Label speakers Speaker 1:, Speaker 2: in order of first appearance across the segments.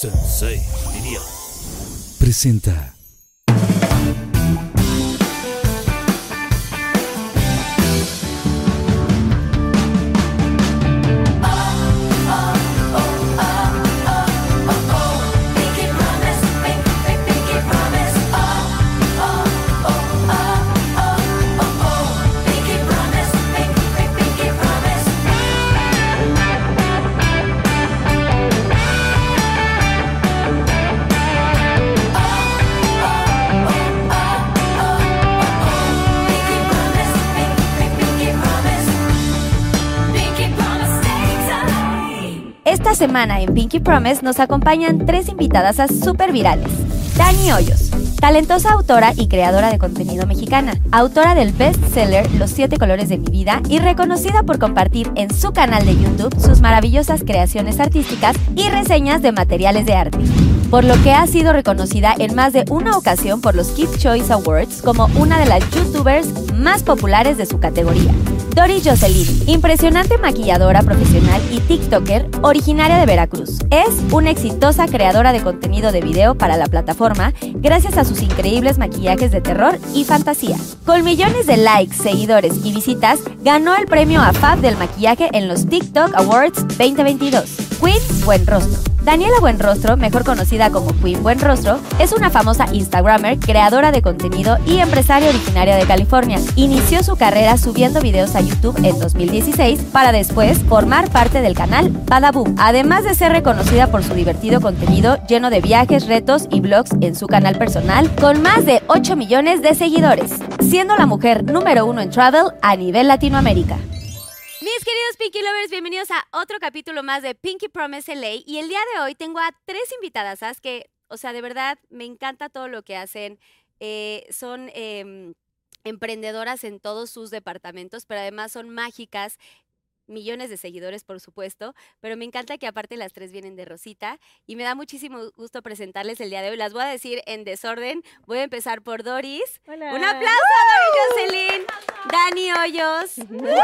Speaker 1: Sensei, diría.
Speaker 2: Presenta.
Speaker 3: Esta semana en Pinky Promise nos acompañan 3 invitadas súper virales. Dani Hoyos, talentosa autora y creadora de contenido mexicana, autora del bestseller Los 7 colores de mi vida y reconocida por compartir en su canal de YouTube sus maravillosas creaciones artísticas y reseñas de materiales de arte, por lo que ha sido reconocida en más de una ocasión por los Kids Choice Awards como una de las youtubers más populares de su categoría. Doris Jocelyn, impresionante maquilladora profesional y tiktoker originaria de Veracruz. Es una exitosa creadora de contenido de video para la plataforma gracias a sus increíbles maquillajes de terror y fantasía. Con millones de likes, seguidores y visitas, ganó el premio AFAB del maquillaje en los TikTok Awards 2022. Queen Buenrostro. Daniela Buenrostro, mejor conocida como Queen Buenrostro, es una famosa instagramer, creadora de contenido y empresaria originaria de California. Inició su carrera subiendo videos a YouTube en 2016 para después formar parte del canal Badaboom, además de ser reconocida por su divertido contenido lleno de viajes, retos y vlogs en su canal personal con más de 8 millones de seguidores, siendo la mujer número 1 en travel a nivel Latinoamérica. Mis queridos Pinky Lovers, bienvenidos a otro capítulo más de Pinky Promise LA. Y el día de hoy tengo a 3 invitadasas que, o sea, de verdad me encanta todo lo que hacen. Son emprendedoras en todos sus departamentos, pero además son mágicas. Millones de seguidores, por supuesto, pero me encanta que aparte las 3 vienen de Rosita y me da muchísimo gusto presentarles el día de hoy. Las voy a decir en desorden. Voy a empezar por Doris.
Speaker 4: Hola.
Speaker 3: Un aplauso a Doris Jocelyn, Dani Hoyos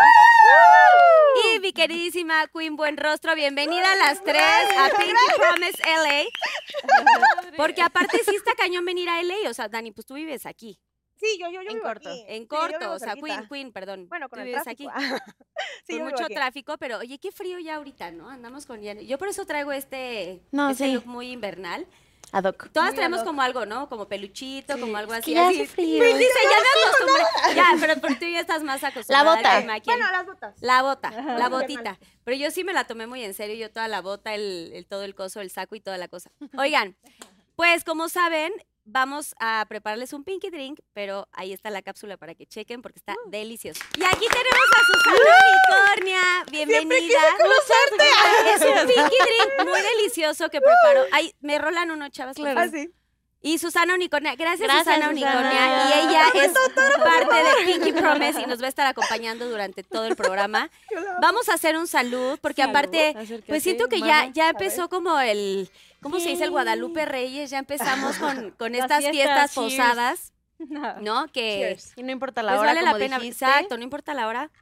Speaker 3: y mi queridísima Queen Buenrostro. Bienvenida a las 3 a Pinky Promise LA. Porque aparte sí está cañón venir a LA. O sea, Dani, pues tú vives aquí.
Speaker 4: Sí, yo
Speaker 3: En
Speaker 4: vivo
Speaker 3: corto.
Speaker 4: aquí.
Speaker 3: En
Speaker 4: Sí,
Speaker 3: corto,
Speaker 4: yo vivo
Speaker 3: o sea,
Speaker 4: cerquita.
Speaker 3: Queen, perdón.
Speaker 4: Bueno, con
Speaker 3: tú
Speaker 4: el
Speaker 3: vives
Speaker 4: tráfico.
Speaker 3: aquí.
Speaker 4: Sí,
Speaker 3: Con
Speaker 4: yo vivo
Speaker 3: mucho
Speaker 4: aquí.
Speaker 3: tráfico, pero oye, qué frío ya ahorita, ¿no? Andamos con ya. Yo por eso traigo este
Speaker 5: sí.
Speaker 3: look muy invernal.
Speaker 5: Ad hoc.
Speaker 3: Todas
Speaker 4: Muy
Speaker 3: traemos
Speaker 4: ad hoc.
Speaker 3: como algo, ¿no? Como peluchito, como algo así.
Speaker 5: ya
Speaker 3: así.
Speaker 5: hace frío.
Speaker 3: Pues dice, ya me acostumbré. Ya, pero por tú ya estás más acostumbrada.
Speaker 5: bota.
Speaker 3: al maquillaje.
Speaker 4: Bueno, las botas.
Speaker 3: La bota, la
Speaker 4: Ajá.
Speaker 3: botita. Pero yo sí me la tomé muy en serio, yo toda la bota, todo el coso, el saco y toda la cosa. Oigan, pues como saben, vamos a prepararles un Pinky Drink, pero ahí está la cápsula para que chequen porque está delicioso. Y aquí tenemos a Susana Unicornia, bienvenida. Es un Pinky Drink muy delicioso que preparo. Ay, me rolan uno, chavas. por favor.
Speaker 4: Así.
Speaker 3: Y Susana Unicornia, gracias
Speaker 5: Gracias,
Speaker 3: Susana
Speaker 5: Susana.
Speaker 3: Unicornia. Y ella es parte de Pinky Promise y nos va a estar acompañando durante todo el programa. Vamos a hacer un salud, porque aparte, pues siento que ya empezó como ¿cómo se dice? El Guadalupe Reyes, ya empezamos con estas
Speaker 5: fiestas,
Speaker 3: fiestas
Speaker 5: cheers.
Speaker 3: posadas, ¿no? Que
Speaker 4: Cheers.
Speaker 5: Y no importa la
Speaker 3: pues
Speaker 5: hora,
Speaker 3: vale la
Speaker 5: como
Speaker 3: pena.
Speaker 5: dijiste.
Speaker 3: Exacto, no importa la hora.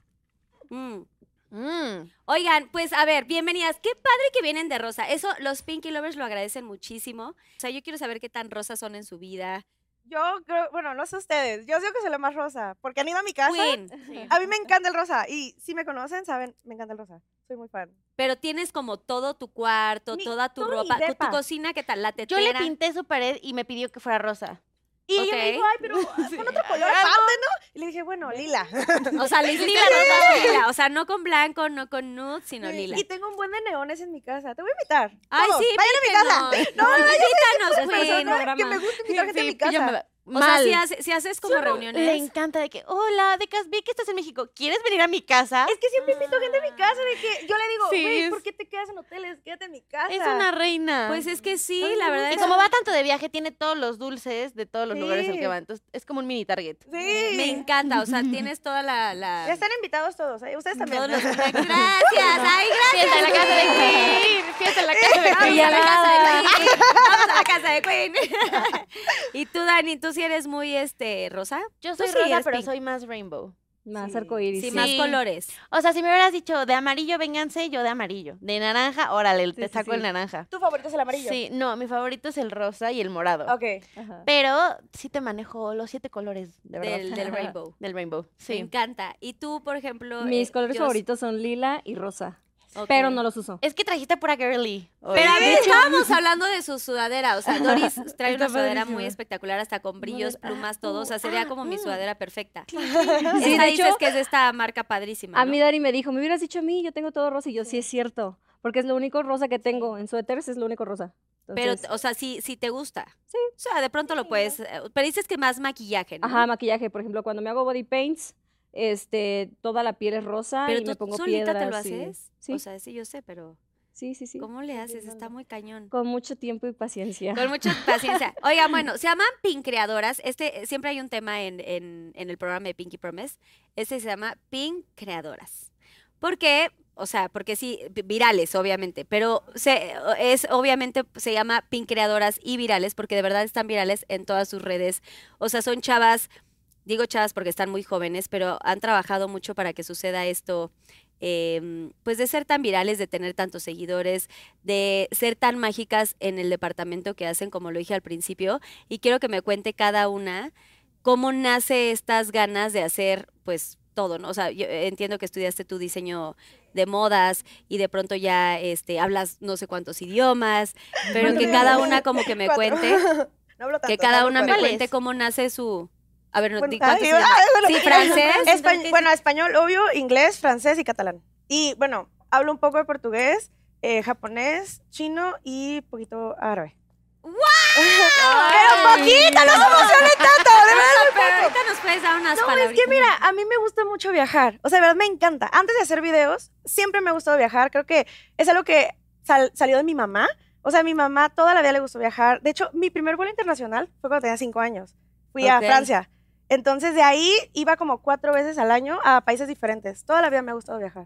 Speaker 3: Oigan, pues a ver, bienvenidas. Qué padre que vienen de rosa. Eso los Pinky Lovers lo agradecen muchísimo. O sea, yo quiero saber qué tan rosas son en su vida.
Speaker 4: Yo creo, bueno, no sé ustedes. Yo digo que soy la más rosa. Porque han ido a mi casa.
Speaker 3: Queen,
Speaker 4: A mí me encanta el rosa. Y si me conocen, saben, me encanta el rosa. Soy muy fan.
Speaker 3: pero tienes como todo tu cuarto, toda tu
Speaker 4: todo mi
Speaker 3: ropa, tu
Speaker 4: depa.
Speaker 3: cocina, ¿qué tal? La
Speaker 5: Yo
Speaker 3: tetera.
Speaker 5: le pinté su pared y me pidió que fuera rosa.
Speaker 4: Y ella me
Speaker 3: Ok.
Speaker 4: dijo, ay, pero con otro color aparte, ¿no? Y le dije, bueno, lila.
Speaker 3: O sea, le hiciste rosa lila. O sea, no con blanco, no con nude, sino lila.
Speaker 4: Y tengo un buen de neones en mi casa. Te voy a invitar.
Speaker 3: Ay,
Speaker 4: Todos,
Speaker 3: sí,
Speaker 4: vayan a mi casa.
Speaker 3: invítenos. Invítanos,
Speaker 4: Persona
Speaker 3: Queen.
Speaker 4: que me gusta invitar gente a mi
Speaker 5: Sí, yo
Speaker 4: casa.
Speaker 5: me-
Speaker 3: O sea,
Speaker 5: Mal.
Speaker 3: si haces como reuniones.
Speaker 5: Le encanta de que, hola, vi que estás en México, ¿quieres venir a mi casa?
Speaker 4: Es que siempre invito gente a mi casa de que yo le digo,
Speaker 5: Sí,
Speaker 4: güey,
Speaker 5: es-
Speaker 4: ¿por qué te quedas en hoteles? Quédate en mi casa.
Speaker 5: Es una reina.
Speaker 3: Pues es que sí,
Speaker 4: Ay,
Speaker 3: la
Speaker 4: me
Speaker 3: verdad
Speaker 5: y
Speaker 3: es
Speaker 5: como va tanto de viaje, tiene todos los dulces de todos los
Speaker 4: Sí.
Speaker 5: lugares al que va. Entonces, es como un mini Target.
Speaker 4: Sí.
Speaker 3: me encanta. O sea, tienes toda la...
Speaker 4: Ya están invitados todos, ¿eh? Ustedes también.
Speaker 3: todos los... Gracias. Ay, gracias.
Speaker 5: Fiesta en la casa de Queen. Fiesta en la casa de
Speaker 3: Vamos
Speaker 5: Queen.
Speaker 3: a la casa de Queen. Vamos a la casa de Queen. Y tú, Dani, tú sí eres muy, rosa.
Speaker 5: Yo
Speaker 3: Tú
Speaker 5: soy
Speaker 3: sí
Speaker 5: rosa,
Speaker 3: eres
Speaker 5: pero
Speaker 3: pink.
Speaker 5: soy más rainbow.
Speaker 1: Más
Speaker 4: Sí.
Speaker 1: arcoíris.
Speaker 3: Sí,
Speaker 1: sí.
Speaker 3: más
Speaker 5: Sí.
Speaker 3: colores.
Speaker 5: O sea, si me hubieras dicho de amarillo, vénganse, yo de amarillo. De naranja, órale, te
Speaker 4: sí,
Speaker 5: saco
Speaker 4: sí.
Speaker 5: el naranja.
Speaker 4: ¿Tu favorito es el amarillo?
Speaker 5: Sí, no, mi favorito es el rosa y el morado.
Speaker 4: Ok.
Speaker 1: Ajá.
Speaker 5: Pero sí te manejo los 7 colores, de verdad.
Speaker 3: Del rainbow.
Speaker 5: Del rainbow,
Speaker 3: Me
Speaker 5: sí.
Speaker 3: encanta. Y tú, por ejemplo...
Speaker 1: Mis colores
Speaker 3: yo-
Speaker 1: favoritos son lila y rosa.
Speaker 3: Ok.
Speaker 1: Pero no los uso.
Speaker 5: Es que trajiste pura girly. hoy.
Speaker 3: Pero a ver, estábamos hablando de su sudadera. O sea, Doris trae
Speaker 1: Está
Speaker 3: una sudadera
Speaker 1: padrísima.
Speaker 3: muy espectacular, hasta con brillos, plumas, todo. O sea, sería como mi sudadera perfecta.
Speaker 1: Sí,
Speaker 3: Esta
Speaker 1: de
Speaker 3: dices
Speaker 1: hecho,
Speaker 3: que es de esta marca padrísima,
Speaker 1: a
Speaker 3: ¿no?
Speaker 1: mí Dari me dijo, me hubieras dicho a mí, yo tengo todo rosa. Y yo, sí es cierto. Porque es lo único rosa que tengo. En suéteres es lo único rosa.
Speaker 3: Pero,
Speaker 1: Entonces,
Speaker 3: o sea, sí te gusta.
Speaker 1: Sí.
Speaker 3: O sea, de pronto lo puedes... Pero dices que más maquillaje, ¿no?
Speaker 1: ajá, maquillaje. Por ejemplo, cuando me hago body paints, toda la piel es rosa
Speaker 3: Pero
Speaker 1: y me
Speaker 3: tú
Speaker 1: pongo
Speaker 3: solita
Speaker 1: piedras.
Speaker 3: te lo
Speaker 1: y-
Speaker 3: haces.
Speaker 1: Sí,
Speaker 3: O sea, sí, yo sé, pero
Speaker 1: sí, sí.
Speaker 3: ¿cómo le haces?
Speaker 1: Entiendo.
Speaker 3: Está muy cañón.
Speaker 1: Con mucho tiempo y paciencia.
Speaker 3: Con mucha paciencia. Oigan, bueno, se llaman Pink Creadoras. Siempre hay un tema en el programa de Pinky Promise. Se llama Pink Creadoras. ¿Por qué? O sea, porque sí, virales, obviamente. Pero obviamente se llama Pink Creadoras y virales porque de verdad están virales en todas sus redes. O sea, son chavas, digo chavas porque están muy jóvenes, pero han trabajado mucho para que suceda esto. Pues de ser tan virales, de tener tantos seguidores, de ser tan mágicas en el departamento que hacen, como lo dije al principio, y quiero que me cuente cada una cómo nace estas ganas de hacer, pues, todo, ¿no? O sea, yo entiendo que estudiaste tu diseño de modas y de pronto ya hablas no sé cuántos idiomas, pero que cada una como que me
Speaker 4: 4.
Speaker 3: cuente,
Speaker 4: No hablo tanto,
Speaker 3: que cada
Speaker 4: hablo
Speaker 3: una me
Speaker 4: 4.
Speaker 3: cuente cómo nace su... A ver,
Speaker 4: Bueno,
Speaker 3: ¿cuántos
Speaker 4: ay,
Speaker 3: idiomas?
Speaker 4: bueno,
Speaker 3: Sí, francés.
Speaker 4: Bueno, español, obvio, inglés, francés y catalán. Y bueno, hablo un poco de portugués, japonés, chino y poquito árabe. Pero poquito, no se emocionen tanto, de verdad.
Speaker 3: Pero ahorita nos puedes dar unas
Speaker 4: No, es
Speaker 3: palabritas.
Speaker 4: que mira, a mí me gusta mucho viajar. O sea, de verdad me encanta. Antes de hacer videos, siempre me ha gustado viajar. Creo que es algo que salió de mi mamá. O sea, a mi mamá toda la vida le gustó viajar. De hecho, mi primer vuelo internacional fue cuando tenía 5 años. Fui a
Speaker 3: Ok.
Speaker 4: Francia. Entonces, de ahí iba como 4 veces al año a países diferentes. Toda la vida me ha gustado viajar.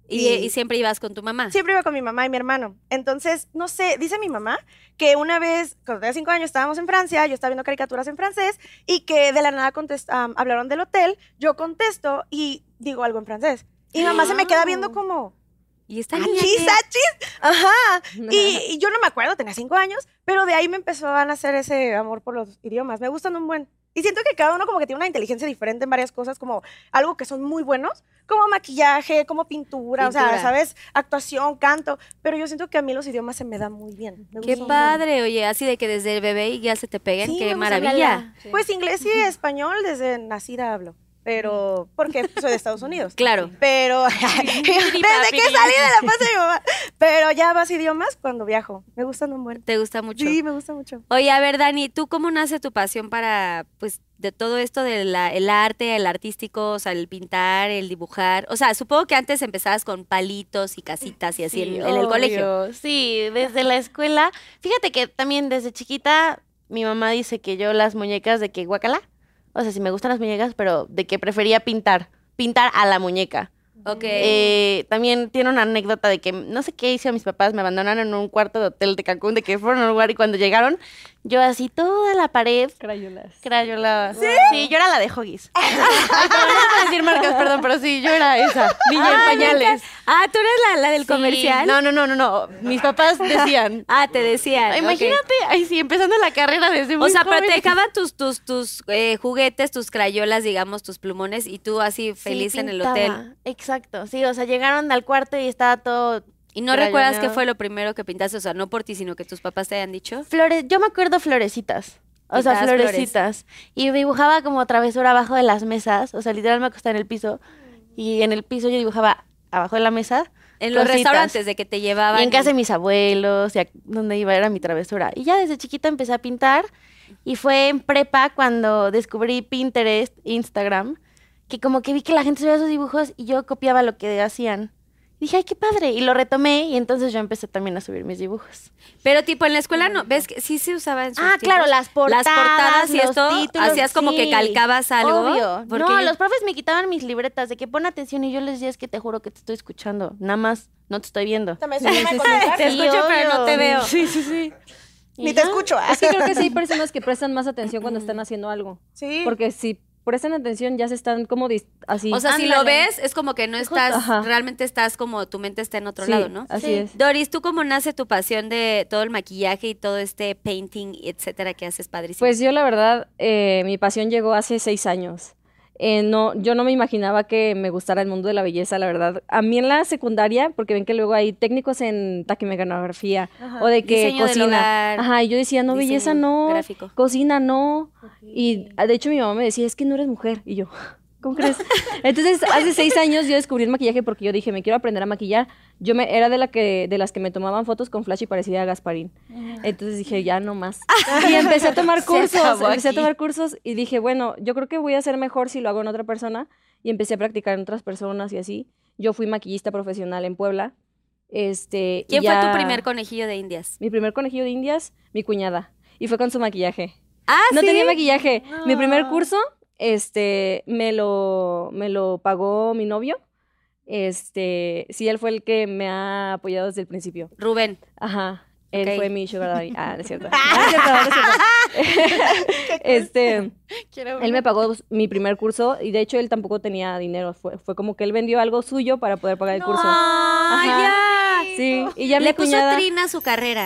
Speaker 3: Y siempre ibas con tu mamá.
Speaker 4: Siempre iba con mi mamá y mi hermano. Entonces, no sé, dice mi mamá que una vez, cuando tenía 5 años, estábamos en Francia, yo estaba viendo caricaturas en francés y que de la nada hablaron del hotel, yo contesto y digo algo en francés. Y mi mamá se me queda viendo como,
Speaker 3: Y esta niña
Speaker 4: achis,
Speaker 3: que-
Speaker 4: achis. Ajá. Y yo no me acuerdo, tenía 5 años, pero de ahí me empezó a nacer ese amor por los idiomas. Me gustan un buen. Y siento que cada uno como que tiene una inteligencia diferente en varias cosas, como algo que son muy buenos, como maquillaje, como pintura, o sea,
Speaker 3: Pintura.
Speaker 4: ¿sabes? Actuación, canto. Pero yo siento que a mí los idiomas se me dan muy bien. Me
Speaker 3: Qué
Speaker 4: gustan un buen.
Speaker 3: padre, oye, así de que desde el bebé y ya se te peguen,
Speaker 4: Sí,
Speaker 3: qué
Speaker 4: me gusta
Speaker 3: maravilla.
Speaker 1: Sí.
Speaker 4: Pues inglés y español desde nacida hablo, pero porque soy de Estados Unidos.
Speaker 3: Claro.
Speaker 4: Pero desde que salí de la panza de mi mamá. Pero ya más idiomas cuando viajo. Me gustan un buen.
Speaker 3: ¿Te gusta mucho?
Speaker 4: Sí, me gusta mucho.
Speaker 3: Oye, a ver, Dani, ¿tú cómo nace tu pasión para, pues, de todo esto del el arte, el artístico, o sea, el pintar, el dibujar? O sea, supongo que antes empezabas con palitos y casitas y así
Speaker 5: Sí,
Speaker 3: en el colegio.
Speaker 5: obvio. Sí, desde la escuela. Fíjate que también desde chiquita mi mamá dice que yo las muñecas de que guacala. O sea, sí me gustan las muñecas, pero de que prefería pintar a la muñeca.
Speaker 3: Ok.
Speaker 5: También tiene una anécdota de que no sé qué hice a mis papás, me abandonaron en un cuarto de hotel de Cancún, de que fueron a un lugar y cuando llegaron, yo así toda la pared
Speaker 1: Crayolas.
Speaker 5: crayolaba. ¿Sí? Yo era la de Hoggies. Ay, pero no puedo decir marcas, perdón, pero sí, yo era esa, niña en pañales.
Speaker 3: Ah, ¿tú eres la del
Speaker 5: Sí.
Speaker 3: comercial?
Speaker 5: No. Mis papás decían.
Speaker 3: Ah, te decían.
Speaker 5: Imagínate, ay, sí, empezando la carrera desde muy
Speaker 3: O sea, pero
Speaker 5: joven.
Speaker 3: te dejaban tus juguetes, tus crayolas, digamos, tus plumones, y tú así feliz
Speaker 5: Sí,
Speaker 3: en el
Speaker 5: pintaba.
Speaker 3: hotel.
Speaker 5: Exacto, sí, o sea, llegaron al cuarto y estaba todo
Speaker 3: ¿Y no recuerdas qué
Speaker 5: crayoneado.
Speaker 3: fue lo primero que pintaste? O sea, no por ti, sino que tus papás te hayan dicho.
Speaker 5: flores, yo me acuerdo florecitas. O sea,
Speaker 3: Pintabas flores.
Speaker 5: florecitas. Y dibujaba como travesura abajo de las mesas. O sea, literal me acostaba en el piso. Y en el piso yo dibujaba abajo de la mesa.
Speaker 3: En los
Speaker 5: cositas.
Speaker 3: restaurantes de que te llevaban.
Speaker 5: Y en casa de mis abuelos, y donde iba era mi travesura. Y ya desde chiquita empecé a pintar. Y fue en prepa cuando descubrí Pinterest, Instagram, que como que vi que la gente subía sus dibujos y yo copiaba lo que hacían. Y dije, ay, qué padre. Y lo retomé y entonces yo empecé también a subir mis dibujos.
Speaker 3: Pero tipo en la escuela no, ¿ves que sí se usaba en sus
Speaker 5: Ah, claro,
Speaker 3: tiempos?
Speaker 5: las portadas,
Speaker 3: y
Speaker 5: los
Speaker 3: esto,
Speaker 5: títulos,
Speaker 3: hacías como que
Speaker 5: sí.
Speaker 3: calcabas algo.
Speaker 5: Obvio.
Speaker 3: Porque
Speaker 5: No, los profes me quitaban mis libretas de que pon atención y yo les decía, es que te juro que te estoy escuchando. Nada más, no te estoy viendo.
Speaker 4: También se llama con
Speaker 3: Te escucho, pero no te veo.
Speaker 5: Sí, sí, sí.
Speaker 4: Ni te escucho.
Speaker 1: Es que creo que sí hay personas que prestan más atención cuando están haciendo algo.
Speaker 4: Sí.
Speaker 1: Porque si prestan atención ya se están como así.
Speaker 6: O sea, si lo
Speaker 5: Ándale.
Speaker 6: ves, es como que no estás,
Speaker 1: Ajá.
Speaker 6: realmente estás como, tu mente está en otro
Speaker 1: Sí,
Speaker 6: lado, ¿no?
Speaker 1: así es.
Speaker 6: Doris, ¿tú cómo nace tu pasión de todo el maquillaje y todo este painting, etcétera, que haces padrísimo?
Speaker 1: Pues yo la verdad, mi pasión llegó hace 6 años. No, yo no me imaginaba que me gustara el mundo de la belleza, la verdad. A mí en la secundaria, porque ven que luego hay técnicos en taquimecanografía o de que
Speaker 6: Diseño del
Speaker 1: cocina.
Speaker 6: hogar,
Speaker 1: Ajá, y yo decía, no, belleza
Speaker 6: diseño
Speaker 1: no,
Speaker 6: gráfico.
Speaker 1: cocina no. Y de hecho mi mamá me decía, es que no eres mujer. Y yo, ¿cómo crees? Entonces, hace 6 años yo descubrí el maquillaje porque yo dije, me quiero aprender a maquillar. Era de las que me tomaban fotos con flash y parecía a Gasparín. Entonces dije, ya no más. Y empecé a tomar cursos, y dije, bueno, yo creo que voy a ser mejor si lo hago en otra persona. Y empecé a practicar en otras personas y así. Yo fui maquillista profesional en Puebla.
Speaker 6: ¿Quién
Speaker 1: y
Speaker 6: fue tu
Speaker 1: ya-
Speaker 6: primer conejillo de indias?
Speaker 1: Mi primer conejillo de indias, mi cuñada. Y fue con su maquillaje.
Speaker 6: Ah,
Speaker 1: No
Speaker 6: ¿sí?
Speaker 1: tenía maquillaje. Mi primer curso, me lo pagó mi novio. Sí, él fue el que me ha apoyado desde el principio.
Speaker 6: Rubén.
Speaker 1: Ajá. Él
Speaker 6: Ok.
Speaker 1: fue mi sugar daddy. No es cierto. No es cierto, no es cierto. Él me pagó mi primer curso y de hecho él tampoco tenía dinero. Fue como que él vendió algo suyo para poder pagar el curso.
Speaker 6: ¡Ay,
Speaker 1: Ajá.
Speaker 6: ya!
Speaker 1: Sí, y ya
Speaker 6: Le
Speaker 1: mi
Speaker 6: puso
Speaker 1: cuñada.
Speaker 6: Trina a su carrera.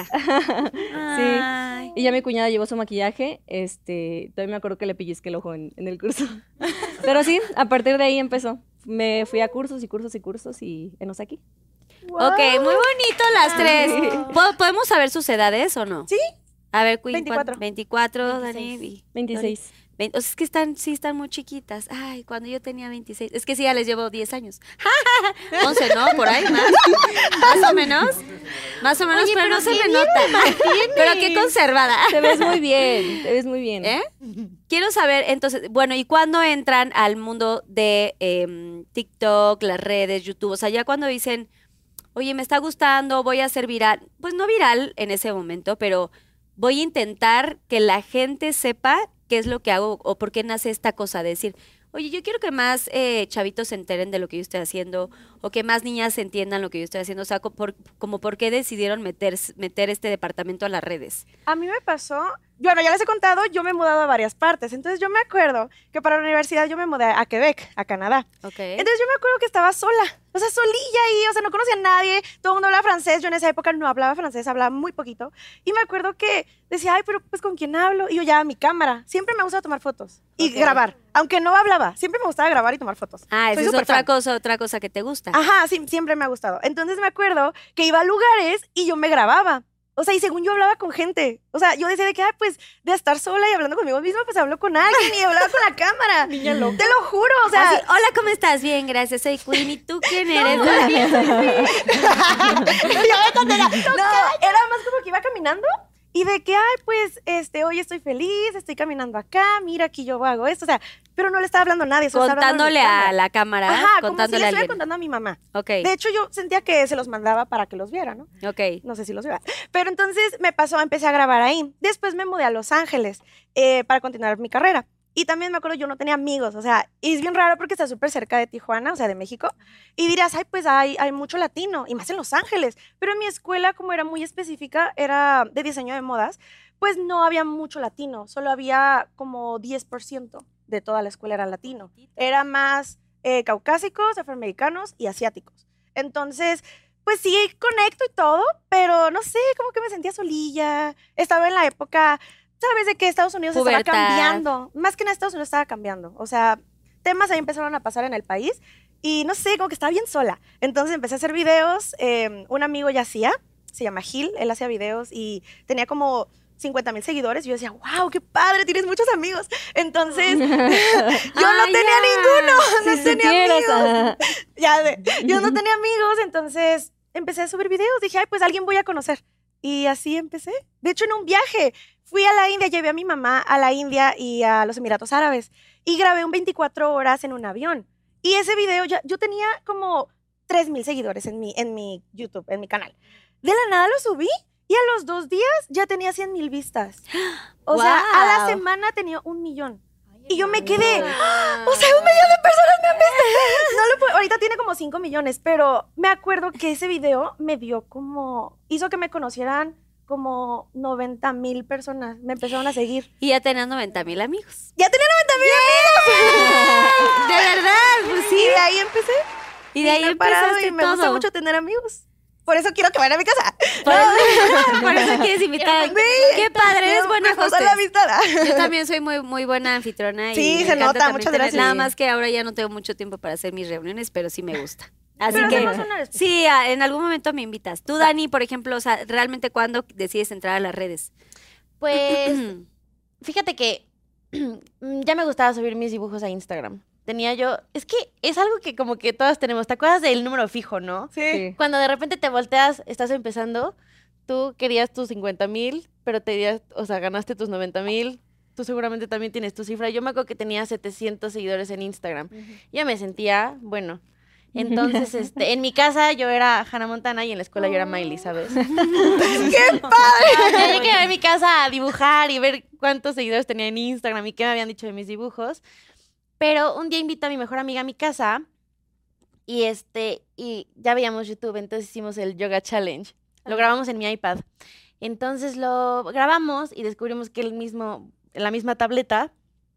Speaker 6: Ay.
Speaker 1: Y ya mi cuñada llevó su maquillaje, todavía me acuerdo que le pellizqué el ojo en el curso. Pero sí, a partir de ahí empezó. Me fui a cursos y cursos y cursos y enos aquí.
Speaker 6: Ok, muy bonito las tres. ¿Podemos saber sus edades o no?
Speaker 4: Sí.
Speaker 6: A ver,
Speaker 4: 24.
Speaker 6: 24, Dani. y
Speaker 1: 26.
Speaker 6: O sea, es que sí están muy chiquitas. Ay, cuando yo tenía 26. Es que sí, ya les llevo 10 años. 11, ¿no? Por ahí, más. Más o menos. Más o menos,
Speaker 5: Oye,
Speaker 6: pero no
Speaker 5: pero
Speaker 6: se
Speaker 5: qué
Speaker 6: me nota. Pero qué conservada.
Speaker 1: Te ves muy bien, te ves muy bien.
Speaker 6: ¿Eh? Quiero saber, entonces, bueno, ¿y cuándo entran al mundo de TikTok, las redes, YouTube? O sea, ya cuando dicen, oye, me está gustando, voy a ser viral. Pues no viral en ese momento, pero voy a intentar que la gente sepa qué es lo que hago o por qué nace esta cosa de decir, oye, yo quiero que más chavitos se enteren de lo que yo estoy haciendo o que más niñas entiendan lo que yo estoy haciendo. O sea, como por qué decidieron meter este departamento a las redes.
Speaker 4: A mí me pasó, bueno, ya les he contado, yo me he mudado a varias partes. Entonces yo me acuerdo que para la universidad yo me mudé a Quebec, a Canadá.
Speaker 6: Ok.
Speaker 4: Entonces yo me acuerdo que estaba sola, o sea, solilla ahí, o sea, no conocía a nadie, todo el mundo hablaba francés, yo en esa época no hablaba francés, hablaba muy poquito. Y me acuerdo que decía, ay, pero pues ¿con quién hablo? Y yo ya mi cámara, siempre me gusta tomar fotos y
Speaker 6: Ok.
Speaker 4: grabar, aunque no hablaba, siempre me gustaba grabar y tomar fotos.
Speaker 6: Ah, esa
Speaker 4: Soy
Speaker 6: es
Speaker 4: súper fan.
Speaker 6: otra cosa que te gusta.
Speaker 4: Ajá, sí, siempre me ha gustado. Entonces me acuerdo que iba a lugares y yo me grababa. O sea, y según yo hablaba con gente. O sea, yo decía de que, pues, de estar sola y hablando conmigo misma, pues hablo con alguien y hablaba con la cámara. Niña loca. Te lo juro, o sea.
Speaker 6: Así, hola, ¿cómo estás? Bien, gracias, soy Queen. ¿Y tú quién eres?
Speaker 4: No, era más como que iba caminando y de que, pues, hoy estoy feliz, estoy caminando acá, mira, aquí yo hago esto. O sea, pero no le estaba hablando a nadie. solo estaba hablando
Speaker 6: Contándole
Speaker 4: mi
Speaker 6: a
Speaker 4: cámara.
Speaker 6: la cámara,
Speaker 4: Ajá, como si
Speaker 6: contándole
Speaker 4: le
Speaker 6: a
Speaker 4: estuviera
Speaker 6: alguien.
Speaker 4: contando a mi mamá.
Speaker 6: Ok,
Speaker 4: De hecho, yo sentía que se los mandaba para que los viera, ¿no?
Speaker 6: ok.
Speaker 4: No sé si los vea. Pero entonces me pasó, empecé a grabar ahí. Después me mudé a Los Ángeles para continuar mi carrera. Y también me acuerdo, yo no tenía amigos, o sea, y es bien raro porque está súper cerca de Tijuana, o sea, de México. Y dirás, ay, pues hay mucho latino, y más en Los Ángeles. Pero en mi escuela, como era muy específica, era de diseño de modas, pues no había mucho latino, solo había como 10% de toda la escuela era latino. Era más caucásicos, afroamericanos y asiáticos. Entonces, pues sí, conecto y todo, pero no sé, como que me sentía solilla. Estaba en la época, ¿sabes? De que Estados Unidos estaba
Speaker 6: Pubertad.
Speaker 4: cambiando. Más que en Estados Unidos estaba cambiando. O sea, temas ahí empezaron a pasar en el país y no sé, como que estaba bien sola. Entonces empecé a hacer videos. Un amigo ya hacía, se llama Gil, él hacía videos y tenía como 50,000 seguidores. Y yo decía, wow, qué padre, tienes muchos amigos. Entonces, yo no tenía ninguno, no
Speaker 1: Si
Speaker 4: tenía
Speaker 1: supieras,
Speaker 4: amigos. Yo no tenía amigos, entonces empecé a subir videos. Dije, ay, pues alguien voy a conocer. Y así empecé. De hecho, en un viaje fui a la India, llevé a mi mamá a la India y a los Emiratos Árabes y grabé un 24 horas en un avión. Y ese video, yo tenía como 3,000 seguidores en mi YouTube, en mi canal. De la nada lo subí y a los 2 días ya tenía 100,000 vistas. O sea, a la
Speaker 6: Wow.
Speaker 4: semana tenía 1,000,000. Y yo me quedé, o sea, 1,000,000 de personas me han visto. No lo puedo, ahorita tiene como 5 millones, pero me acuerdo que ese video me dio como, hizo que me conocieran como 90,000 personas me empezaron a seguir.
Speaker 6: Y ya tenías 90,000 amigos.
Speaker 4: ¡Ya tenía 90,000 amigos!
Speaker 6: De verdad, pues
Speaker 4: Y
Speaker 6: sí.
Speaker 4: de ahí empecé.
Speaker 6: Y de ahí
Speaker 4: no he parado
Speaker 6: empezaste
Speaker 4: y me gusta
Speaker 6: todo.
Speaker 4: mucho tener amigos. Por eso quiero que vayan a mi casa.
Speaker 6: Por eso quieres invitar.
Speaker 4: Sí.
Speaker 6: Qué padre, eres buena
Speaker 4: Me gusta la
Speaker 6: hostess.
Speaker 4: amistad.
Speaker 6: Yo también soy muy, muy buena anfitriona.
Speaker 4: Sí,
Speaker 6: y me
Speaker 4: se
Speaker 6: encanta
Speaker 4: nota,
Speaker 6: también
Speaker 4: muchas
Speaker 6: tener-
Speaker 4: gracias.
Speaker 6: Nada más que ahora ya no tengo mucho tiempo para hacer mis reuniones, pero sí me gusta. Así
Speaker 4: Pero
Speaker 6: que
Speaker 4: hacemos una después.
Speaker 6: sí, en algún momento me invitas. Tú, Dani, por ejemplo, o sea, realmente cuándo decides entrar a las redes.
Speaker 5: Pues, fíjate que ya me gustaba subir mis dibujos a Instagram. Tenía yo, es que es algo que como que todas tenemos. ¿Te acuerdas del número fijo, no?
Speaker 4: Sí.
Speaker 5: Cuando de repente te volteas, estás empezando, tú querías tus 50,000, pero o sea, ganaste tus 90,000. Tú seguramente también tienes tu cifra. Yo me acuerdo que tenía 700 seguidores en Instagram. Ya me sentía, bueno. Entonces, en mi casa yo era Hannah Montana y en la escuela yo era Miley, ¿sabes?
Speaker 4: ¡Qué padre!
Speaker 5: Tenía que ir a mi casa a dibujar y ver cuántos seguidores tenía en Instagram y qué me habían dicho de mis dibujos. Pero un día invito a mi mejor amiga a mi casa y y ya veíamos YouTube, entonces hicimos el Yoga Challenge. Lo grabamos en mi iPad. Entonces lo grabamos y descubrimos que la misma tableta.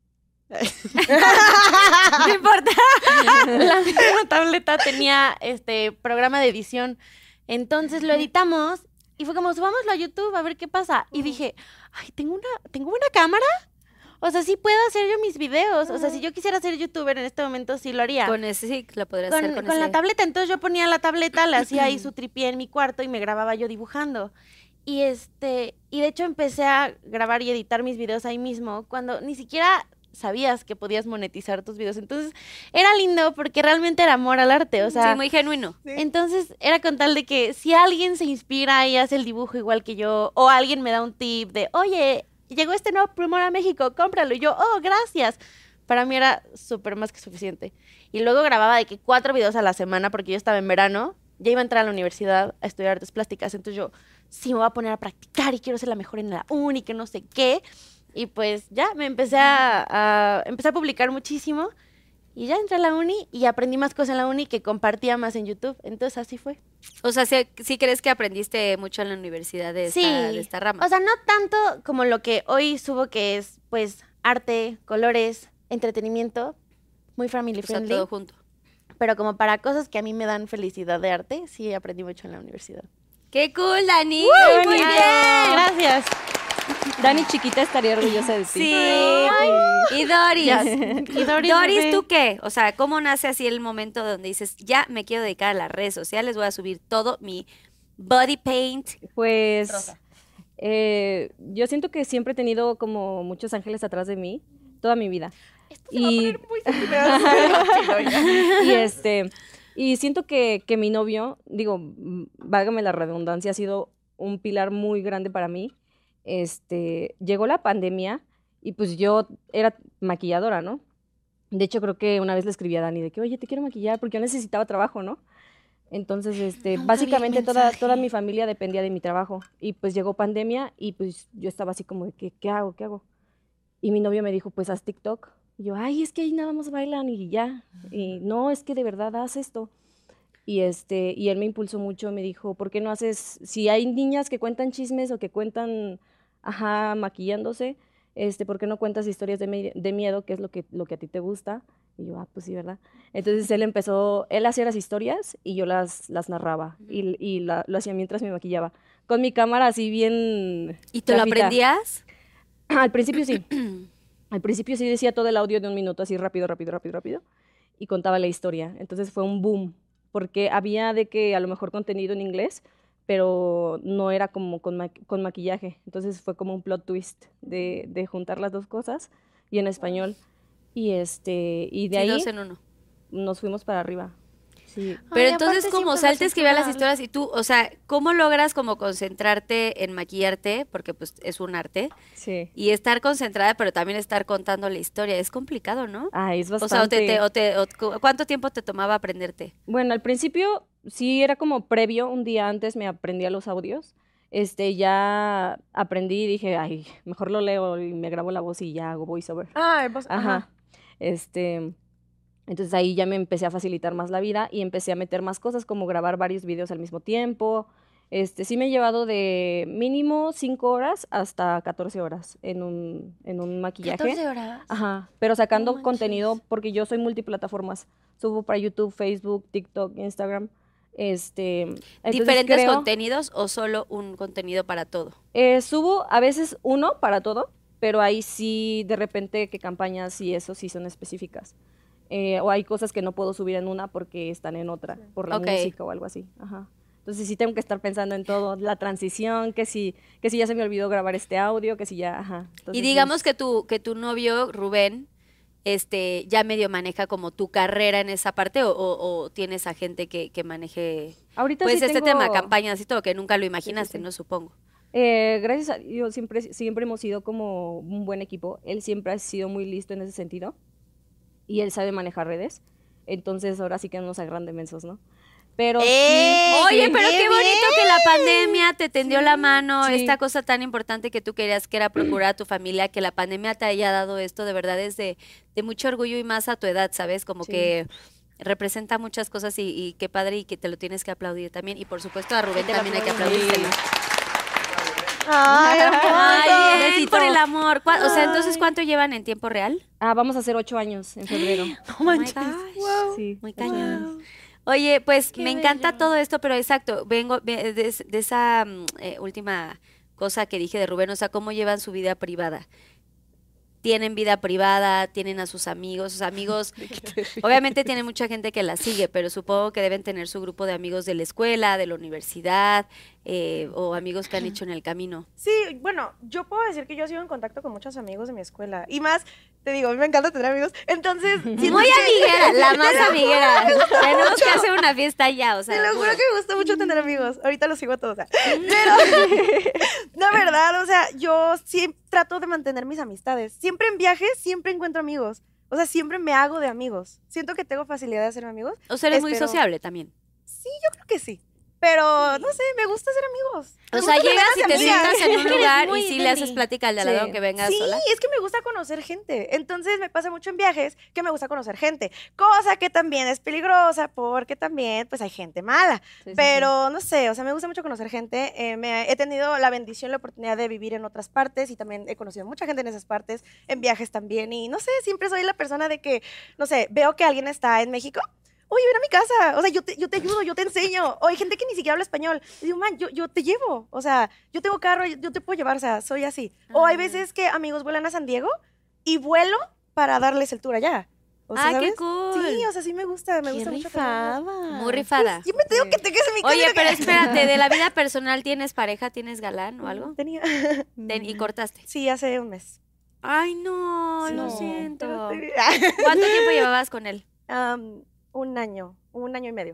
Speaker 5: No importa. La misma tableta tenía programa de edición. Entonces lo editamos y fue como, subámoslo a YouTube a ver qué pasa. Y dije, ay, tengo una cámara. O sea, sí puedo hacer yo mis videos. O sea, si yo quisiera ser youtuber en este momento, sí lo haría.
Speaker 6: Con ese sí, lo podrías hacer con
Speaker 5: Con
Speaker 6: ese.
Speaker 5: la tableta. Entonces yo ponía la tableta, le hacía ahí su tripié en mi cuarto y me grababa yo dibujando. Y y de hecho empecé a grabar y editar mis videos ahí mismo cuando ni siquiera sabías que podías monetizar tus videos. Entonces era lindo porque realmente era amor al arte. O sea,
Speaker 6: Sí, muy genuino.
Speaker 5: entonces era con tal de que si alguien se inspira y hace el dibujo igual que yo, o alguien me da un tip de, oye, llegó este nuevo plumón a México, cómpralo. Y yo, oh, gracias. Para mí era súper más que suficiente. Y luego grababa de que 4 videos a la semana porque yo estaba en verano, ya iba a entrar a la universidad a estudiar artes plásticas. Entonces yo, sí, me voy a poner a practicar y quiero ser la mejor en la uni, que no sé qué. Y pues ya me empecé empecé a publicar muchísimo. Y ya entré a la uni y aprendí más cosas en la uni que compartía más en YouTube. Entonces así fue.
Speaker 6: O sea, sí crees que aprendiste mucho en la universidad de esta rama.
Speaker 5: O sea, no tanto como lo que hoy subo, que es, pues, arte, colores, entretenimiento, muy family
Speaker 6: O sea,
Speaker 5: friendly.
Speaker 6: todo junto.
Speaker 5: Pero como para cosas que a mí me dan felicidad de arte, sí aprendí mucho en la universidad.
Speaker 6: ¡Qué cool, Dani!
Speaker 1: ¡Qué
Speaker 6: ¡Muy
Speaker 1: bonito!
Speaker 6: bien!
Speaker 5: Gracias.
Speaker 1: Dani chiquita estaría orgullosa de ti.
Speaker 6: Sí. Y Doris.
Speaker 5: Ya. Y Doris,
Speaker 6: Doris,
Speaker 5: bebé.
Speaker 6: ¿tú qué? O sea, ¿cómo nace así el momento donde dices, ya me quiero dedicar a las redes sociales, voy a subir todo mi body paint?
Speaker 1: Pues yo siento que siempre he tenido como muchos ángeles atrás de mí toda mi vida. Y, y siento que mi novio, digo, válgame la redundancia, ha sido un pilar muy grande para mí. Llegó la pandemia y pues yo era maquilladora, ¿no? De hecho, creo que una vez le escribí a Dani de que, oye, te quiero maquillar porque yo necesitaba trabajo, ¿no? Entonces,
Speaker 5: vi el
Speaker 1: básicamente
Speaker 5: mensaje.
Speaker 1: toda mi familia dependía de mi trabajo. Y pues llegó pandemia y pues yo estaba así como de que, ¿qué hago? ¿Qué hago? Y mi novio me dijo, pues haz TikTok. Y yo, ay, es que ahí nada más bailan y ya. Y no, es que de verdad haz esto. Y él me impulsó mucho, me dijo, ¿por qué no haces, si hay niñas que cuentan chismes o que cuentan, ajá, maquillándose, ¿por qué no cuentas historias de miedo, que es lo que a ti te gusta? Y yo, pues sí, ¿verdad? Entonces él hacía las historias y yo las narraba y lo hacía mientras me maquillaba. Con mi cámara así bien
Speaker 6: ¿Y te lo
Speaker 1: chafita.
Speaker 6: aprendías?
Speaker 1: Al principio sí. Al principio sí decía todo el audio de 1 minuto, así rápido, y contaba la historia. Entonces fue un boom, porque había de que a lo mejor contenido en inglés, pero no era como con maquillaje. Entonces fue como un plot twist de juntar las dos cosas y en español. Y de
Speaker 6: Sí,
Speaker 1: ahí
Speaker 6: 2 en 1.
Speaker 1: nos fuimos para arriba. Sí.
Speaker 6: Pero
Speaker 5: Ay,
Speaker 6: entonces,
Speaker 5: aparte
Speaker 6: como
Speaker 5: siempre
Speaker 6: Sal te
Speaker 5: vas a
Speaker 6: escribía las
Speaker 5: explorar.
Speaker 6: historias y tú, o sea, ¿cómo logras como concentrarte en maquillarte? Porque pues es un arte.
Speaker 1: Sí.
Speaker 6: Y estar concentrada, pero también estar contando la historia. Es complicado, ¿no?
Speaker 1: Ah, es
Speaker 6: O sea,
Speaker 1: bastante.
Speaker 6: ¿cuánto tiempo te tomaba aprenderte?
Speaker 1: Bueno, al principio sí era como previo, un día antes me aprendía los audios. Ya aprendí y dije, ay, mejor lo leo y me grabo la voz y ya hago voiceover.
Speaker 4: Ay, pues,
Speaker 1: Ajá. Entonces ahí ya me empecé a facilitar más la vida y empecé a meter más cosas como grabar varios videos al mismo tiempo. Sí me he llevado de mínimo 5 horas hasta 14 horas en un maquillaje.
Speaker 5: 14 horas.
Speaker 1: Ajá, pero sacando
Speaker 5: No manches.
Speaker 1: contenido porque yo soy multiplataformas. Subo para YouTube, Facebook, TikTok, Instagram. Entonces
Speaker 6: ¿Diferentes
Speaker 1: creo-
Speaker 6: contenidos o solo un contenido para todo?
Speaker 1: Subo a veces uno para todo, pero ahí sí de repente que campañas y eso sí son específicas. O hay cosas que no puedo subir en una porque están en otra, por la
Speaker 6: Ok.
Speaker 1: música o algo así. Ajá. Entonces sí tengo que estar pensando en todo, la transición, que si ya se me olvidó grabar este audio, que si ya, ajá. Entonces,
Speaker 6: Y digamos que tu novio, Rubén, ya medio maneja como tu carrera en esa parte o tienes a gente que maneje
Speaker 1: ahorita
Speaker 6: pues
Speaker 1: sí
Speaker 6: este
Speaker 1: tengo-
Speaker 6: tema, campañas y todo, que nunca lo imaginaste,
Speaker 1: sí.
Speaker 6: ¿no? Supongo.
Speaker 1: Gracias a Dios, siempre hemos sido como un buen equipo. Él siempre ha sido muy listo en ese sentido y él sabe manejar redes. Entonces ahora sí que no nos agarran de mensos, ¿no? Pero sí,
Speaker 6: Oye,
Speaker 1: sí.
Speaker 6: pero qué bonito que la pandemia te tendió la mano,
Speaker 1: sí.
Speaker 6: esta cosa tan importante que tú querías, que era procurar a tu familia, que la pandemia te haya dado esto, de verdad es de mucho orgullo y más a tu edad, ¿sabes? Como
Speaker 1: Sí.
Speaker 6: que representa muchas cosas y qué padre y que te lo tienes que aplaudir también. Y por supuesto a Rubén también hay que aplaudírselo.
Speaker 4: Ay, hermoso.
Speaker 6: Ay, bien,
Speaker 1: Besito.
Speaker 6: por el amor. O sea, entonces, ¿cuánto llevan en tiempo real?
Speaker 1: Vamos a hacer 8 años en febrero.
Speaker 6: Oh my gosh.
Speaker 1: Sí.
Speaker 6: Muy cañón. Oye, pues me encanta todo esto, pero exacto, vengo de esa última cosa que dije de Rubén, o sea, cómo llevan su vida privada. Tienen vida privada, tienen a sus amigos, obviamente tienen mucha gente que la sigue, pero supongo que deben tener su grupo de amigos de la escuela, de la universidad, o amigos que han hecho en el camino.
Speaker 4: Sí, bueno, yo puedo decir que yo sigo en contacto con muchos amigos de mi escuela. Y más, te digo, a mí me encanta tener amigos. Entonces, siento
Speaker 6: Muy
Speaker 4: que-
Speaker 6: amiguera, la más amiguera. Tenemos que hacer una fiesta ya, o sea.
Speaker 4: Te lo juro
Speaker 6: juro.
Speaker 4: que me gusta mucho tener amigos. Ahorita los sigo a todos. Pero, la verdad, o sea, yo sí trato de mantener mis amistades. Siempre en viajes, siempre encuentro amigos. O sea, siempre me hago de amigos. Siento que tengo facilidad de hacer amigos.
Speaker 6: O sea, eres muy
Speaker 4: Espero-
Speaker 6: sociable también.
Speaker 4: Sí, yo creo que sí. Pero, no sé, me gusta hacer amigos. Me
Speaker 6: O sea,
Speaker 4: gusta tener
Speaker 6: llegas y
Speaker 4: a
Speaker 6: te
Speaker 4: mis amigas.
Speaker 6: sientas en un
Speaker 5: Eres
Speaker 6: lugar
Speaker 5: muy
Speaker 6: y sí
Speaker 5: de
Speaker 6: le haces
Speaker 5: mí.
Speaker 6: plática al de al lado
Speaker 1: Sí.
Speaker 6: que vengas
Speaker 4: Sí,
Speaker 6: sola.
Speaker 4: es que me gusta conocer gente. Entonces me pasa mucho en viajes que me gusta conocer gente. Cosa que también es peligrosa porque también pues hay gente mala.
Speaker 1: Sí, sí,
Speaker 4: Pero no sé, o sea, me gusta mucho conocer gente. He tenido la bendición, la oportunidad de vivir en otras partes y también he conocido mucha gente en esas partes, en viajes también. Y no sé, siempre soy la persona de que, no sé, veo que alguien está en México. Oye, ven a mi casa, o sea, yo te ayudo, yo te enseño. O hay gente que ni siquiera habla español. Y digo, man, yo te llevo. O sea, yo tengo carro, yo te puedo llevar, o sea, soy así. O hay veces que amigos vuelan a San Diego y vuelo para darles el tour allá. O sea,
Speaker 6: ¡Ay, qué
Speaker 4: ¿sabes?
Speaker 6: cool!
Speaker 4: Sí, o sea, sí me gusta
Speaker 5: Qué
Speaker 4: mucho.
Speaker 5: rifada.
Speaker 6: Muy rifada.
Speaker 4: Siempre te digo que te quedes en mi casa.
Speaker 6: Oye,
Speaker 4: y no
Speaker 6: pero
Speaker 4: que-
Speaker 6: espérate, de la vida personal, ¿tienes pareja, tienes galán o algo?
Speaker 4: Tenía.
Speaker 6: Y cortaste.
Speaker 4: Sí, hace un mes.
Speaker 6: Ay, no,
Speaker 4: Sí.
Speaker 6: lo siento.
Speaker 4: Pero estoy-
Speaker 6: ¿Cuánto tiempo llevabas con él?
Speaker 4: un año y medio.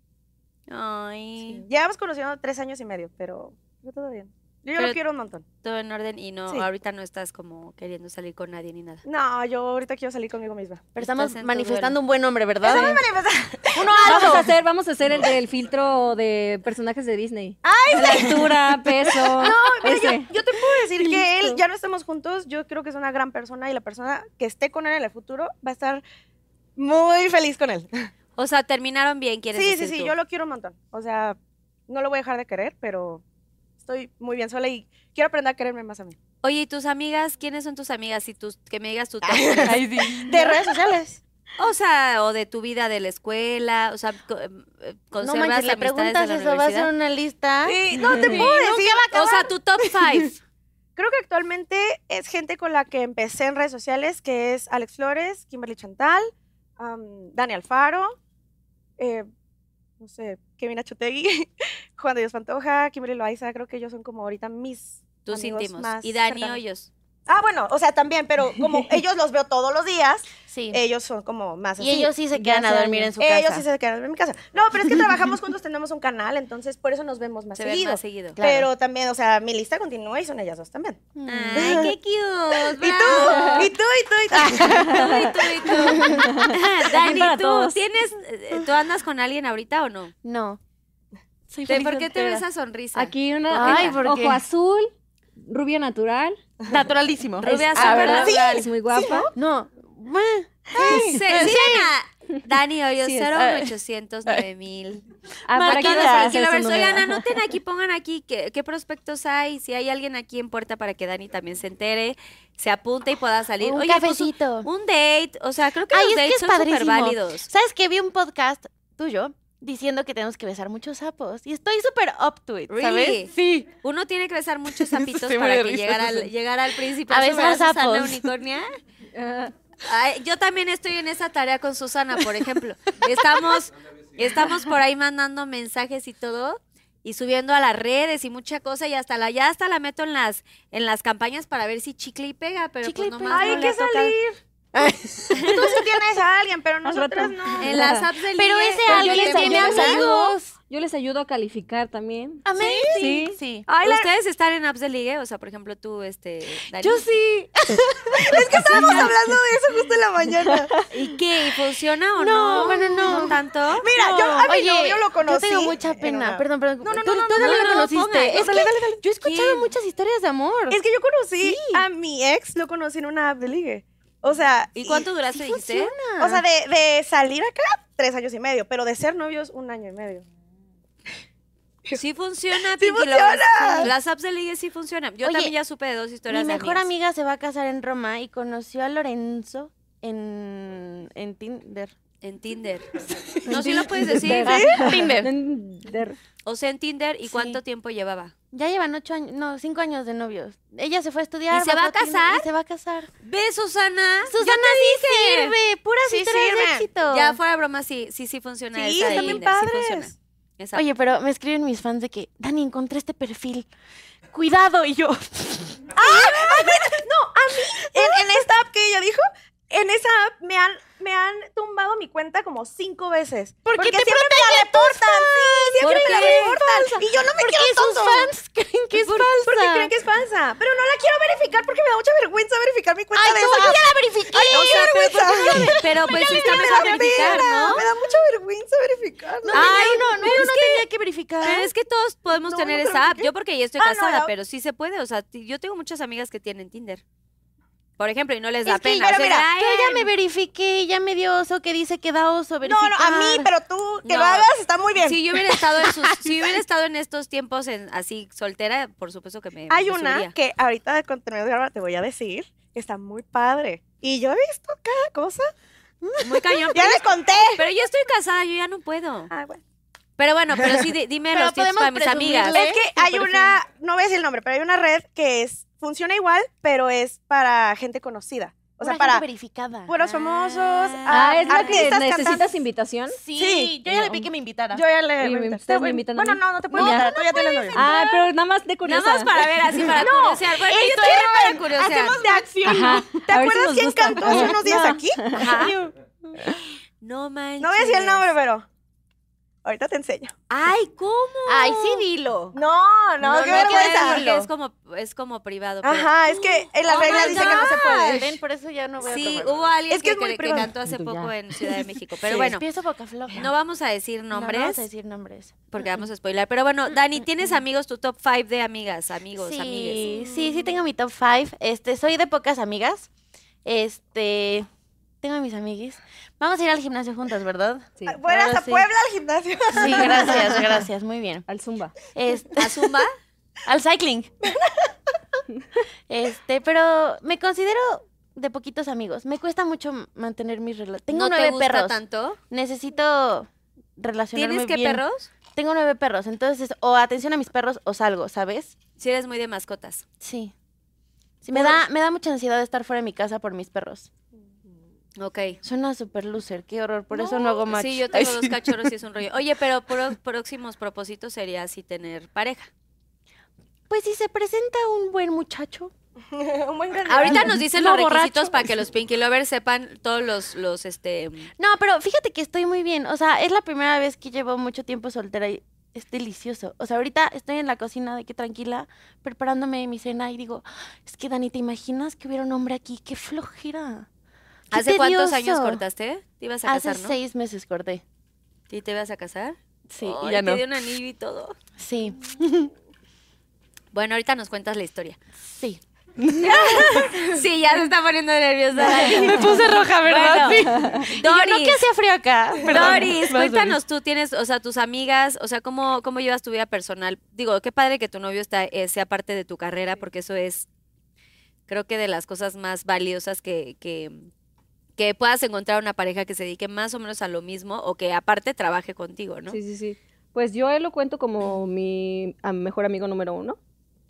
Speaker 6: Ay,
Speaker 4: Llevamos conociendo 3 años y medio, pero todo bien. Yo
Speaker 6: Pero-
Speaker 4: lo quiero un montón.
Speaker 6: todo en orden y no,
Speaker 4: Sí.
Speaker 6: ahorita no estás como queriendo salir con nadie ni nada.
Speaker 4: No, yo ahorita quiero salir conmigo misma.
Speaker 5: Pero estamos
Speaker 6: Estás en tu
Speaker 5: manifestando un buen hombre, ¿verdad?
Speaker 1: Vamos a hacer el del filtro de personajes de Disney. La altura, peso.
Speaker 4: No, pero
Speaker 1: ese.
Speaker 4: yo te puedo decir que él, ya no estamos juntos, yo creo que es una gran persona y la persona que esté con él en el futuro va a estar muy feliz con él.
Speaker 6: O sea, terminaron bien, ¿quieres
Speaker 4: Sí,
Speaker 6: decir
Speaker 4: sí, sí,
Speaker 6: tú?
Speaker 4: yo lo quiero un montón. O sea, no lo voy a dejar de querer, pero estoy muy bien sola y quiero aprender a quererme más a mí.
Speaker 6: Oye, ¿y tus amigas? ¿Quiénes son tus amigas? Que me digas tu top.
Speaker 4: De redes sociales.
Speaker 6: O sea, o de tu vida de la escuela, o sea,
Speaker 5: No
Speaker 6: conservas
Speaker 5: manches, le
Speaker 6: amistades
Speaker 5: preguntas
Speaker 6: de la
Speaker 5: eso, va a
Speaker 6: universidad.
Speaker 5: ser una lista.
Speaker 4: Sí, no te puedo decir.
Speaker 6: O sea, tu top 5.
Speaker 4: Creo que actualmente es gente con la que empecé en redes sociales, que es Alex Flores, Kimberly Chantal, Dani Alfaro, no sé, Kevin Achotegui, Juan de Dios Pantoja, Kimberly Loaiza, creo que ellos son como ahorita mis
Speaker 6: Tus
Speaker 4: amigos
Speaker 6: íntimos.
Speaker 4: más
Speaker 6: Y Dani
Speaker 4: cercanos.
Speaker 6: Hoyos.
Speaker 4: Ah, bueno, o sea, también, pero como ellos los veo todos los días,
Speaker 5: Sí.
Speaker 4: ellos son como más así.
Speaker 5: Y ellos sí se quedan a
Speaker 1: hace
Speaker 5: dormir en
Speaker 1: años.
Speaker 5: su casa.
Speaker 4: Ellos sí se quedan en mi casa. No, pero es que trabajamos juntos, tenemos un canal, entonces por eso nos vemos más
Speaker 6: Se ven
Speaker 4: seguido.
Speaker 6: más seguido.
Speaker 5: Claro.
Speaker 4: Pero también, o sea, mi lista continúa y son ellas dos también.
Speaker 6: Ay, qué cute.
Speaker 4: ¿Y tú? ¿Y tú? ¿Y tú?
Speaker 6: ¿Y tú? Dani,
Speaker 1: para
Speaker 6: ¿tú
Speaker 1: todos.
Speaker 6: tú andas con alguien ahorita o no?
Speaker 5: No. Soy
Speaker 6: ¿Por qué te ves
Speaker 5: soltera.
Speaker 6: esa sonrisa?
Speaker 1: Aquí una
Speaker 5: Ay, ¿por qué?
Speaker 1: ojo azul, rubia natural.
Speaker 5: Naturalísimo.
Speaker 6: Rubia
Speaker 1: Es-
Speaker 6: súper
Speaker 1: ¿verdad?
Speaker 6: natural.
Speaker 1: Es muy guapa.
Speaker 5: No.
Speaker 6: Sena, Dani Hoyos,
Speaker 1: Sí,
Speaker 6: 01800 9000.
Speaker 1: Por aquí
Speaker 6: Todos
Speaker 1: les
Speaker 6: los
Speaker 1: haces
Speaker 6: Pinky Lovers,
Speaker 1: un
Speaker 6: oigan,
Speaker 1: número.
Speaker 6: anoten aquí, pongan aquí qué prospectos hay, si hay alguien aquí en puerta para que Dani también se entere, se apunte y pueda salir.
Speaker 5: Un
Speaker 6: Oye, pues,
Speaker 5: cafecito.
Speaker 6: un date, o sea, creo que
Speaker 5: Ay,
Speaker 6: los
Speaker 5: es que
Speaker 6: dates
Speaker 5: es
Speaker 6: son súper
Speaker 5: padrísimo.
Speaker 6: válidos.
Speaker 5: ¿Sabes qué? Vi un podcast tuyo diciendo que tenemos que besar muchos sapos. Y estoy súper up to it,
Speaker 6: Really?
Speaker 5: ¿sabes? Sí.
Speaker 6: Uno tiene que besar muchos sapitos
Speaker 5: Sí, me
Speaker 6: para
Speaker 5: da
Speaker 6: que
Speaker 5: risa,
Speaker 6: llegara al príncipe.
Speaker 5: A
Speaker 6: ¿Eso,
Speaker 5: besar
Speaker 6: verdad, Susana
Speaker 5: sapos.
Speaker 6: Unicornia?
Speaker 1: Ah,
Speaker 6: Ay, yo también estoy en esa tarea con Susana, por ejemplo. Estamos por ahí mandando mensajes y todo y subiendo a las redes y mucha cosa y ya hasta la meto en las campañas para ver si chicle y pega, pero
Speaker 5: Chicle y
Speaker 6: pues
Speaker 5: pega.
Speaker 6: nomás
Speaker 4: Ay,
Speaker 6: no
Speaker 4: hay
Speaker 6: le
Speaker 4: que
Speaker 6: ha tocado.
Speaker 4: salir. Tú sí tienes a alguien, pero
Speaker 1: Al
Speaker 4: nosotras
Speaker 1: rato.
Speaker 4: no.
Speaker 6: En las apps de
Speaker 5: Pero
Speaker 6: ligue,
Speaker 5: ese
Speaker 6: pues,
Speaker 5: alguien
Speaker 6: yo
Speaker 1: les
Speaker 5: tiene
Speaker 1: ayudo.
Speaker 5: amigos.
Speaker 1: Yo les ayudo a calificar también.
Speaker 5: Amazing.
Speaker 1: Sí.
Speaker 5: Sí.
Speaker 4: Ay,
Speaker 6: ¿Ustedes están en apps de ligue? O sea, por ejemplo, tú, Dani.
Speaker 5: Yo sí.
Speaker 4: Estábamos hablando de eso justo en la mañana.
Speaker 6: ¿Y qué? ¿Y funciona o
Speaker 5: No,
Speaker 6: no?
Speaker 5: bueno, no.
Speaker 6: ¿No tanto?
Speaker 4: Mira, yo a mi
Speaker 5: Oye,
Speaker 4: novio lo conocí.
Speaker 5: yo tengo mucha
Speaker 4: en
Speaker 5: pena.
Speaker 4: una-
Speaker 5: Perdón.
Speaker 4: No, no,
Speaker 5: Tú
Speaker 4: no,
Speaker 5: también
Speaker 6: no,
Speaker 5: lo
Speaker 6: no,
Speaker 5: conociste.
Speaker 6: ponga.
Speaker 5: Es
Speaker 6: Dale,
Speaker 5: que yo he escuchado
Speaker 6: ¿Quién?
Speaker 5: muchas historias de amor.
Speaker 4: Es que yo conocí
Speaker 5: Sí.
Speaker 4: a mi ex, lo conocí en una app de ligue. O sea,
Speaker 6: ¿Y cuánto duraste,
Speaker 5: Sí
Speaker 6: dijiste?
Speaker 5: funciona.
Speaker 4: O sea, de salir acá, 3 años y medio, pero de ser novios, 1 año y medio.
Speaker 6: Sí funciona,
Speaker 4: Sí
Speaker 6: Pinky
Speaker 4: funciona.
Speaker 6: Lovers. Sí. Las apps de ligue sí funcionan. Yo
Speaker 5: Oye,
Speaker 6: también ya supe de 2
Speaker 5: Mi
Speaker 6: historias de
Speaker 5: mejor
Speaker 6: amigas.
Speaker 5: amiga se va a casar en Roma y conoció a Lorenzo en Tinder.
Speaker 6: En Tinder. No, sí lo puedes decir.
Speaker 5: Tinder.
Speaker 1: Tinder.
Speaker 6: O sea, en Tinder. ¿Y
Speaker 5: Sí.
Speaker 6: cuánto tiempo llevaba?
Speaker 5: Ya llevan 8 años, no, 5 años de novios. Ella se fue a estudiar.
Speaker 6: ¿Y se va
Speaker 5: bajó
Speaker 6: a casar?
Speaker 5: Tinder y se va a casar.
Speaker 6: ¿Ves, Susana?
Speaker 5: Susana sí sirve, puras
Speaker 4: Sí
Speaker 5: historias de
Speaker 4: sirve.
Speaker 5: éxito.
Speaker 6: Ya fuera de broma, sí funciona.
Speaker 4: Sí,
Speaker 6: esa de
Speaker 4: están bien
Speaker 6: Tinder, sí
Speaker 4: padres.
Speaker 6: funciona. Esa.
Speaker 5: Oye, pero me escriben mis fans de que, Dani, encontré este perfil. Cuidado, y yo.
Speaker 4: En esta app que ella dijo, en esa app me han tumbado mi cuenta como 5 veces.
Speaker 5: Porque te
Speaker 4: siempre me la reportan. Sí, siempre
Speaker 6: ¿Por
Speaker 4: me la
Speaker 6: qué?
Speaker 4: reportan. Y yo no me
Speaker 5: Porque
Speaker 4: quiero
Speaker 5: sus
Speaker 4: tonto.
Speaker 5: fans creen que es falsa.
Speaker 4: Porque creen que es falsa. Pero no la quiero verificar porque me da mucha vergüenza verificar mi cuenta
Speaker 5: Ay,
Speaker 4: de
Speaker 5: no,
Speaker 4: esa
Speaker 5: yo
Speaker 4: app.
Speaker 5: ya la verifiqué.
Speaker 4: Ay, no,
Speaker 6: O sea,
Speaker 4: qué vergüenza.
Speaker 6: pero pues sí está
Speaker 4: Me
Speaker 6: mejor
Speaker 4: da
Speaker 6: verificar,
Speaker 4: pena,
Speaker 6: ¿no?
Speaker 4: Me da mucha vergüenza verificar.
Speaker 5: Ay, no tenía que verificar.
Speaker 6: Pero es que todos podemos
Speaker 4: No,
Speaker 6: tener
Speaker 4: no,
Speaker 6: esa
Speaker 4: pero
Speaker 6: app.
Speaker 4: ¿qué?
Speaker 6: Yo porque ya estoy
Speaker 4: Ah, no,
Speaker 6: casada,
Speaker 4: la-
Speaker 6: pero sí se puede. O sea, yo tengo muchas amigas que tienen Tinder. Por ejemplo, y no les da
Speaker 5: Es que,
Speaker 6: pena.
Speaker 4: pero
Speaker 6: O sea,
Speaker 4: mira,
Speaker 6: ay,
Speaker 5: Yo ya me verifiqué, ya me dio oso que dice que da oso
Speaker 4: No,
Speaker 5: verificar.
Speaker 4: no, a mí, pero tú que
Speaker 6: No.
Speaker 4: lo hagas está muy bien.
Speaker 6: Si yo hubiera estado si hubiera estado en estos tiempos así soltera, por supuesto que me
Speaker 4: Hay
Speaker 6: me
Speaker 4: una
Speaker 6: subiría.
Speaker 4: que ahorita de contenido de ahora te voy a decir que está muy padre. Y yo he visto cada cosa.
Speaker 6: Muy cañón.
Speaker 4: Ya les conté.
Speaker 6: Pero yo estoy casada, yo ya no puedo.
Speaker 4: Ah, bueno.
Speaker 6: Pero bueno, pero sí, dime
Speaker 5: Pero
Speaker 6: los tips
Speaker 5: podemos
Speaker 6: para mis amigas.
Speaker 5: presumirle.
Speaker 4: Es que
Speaker 5: tu
Speaker 4: hay
Speaker 5: perfil.
Speaker 4: una, no voy a decir el nombre, pero hay una red que funciona igual, pero es para gente conocida. O sea,
Speaker 5: Pura
Speaker 4: para
Speaker 5: gente verificada.
Speaker 4: puros famosos.
Speaker 1: ¿Es la que
Speaker 4: artistas,
Speaker 1: necesitas
Speaker 4: cantantes.
Speaker 1: invitación?
Speaker 5: Sí, yo ya le pedí que me invitara.
Speaker 4: Yo ya le
Speaker 1: Y
Speaker 4: voy a invitar.
Speaker 1: ustedes me invitan a
Speaker 4: Bueno,
Speaker 1: mí.
Speaker 4: no te puedo
Speaker 1: No,
Speaker 4: invitar. Tú ya tienes novio.
Speaker 1: Ah, pero nada más de curiosa.
Speaker 6: Nada más para ver, así para curiosear. Bueno, yo también para curiosear.
Speaker 4: Hacemos de acción.
Speaker 1: Ajá.
Speaker 4: ¿Te
Speaker 1: A ver si
Speaker 4: acuerdas
Speaker 1: nos
Speaker 4: quién
Speaker 1: gusta.
Speaker 4: cantó hace unos días
Speaker 1: No.
Speaker 4: aquí?
Speaker 6: Ajá. No manches.
Speaker 4: No voy a decir el nombre, pero ahorita te enseño.
Speaker 6: Ay, ¿cómo?
Speaker 5: Ay, sí, dilo.
Speaker 4: No, qué
Speaker 6: no
Speaker 4: vergüenza.
Speaker 6: puedes porque es como privado. pero-
Speaker 4: Ajá, es que en la
Speaker 6: Oh
Speaker 4: regla
Speaker 6: my
Speaker 4: dice que no se puede.
Speaker 5: Ven, por eso ya no voy a
Speaker 6: Sí,
Speaker 5: tomar.
Speaker 6: hubo alguien
Speaker 4: Es que es muy
Speaker 6: que
Speaker 4: privado.
Speaker 6: cantó hace
Speaker 1: Tú
Speaker 6: poco
Speaker 1: ya.
Speaker 6: en Ciudad de México. Pero
Speaker 5: Sí,
Speaker 6: bueno,
Speaker 5: empiezo boca floja.
Speaker 6: no vamos a decir
Speaker 5: No,
Speaker 6: nombres
Speaker 5: no vamos a decir nombres.
Speaker 6: porque vamos a spoiler. Pero bueno, Dani, ¿tienes amigos, tu top 5 de amigas, amigos, amigues?
Speaker 5: Sí, tengo mi top 5. Soy de pocas amigas. Tengo a mis amiguis. Vamos a ir al gimnasio juntas, ¿verdad?
Speaker 1: Sí.
Speaker 4: Fueras
Speaker 5: Ahora
Speaker 4: a
Speaker 5: sí.
Speaker 4: Puebla al gimnasio.
Speaker 5: Sí, gracias, muy bien.
Speaker 1: Al Zumba.
Speaker 6: ¿A Zumba?
Speaker 5: Al cycling. Pero me considero de poquitos amigos. Me cuesta mucho mantener mis relaciones. Tengo
Speaker 6: ¿No te
Speaker 5: 9
Speaker 6: gusta
Speaker 5: perros.
Speaker 6: tanto?
Speaker 5: Necesito relacionarme
Speaker 6: ¿Tienes qué
Speaker 5: bien.
Speaker 6: perros?
Speaker 5: Tengo 9 perros, entonces o atención a mis perros o salgo, ¿sabes?
Speaker 6: Si eres muy de mascotas.
Speaker 5: Sí. Sí, me da mucha ansiedad estar fuera de mi casa por mis perros.
Speaker 6: Ok.
Speaker 5: Suena súper loser, qué horror, por eso no hago match.
Speaker 6: Sí, yo tengo 2 cachorros y es un rollo. Oye, pero próximos propósitos sería así tener pareja.
Speaker 5: Pues si se presenta un buen muchacho.
Speaker 4: Un buen candidato.
Speaker 6: Ahorita nos dicen
Speaker 5: No,
Speaker 6: los requisitos
Speaker 5: borracho.
Speaker 6: para que los Pinky Lovers sepan todos los
Speaker 5: No, pero fíjate que estoy muy bien. O sea, es la primera vez que llevo mucho tiempo soltera y es delicioso. O sea, ahorita estoy en la cocina de que tranquila, preparándome mi cena y digo, es que Dani, ¿te imaginas que hubiera un hombre aquí? ¡Qué flojera! ¡Qué
Speaker 6: ¿Hace cuántos
Speaker 5: tedioso!
Speaker 6: años cortaste? ¿Te ibas a
Speaker 5: Hace
Speaker 6: casar, no?
Speaker 5: 6 meses corté.
Speaker 6: ¿Y te ibas a casar?
Speaker 5: Sí,
Speaker 6: Ay,
Speaker 5: y ya no.
Speaker 6: Te dio un anillo y todo.
Speaker 5: Sí,
Speaker 6: Bueno, ahorita nos cuentas la historia.
Speaker 5: sí.
Speaker 6: Sí, ya se está poniendo nerviosa.
Speaker 5: Me puse roja, ¿verdad?
Speaker 6: Bueno,
Speaker 5: Sí. Y yo, no que hacía frío acá. Perdón.
Speaker 6: Doris,
Speaker 5: Vas,
Speaker 6: cuéntanos, tú tienes, o sea, tus amigas, o sea, ¿cómo llevas tu vida personal? Digo, qué padre que tu novio sea parte de tu carrera, porque eso es, creo que de las cosas más valiosas que puedas encontrar una pareja que se dedique más o menos a lo mismo o que aparte trabaje contigo, ¿no?
Speaker 1: Sí, sí, sí. Pues yo a él lo cuento como mi mejor amigo número 1.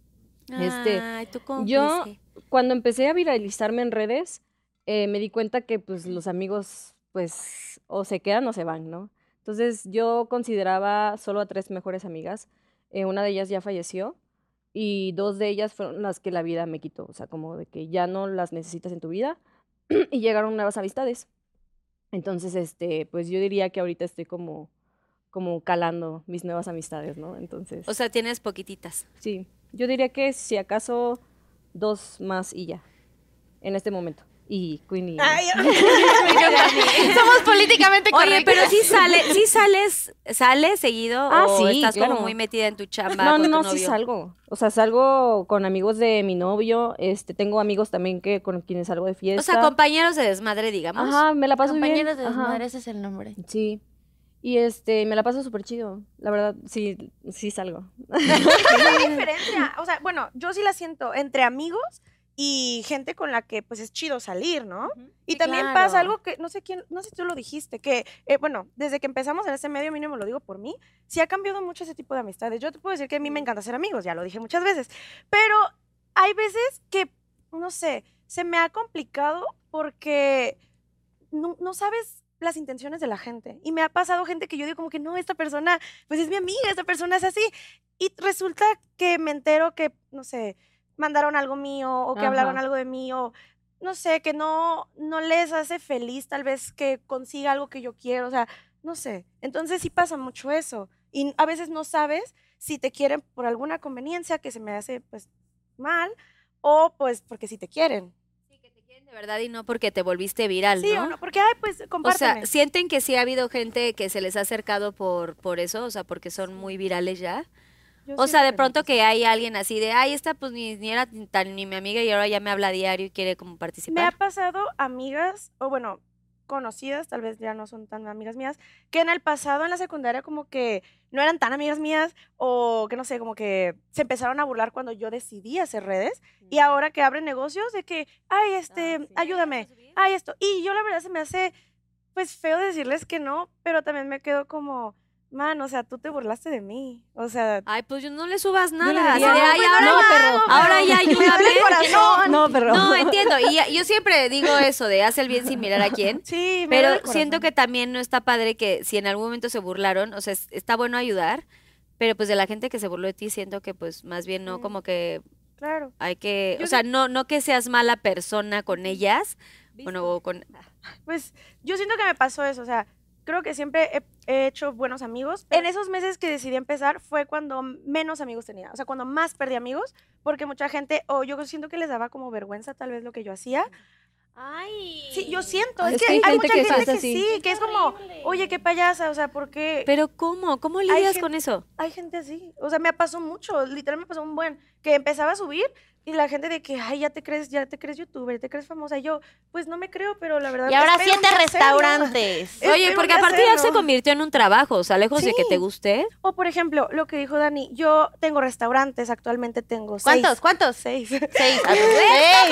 Speaker 6: Ay, tu
Speaker 1: Yo,
Speaker 6: cómplice.
Speaker 1: cuando empecé a viralizarme en redes, me di cuenta que pues los amigos pues o se quedan o se van, ¿no? Entonces yo consideraba solo a 3 mejores amigas. Una de ellas ya falleció y 2 de ellas fueron las que la vida me quitó. O sea, como de que ya no las necesitas en tu vida y llegaron nuevas amistades. Entonces, pues yo diría que ahorita estoy como calando mis nuevas amistades, ¿no? Entonces,
Speaker 6: O sea, tienes poquititas.
Speaker 1: sí, yo diría que si acaso 2 más y ya, en este momento. Y Queenie.
Speaker 4: Ay,
Speaker 5: Somos políticamente
Speaker 6: Oye,
Speaker 5: correctos.
Speaker 6: pero sales seguido
Speaker 1: Ah,
Speaker 6: o
Speaker 1: sí,
Speaker 6: estás
Speaker 1: claro.
Speaker 6: como muy metida en tu chamba
Speaker 1: No,
Speaker 6: con tu
Speaker 1: no,
Speaker 6: novio.
Speaker 1: sí salgo. O sea, salgo con amigos de mi novio, tengo amigos también con quienes salgo de fiesta.
Speaker 6: O sea, compañeros de desmadre, digamos.
Speaker 1: Ajá, me la paso bien.
Speaker 5: Compañeros de
Speaker 1: Ajá.
Speaker 5: desmadre, ese es el nombre.
Speaker 1: Sí. Y me la paso súper chido. La verdad, sí, sí salgo.
Speaker 4: hay diferencia. O sea, bueno, yo sí la siento entre amigos y gente con la que pues es chido salir, ¿no? Y
Speaker 5: Sí,
Speaker 4: también
Speaker 5: claro.
Speaker 4: pasa algo que no sé si tú lo dijiste, que bueno, desde que empezamos en este medio, mínimo lo digo por mí, sí ha cambiado mucho ese tipo de amistades. Yo te puedo decir que a mí me encanta ser amigos, ya lo dije muchas veces, pero hay veces que, no sé, se me ha complicado porque no sabes las intenciones de la gente. Y me ha pasado gente que yo digo como que no, esta persona, pues es mi amiga, esta persona es así. Y resulta que me entero que, no sé, mandaron algo mío o que hablaron
Speaker 1: Ajá.
Speaker 4: algo de mí o no sé, que no les hace feliz tal vez que consiga algo que yo quiero, o sea, no sé. Entonces sí pasa mucho eso. Y a veces no sabes si te quieren por alguna conveniencia que se me hace pues mal o pues porque sí te quieren.
Speaker 6: Sí, que te quieren de verdad y no porque te volviste viral,
Speaker 4: Sí
Speaker 6: ¿no?
Speaker 4: o no, porque ay, pues
Speaker 6: O
Speaker 4: compárteme.
Speaker 6: sea, ¿sienten que sí ha habido gente que se les ha acercado por eso? O sea, porque son muy virales ya.
Speaker 4: Yo
Speaker 6: O
Speaker 4: siento
Speaker 6: sea, de
Speaker 4: no,
Speaker 6: pronto
Speaker 4: pues,
Speaker 6: que hay alguien así de, ay, esta pues ni era ni mi amiga y ahora ya me habla diario y quiere como
Speaker 4: me ha
Speaker 6: participar.
Speaker 4: pasado amigas, o bueno, conocidas, tal vez ya no son tan amigas mías, que en el pasado, en la secundaria, como que no eran tan amigas mías, o que no sé, como que se empezaron a burlar cuando yo decidí hacer redes, y ahora que abren negocios, de que, ay, ayúdame, ay, esto. Y yo la verdad se me hace, pues, feo decirles que no, pero también me quedo como, man, o sea, tú te burlaste de mí, o sea...
Speaker 6: Ay, pues yo no le subas
Speaker 1: le
Speaker 6: nada. Así de,
Speaker 1: diría,
Speaker 6: ay,
Speaker 1: no,
Speaker 6: ahora
Speaker 1: no,
Speaker 6: ya,
Speaker 1: perro.
Speaker 6: ahora ya
Speaker 4: Me duele el
Speaker 6: ayúdame.
Speaker 4: corazón.
Speaker 1: No, pero
Speaker 6: No, entiendo. Y yo siempre digo eso de haz el bien sin mirar a quién.
Speaker 4: Sí, me duele
Speaker 6: Pero
Speaker 4: el corazón.
Speaker 6: siento que también no está padre que si en algún momento se burlaron, o sea, está bueno ayudar, pero pues de la gente que se burló de ti siento que pues más bien no como que
Speaker 4: Claro.
Speaker 6: hay que,
Speaker 4: Yo
Speaker 6: o sea, no que seas mala persona con ellas, bueno, o con
Speaker 4: Pues yo siento que me pasó eso, o sea, creo que siempre he hecho buenos amigos. En esos meses que decidí empezar fue cuando menos amigos tenía, o sea, cuando más perdí amigos, porque mucha gente, o yo siento que les daba como vergüenza tal vez lo que yo hacía.
Speaker 5: Ay.
Speaker 4: Sí, yo siento,
Speaker 1: Ay,
Speaker 4: es
Speaker 1: es
Speaker 4: que
Speaker 1: que
Speaker 4: hay mucha gente
Speaker 1: piensa
Speaker 4: que
Speaker 1: así.
Speaker 4: sí, que es como, oye, qué payasa, o sea, porque
Speaker 6: Pero ¿cómo lidias
Speaker 4: gente-
Speaker 6: con eso?
Speaker 4: hay gente así, o sea, me pasó mucho, literal me pasó un buen, que empezaba a subir y la gente de que, ay, ya te crees youtuber, ya te crees famosa, y yo, pues no me creo, pero la verdad
Speaker 5: Y ahora
Speaker 4: espero
Speaker 5: 7
Speaker 4: un día hacerlo.
Speaker 5: restaurantes.
Speaker 4: Espero
Speaker 6: Oye,
Speaker 4: un
Speaker 6: porque
Speaker 4: día
Speaker 6: aparte ya se
Speaker 4: hacerlo.
Speaker 6: convirtió en un trabajo, o sea, lejos de que
Speaker 4: Sí.
Speaker 6: te guste.
Speaker 4: O por ejemplo, lo que dijo Dani, yo tengo restaurantes, actualmente tengo
Speaker 5: ¿Cuántos?
Speaker 4: 6.
Speaker 5: 6. 6.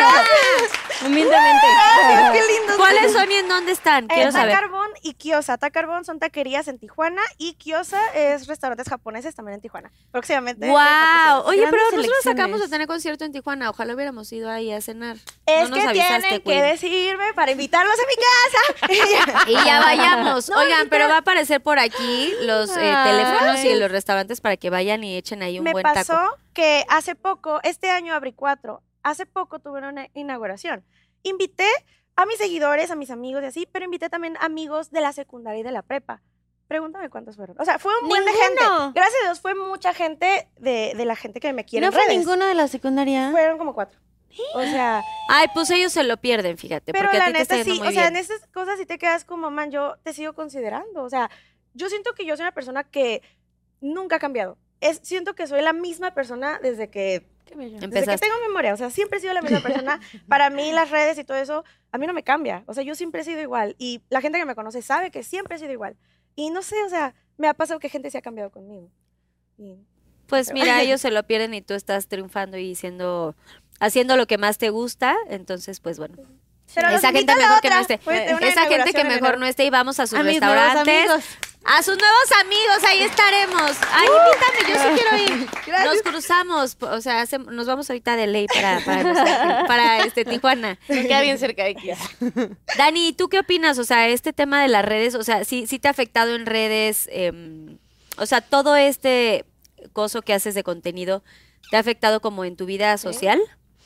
Speaker 1: humildemente.
Speaker 4: ¡Qué lindo!
Speaker 6: ¿Cuáles son y en dónde están? Quiero saber.
Speaker 4: Tacarbón y Kiosa. Tacarbón son taquerías en Tijuana y Kiosa es restaurantes japoneses también en Tijuana. Próximamente.
Speaker 6: ¡Wow! Oye,
Speaker 5: Grandes
Speaker 6: pero nosotros
Speaker 5: elecciones.
Speaker 6: acabamos de tener concierto en Tijuana. Ojalá hubiéramos ido ahí a cenar.
Speaker 4: Es
Speaker 6: no nos
Speaker 4: que
Speaker 6: avisaste,
Speaker 4: tienen que
Speaker 6: Queen.
Speaker 4: decirme para invitarlos a mi casa.
Speaker 6: Y ya vayamos.
Speaker 4: No,
Speaker 6: Oigan, pero
Speaker 4: literal.
Speaker 6: va a aparecer por aquí los teléfonos y los restaurantes para que vayan y echen ahí un
Speaker 4: Me
Speaker 6: buen
Speaker 4: pasó
Speaker 6: taco.
Speaker 4: que hace poco, este año abrí 4, hace poco tuve una inauguración. Invité a mis seguidores, a mis amigos y así, pero invité también amigos de la secundaria y de la prepa. Pregúntame cuántos fueron. O sea, fue un buen de gente.
Speaker 5: Ninguno.
Speaker 4: Gracias a Dios, fue mucha gente de la gente que me quiere
Speaker 5: ¿No
Speaker 4: en
Speaker 5: fue
Speaker 4: redes.
Speaker 5: ninguno de la secundaria?
Speaker 4: Fueron como 4. O sea,
Speaker 6: Ay, pues ellos se lo pierden, fíjate.
Speaker 4: pero
Speaker 6: porque a
Speaker 4: la
Speaker 6: ti te está
Speaker 4: neta
Speaker 6: yendo
Speaker 4: sí,
Speaker 6: muy
Speaker 4: o sea, en
Speaker 6: bien.
Speaker 4: esas cosas sí te quedas como, man, yo te sigo considerando. O sea, yo siento que yo soy una persona que nunca ha cambiado. Siento que soy la misma persona desde que
Speaker 5: Qué bello.
Speaker 4: Desde que
Speaker 6: Empezaste.
Speaker 4: tengo memoria, o sea, siempre he sido la misma persona. Para mí las redes y todo eso, a mí no me cambia. O sea, yo siempre he sido igual. Y la gente que me conoce sabe que siempre he sido igual. Y no sé, o sea, me ha pasado que gente se ha cambiado conmigo. Y
Speaker 6: Pues mira, ellos se lo pierden y tú estás triunfando y haciendo lo que más te gusta. Entonces, pues bueno.
Speaker 4: pero los
Speaker 6: Esa gente
Speaker 4: invito a la
Speaker 6: mejor que no
Speaker 4: otra.
Speaker 6: esté.
Speaker 4: Pues, de una
Speaker 6: Esa gente que
Speaker 4: inauguración en
Speaker 6: mejor
Speaker 4: enero.
Speaker 6: no esté y vamos a sus
Speaker 5: A mis nuevos
Speaker 6: restaurantes.
Speaker 5: amigos.
Speaker 6: A sus nuevos amigos, ahí estaremos. Ay, invítame, yo sí quiero ir. Nos cruzamos, o sea, nos vamos ahorita de ley para Tijuana.
Speaker 5: Me queda bien cerca de aquí.
Speaker 6: Dani, ¿tú qué opinas? O sea, este tema de las redes, o sea, sí te ha afectado en redes, o sea, todo este coso que haces de contenido, ¿te ha afectado como en tu vida social?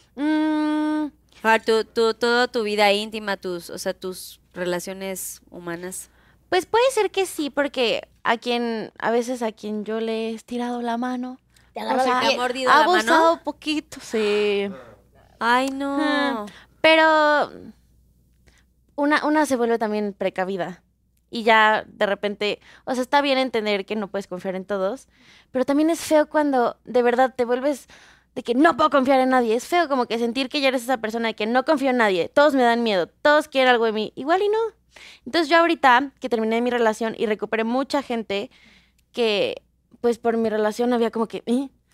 Speaker 5: Mm,
Speaker 6: O sea, toda tu vida íntima, tus relaciones humanas.
Speaker 5: pues puede ser que sí, porque a veces a quien yo le he estirado la mano,
Speaker 6: ¿Te
Speaker 5: o sea,
Speaker 6: ha mordido
Speaker 5: ha
Speaker 6: la mano?
Speaker 5: abusado poquito, sí.
Speaker 6: Ay, no.
Speaker 5: Pero una se vuelve también precavida. Y ya de repente, o sea, está bien entender que no puedes confiar en todos, pero también es feo cuando de verdad te vuelves de que no puedo confiar en nadie. Es feo como que sentir que ya eres esa persona de que no confío en nadie, todos me dan miedo, todos quieren algo de mí, igual y no. Entonces yo ahorita que terminé mi relación y recuperé mucha gente que pues por mi relación había como que,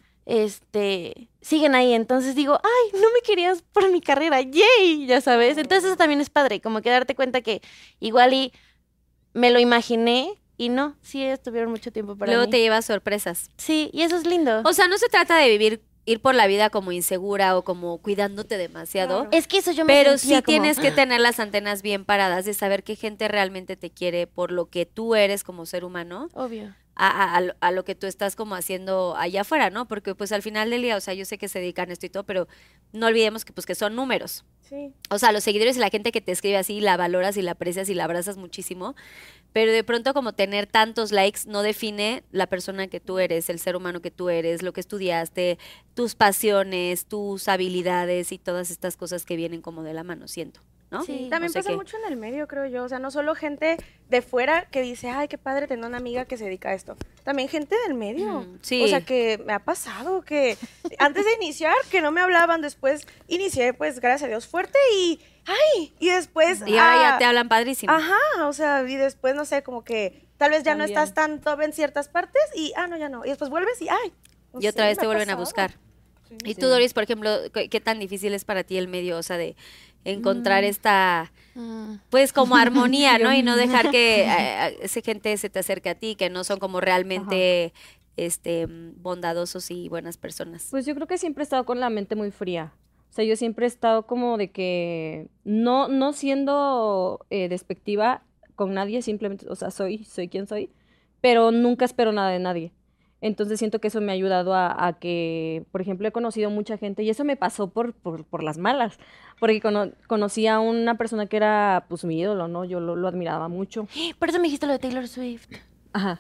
Speaker 5: siguen ahí. Entonces digo, ay, no me querías por mi carrera, yay, ya sabes. Entonces eso también es padre, como que darte cuenta que igual y me lo imaginé y no, sí estuvieron mucho tiempo para
Speaker 6: Luego
Speaker 5: mí.
Speaker 6: te llevas sorpresas.
Speaker 5: Sí, y eso es lindo.
Speaker 6: O sea, no se trata de ir por la vida como insegura o como cuidándote demasiado.
Speaker 4: Claro.
Speaker 5: Es que eso yo me
Speaker 6: Pero
Speaker 5: sentía
Speaker 6: sí
Speaker 5: como,
Speaker 6: tienes que tener las antenas bien paradas de saber qué gente realmente te quiere por lo que tú eres como ser humano
Speaker 5: obvio.
Speaker 6: a lo que tú estás como haciendo allá afuera, ¿no? Porque pues al final del día, o sea, yo sé que se dedican a esto y todo, pero no olvidemos que pues que son números.
Speaker 4: Sí.
Speaker 6: O sea, los seguidores y la gente que te escribe así, la valoras y la aprecias y la abrazas muchísimo, pero de pronto como tener tantos likes no define la persona que tú eres, el ser humano que tú eres, lo que estudiaste, tus pasiones, tus habilidades y todas estas cosas que vienen como de la mano, siento, ¿no?
Speaker 5: Sí.
Speaker 4: También
Speaker 6: No sé
Speaker 4: pasa
Speaker 6: qué.
Speaker 4: mucho en el medio, creo yo. O sea, no solo gente de fuera que dice, ay, qué padre tener una amiga que se dedica a esto. También gente del medio.
Speaker 6: Sí.
Speaker 4: O sea, que me ha pasado que antes de iniciar, que no me hablaban, después inicié, pues, gracias a Dios, fuerte y, ay, y después...
Speaker 6: Y ahora ya te hablan padrísimo.
Speaker 4: Ajá, o sea, y después, no sé, como que tal vez ya no
Speaker 5: También.
Speaker 4: estás tan top en ciertas partes y, no, ya no. Y después vuelves y, ay. no
Speaker 6: Y otra
Speaker 4: sé,
Speaker 6: vez
Speaker 4: me
Speaker 6: te
Speaker 4: ha
Speaker 6: vuelven a
Speaker 4: pasado.
Speaker 6: buscar.
Speaker 4: Sí.
Speaker 6: Y tú, Doris, por ejemplo, ¿qué tan difícil es para ti el medio? O sea, de encontrar esta, pues, como armonía, ¿no? Y no dejar que esa gente se te acerque a ti, que no son como realmente, bondadosos y buenas personas.
Speaker 1: Pues yo creo que siempre he estado con la mente muy fría. O sea, yo siempre he estado como de que no siendo despectiva con nadie, simplemente, o sea, soy quien soy, pero nunca espero nada de nadie. Entonces siento que eso me ha ayudado a que, por ejemplo, he conocido mucha gente y eso me pasó por las malas, porque conocí a una persona que era pues mi ídolo, ¿no? Yo lo admiraba mucho.
Speaker 5: Por eso me dijiste lo de Taylor Swift.
Speaker 1: Ajá.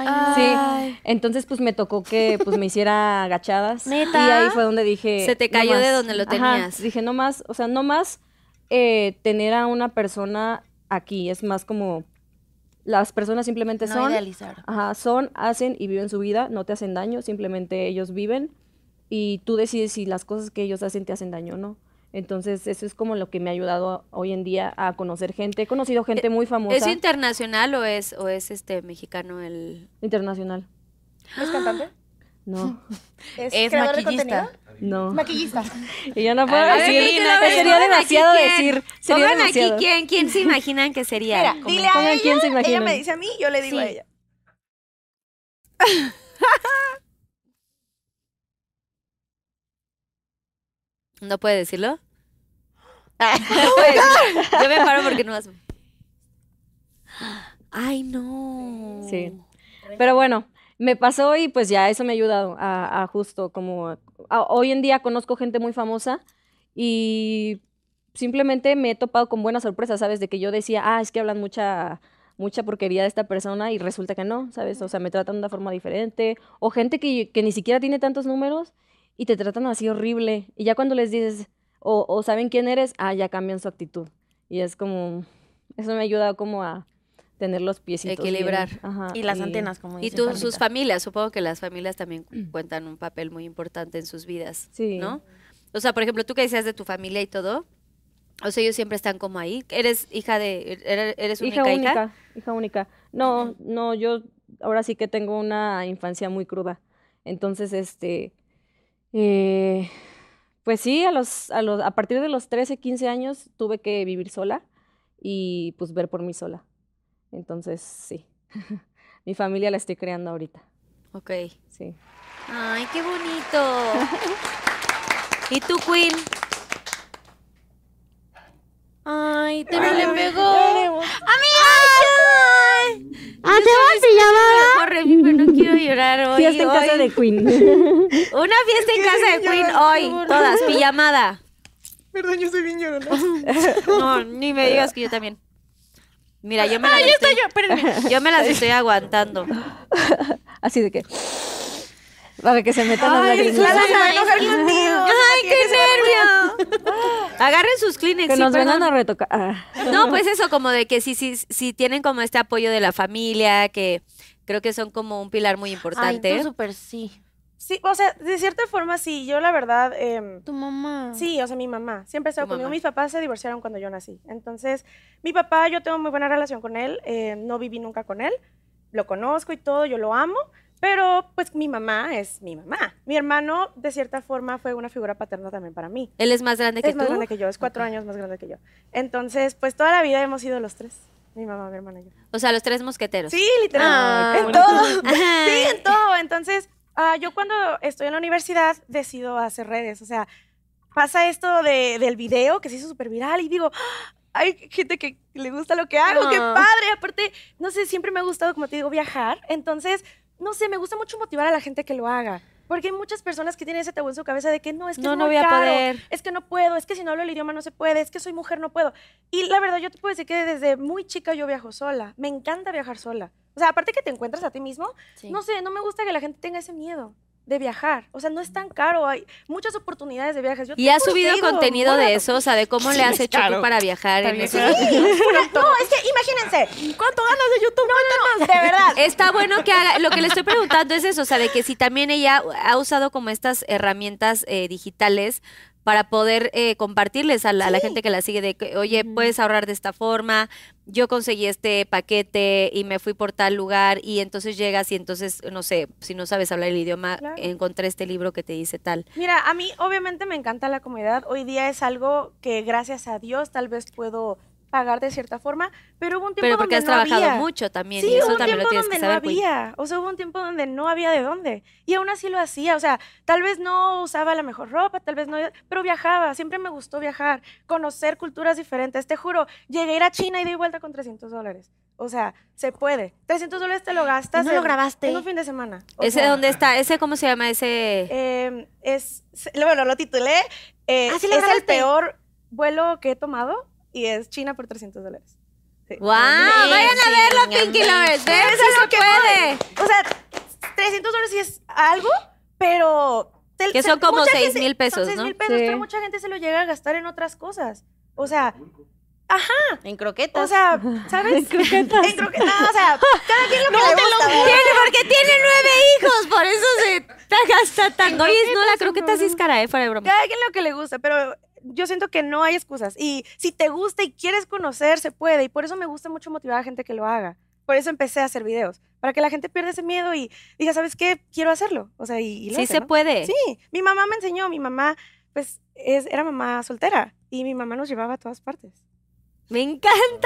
Speaker 5: Ay,
Speaker 1: Sí, entonces pues me tocó que pues me hiciera agachadas.
Speaker 5: ¿Neta?
Speaker 1: Y ahí fue donde dije...
Speaker 6: Se te
Speaker 1: "No
Speaker 6: cayó de
Speaker 1: más".
Speaker 6: donde lo
Speaker 1: Ajá,
Speaker 6: tenías.
Speaker 1: dije, no más, o sea, no más tener a una persona aquí, es más como las personas simplemente
Speaker 5: no
Speaker 1: son,
Speaker 5: idealizar.
Speaker 1: ajá, hacen y viven su vida, no te hacen daño, simplemente ellos viven y tú decides si las cosas que ellos hacen te hacen daño o no. Entonces, eso es como lo que me ha ayudado hoy en día a conocer gente. He conocido gente muy famosa,
Speaker 6: ¿Es internacional o es mexicano el...?
Speaker 1: internacional.
Speaker 4: ¿Es cantante?
Speaker 1: No,
Speaker 5: Es
Speaker 4: creador de
Speaker 5: maquillista.
Speaker 4: contenido?
Speaker 1: no.
Speaker 4: Maquillista.
Speaker 1: Y yo no puedo
Speaker 5: A ver,
Speaker 1: decir,
Speaker 5: sí,
Speaker 1: no,
Speaker 5: no,
Speaker 1: sería
Speaker 6: pongan
Speaker 1: demasiado
Speaker 6: aquí quién.
Speaker 1: decir. Sería
Speaker 6: Pongan
Speaker 1: demasiado.
Speaker 6: aquí quién se imaginan que sería.
Speaker 4: Mira,
Speaker 6: Como-
Speaker 4: dile a
Speaker 1: pongan quién se
Speaker 4: ella
Speaker 1: imaginan.
Speaker 4: me dice a mí, yo le digo
Speaker 5: Sí.
Speaker 4: a ella.
Speaker 6: ¿No puede decirlo? No puede decirlo. Yo me paro porque no vas. Ay, no.
Speaker 1: Sí. Pero bueno, me pasó y pues ya eso me ha ayudado a justo como hoy en día conozco gente muy famosa y simplemente me he topado con buenas sorpresas, ¿sabes? De que yo decía, es que hablan mucha porquería de esta persona y resulta que no, ¿sabes? O sea, me tratan de una forma diferente o gente que ni siquiera tiene tantos números y te tratan así horrible y ya cuando les dices o saben quién eres, ya cambian su actitud y es como, eso me ha ayudado como a tener los piecitos
Speaker 6: Equilibrar.
Speaker 1: bien, ajá,
Speaker 5: Y las antenas, como
Speaker 6: Y
Speaker 5: dice
Speaker 6: tú,
Speaker 5: Juanita.
Speaker 6: sus familias, supongo que las familias también cuentan un papel muy importante en sus vidas,
Speaker 1: Sí.
Speaker 6: ¿no? O sea, por ejemplo, tú que decías de tu familia y todo, o sea, ellos siempre están como ahí. ¿Eres hija de, eres
Speaker 1: Hija
Speaker 6: única hija?
Speaker 1: única, hija única. No, yo ahora sí que tengo una infancia muy cruda. Entonces, pues sí, a partir de los 13, 15 años tuve que vivir sola y pues ver por mí sola. Entonces, sí. Mi familia la estoy creando ahorita,
Speaker 6: Ok.
Speaker 1: sí.
Speaker 6: Ay, qué bonito. ¿Y tú, Queen?
Speaker 5: Ay, te me le pegó.
Speaker 6: ¡Ah, te vas a llamar! Corre, pero no quiero llorar hoy.
Speaker 1: Fiesta en casa
Speaker 6: hoy.
Speaker 1: de Queen.
Speaker 6: Una fiesta en casa de Queen hoy. Todas, pijamada.
Speaker 4: Perdón, yo soy bien llorona.
Speaker 6: No, ni me digas que yo también. Mira, yo me las yo me las estoy aguantando.
Speaker 1: Así de que... Para que se metan las
Speaker 4: Ay,
Speaker 1: lágrimas.
Speaker 4: Lala se va a enojar contigo.
Speaker 6: ¡Ay, qué nervio! Agarren sus Kleenex.
Speaker 1: Que
Speaker 6: sí,
Speaker 1: nos
Speaker 6: perdón.
Speaker 1: vengan a retocar. Ah.
Speaker 6: No, pues eso, como de que sí tienen como este apoyo de la familia, que creo que son como un pilar muy
Speaker 5: Ay,
Speaker 6: importante.
Speaker 5: tú súper sí.
Speaker 4: Sí, o sea, de cierta forma sí. Yo la verdad,
Speaker 5: Tu mamá.
Speaker 4: sí, o sea, mi mamá siempre estaba
Speaker 6: Tu
Speaker 4: conmigo.
Speaker 6: mamá.
Speaker 4: Mis papás se divorciaron cuando yo nací. Entonces, mi papá, yo tengo muy buena relación con él. No viví nunca con él. Lo conozco y todo, yo lo amo. Pero, pues, mi mamá es mi mamá. Mi hermano, de cierta forma, fue una figura paterna también para mí.
Speaker 6: Él es más grande que
Speaker 4: Es más
Speaker 6: tú.
Speaker 4: grande que yo, es 4 años más grande que yo. Entonces, pues, toda la vida hemos sido los tres. Mi mamá, mi hermana y yo.
Speaker 6: O sea, los tres mosqueteros.
Speaker 4: Sí, literal.
Speaker 5: Ah,
Speaker 4: en
Speaker 5: qué
Speaker 4: todo.
Speaker 6: Ajá.
Speaker 4: Sí, en todo. Entonces, yo cuando estoy en la universidad decido hacer redes. O sea, pasa esto del video que se hizo súper viral y digo, hay gente que le gusta lo que hago, qué
Speaker 5: Ah.
Speaker 4: padre. Aparte, no sé, siempre me ha gustado, como te digo, viajar. Entonces, no sé, me gusta mucho motivar a la gente que lo haga. Porque hay muchas personas que tienen ese tabú en su cabeza de que no, es que
Speaker 6: No,
Speaker 4: es
Speaker 6: no
Speaker 4: muy
Speaker 6: voy a
Speaker 4: caro,
Speaker 6: poder.
Speaker 4: es que no puedo, es que si no hablo el idioma no se puede, es que soy mujer, no puedo. Y la verdad, yo te puedo decir que desde muy chica yo viajo sola. Me encanta viajar sola. O sea, aparte que te encuentras a ti mismo,
Speaker 5: Sí.
Speaker 4: no sé, no me gusta que la gente tenga ese miedo de viajar. O sea, no es tan caro, hay muchas oportunidades de viajes. Yo
Speaker 6: ¿Y
Speaker 4: te
Speaker 6: has
Speaker 4: juro,
Speaker 6: subido
Speaker 4: te digo,
Speaker 6: contenido
Speaker 4: bueno,
Speaker 6: de eso? O sea, de cómo le has hecho tú
Speaker 5: claro.
Speaker 6: para viajar en
Speaker 5: Está
Speaker 6: eso.
Speaker 5: bien.
Speaker 4: No, es que imagínense. ¿Cuánto ganas de YouTube? No, de verdad.
Speaker 6: Está bueno que haga, lo que le estoy preguntando es eso, o sea, de que si también ella ha usado como estas herramientas digitales para poder compartirles a la gente que la sigue de que, oye, puedes ahorrar de esta forma, yo conseguí este paquete y me fui por tal lugar y entonces llegas y entonces, no sé, si no sabes hablar el idioma,
Speaker 4: Claro.
Speaker 6: encontré este libro que te dice tal.
Speaker 4: Mira, a mí obviamente me encanta la comodidad. Hoy día es algo que gracias a Dios tal vez puedo pagar de cierta forma, pero hubo un tiempo
Speaker 6: Pero porque
Speaker 4: donde
Speaker 6: has
Speaker 4: no
Speaker 6: trabajado
Speaker 4: había.
Speaker 6: mucho también
Speaker 4: Sí,
Speaker 6: y eso
Speaker 4: hubo un
Speaker 6: también lo
Speaker 4: tiempo
Speaker 6: tienes
Speaker 4: donde
Speaker 6: que
Speaker 4: no
Speaker 6: saber. Pues.
Speaker 4: había. O sea, hubo un tiempo donde no había de dónde. Y aún así lo hacía. O sea, tal vez no usaba la mejor ropa, tal vez no, pero viajaba. Siempre me gustó viajar, conocer culturas diferentes. Te juro, llegué a ir a China y di vuelta con $300. O sea, se puede. $300 te lo gastas.
Speaker 5: ¿No lo grabaste?
Speaker 4: En un fin de semana. O
Speaker 6: ¿Ese
Speaker 4: sea,
Speaker 6: dónde está? ¿Ese cómo se llama? Ese...
Speaker 4: bueno, lo titulé.
Speaker 5: sí lo
Speaker 4: es el
Speaker 5: grabaste.
Speaker 4: peor vuelo que he tomado y es China por $300. Sí.
Speaker 6: ¡Wow! ¡Vayan a verlo, Pinky Lovers! ¡Ven,
Speaker 4: Eso
Speaker 6: sí
Speaker 4: es
Speaker 6: se
Speaker 4: lo que
Speaker 6: puede!
Speaker 4: O sea, $300 sí es algo, pero...
Speaker 6: Que son como
Speaker 4: mucha
Speaker 6: 6,000 pesos,
Speaker 4: son
Speaker 6: ¿no?
Speaker 4: 6,000 pesos,
Speaker 1: Sí.
Speaker 4: pero mucha gente se lo llega a gastar en otras cosas. O sea,
Speaker 5: En croquetas.
Speaker 4: o sea, ¿sabes? En croquetas. No, o sea, cada quien lo que le gusta. ¿verdad?
Speaker 6: Porque tiene 9 hijos, por eso se gasta tanto. Oye, no, la croqueta sí es cara, fuera de broma.
Speaker 4: Cada quien lo que le gusta, pero yo siento que no hay excusas. Y si te gusta y quieres conocer, se puede. Y por eso me gusta mucho motivar a la gente que lo haga. Por eso empecé a hacer videos. Para que la gente pierda ese miedo y diga, ¿sabes qué? Quiero hacerlo. O sea, y lo
Speaker 6: Sí
Speaker 4: hace,
Speaker 6: se
Speaker 4: ¿no?
Speaker 6: puede.
Speaker 4: Sí, mi mamá me enseñó. Mi mamá, pues, era mamá soltera. Y mi mamá nos llevaba a todas partes.
Speaker 6: Me encanta.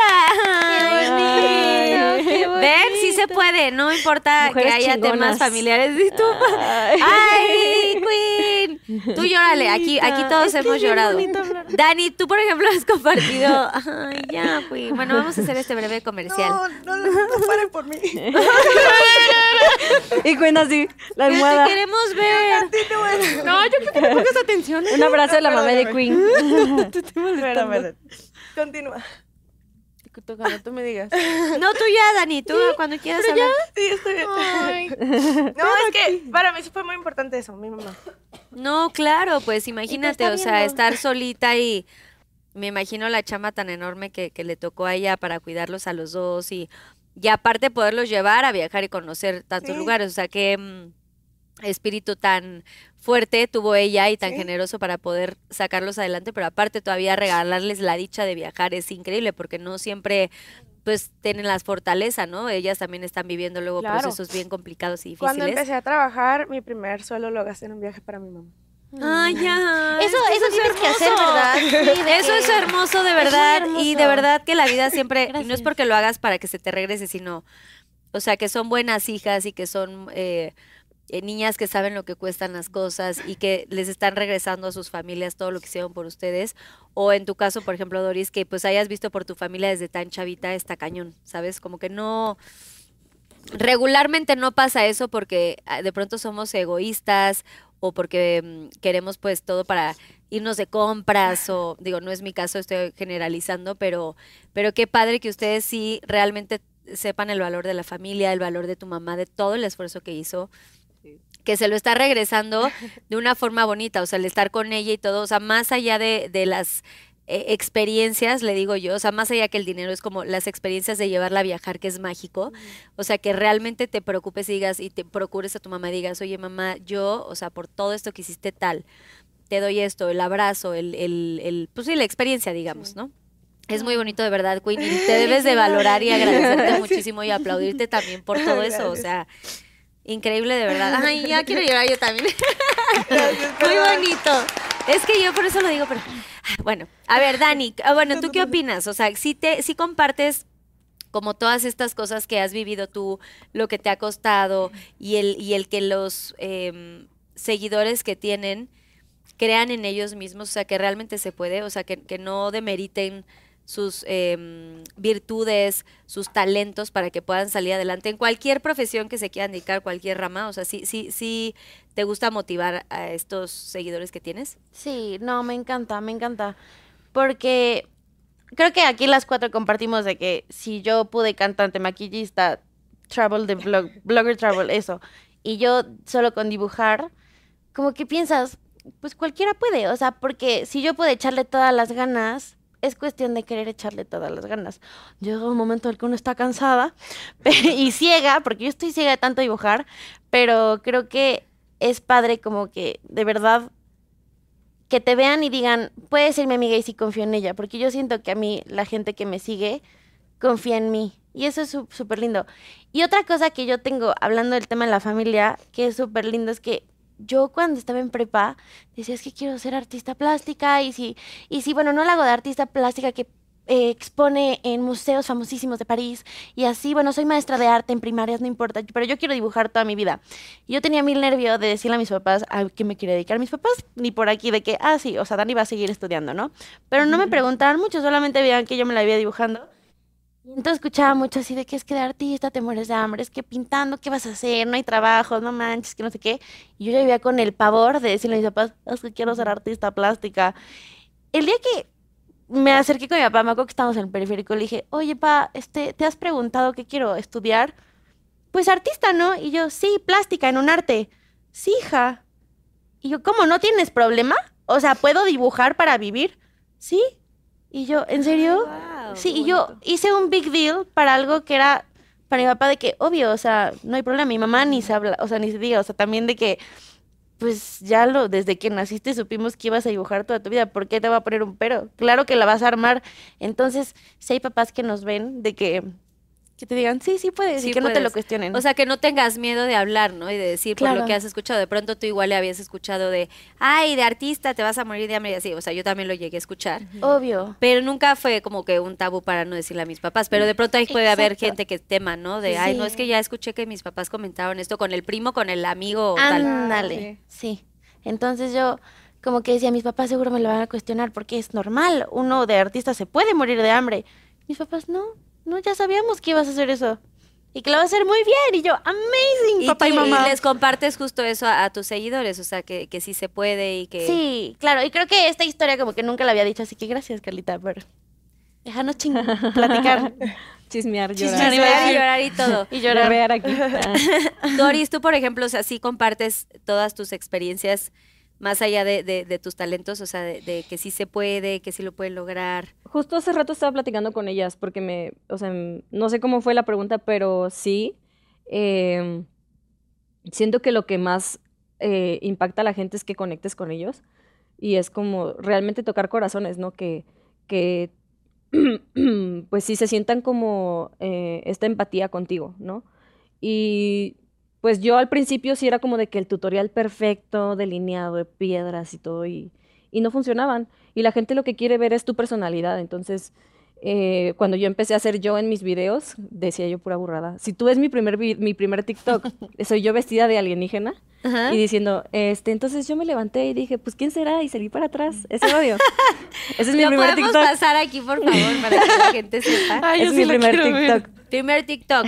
Speaker 1: Ay,
Speaker 5: qué
Speaker 6: Ven, sí se puede. No importa
Speaker 1: Mujeres
Speaker 6: que haya temas
Speaker 1: chingonas.
Speaker 6: familiares. Y tú,
Speaker 1: Ay.
Speaker 6: ¡ay, Queen! Tú llórale. Aquí todos hemos llorado. Dani, tú, por ejemplo, has compartido. Ay, ya, Queen. Bueno, vamos a hacer este breve comercial.
Speaker 4: No paren por mí.
Speaker 1: Y Queen así, la
Speaker 6: Pero
Speaker 1: almohada.
Speaker 6: te queremos ver.
Speaker 5: No, yo creo que me pongas atención.
Speaker 1: Un abrazo de la mamá de Queen.
Speaker 4: Espérame. Continúa.
Speaker 5: Cuando tú me digas.
Speaker 6: No, tú ya, Dani. Tú cuando quieras hablar.
Speaker 4: Sí, estoy bien.
Speaker 5: Ay.
Speaker 4: No, es que para mí sí fue muy importante eso, mi mamá.
Speaker 6: No, claro, pues imagínate,
Speaker 5: está
Speaker 6: o sea,
Speaker 5: viendo.
Speaker 6: estar solita y me imagino la chama tan enorme que le tocó a ella para cuidarlos a los dos y y aparte poderlos llevar a viajar y conocer tantos
Speaker 4: Sí.
Speaker 6: lugares. O sea, qué espíritu tan fuerte tuvo ella y tan
Speaker 4: Sí.
Speaker 6: generoso para poder sacarlos adelante, pero aparte todavía regalarles la dicha de viajar es increíble porque no siempre pues tienen las fortalezas, ¿no? Ellas también están viviendo luego
Speaker 4: Claro.
Speaker 6: procesos bien complicados y
Speaker 4: Cuando
Speaker 6: difíciles.
Speaker 4: empecé a trabajar, mi primer sueldo lo gasté en un viaje para mi mamá.
Speaker 6: Ay, ya.
Speaker 5: Eso
Speaker 6: es
Speaker 5: tienes que hacer,
Speaker 6: hermoso.
Speaker 5: ¿verdad? Sí, de
Speaker 6: Eso
Speaker 5: que-
Speaker 6: es hermoso, de
Speaker 5: muy
Speaker 6: verdad. Y de
Speaker 5: hermoso.
Speaker 6: verdad que la vida siempre, y no es
Speaker 5: Gracias.
Speaker 6: porque lo hagas para que se te regrese, sino, o sea, que son buenas hijas y que son niñas que saben lo que cuestan las cosas y que les están regresando a sus familias todo lo que hicieron por ustedes. O en tu caso, por ejemplo, Doris, que pues hayas visto por tu familia desde tan chavita, está cañón, ¿sabes? Como que no... Regularmente no pasa eso porque de pronto somos egoístas o porque queremos pues todo para irnos de compras o digo, no es mi caso, estoy generalizando, pero qué padre que ustedes sí realmente sepan el valor de la familia, el valor de tu mamá, de todo el esfuerzo que hizo, que se lo está regresando de una forma bonita, o sea, el estar con ella y todo, o sea, más allá de las experiencias, le digo yo, o sea, más allá que el dinero, es como las experiencias de llevarla a viajar, que es mágico, o sea, que realmente te preocupes y digas, y te procures a tu mamá y digas, oye, mamá, yo, o sea, por todo esto que hiciste tal, te doy esto, el abrazo, pues sí, la experiencia, digamos, ¿no? Es muy bonito de verdad, Queen, y te debes de valorar y agradecerte muchísimo y aplaudirte también por todo eso, o
Speaker 4: Gracias.
Speaker 6: sea, increíble de verdad. Ay, ya quiero llorar yo también.
Speaker 4: Gracias,
Speaker 6: Muy
Speaker 4: perdón.
Speaker 6: bonito. Es que yo por eso lo digo, pero bueno, a ver, Dani, bueno, ¿tú qué opinas? O sea, si compartes como todas estas cosas que has vivido tú, lo que te ha costado y el que los seguidores que tienen crean en ellos mismos, o sea, que realmente se puede, o sea, que no demeriten sus virtudes, sus talentos para que puedan salir adelante en cualquier profesión que se quieran dedicar, cualquier rama, o sea, sí te gusta motivar a estos seguidores que tienes.
Speaker 5: Sí, no, me encanta, porque creo que aquí las cuatro compartimos de que si yo pude cantante, maquillista, travel de blogger travel, eso, y yo solo con dibujar, como que piensas, pues cualquiera puede, o sea, porque si yo puedo echarle todas las ganas, es cuestión de querer echarle todas las ganas. Llega un momento en el que uno está cansada y ciega, porque yo estoy ciega de tanto dibujar, pero creo que es padre como que de verdad que te vean y digan, puede ser mi amiga y sí confío en ella, porque yo siento que a mí la gente que me sigue confía en mí y eso es súper lindo. Y otra cosa que yo tengo, hablando del tema de la familia, que es súper lindo, es que yo cuando estaba en prepa decía, es que quiero ser artista plástica y si, bueno, no la hago de artista plástica que expone en museos famosísimos de París y así, bueno, soy maestra de arte en primarias, no importa, pero yo quiero dibujar toda mi vida. Y yo tenía mil nervios de decirle a mis papás a qué me quiere dedicar. Mis papás ni por aquí de que, sí, o sea, Dani va a seguir estudiando, ¿no? Pero no me preguntaban mucho, solamente veían que yo me la iba dibujando. Y entonces escuchaba mucho así de que es que de artista te mueres de hambre, es que pintando, ¿qué vas a hacer? No hay trabajo, no manches, que no sé qué. Y yo ya vivía con el pavor de decirle a mis papás, es que quiero ser artista plástica. El día que me acerqué con mi papá, me acuerdo que estábamos en el periférico, le dije, oye, pa, ¿te has preguntado qué quiero estudiar? Pues artista, ¿no? Y yo, sí, plástica, en un arte. Sí, hija. Y yo, ¿cómo? ¿No tienes problema? O sea, ¿puedo dibujar para vivir? Sí. Y yo, ¿en serio? Sí, y yo hice un big deal para algo que era para mi papá de que, obvio, o sea, no hay problema. Mi mamá ni se habla, o sea, ni se diga, o sea, también de que, pues ya desde que naciste supimos que ibas a dibujar toda tu vida. ¿Por qué te va a poner un pero? Claro que la vas a armar. Entonces, si hay papás que nos ven de que te digan, sí, sí puedes,
Speaker 6: Sí
Speaker 5: y que no te lo
Speaker 6: puedes.
Speaker 5: cuestionen.
Speaker 6: O sea, que no tengas miedo de hablar, ¿no? Y de decir por
Speaker 5: Claro.
Speaker 6: lo que has escuchado. De pronto tú igual le habías escuchado de, ay, de artista te vas a morir de hambre y así. O sea, yo también lo llegué a escuchar.
Speaker 5: Obvio.
Speaker 6: Pero nunca fue como que un tabú para no decirle a mis papás. Pero de pronto ahí puede haber
Speaker 5: Exacto.
Speaker 6: gente que tema, ¿no? De, ay, no, es que ya escuché que mis papás comentaron esto con el primo, con el amigo o tal.
Speaker 5: Ándale, sí. Entonces yo como que decía, mis papás seguro me lo van a cuestionar porque es normal, uno de artista se puede morir de hambre. Mis papás, no, ya sabíamos que ibas a hacer eso y que lo vas a hacer muy bien. Y yo, amazing, papá y mamá.
Speaker 6: Y les compartes justo eso a tus seguidores, o sea, que sí se puede y que...
Speaker 5: Sí, claro, y creo que esta historia como que nunca la había dicho, así que gracias, Carlita, por déjanos platicar
Speaker 1: Chismear, llorar.
Speaker 5: Chismear, iba a
Speaker 6: Chismear y
Speaker 5: decir.
Speaker 6: llorar y todo.
Speaker 5: y llorar.
Speaker 1: Berrear aquí.
Speaker 6: Doris, tú, por ejemplo, o sea, sí compartes todas tus experiencias Más allá de tus talentos, o sea, de que sí se puede, que sí lo pueden lograr.
Speaker 1: Justo hace rato estaba platicando con ellas porque o sea, no sé cómo fue la pregunta, pero sí, siento que lo que más impacta a la gente es que conectes con ellos y es como realmente tocar corazones, ¿no? Que pues sí se sientan como esta empatía contigo, ¿no? Y pues yo al principio sí era como de que el tutorial perfecto, delineado de piedras y todo, y no funcionaban. Y la gente lo que quiere ver es tu personalidad. Entonces, cuando yo empecé a hacer yo en mis videos, decía yo pura burrada. Si tú ves mi primer TikTok, soy yo vestida de alienígena
Speaker 6: Ajá.
Speaker 1: y diciendo, entonces yo me levanté y dije, pues ¿quién será? Y salí para atrás. Ese odio. Ese es mi
Speaker 6: ¿Lo
Speaker 1: primer
Speaker 6: podemos
Speaker 1: TikTok.
Speaker 6: pasar aquí, por favor, para que la gente sepa?
Speaker 5: Ay, yo
Speaker 1: Es
Speaker 5: sí
Speaker 1: mi
Speaker 5: lo
Speaker 1: primer
Speaker 5: quiero ver.
Speaker 1: TikTok.
Speaker 6: Primer TikTok.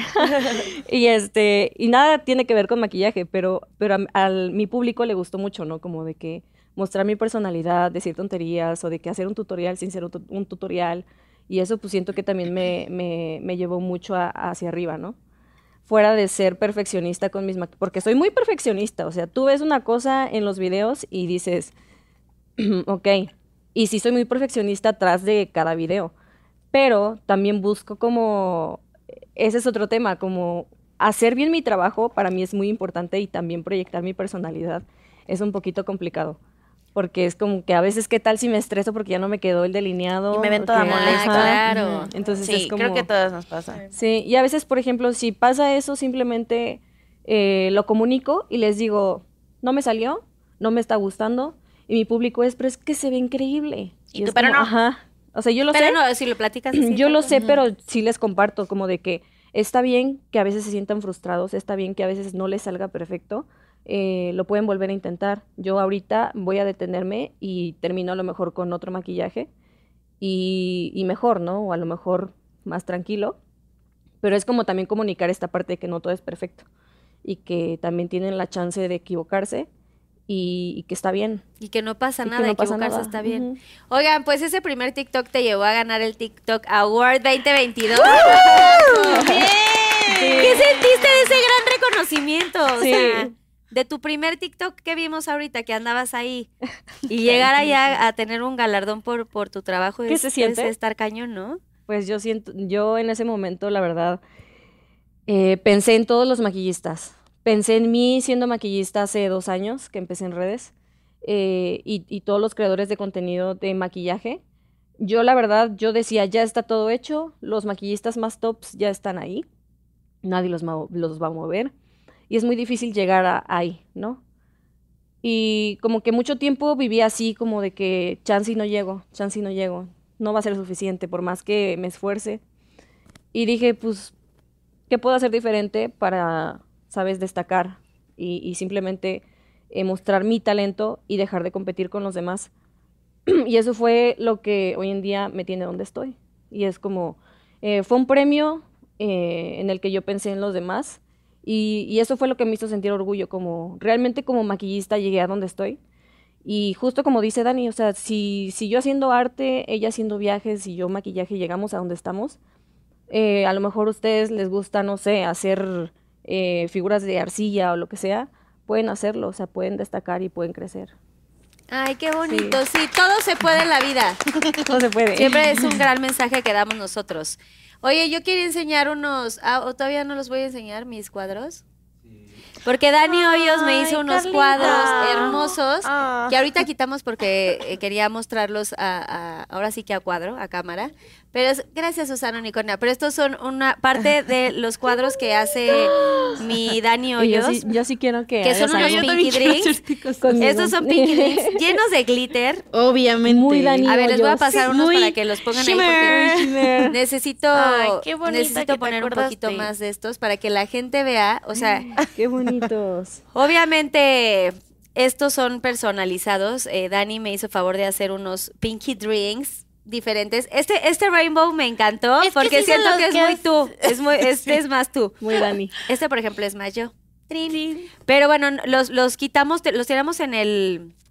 Speaker 1: Y nada tiene que ver con maquillaje, pero mi público le gustó mucho, ¿no? Como de que mostrar mi personalidad, decir tonterías, o de que hacer un tutorial sin ser un tutorial. Y eso pues siento que también me llevó mucho hacia arriba, ¿no? Fuera de ser perfeccionista con porque soy muy perfeccionista, o sea, tú ves una cosa en los videos y dices, ok, y sí soy muy perfeccionista atrás de cada video, pero también busco como, ese es otro tema, como hacer bien mi trabajo para mí es muy importante y también proyectar mi personalidad es un poquito complicado. Porque es como que a veces, ¿qué tal si me estreso porque ya no me quedó el delineado?
Speaker 5: Y me ven toda
Speaker 1: Que-
Speaker 5: molesta.
Speaker 1: Ajá.
Speaker 6: Claro.
Speaker 1: Entonces
Speaker 5: Sí,
Speaker 1: es como...
Speaker 5: creo que a todas nos pasa.
Speaker 1: Sí, y a veces, por ejemplo, si pasa eso, simplemente lo comunico y les digo, no me salió, no me está gustando, y mi público pero es que se ve increíble.
Speaker 5: Y tú,
Speaker 1: es
Speaker 5: pero
Speaker 1: como,
Speaker 5: no.
Speaker 1: Ajá. O sea, yo lo
Speaker 6: Pero
Speaker 1: sé,
Speaker 6: no, si lo platicas así.
Speaker 1: yo
Speaker 6: tal
Speaker 1: lo
Speaker 6: cual.
Speaker 1: sé, pero sí les comparto, como de que está bien que a veces se sientan frustrados, está bien que a veces no les salga perfecto, lo pueden volver a intentar. Yo ahorita voy a detenerme y termino a lo mejor con otro maquillaje y mejor, ¿no? O a lo mejor más tranquilo, pero es como también comunicar esta parte de que no todo es perfecto y que también tienen la chance de equivocarse y que está bien.
Speaker 6: Y que no pasa
Speaker 1: Y que
Speaker 6: nada,
Speaker 1: no pasa
Speaker 6: equivocarse
Speaker 1: nada.
Speaker 6: está bien.
Speaker 1: Ujú.
Speaker 6: Oigan, pues ese primer TikTok te llevó a ganar el TikTok Award 2022. ¡Bien! ¿Qué sentiste de ese gran reconocimiento? O
Speaker 1: Sí.
Speaker 6: sea, de tu primer TikTok que vimos ahorita, que andabas ahí, y llegar allá a tener un galardón por tu trabajo,
Speaker 1: ¿Qué se siente?
Speaker 6: es estar cañón, ¿no?
Speaker 1: Pues yo en ese momento, la verdad, pensé en todos los maquillistas. Pensé en mí siendo maquillista hace 2 años, que empecé en redes, y todos los creadores de contenido de maquillaje. Yo, la verdad, yo decía, ya está todo hecho, los maquillistas más tops ya están ahí, nadie los va a mover, y es muy difícil llegar ahí, ¿no? Y como que mucho tiempo viví así, como de que chance y no llego, no va a ser suficiente, por más que me esfuerce. Y dije, pues, ¿qué puedo hacer diferente para, sabes, destacar y simplemente mostrar mi talento y dejar de competir con los demás? Y eso fue lo que hoy en día me tiene donde estoy. Y es como, fue un premio en el que yo pensé en los demás y eso fue lo que me hizo sentir orgullo, como realmente como maquillista llegué a donde estoy. Y justo como dice Dani, o sea, si yo haciendo arte, ella haciendo viajes y yo maquillaje llegamos a donde estamos, a lo mejor a ustedes les gusta, no sé, hacer figuras de arcilla o lo que sea, pueden hacerlo, o sea, pueden destacar y pueden crecer.
Speaker 6: Ay, qué bonito. Sí, todo se puede en la vida.
Speaker 1: No se puede.
Speaker 6: Siempre es un gran mensaje que damos nosotros. Oye, yo quería enseñar unos, o todavía no los voy a enseñar, mis cuadros. Porque Dani Hoyos me hizo unos
Speaker 5: Carlita.
Speaker 6: cuadros hermosos
Speaker 5: Ah.
Speaker 6: que ahorita quitamos porque quería mostrarlos ahora sí que a cuadro, a cámara. Pero gracias, Susana Unicornia. Pero estos son una parte de los cuadros que hace mi Dani
Speaker 1: Y
Speaker 6: Hoyos.
Speaker 1: yo sí quiero que
Speaker 6: Que son
Speaker 1: hagas
Speaker 6: unos
Speaker 1: algo
Speaker 6: Pinky Drinks.
Speaker 1: conmigo.
Speaker 6: Estos son Pinky Drinks llenos de glitter.
Speaker 5: Obviamente.
Speaker 1: Muy Dani.
Speaker 6: A ver, les voy a
Speaker 1: Hoyos.
Speaker 6: pasar unos
Speaker 5: Muy
Speaker 6: para que los pongan
Speaker 5: shimmer.
Speaker 6: ahí porque
Speaker 1: Shimmer.
Speaker 6: necesito,
Speaker 5: Ay, qué bonita que
Speaker 6: necesito
Speaker 5: te
Speaker 6: poner un
Speaker 5: acordaste.
Speaker 6: poquito más de estos para que la gente vea, o sea,
Speaker 1: Qué bonitos.
Speaker 6: obviamente estos son personalizados. Dani me hizo favor de hacer unos Pinky Drinks diferentes. Este rainbow me encantó
Speaker 5: Es que
Speaker 6: porque
Speaker 5: sí son
Speaker 6: siento
Speaker 5: los
Speaker 6: que es
Speaker 5: que
Speaker 6: muy
Speaker 5: es-
Speaker 6: tú, este es más tú.
Speaker 1: Muy Dani.
Speaker 6: Este, por ejemplo, es más yo. Pero bueno, los quitamos, los tiramos en el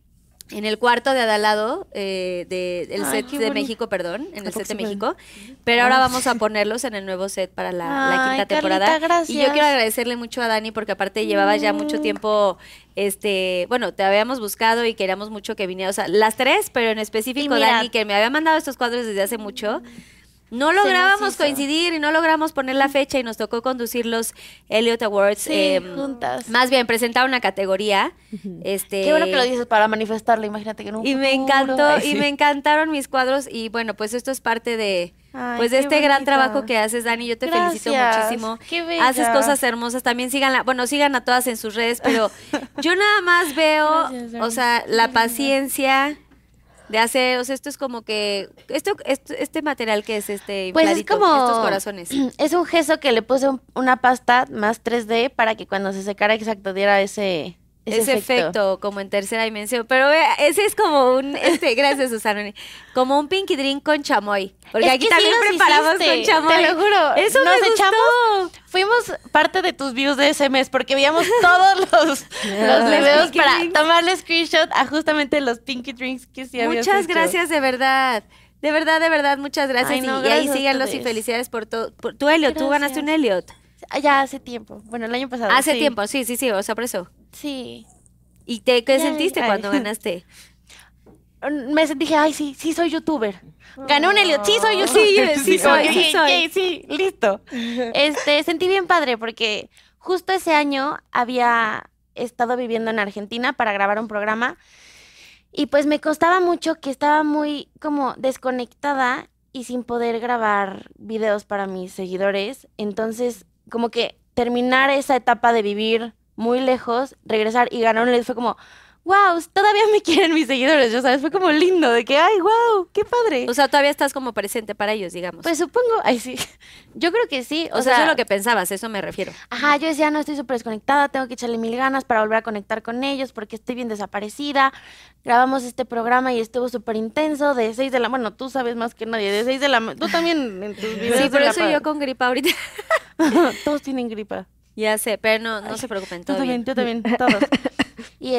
Speaker 6: en el cuarto de Adalado, del
Speaker 5: Ay,
Speaker 6: set
Speaker 5: qué
Speaker 6: de
Speaker 5: bonito.
Speaker 6: México, perdón, en el set de
Speaker 1: poco sí
Speaker 6: México. Pero ahora vamos a ponerlos en el nuevo set para la
Speaker 5: Ay,
Speaker 6: quinta
Speaker 5: Carlita,
Speaker 6: temporada.
Speaker 5: gracias.
Speaker 6: Y yo quiero agradecerle mucho a Dani porque aparte llevabas ya mucho tiempo, bueno, te habíamos buscado y queríamos mucho que viniera, o sea, las tres, pero en específico
Speaker 5: Y mira,
Speaker 6: Dani, que me había mandado estos cuadros desde hace mucho. No lográbamos
Speaker 5: hizo.
Speaker 6: coincidir y no logramos poner la fecha y nos tocó conducir los Elliot Awards.
Speaker 5: Sí, juntas.
Speaker 6: Más bien, presentar una categoría.
Speaker 5: Qué bueno que lo dices para manifestarlo, imagínate que en un
Speaker 6: Y me
Speaker 5: futuro.
Speaker 6: encantó,
Speaker 5: Ay,
Speaker 6: y
Speaker 5: sí.
Speaker 6: me encantaron mis cuadros. Y bueno, pues esto es parte de,
Speaker 5: Ay,
Speaker 6: pues de
Speaker 5: qué
Speaker 6: este gran
Speaker 5: bonito.
Speaker 6: trabajo que haces, Dani. Yo te felicito
Speaker 5: Gracias,
Speaker 6: muchísimo.
Speaker 5: qué bella.
Speaker 6: Haces cosas hermosas. También síganla, bueno, sigan a todas en sus redes, pero yo nada más veo,
Speaker 5: Gracias,
Speaker 6: o
Speaker 5: Dani.
Speaker 6: sea, la paciencia de hacer, o sea, esto es como que, este material que es
Speaker 5: Pues es
Speaker 6: infladito,
Speaker 5: como
Speaker 6: estos corazones.
Speaker 5: Es un gesso que le puse una pasta más 3D para que cuando se secara exacto diera ese
Speaker 6: Efecto como en tercera dimensión, pero vea, ese es como un, gracias Susana, como un pinky drink con chamoy, porque
Speaker 5: Es
Speaker 6: aquí
Speaker 5: que sí
Speaker 6: también
Speaker 5: los
Speaker 6: preparamos
Speaker 5: hiciste,
Speaker 6: con chamoy.
Speaker 5: te lo juro.
Speaker 6: Eso
Speaker 5: Nos
Speaker 6: me
Speaker 5: echamos-
Speaker 6: gustó.
Speaker 5: Fuimos parte de tus views de ese mes porque veíamos todos los videos
Speaker 6: Pinky
Speaker 5: para
Speaker 6: drinks.
Speaker 5: tomarle screenshot a justamente los pinky drinks que sí habías
Speaker 6: Muchas
Speaker 5: hecho.
Speaker 6: gracias de verdad. De verdad, muchas gracias.
Speaker 5: Ay, no,
Speaker 6: y
Speaker 5: gracias
Speaker 6: ahí
Speaker 5: a
Speaker 6: síganlos y
Speaker 5: ustedes.
Speaker 6: felicidades por todo. Tu Elliot, tú ganaste un Elliot.
Speaker 5: Ya hace tiempo. Bueno, el año pasado.
Speaker 6: Hace
Speaker 5: sí.
Speaker 6: tiempo, sí, o sea, por eso.
Speaker 5: Sí.
Speaker 6: ¿Y qué
Speaker 5: Ya,
Speaker 6: sentiste
Speaker 5: ay.
Speaker 6: cuando ganaste?
Speaker 5: Dije, ay, sí soy youtuber. Gané un Elliot, sí soy
Speaker 6: Sí,
Speaker 5: youtuber.
Speaker 6: sí soy, sí
Speaker 5: Ok,
Speaker 6: soy.
Speaker 5: ok, sí, listo. Sentí bien padre porque justo ese año había estado viviendo en Argentina para grabar un programa y pues me costaba mucho que estaba muy como desconectada y sin poder grabar videos para mis seguidores. Entonces, como que terminar esa etapa de vivir muy lejos, regresar y ganar un Elliot fue como, wow, todavía me quieren mis seguidores, ya sabes, fue como lindo, de que, ay, wow, qué padre.
Speaker 6: O sea, todavía estás como presente para ellos, digamos.
Speaker 5: Pues supongo, ay, sí, yo creo que sí,
Speaker 6: o sea, eso es lo que pensabas, eso me refiero.
Speaker 5: ajá, yo decía, no, estoy súper desconectada, tengo que echarle mil ganas para volver a conectar con ellos porque estoy bien desaparecida. Grabamos este programa y estuvo súper intenso, de 6 de la, bueno, tú sabes más que nadie, de 6 de la, tú también en tus videos.
Speaker 6: Sí, por
Speaker 5: de la
Speaker 6: eso yo con gripa ahorita.
Speaker 5: Todos tienen gripa.
Speaker 6: Ya sé, pero no se preocupen, todo bien.
Speaker 5: Tú también, todos. Y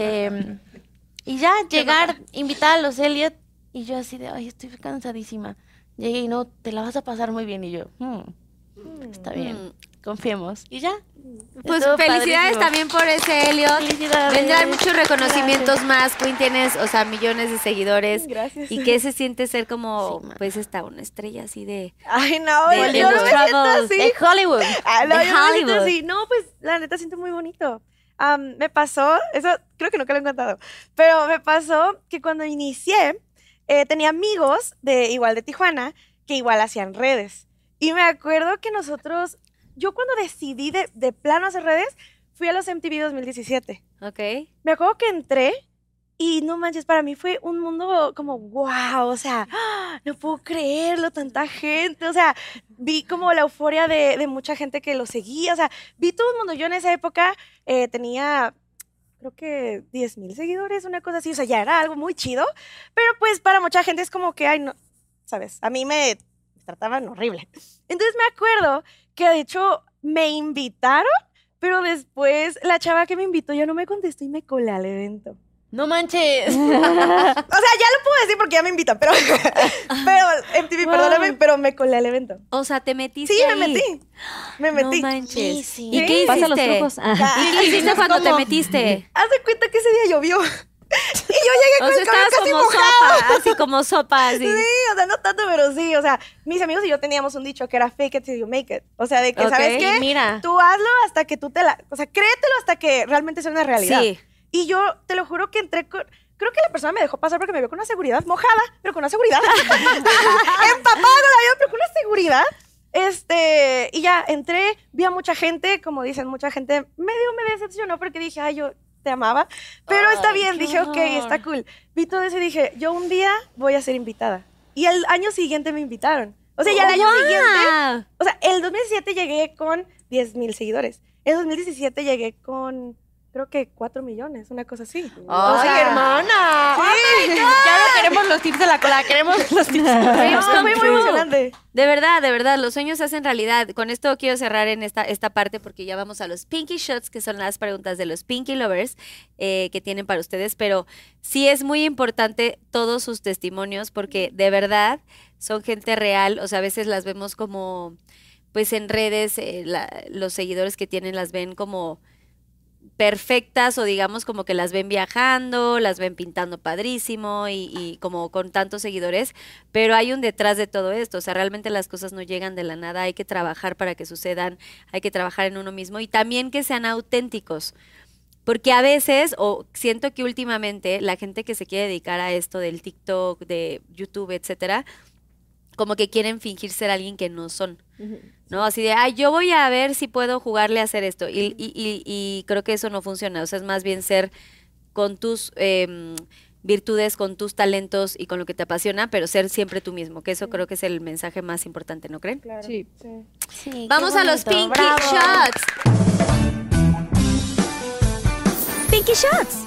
Speaker 5: y ya llegar, invitar a los Elliot, y yo así de, ay, estoy cansadísima. Llegué y no, te la vas a pasar muy bien, y yo, está bien, confiemos. Y ya.
Speaker 6: Pues
Speaker 5: Estuvo
Speaker 6: felicidades
Speaker 5: padrísimo.
Speaker 6: también por ese Elliot.
Speaker 5: Felicidades.
Speaker 6: Vendrán muchos reconocimientos más. Queen tienes, o sea, millones de seguidores.
Speaker 4: Gracias.
Speaker 6: ¿Y qué se siente ser como,
Speaker 5: Sí, ma.
Speaker 6: pues, una estrella así de...
Speaker 4: Ay, no,
Speaker 6: De
Speaker 4: yo no
Speaker 6: los
Speaker 4: me siento
Speaker 6: Travels.
Speaker 4: así.
Speaker 5: De Hollywood.
Speaker 4: Ah, no,
Speaker 6: de
Speaker 4: yo no me siento
Speaker 6: Hollywood.
Speaker 4: así. No, pues la neta siento muy bonito. Me pasó, eso creo que nunca lo he contado, pero me pasó que cuando inicié, tenía amigos igual de Tijuana que igual hacían redes. Y me acuerdo que yo cuando decidí de plano hacer redes, fui a los MTV 2017.
Speaker 6: Ok.
Speaker 4: Me acuerdo que entré y no manches, para mí fue un mundo como wow, o sea, no puedo creerlo, tanta gente, o sea, vi como la euforia de mucha gente que lo seguía, o sea, vi todo el mundo. Yo en esa época tenía, creo que 10,000 seguidores, una cosa así, o sea, ya era algo muy chido, pero pues para mucha gente es como que, ay, no, ¿sabes? A mí me trataban horrible. Entonces me acuerdo que de hecho me invitaron, pero después la chava que me invitó ya no me contestó y me colé al evento.
Speaker 5: No manches.
Speaker 4: O sea, ya lo puedo decir porque ya me invitan, pero MTV,
Speaker 6: Wow.
Speaker 4: perdóname, pero me colé al evento.
Speaker 6: O sea, te metiste
Speaker 4: Sí,
Speaker 6: ahí.
Speaker 4: me metí. Me metí.
Speaker 6: No manches.
Speaker 5: Sí, sí.
Speaker 6: ¿Y qué
Speaker 1: Pasa los
Speaker 6: hiciste?
Speaker 1: trucos.
Speaker 6: ¿Y qué hiciste cuando te metiste?
Speaker 4: Haz de cuenta que ese día llovió. Y yo llegué
Speaker 6: O
Speaker 4: con
Speaker 6: sea,
Speaker 4: el cabello
Speaker 6: estabas
Speaker 4: casi
Speaker 6: como
Speaker 4: mojado.
Speaker 6: sopa, así como sopa, así.
Speaker 4: Sí, o sea, no tanto, pero sí. O sea, mis amigos y yo teníamos un dicho que era fake it till you make it. O sea, de que,
Speaker 6: Ok.
Speaker 4: ¿sabes
Speaker 5: Y
Speaker 4: qué?
Speaker 5: mira.
Speaker 4: Tú hazlo hasta que tú o sea, créetelo hasta que realmente sea una realidad.
Speaker 6: Sí.
Speaker 4: Y yo, te lo juro que entré con... Creo que la persona me dejó pasar porque me vio con una seguridad mojada, pero con una seguridad. Empapada con la vida, pero con una seguridad. Y ya entré, vi a mucha gente, como dicen, mucha gente medio me decepcionó porque dije, ay, yo te amaba. Pero está
Speaker 5: Ay,
Speaker 4: bien,
Speaker 5: qué
Speaker 4: dije, ok,
Speaker 5: horror.
Speaker 4: está cool. Vi todo eso y dije, yo un día voy a ser invitada. Y el año siguiente me invitaron. O sea, ya el año siguiente, o sea, el 2017 llegué con 10,000 seguidores. En 2017 llegué con, creo que 4 millones, una cosa así.
Speaker 5: ¡Ay, hermana!
Speaker 4: Sí.
Speaker 5: Ya no queremos los tips de la cola, queremos los tips de la
Speaker 6: Dreams
Speaker 4: Está
Speaker 6: come
Speaker 4: muy
Speaker 6: true.
Speaker 4: emocionante.
Speaker 6: De verdad, los sueños se hacen realidad. Con esto quiero cerrar en esta parte porque ya vamos a los Pinky Shots, que son las preguntas de los Pinky Lovers que tienen para ustedes. Pero sí es muy importante todos sus testimonios porque de verdad son gente real. O sea, a veces las vemos como, pues en redes, los seguidores que tienen las ven como perfectas o digamos como que las ven viajando, las ven pintando padrísimo y como con tantos seguidores, pero hay un detrás de todo esto, o sea, realmente las cosas no llegan de la nada, hay que trabajar para que sucedan, hay que trabajar en uno mismo y también que sean auténticos, porque a veces, o siento que últimamente, la gente que se quiere dedicar a esto del TikTok, de YouTube, etcétera, como que quieren fingir ser alguien que no son. ¿No? Así de, ay, yo voy a ver si puedo jugarle a hacer esto. Y creo que eso no funciona. O sea, es más bien ser con tus virtudes, con tus talentos y con lo que te apasiona, pero ser siempre tú mismo, que eso creo que es el mensaje más importante, ¿no creen?
Speaker 4: Claro.
Speaker 1: Sí.
Speaker 5: Sí,
Speaker 6: Vamos a los Pinky Shots.
Speaker 3: Pinky Shots.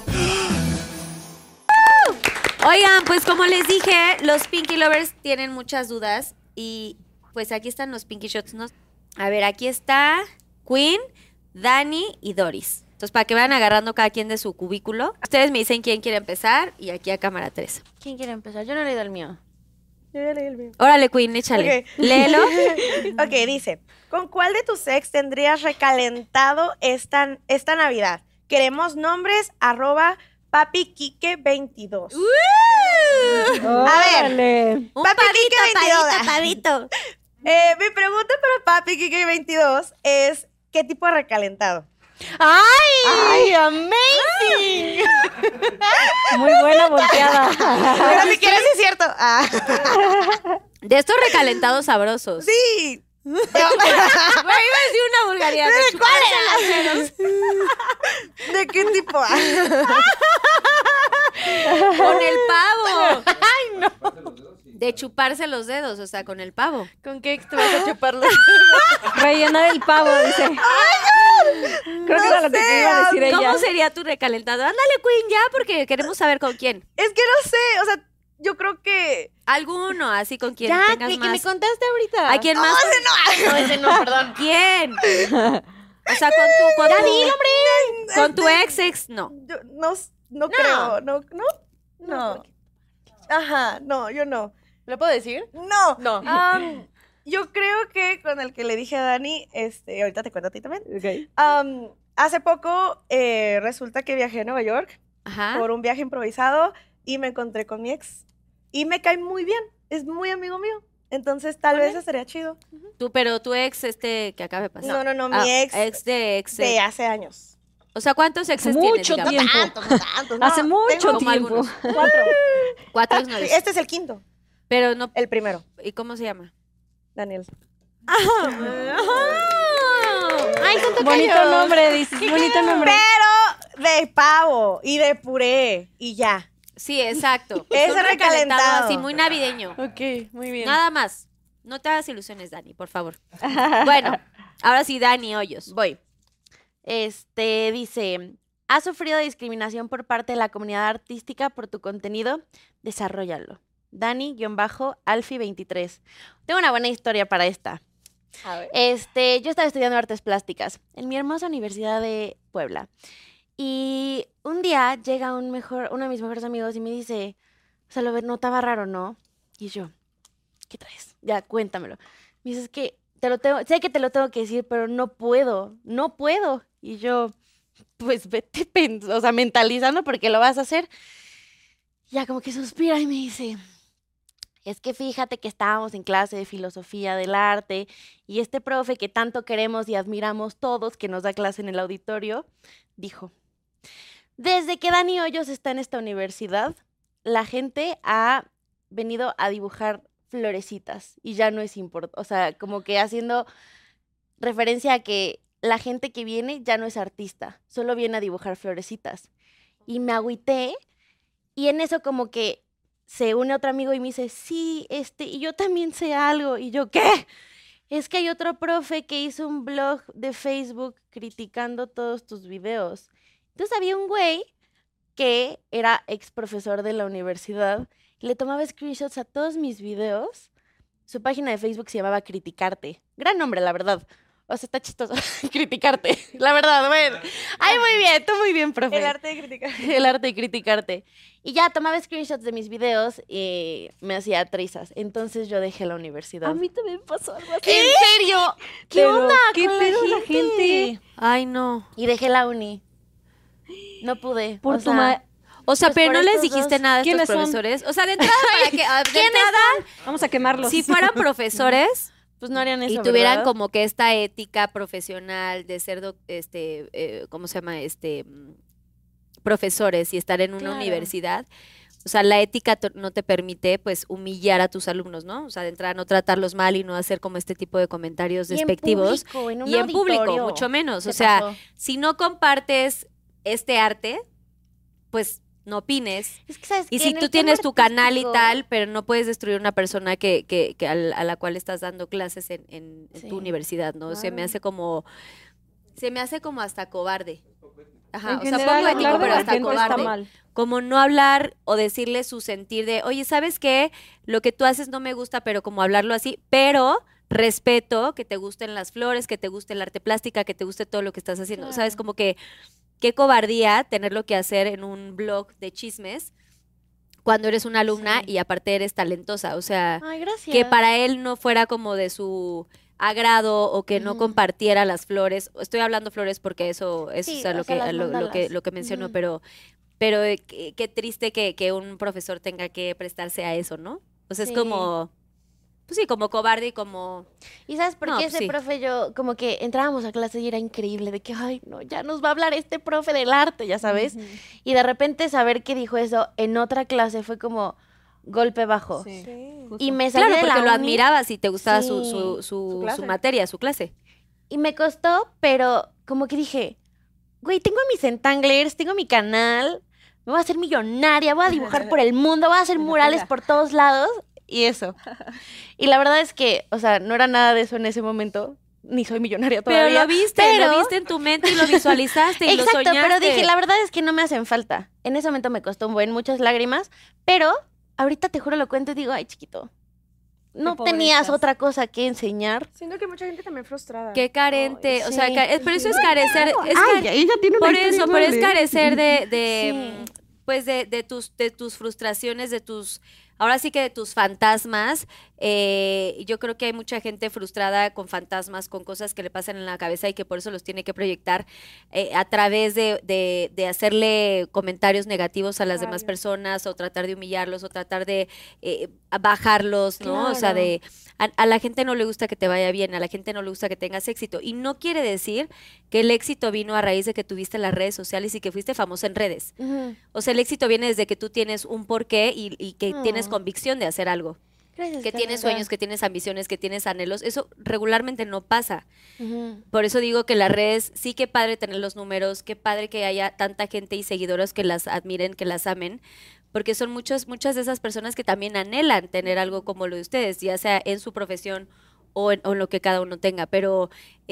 Speaker 6: Oigan, pues como les dije, los Pinky Lovers tienen muchas dudas y pues aquí están los Pinky Shots. ¿No? A ver, aquí está Queen, Dani y Doris. Entonces, para que vayan agarrando cada quien de su cubículo. Ustedes me dicen quién quiere empezar y aquí a cámara 3.
Speaker 5: ¿Quién quiere empezar? Yo no he leído el mío.
Speaker 4: Yo ya leí el mío.
Speaker 6: Órale, Queen, échale.
Speaker 4: Ok.
Speaker 6: Léelo.
Speaker 4: Ok, dice, ¿con cuál de tus ex tendrías recalentado esta Navidad? Queremos nombres, @papiquique22. A ver,
Speaker 6: Un
Speaker 4: Papi
Speaker 6: pavito,
Speaker 4: Quique 22.
Speaker 6: pavito, pavito.
Speaker 4: Mi pregunta para Papi Quique 22 es, ¿qué tipo de recalentado?
Speaker 5: ¡Ay! ¡Amazing!
Speaker 1: Muy buena volteada.
Speaker 4: Pero si quieres es cierto.
Speaker 6: De estos recalentados sabrosos.
Speaker 4: Sí.
Speaker 6: Güey, iba a decir una vulgaridad. De chuparse los dedos.
Speaker 4: ¿De qué tipo?
Speaker 6: Con el pavo. ¡Ay, no! De chuparse los dedos, o sea, con el pavo.
Speaker 5: ¿Con qué ex te vas a chuparlo?
Speaker 1: Rellena del pavo, dice. Creo que era lo que te iba a decir ella.
Speaker 6: ¿Cómo sería tu recalentado? Ándale, Queen, ya, porque queremos saber con quién.
Speaker 4: Es que no sé, o sea, yo creo que...
Speaker 6: Alguno, así con quien
Speaker 5: Ya,
Speaker 6: tengas
Speaker 5: que
Speaker 6: más.
Speaker 5: me contaste ahorita.
Speaker 6: ¿A quién más?
Speaker 5: No, ese no, perdón.
Speaker 6: ¿Quién? O sea, con tu ex, no.
Speaker 4: Yo no creo, no. Ajá, no, yo no.
Speaker 5: ¿Lo puedo decir?
Speaker 4: No.
Speaker 5: No.
Speaker 4: Yo creo que con el que le dije a Dani, ahorita te cuento a ti también.
Speaker 1: Ok.
Speaker 4: Hace poco resulta que viajé a Nueva York
Speaker 6: Ajá.
Speaker 4: por un viaje improvisado y me encontré con mi ex. Y me cae muy bien, es muy amigo mío. Entonces tal vez estaría chido.
Speaker 6: Pero tu ex, que acaba de pasar.
Speaker 4: No, mi ex
Speaker 6: Ex
Speaker 4: de hace años.
Speaker 6: O sea, ¿cuántos exes
Speaker 1: Mucho
Speaker 6: tienes, digamos?
Speaker 1: tiempo.
Speaker 4: No tantos, no.
Speaker 1: Hace mucho
Speaker 4: Tengo
Speaker 6: como
Speaker 1: tiempo.
Speaker 6: algunos.
Speaker 4: 4.
Speaker 6: 4
Speaker 4: Sí,
Speaker 6: exnovios.
Speaker 4: este es el quinto,
Speaker 6: Pero no.
Speaker 4: el primero,
Speaker 6: ¿Y cómo se llama?
Speaker 4: Daniel.
Speaker 5: ¡Ay, son
Speaker 1: Bonito nombre, dices. Bonito nombre.
Speaker 4: Pero de pavo y de puré y ya.
Speaker 6: Sí, exacto.
Speaker 4: Ese
Speaker 6: Un
Speaker 4: recalentado.
Speaker 6: así, muy navideño.
Speaker 5: Ok, muy bien.
Speaker 6: Nada más. No te hagas ilusiones, Dani, por favor. Bueno, ahora sí, Dani Hoyos.
Speaker 5: Voy. Dice, ¿has sufrido discriminación por parte de la comunidad artística por tu contenido? Desarróllalo. Dani-Alfi23. Tengo una buena historia para esta.
Speaker 4: A ver.
Speaker 5: Yo estaba estudiando artes plásticas en mi hermosa Universidad de Puebla. Y un día llega uno de mis mejores amigos y me dice, o sea, lo notaba raro, ¿no? Y yo, ¿qué traes? Ya, cuéntamelo. Me dice, es que sé que te lo tengo que decir, pero no puedo. Y yo, pues vete, o sea, mentalizando porque lo vas a hacer. Ya como que suspira y me dice, es que fíjate que estábamos en clase de filosofía del arte y este profe que tanto queremos y admiramos todos, que nos da clase en el auditorio, dijo, desde que Dani Hoyos está en esta universidad, la gente ha venido a dibujar florecitas y ya no es importante, o sea, como que haciendo referencia a que la gente que viene ya no es artista, solo viene a dibujar florecitas. Y me agüité y en eso como que se une otro amigo y me dice, sí, y yo también sé algo. Y yo, ¿qué? Es que hay otro profe que hizo un blog de Facebook criticando todos tus videos Entonces había un güey que era ex profesor de la universidad y le tomaba screenshots a todos mis videos. Su página de Facebook se llamaba Criticarte. Gran nombre, la verdad. O sea, está chistoso. Criticarte. La verdad, bueno. Ay, muy bien. Tú muy bien, profe.
Speaker 4: El arte de criticar.
Speaker 5: El arte de criticarte. Y ya tomaba screenshots de mis videos y me hacía trizas. Entonces yo dejé la universidad.
Speaker 1: A mí también me pasó algo así.
Speaker 5: ¿En serio? ¿Qué
Speaker 1: Pero,
Speaker 5: onda
Speaker 1: ¿qué
Speaker 5: con
Speaker 1: pedo
Speaker 5: la
Speaker 1: la gente?
Speaker 6: Ay, no.
Speaker 5: Y dejé la uni. No pude.
Speaker 1: Por
Speaker 5: o
Speaker 1: tu
Speaker 5: sea,
Speaker 1: ma-
Speaker 6: O sea,
Speaker 5: Pues
Speaker 6: pero
Speaker 5: por
Speaker 6: no les
Speaker 5: estos
Speaker 6: dijiste
Speaker 5: dos.
Speaker 6: nada a estos
Speaker 1: ¿Quiénes son?
Speaker 6: profesores. O sea, de entrada, para que. De entrada,
Speaker 1: Vamos a quemarlos.
Speaker 6: si fueran profesores
Speaker 5: pues no harían eso,
Speaker 6: y tuvieran
Speaker 5: ¿verdad?
Speaker 6: como que esta ética profesional de ser, ¿cómo se llama? Profesores y estar en una
Speaker 5: Claro.
Speaker 6: universidad. O sea, la ética no te permite, pues, humillar a tus alumnos, ¿no? O sea, de entrada no tratarlos mal y no hacer como este tipo de comentarios
Speaker 5: Y en
Speaker 6: despectivos.
Speaker 5: público, en un
Speaker 6: Y en público,
Speaker 5: auditorio.
Speaker 6: mucho menos.
Speaker 5: Se
Speaker 6: O sea,
Speaker 5: pasó.
Speaker 6: si no compartes este arte, pues no opines.
Speaker 5: Es que, ¿sabes
Speaker 6: Y
Speaker 5: qué?
Speaker 6: si
Speaker 5: En
Speaker 6: tú
Speaker 5: el
Speaker 6: tienes
Speaker 5: tema
Speaker 6: tu canal y
Speaker 5: artístico,
Speaker 6: tal, pero no puedes destruir una persona a la cual estás dando clases en
Speaker 5: Sí,
Speaker 6: tu universidad, ¿no?
Speaker 5: claro.
Speaker 6: Se me hace como hasta cobarde. Ajá,
Speaker 1: En
Speaker 6: o sea,
Speaker 1: general,
Speaker 6: poco ético,
Speaker 1: hablar de
Speaker 6: pero
Speaker 1: la
Speaker 6: hasta
Speaker 1: gente está
Speaker 6: cobarde.
Speaker 1: mal.
Speaker 6: Como no hablar o decirle su sentir de, oye, ¿sabes qué? Lo que tú haces no me gusta, pero como hablarlo así, pero respeto que te gusten las flores, que te guste el arte plástica, que te guste todo lo que estás haciendo.
Speaker 5: Claro.
Speaker 6: ¿Sabes? Como que qué cobardía tenerlo que hacer en un blog de chismes cuando eres una alumna
Speaker 5: Sí.
Speaker 6: y aparte eres talentosa. O sea,
Speaker 5: Ay, gracias.
Speaker 6: que para él no fuera como de su agrado o que no
Speaker 5: Ujú.
Speaker 6: compartiera las flores. Estoy hablando flores porque eso es
Speaker 5: Sí,
Speaker 6: o sea,
Speaker 5: o
Speaker 6: lo
Speaker 5: sea,
Speaker 6: que
Speaker 5: las mandalas.
Speaker 6: lo que menciono,
Speaker 5: Ujú.
Speaker 6: pero qué triste que un profesor tenga que prestarse a eso, ¿no? O sea,
Speaker 5: Sí.
Speaker 6: es como pues sí, como cobarde y como
Speaker 5: ¿Y sabes por
Speaker 6: No,
Speaker 5: qué
Speaker 6: pues
Speaker 5: ese
Speaker 6: sí.
Speaker 5: profe yo, como que entrábamos a clase y era increíble, de que, ay, no, ya nos va a hablar este profe del arte, ya sabes? Y de repente saber que dijo eso en otra clase fue como golpe bajo.
Speaker 1: Sí,
Speaker 4: Sí.
Speaker 5: Y me salí
Speaker 6: claro,
Speaker 5: de
Speaker 6: porque
Speaker 5: la
Speaker 6: lo
Speaker 5: uni
Speaker 6: admirabas y te gustaba
Speaker 5: Sí.
Speaker 6: su
Speaker 4: clase.
Speaker 6: materia, su clase.
Speaker 5: y me costó, pero como que dije, güey, tengo mis Centanglers, tengo mi canal, me voy a hacer millonaria, voy a dibujar por el mundo, voy a hacer
Speaker 1: En la
Speaker 5: murales
Speaker 1: pega.
Speaker 5: por todos lados y eso. Y la verdad es que, o sea, no era nada de eso en ese momento, ni soy millonaria
Speaker 6: Pero
Speaker 5: todavía.
Speaker 6: lo viste en tu mente y lo visualizaste y
Speaker 5: Exacto,
Speaker 6: lo soñaste.
Speaker 5: pero dije, la verdad es que no me hacen falta. En ese momento me costó un buen, muchas lágrimas, pero ahorita te juro lo cuento y digo, ay, chiquito, no
Speaker 1: pobres
Speaker 5: tenías
Speaker 1: estás.
Speaker 5: otra cosa que enseñar.
Speaker 4: Siento que mucha gente también frustrada.
Speaker 6: Qué carente,
Speaker 5: Ay,
Speaker 6: o sea,
Speaker 5: sí.
Speaker 6: pero eso es carecer,
Speaker 5: ella tiene
Speaker 6: por eso, pero es carecer
Speaker 5: Sí.
Speaker 6: pues de tus frustraciones, ahora sí que de tus fantasmas. Yo creo que hay mucha gente frustrada con fantasmas, con cosas que le pasan en la cabeza y que por eso los tiene que proyectar a través de hacerle comentarios negativos a las demás
Speaker 4: Claro.
Speaker 6: personas o tratar de humillarlos o tratar de bajarlos, ¿no? O sea,
Speaker 5: Claro.
Speaker 6: a la gente no le gusta que te vaya bien, a la gente no le gusta que tengas éxito. Y no quiere decir que el éxito vino a raíz de que tuviste las redes sociales y que fuiste famosa en redes.
Speaker 5: Ujú.
Speaker 6: O sea, el éxito viene desde que tú tienes un porqué y que tienes
Speaker 5: Ah.
Speaker 6: convicción de hacer algo.
Speaker 5: Gracias,
Speaker 6: Que tienes
Speaker 5: Carlota.
Speaker 6: sueños, que tienes ambiciones, que tienes anhelos. Eso regularmente no pasa.
Speaker 5: Ujú.
Speaker 6: Por eso digo que las redes, sí que padre tener los números, qué padre que haya tanta gente y seguidores que las admiren, que las amen, porque son muchas de esas personas que también anhelan tener algo como lo de ustedes, ya sea en su profesión o en lo que cada uno tenga. Pero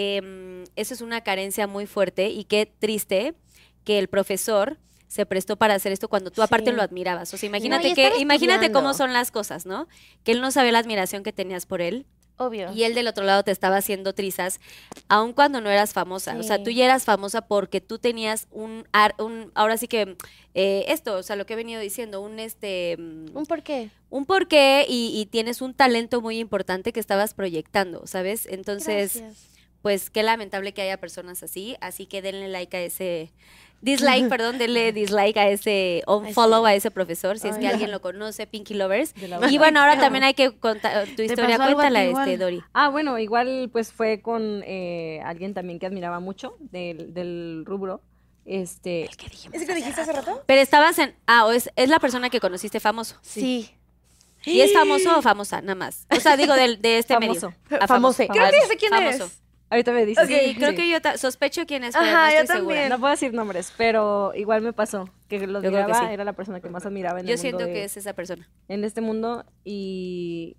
Speaker 6: eso es una carencia muy fuerte y qué triste que el profesor se prestó para hacer esto cuando tú aparte
Speaker 5: Sí.
Speaker 6: lo admirabas. O sea,
Speaker 5: No,
Speaker 6: imagínate
Speaker 5: y estar
Speaker 6: imagínate cómo
Speaker 5: estudiando.
Speaker 6: son las cosas, ¿no? Que él no sabía la admiración que tenías por él.
Speaker 5: Obvio.
Speaker 6: Y él del otro lado te estaba haciendo trizas, aun cuando no eras famosa. O sea,
Speaker 5: Sí.
Speaker 6: tú ya eras famosa porque tú tenías ahora sí que esto, o sea, lo que he venido diciendo,
Speaker 5: ¿Un por qué?
Speaker 6: un porqué y tienes un talento muy importante que estabas proyectando, ¿sabes? Entonces,
Speaker 5: Gracias.
Speaker 6: pues qué lamentable que haya personas así que denle like a ese dislike, perdón, denle dislike a ese unfollow a ese profesor, si es que
Speaker 5: Ay,
Speaker 6: alguien lo conoce, Pinky Lovers.
Speaker 1: De la
Speaker 6: Y
Speaker 1: verdad.
Speaker 6: bueno, ahora también hay que contar tu historia,
Speaker 5: pasó algo a ti
Speaker 6: cuéntala
Speaker 5: igual?
Speaker 6: Dori.
Speaker 1: Bueno, igual pues fue con alguien también que admiraba mucho del rubro. ¿Es el que dijimos?
Speaker 4: ¿Ese que dijiste hace rato?
Speaker 6: Pero estabas es la persona que conociste famoso.
Speaker 5: Sí.
Speaker 6: ¿Y es famoso o famosa, nada más? O sea, digo, de este
Speaker 1: Famoso.
Speaker 6: medio.
Speaker 5: Famose.
Speaker 4: Creo que sé quién
Speaker 6: famoso.
Speaker 4: es.
Speaker 1: Ahorita me dices.
Speaker 6: Sí, creo que yo sospecho quién es, pero
Speaker 4: Ajá,
Speaker 6: no
Speaker 4: yo
Speaker 6: estoy segura.
Speaker 4: también.
Speaker 1: No puedo decir nombres, pero igual me pasó que lo
Speaker 6: Yo creo que
Speaker 1: admiraba,
Speaker 6: sí.
Speaker 1: era la persona que más admiraba en
Speaker 6: Yo
Speaker 1: el mundo
Speaker 6: siento que es esa persona.
Speaker 1: en este mundo y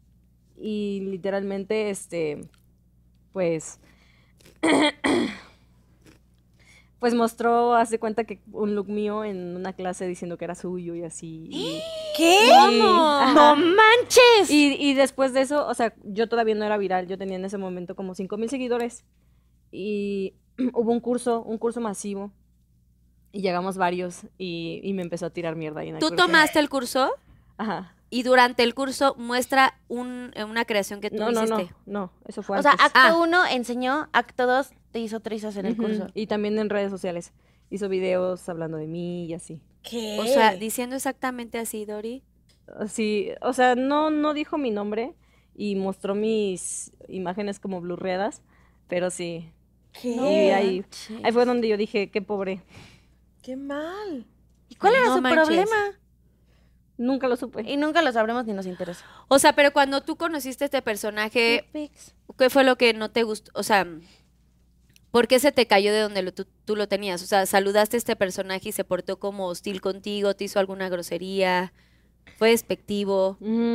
Speaker 1: literalmente pues Pues mostró, hace cuenta que un look mío en una clase diciendo que era suyo y así.
Speaker 4: ¿Qué?
Speaker 1: Ajá.
Speaker 5: ¡No manches!
Speaker 1: Y después de eso, o sea, yo todavía no era viral, yo tenía en ese momento como 5,000 seguidores y hubo un curso masivo y llegamos varios y me empezó a tirar mierda ahí en el
Speaker 6: Tú
Speaker 1: curso.
Speaker 6: tomaste el curso
Speaker 1: Ajá.
Speaker 6: y durante el curso muestra una creación que tú hiciste.
Speaker 1: No, eso fue
Speaker 5: O sea,
Speaker 1: antes.
Speaker 5: acto 1 enseñó, acto 2 te hizo trizas en el
Speaker 1: Ujú,
Speaker 5: curso.
Speaker 1: y también en redes sociales. Hizo videos hablando de mí y así.
Speaker 4: ¿Qué?
Speaker 6: O sea, diciendo exactamente así, Dori.
Speaker 1: Sí, o sea, no dijo mi nombre y mostró mis imágenes como blurreadas, pero sí.
Speaker 4: ¿Qué?
Speaker 1: Y ahí
Speaker 5: manches.
Speaker 1: fue donde yo dije, qué pobre.
Speaker 4: Qué mal.
Speaker 5: ¿Y cuál era
Speaker 6: No
Speaker 5: su
Speaker 6: manches.
Speaker 5: problema?
Speaker 1: Nunca lo supe.
Speaker 5: Y nunca lo sabremos ni nos interesa.
Speaker 6: O sea, pero cuando tú conociste a este personaje, ¿qué fue lo que no te gustó? O sea, ¿por qué se te cayó de donde tú lo tenías? O sea, saludaste a este personaje y se portó como hostil contigo, te hizo alguna grosería, fue despectivo.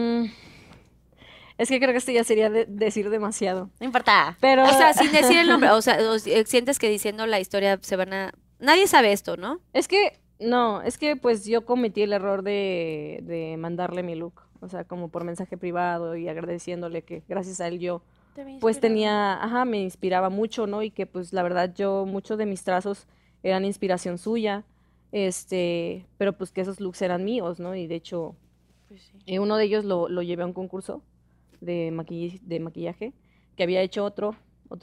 Speaker 1: Es que creo que esto ya sería decir demasiado.
Speaker 5: No importa.
Speaker 1: Pero,
Speaker 6: O sea, sin decir el nombre, o sea, sientes que diciendo la historia se van a... Nadie sabe esto, ¿no?
Speaker 1: es que pues yo cometí el error de mandarle mi look. O sea, como por mensaje privado y agradeciéndole que gracias a él yo pues me inspiraba mucho, ¿no? Y que pues la verdad muchos de mis trazos eran inspiración suya, pero pues que esos looks eran míos, ¿no? Y de hecho, uno de ellos lo llevé a un concurso de maquillaje que había hecho otro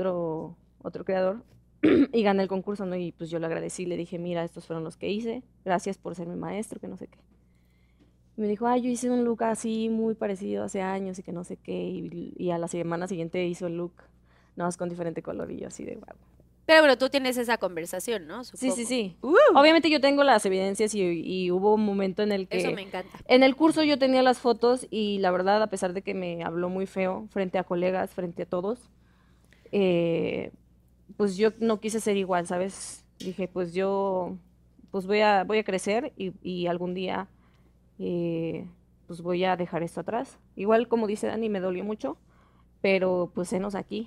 Speaker 1: creador y gané el concurso, ¿no? Y pues yo le agradecí, le dije, mira, estos fueron los que hice, gracias por ser mi maestro, que no sé qué. Y me dijo, yo hice un look así muy parecido hace años y que no sé qué. Y a la semana siguiente hizo el look, nada más con diferente color y yo así de wow.
Speaker 6: Pero bueno, tú tienes esa conversación, ¿no?
Speaker 1: Sí,
Speaker 6: Supongo.
Speaker 1: sí, sí. Obviamente yo tengo las evidencias y hubo un momento en el que...
Speaker 6: Eso me encanta.
Speaker 1: En el curso yo tenía las fotos y la verdad, a pesar de que me habló muy feo frente a colegas, frente a todos, pues yo no quise ser igual, ¿sabes? Dije, pues yo pues voy a crecer y algún día pues voy a dejar esto atrás. Igual como dice Dani, me dolió mucho, pero pues enos aquí.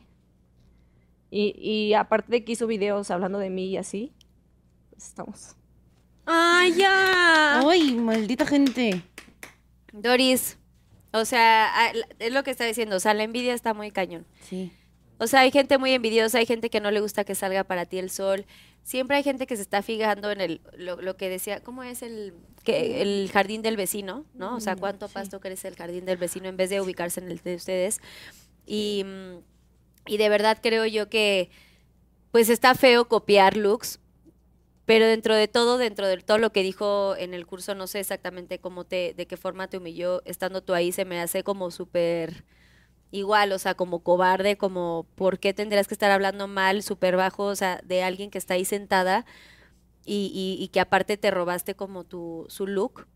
Speaker 1: Y aparte de que hizo videos hablando de mí y así, pues estamos.
Speaker 6: ¡Ay, ya!
Speaker 5: ¡Ay, maldita gente!
Speaker 6: Doris, o sea, es lo que está diciendo, o sea, la envidia está muy cañón.
Speaker 5: Sí.
Speaker 6: O sea, hay gente muy envidiosa, hay gente que no le gusta que salga para ti el sol. Siempre hay gente que se está fijando en lo que decía, ¿cómo es el jardín del vecino? ¿No? O sea, cuánto pasto crece el jardín del vecino en vez de ubicarse en el de ustedes. Y de verdad creo yo que pues está feo copiar looks, pero dentro de todo lo que dijo en el curso, no sé exactamente de qué forma te humilló, estando tú ahí, se me hace como súper igual, o sea, como cobarde, como ¿por qué tendrías que estar hablando mal, súper bajo, o sea, de alguien que está ahí sentada y que aparte te robaste como su look?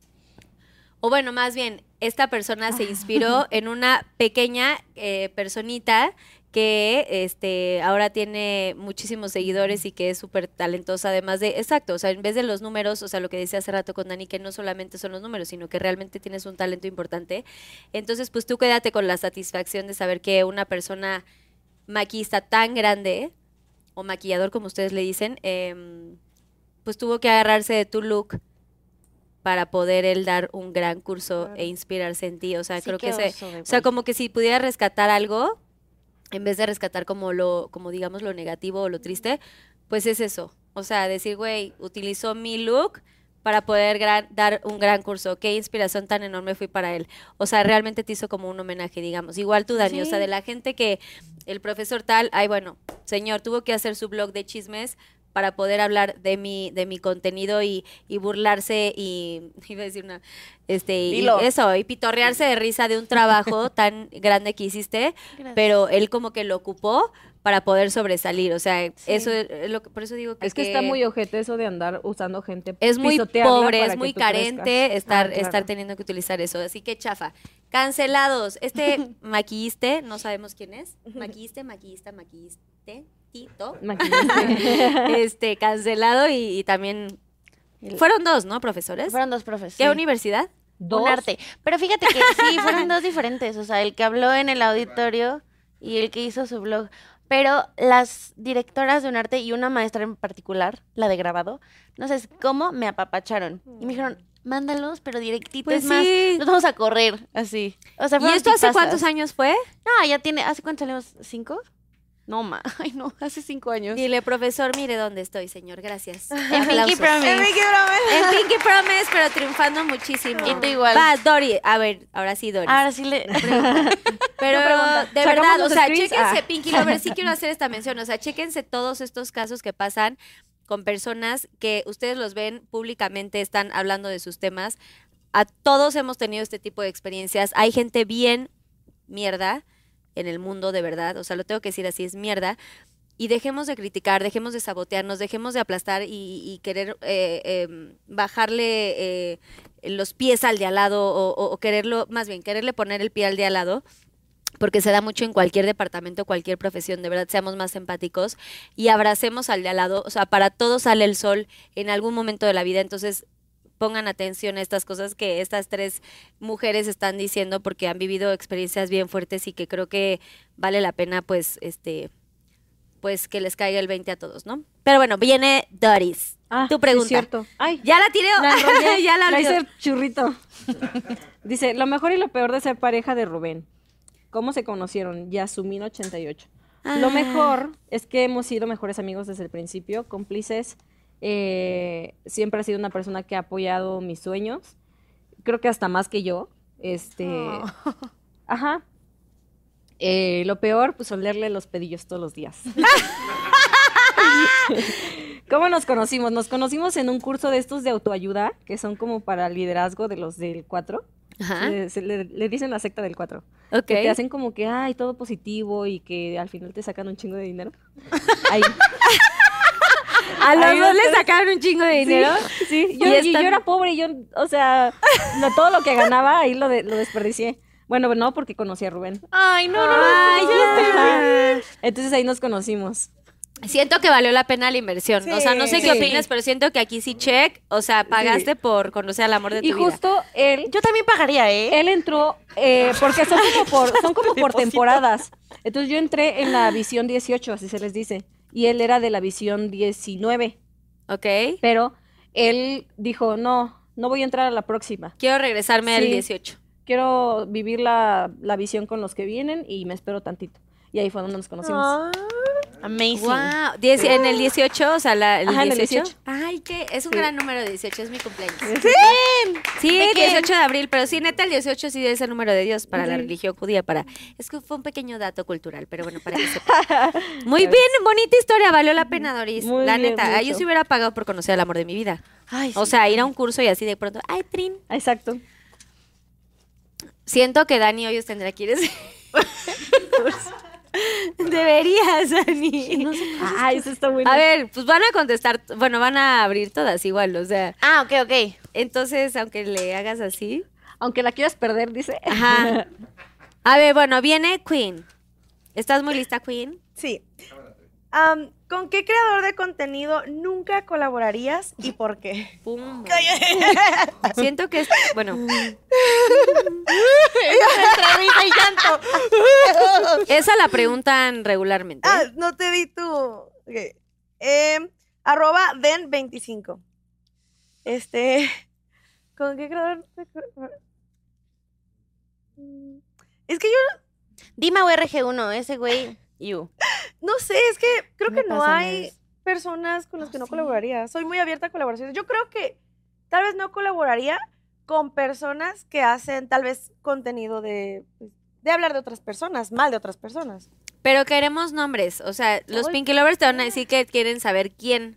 Speaker 6: O bueno, más bien, esta persona se inspiró en una pequeña personita que ahora tiene muchísimos seguidores y que es súper talentosa, además de, exacto, o sea, en vez de los números, o sea, lo que decía hace rato con Dani, que no solamente son los números, sino que realmente tienes un talento importante. Entonces, pues tú quédate con la satisfacción de saber que una persona maquillista tan grande, o maquillador como ustedes le dicen, pues tuvo que agarrarse de tu look para poder él dar un gran curso e inspirarse en ti. O sea,
Speaker 5: Sí,
Speaker 6: creo
Speaker 5: qué
Speaker 6: que
Speaker 5: oso de
Speaker 6: o sea,
Speaker 5: güey.
Speaker 6: como que si pudiera rescatar algo, en vez de rescatar como digamos lo negativo o lo triste, pues es eso. O sea, decir, güey, utilizó mi look para poder dar un gran curso. Qué inspiración tan enorme fui para él. O sea, realmente te hizo como un homenaje, digamos. Igual tú, Dani, o sea, de la gente que el profesor tal, bueno, señor, tuvo que hacer su blog de chismes para poder hablar de mi contenido y burlarse y iba a decir y pitorrearse de risa de un trabajo tan grande que hiciste,
Speaker 5: Gracias.
Speaker 6: pero él como que lo ocupó para poder sobresalir, o sea, eso es por eso digo que
Speaker 1: Es que está muy ojete eso de andar usando gente.
Speaker 6: es muy
Speaker 1: pisotearla
Speaker 6: pobre,
Speaker 1: para
Speaker 6: es muy
Speaker 1: que tú crezcas.
Speaker 6: carente estar
Speaker 1: Claro.
Speaker 6: teniendo que utilizar eso, así que chafa. Cancelados. Maquilliste, no sabemos quién es. Maquilliste, Tito.
Speaker 1: Maquillaje.
Speaker 6: Cancelado y también fueron dos, ¿no, profesores?
Speaker 5: Fueron dos profes.
Speaker 6: ¿Qué
Speaker 5: sí.
Speaker 6: universidad?
Speaker 5: Un arte. Pero fíjate que sí, fueron dos diferentes. O sea, el que habló en el auditorio y el que hizo su blog. Pero las directoras de un arte y una maestra en particular, la de grabado, no sé cómo me apapacharon. Y me dijeron, mándalos, pero directito.
Speaker 6: Pues
Speaker 5: es más,
Speaker 6: sí.
Speaker 5: nos vamos a correr, así. O sea,
Speaker 6: ¿Y
Speaker 5: fueron
Speaker 6: esto hace
Speaker 5: tipazas.
Speaker 6: cuántos años fue?
Speaker 5: No, ya tiene, ¿hace cuánto salimos? ¿5? No, ay no, hace 5 años.
Speaker 6: Dile, profesor, mire dónde estoy, señor, gracias.
Speaker 5: En Pinky
Speaker 6: Aplausos.
Speaker 5: Promise.
Speaker 6: En Pinky Promise, pero triunfando muchísimo.
Speaker 5: Y tú igual.
Speaker 6: Va, Dori. A ver, ahora sí, Dori.
Speaker 5: Ahora sí le...
Speaker 6: Pero
Speaker 1: pregunta.
Speaker 6: de
Speaker 1: ¿Sacamos
Speaker 6: verdad,
Speaker 1: los
Speaker 6: o sea,
Speaker 1: screens?
Speaker 6: chéquense,
Speaker 1: Ah.
Speaker 6: Pinky Lover, sí quiero hacer esta mención, o sea, chéquense todos estos casos que pasan con personas que ustedes los ven públicamente, están hablando de sus temas. A todos hemos tenido este tipo de experiencias. Hay gente bien mierda en el mundo, de verdad, o sea, lo tengo que decir así, es mierda. Y dejemos de criticar, dejemos de sabotearnos, dejemos de aplastar y querer bajarle los pies al de al lado o quererlo, más bien, quererle poner el pie al de al lado, porque se da mucho en cualquier departamento, cualquier profesión, de verdad, seamos más empáticos y abracemos al de al lado, o sea, para todos sale el sol en algún momento de la vida, entonces pongan atención a estas cosas que estas 3 mujeres están diciendo porque han vivido experiencias bien fuertes y que creo que vale la pena, pues, pues que les caiga el 20 a todos, ¿no? Pero bueno, viene Doris. Tu pregunta.
Speaker 1: Sí, es cierto. Ay,
Speaker 6: Ya la tiré.
Speaker 1: la enrollé,
Speaker 6: Ya la
Speaker 1: la
Speaker 6: olvidó.
Speaker 1: hice churrito. Dice, lo mejor y lo peor de ser pareja de Rubén. ¿Cómo se conocieron? Yasumín 88. Lo mejor es que hemos sido mejores amigos desde el principio, cómplices. Siempre ha sido una persona que ha apoyado mis sueños. Creo que hasta más que yo. Ajá. Lo peor, pues olerle los pedillos todos los días. ¿Cómo nos conocimos? Nos conocimos en un curso de estos de autoayuda, que son como para liderazgo de los del 4.
Speaker 6: Ajá.
Speaker 1: Le dicen la secta del 4.
Speaker 6: Ok.
Speaker 1: Que te hacen como que, ay, todo positivo y que al final te sacan un chingo de dinero. Ahí.
Speaker 6: A los
Speaker 1: Ahí
Speaker 6: dos le
Speaker 1: ustedes-
Speaker 6: sacaron un chingo de dinero.
Speaker 1: Sí, yo,
Speaker 6: Y
Speaker 1: y yo
Speaker 6: están-
Speaker 1: era pobre y yo, o sea, todo lo que ganaba ahí lo desperdicié. Bueno, no, porque conocí a Rubén.
Speaker 5: Ay, no,
Speaker 6: Ay, ya.
Speaker 1: Entonces ahí nos conocimos.
Speaker 6: Siento que valió la pena la inversión. O sea, no sé qué
Speaker 1: Sí.
Speaker 6: opinas, pero siento que aquí sí check. O sea, pagaste por conocer al amor de tu
Speaker 1: Y
Speaker 6: vida.
Speaker 1: justo él
Speaker 5: Yo también pagaría, ¿eh?
Speaker 1: Él entró, porque son como por temporadas. Entonces yo entré en la visión 18, así se les dice. Y él era de la visión 19.
Speaker 6: Ok.
Speaker 1: Pero él dijo, no voy a entrar a la próxima.
Speaker 6: Quiero regresarme al
Speaker 1: Sí.
Speaker 6: 18.
Speaker 1: Quiero vivir la visión con los que vienen y me espero tantito. Y ahí fue donde nos conocimos.
Speaker 5: Amazing.
Speaker 6: Wow. En el 18, o sea, el
Speaker 1: Ajá, en el
Speaker 6: 18.
Speaker 1: 18.
Speaker 6: Ay, que es un
Speaker 1: Sí.
Speaker 6: gran número de 18, es mi cumpleaños.
Speaker 1: Sí.
Speaker 6: Sí,
Speaker 5: ¿De qué?
Speaker 6: 18 de abril, pero sí, neta, el 18 sí es el número de Dios para la
Speaker 1: Sí.
Speaker 6: religión judía. Es que fue un pequeño dato cultural, pero bueno, para que sepan. Muy bien, bonita historia, valió la pena, Doris.
Speaker 1: Muy
Speaker 6: La
Speaker 1: bien,
Speaker 6: neta, yo
Speaker 1: mucho.
Speaker 6: sí hubiera pagado por conocer el amor de mi vida.
Speaker 5: Ay,
Speaker 6: O
Speaker 5: sí.
Speaker 6: sea, ir a un curso y así de pronto, ay, Trin.
Speaker 1: Exacto.
Speaker 6: Siento que Dani Hoyos tendrá que ir a ese curso. Deberías, Dani.
Speaker 1: Ay, eso está bueno.
Speaker 6: A ver, pues van a contestar, bueno, van a abrir todas igual, o sea,
Speaker 5: Ah, ok.
Speaker 6: entonces, aunque le hagas así.
Speaker 1: Aunque la quieras perder, dice.
Speaker 6: Ajá. A ver, bueno, viene Queen. ¿Estás muy lista, Queen?
Speaker 4: Sí. ¿Con qué creador de contenido nunca colaborarías y por qué?
Speaker 6: Pum. Siento que es, bueno,
Speaker 5: Entre risa y llanto.
Speaker 6: esa la preguntan regularmente.
Speaker 4: Ah, no te vi tú. Ok. @den25. ¿Con qué creador? Es que yo
Speaker 5: Dima o RG1, ese güey. You.
Speaker 4: no sé, es que creo
Speaker 5: Me
Speaker 4: que no
Speaker 5: pasa,
Speaker 4: hay
Speaker 5: Nes.
Speaker 4: personas con las que no
Speaker 5: sí.
Speaker 4: colaboraría. Soy muy abierta a colaboraciones. Yo creo que tal vez no colaboraría con personas que hacen tal vez contenido de hablar de otras personas, mal de otras personas.
Speaker 6: Pero queremos nombres, o sea, los
Speaker 4: Ay.
Speaker 6: Pinky Lovers te van a decir que quieren saber quién,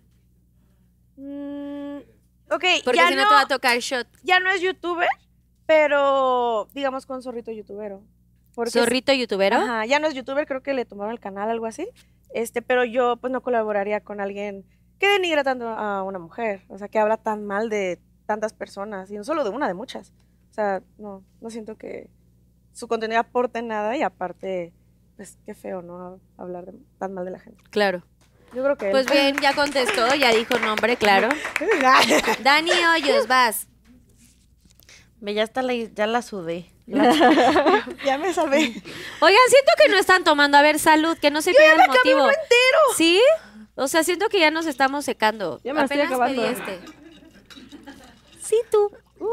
Speaker 4: Ok,
Speaker 6: porque
Speaker 4: ya
Speaker 6: si no
Speaker 4: no,
Speaker 6: te va a tocar shot.
Speaker 4: ya no es youtuber, pero digamos con Zorrito YouTubero. Porque
Speaker 6: Zorrito youtubero.
Speaker 4: Ajá, ya no es youtuber, creo que le tomaron el canal, algo así. Pero yo pues no colaboraría con alguien que denigra tanto a una mujer, o sea, que habla tan mal de tantas personas, y no solo de una, de muchas. O sea, no siento que su contenido aporte nada y aparte, pues qué feo, ¿no? Hablar tan mal de la gente.
Speaker 6: Claro.
Speaker 4: Yo creo que él.
Speaker 6: Pues bien, ya contestó, ya dijo nombre, claro. Dani Hoyos, vas.
Speaker 5: Ve, ya la sudé.
Speaker 4: Ya me salvé.
Speaker 6: Oigan, siento que no están tomando. A ver, salud, que no se pierda el motivo.
Speaker 4: uno entero.
Speaker 6: ¿Sí? O sea, siento que ya nos estamos secando.
Speaker 1: Ya me lo estoy
Speaker 6: Apenas
Speaker 1: acabando.
Speaker 6: pedí este. Sí, tú.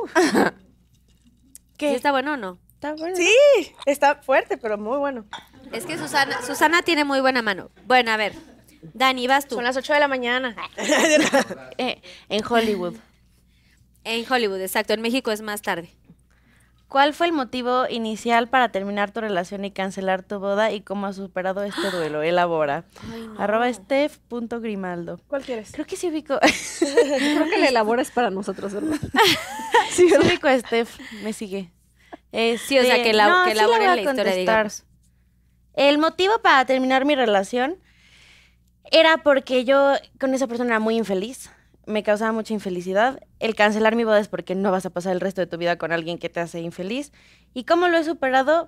Speaker 5: ¿Qué?
Speaker 6: ¿Sí está bueno o no?
Speaker 5: Está bueno.
Speaker 4: Sí, está fuerte, pero muy bueno.
Speaker 6: Es que Susana tiene muy buena mano. Bueno, a ver. Dani, vas tú.
Speaker 4: Son las 8 de la mañana.
Speaker 5: En Hollywood.
Speaker 6: En Hollywood, exacto. En México es más tarde.
Speaker 5: ¿Cuál fue el motivo inicial para terminar tu relación y cancelar tu boda y cómo has superado este duelo? Elabora. @steph.grimaldo.
Speaker 4: ¿Cuál quieres?
Speaker 5: Creo que sí ubico.
Speaker 1: Creo que la elabora es para nosotros, ¿verdad?
Speaker 5: Sí ubico a Steph. Me sigue.
Speaker 6: Sí, o sea, que elabore
Speaker 5: sí le voy a
Speaker 6: la historia,
Speaker 5: contestar.
Speaker 6: digamos.
Speaker 5: El motivo para terminar mi relación era porque yo con esa persona era muy infeliz. Me causaba mucha infelicidad. El cancelar mi boda es porque no vas a pasar el resto de tu vida con alguien que te hace infeliz. ¿Y cómo lo he superado?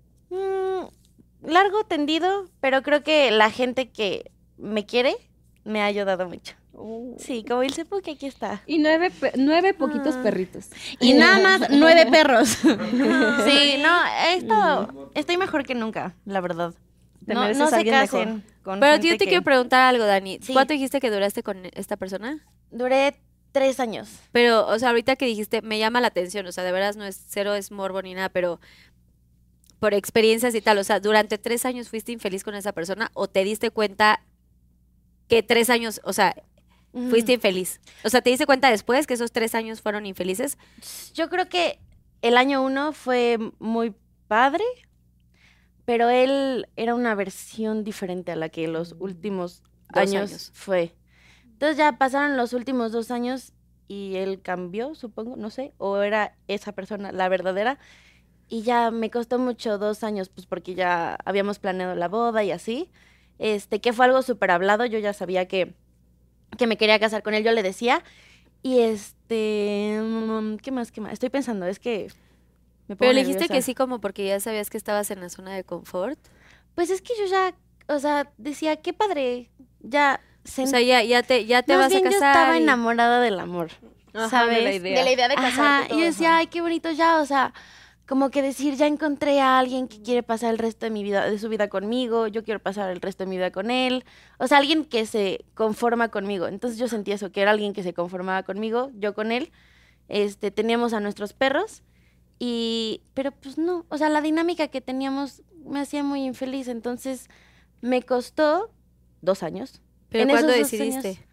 Speaker 5: Largo, tendido, pero creo que la gente que me quiere me ha ayudado mucho. Sí, como Ilse que aquí está.
Speaker 1: Y 9 poquitos perritos.
Speaker 5: Y nada más 9 perros. Sí, no, estoy mejor que nunca, la verdad.
Speaker 1: Te
Speaker 5: No
Speaker 1: mereces
Speaker 5: se
Speaker 1: alguien
Speaker 5: casen
Speaker 1: mejor.
Speaker 5: con
Speaker 6: Pero
Speaker 5: gente
Speaker 6: yo te
Speaker 5: que-
Speaker 6: quiero preguntar algo, Dani.
Speaker 5: Sí.
Speaker 6: ¿Cuánto dijiste que duraste con esta persona?
Speaker 5: Duré 3 años.
Speaker 6: Pero, o sea, ahorita que dijiste, me llama la atención, o sea, de veras no es cero, es morbo ni nada, pero por experiencias y tal, o sea, ¿durante 3 años fuiste infeliz con esa persona o te diste cuenta que 3 años, o sea, fuiste infeliz? O sea, ¿te diste cuenta después que esos 3 años fueron infelices?
Speaker 5: Yo creo que el año 1 fue muy padre, pero él era una versión diferente a la que los últimos
Speaker 6: 2
Speaker 5: años
Speaker 6: años.
Speaker 5: fue. Entonces ya pasaron los últimos 2 años y él cambió, supongo, no sé, o era esa persona la verdadera. Y ya me costó mucho 2 años, pues porque ya habíamos planeado la boda y así. Que fue algo súper hablado, yo ya sabía que me quería casar con él, yo le decía. Y ¿qué más? Estoy pensando, es que me pongo
Speaker 6: Pero le dijiste
Speaker 5: nerviosa.
Speaker 6: que sí como porque ya sabías que estabas en la zona de confort.
Speaker 5: Pues es que yo ya, o sea, decía, qué padre, ya
Speaker 6: O sea, ya te
Speaker 5: Más
Speaker 6: vas a
Speaker 5: bien
Speaker 6: casar.
Speaker 5: yo estaba
Speaker 6: y-
Speaker 5: enamorada del amor,
Speaker 1: Ajá,
Speaker 5: ¿sabes?
Speaker 1: de la idea.
Speaker 4: De la idea de casarte.
Speaker 5: Ajá, y
Speaker 4: todo,
Speaker 5: yo decía,
Speaker 4: ajá.
Speaker 5: ay, qué bonito ya, o sea, como que decir, ya encontré a alguien que quiere pasar el resto de mi vida, de su vida conmigo, yo quiero pasar el resto de mi vida con él, o sea, alguien que se conforma conmigo. Entonces yo sentí eso, que era alguien que se conformaba conmigo, yo con él. Teníamos a nuestros perros pero pues no, o sea, la dinámica que teníamos me hacía muy infeliz, entonces me costó 2 años.
Speaker 6: ¿Pero
Speaker 5: En
Speaker 6: cuándo
Speaker 5: esos 2
Speaker 6: decidiste?
Speaker 5: años,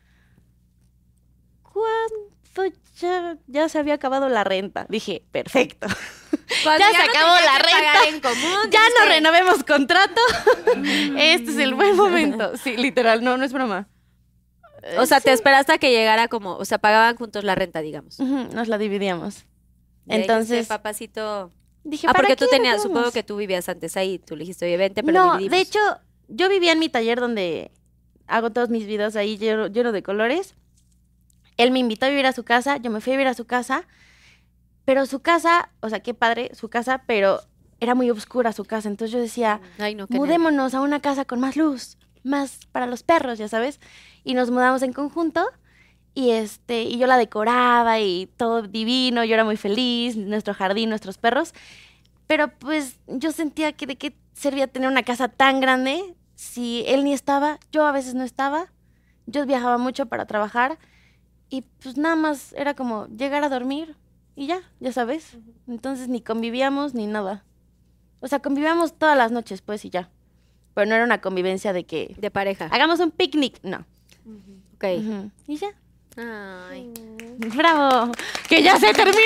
Speaker 5: cuando ya se había acabado la renta, dije, perfecto.
Speaker 6: Cuando
Speaker 5: Ya se
Speaker 6: no
Speaker 5: acabó
Speaker 6: tenían
Speaker 5: la
Speaker 6: que pagar
Speaker 5: renta.
Speaker 6: en común,
Speaker 5: Ya no
Speaker 6: dijiste,
Speaker 5: renovemos contrato. Este es el buen momento. Sí, literal, no es broma.
Speaker 6: O sea, te esperaste a que llegara como, o sea, pagaban juntos la renta, digamos.
Speaker 5: Ujú, nos la dividíamos.
Speaker 6: Y ahí
Speaker 5: Entonces,
Speaker 6: dijiste, papacito.
Speaker 5: dije,
Speaker 6: Ah,
Speaker 5: ¿para
Speaker 6: porque tú
Speaker 5: qué
Speaker 6: tenías,
Speaker 5: renovamos?
Speaker 6: supongo que tú vivías antes ahí, tú le dijiste, oye, vente, pero
Speaker 5: No,
Speaker 6: dividimos.
Speaker 5: de hecho, yo vivía en mi taller donde hago todos mis videos ahí lleno de colores. Él me invitó a vivir a su casa, yo me fui a vivir a su casa, pero su casa, o sea, qué padre su casa, pero era muy oscura su casa. Entonces yo decía,
Speaker 6: Ay, no, qué
Speaker 5: mudémonos a una casa con más luz, más para los perros, ya sabes. Y nos mudamos en conjunto y yo la decoraba y todo divino, yo era muy feliz, nuestro jardín, nuestros perros. Pero pues yo sentía que de qué servía tener una casa tan grande si él ni estaba, yo a veces no estaba, yo viajaba mucho para trabajar y pues nada más era como llegar a dormir y ya sabes. Entonces ni convivíamos ni nada. O sea, convivíamos todas las noches pues y ya. Pero no era una convivencia de que
Speaker 6: De pareja.
Speaker 5: hagamos un picnic, no.
Speaker 6: Ok.
Speaker 5: Ujú. Y ya.
Speaker 6: Ay.
Speaker 5: ¡Bravo! ¡Que ya se terminó!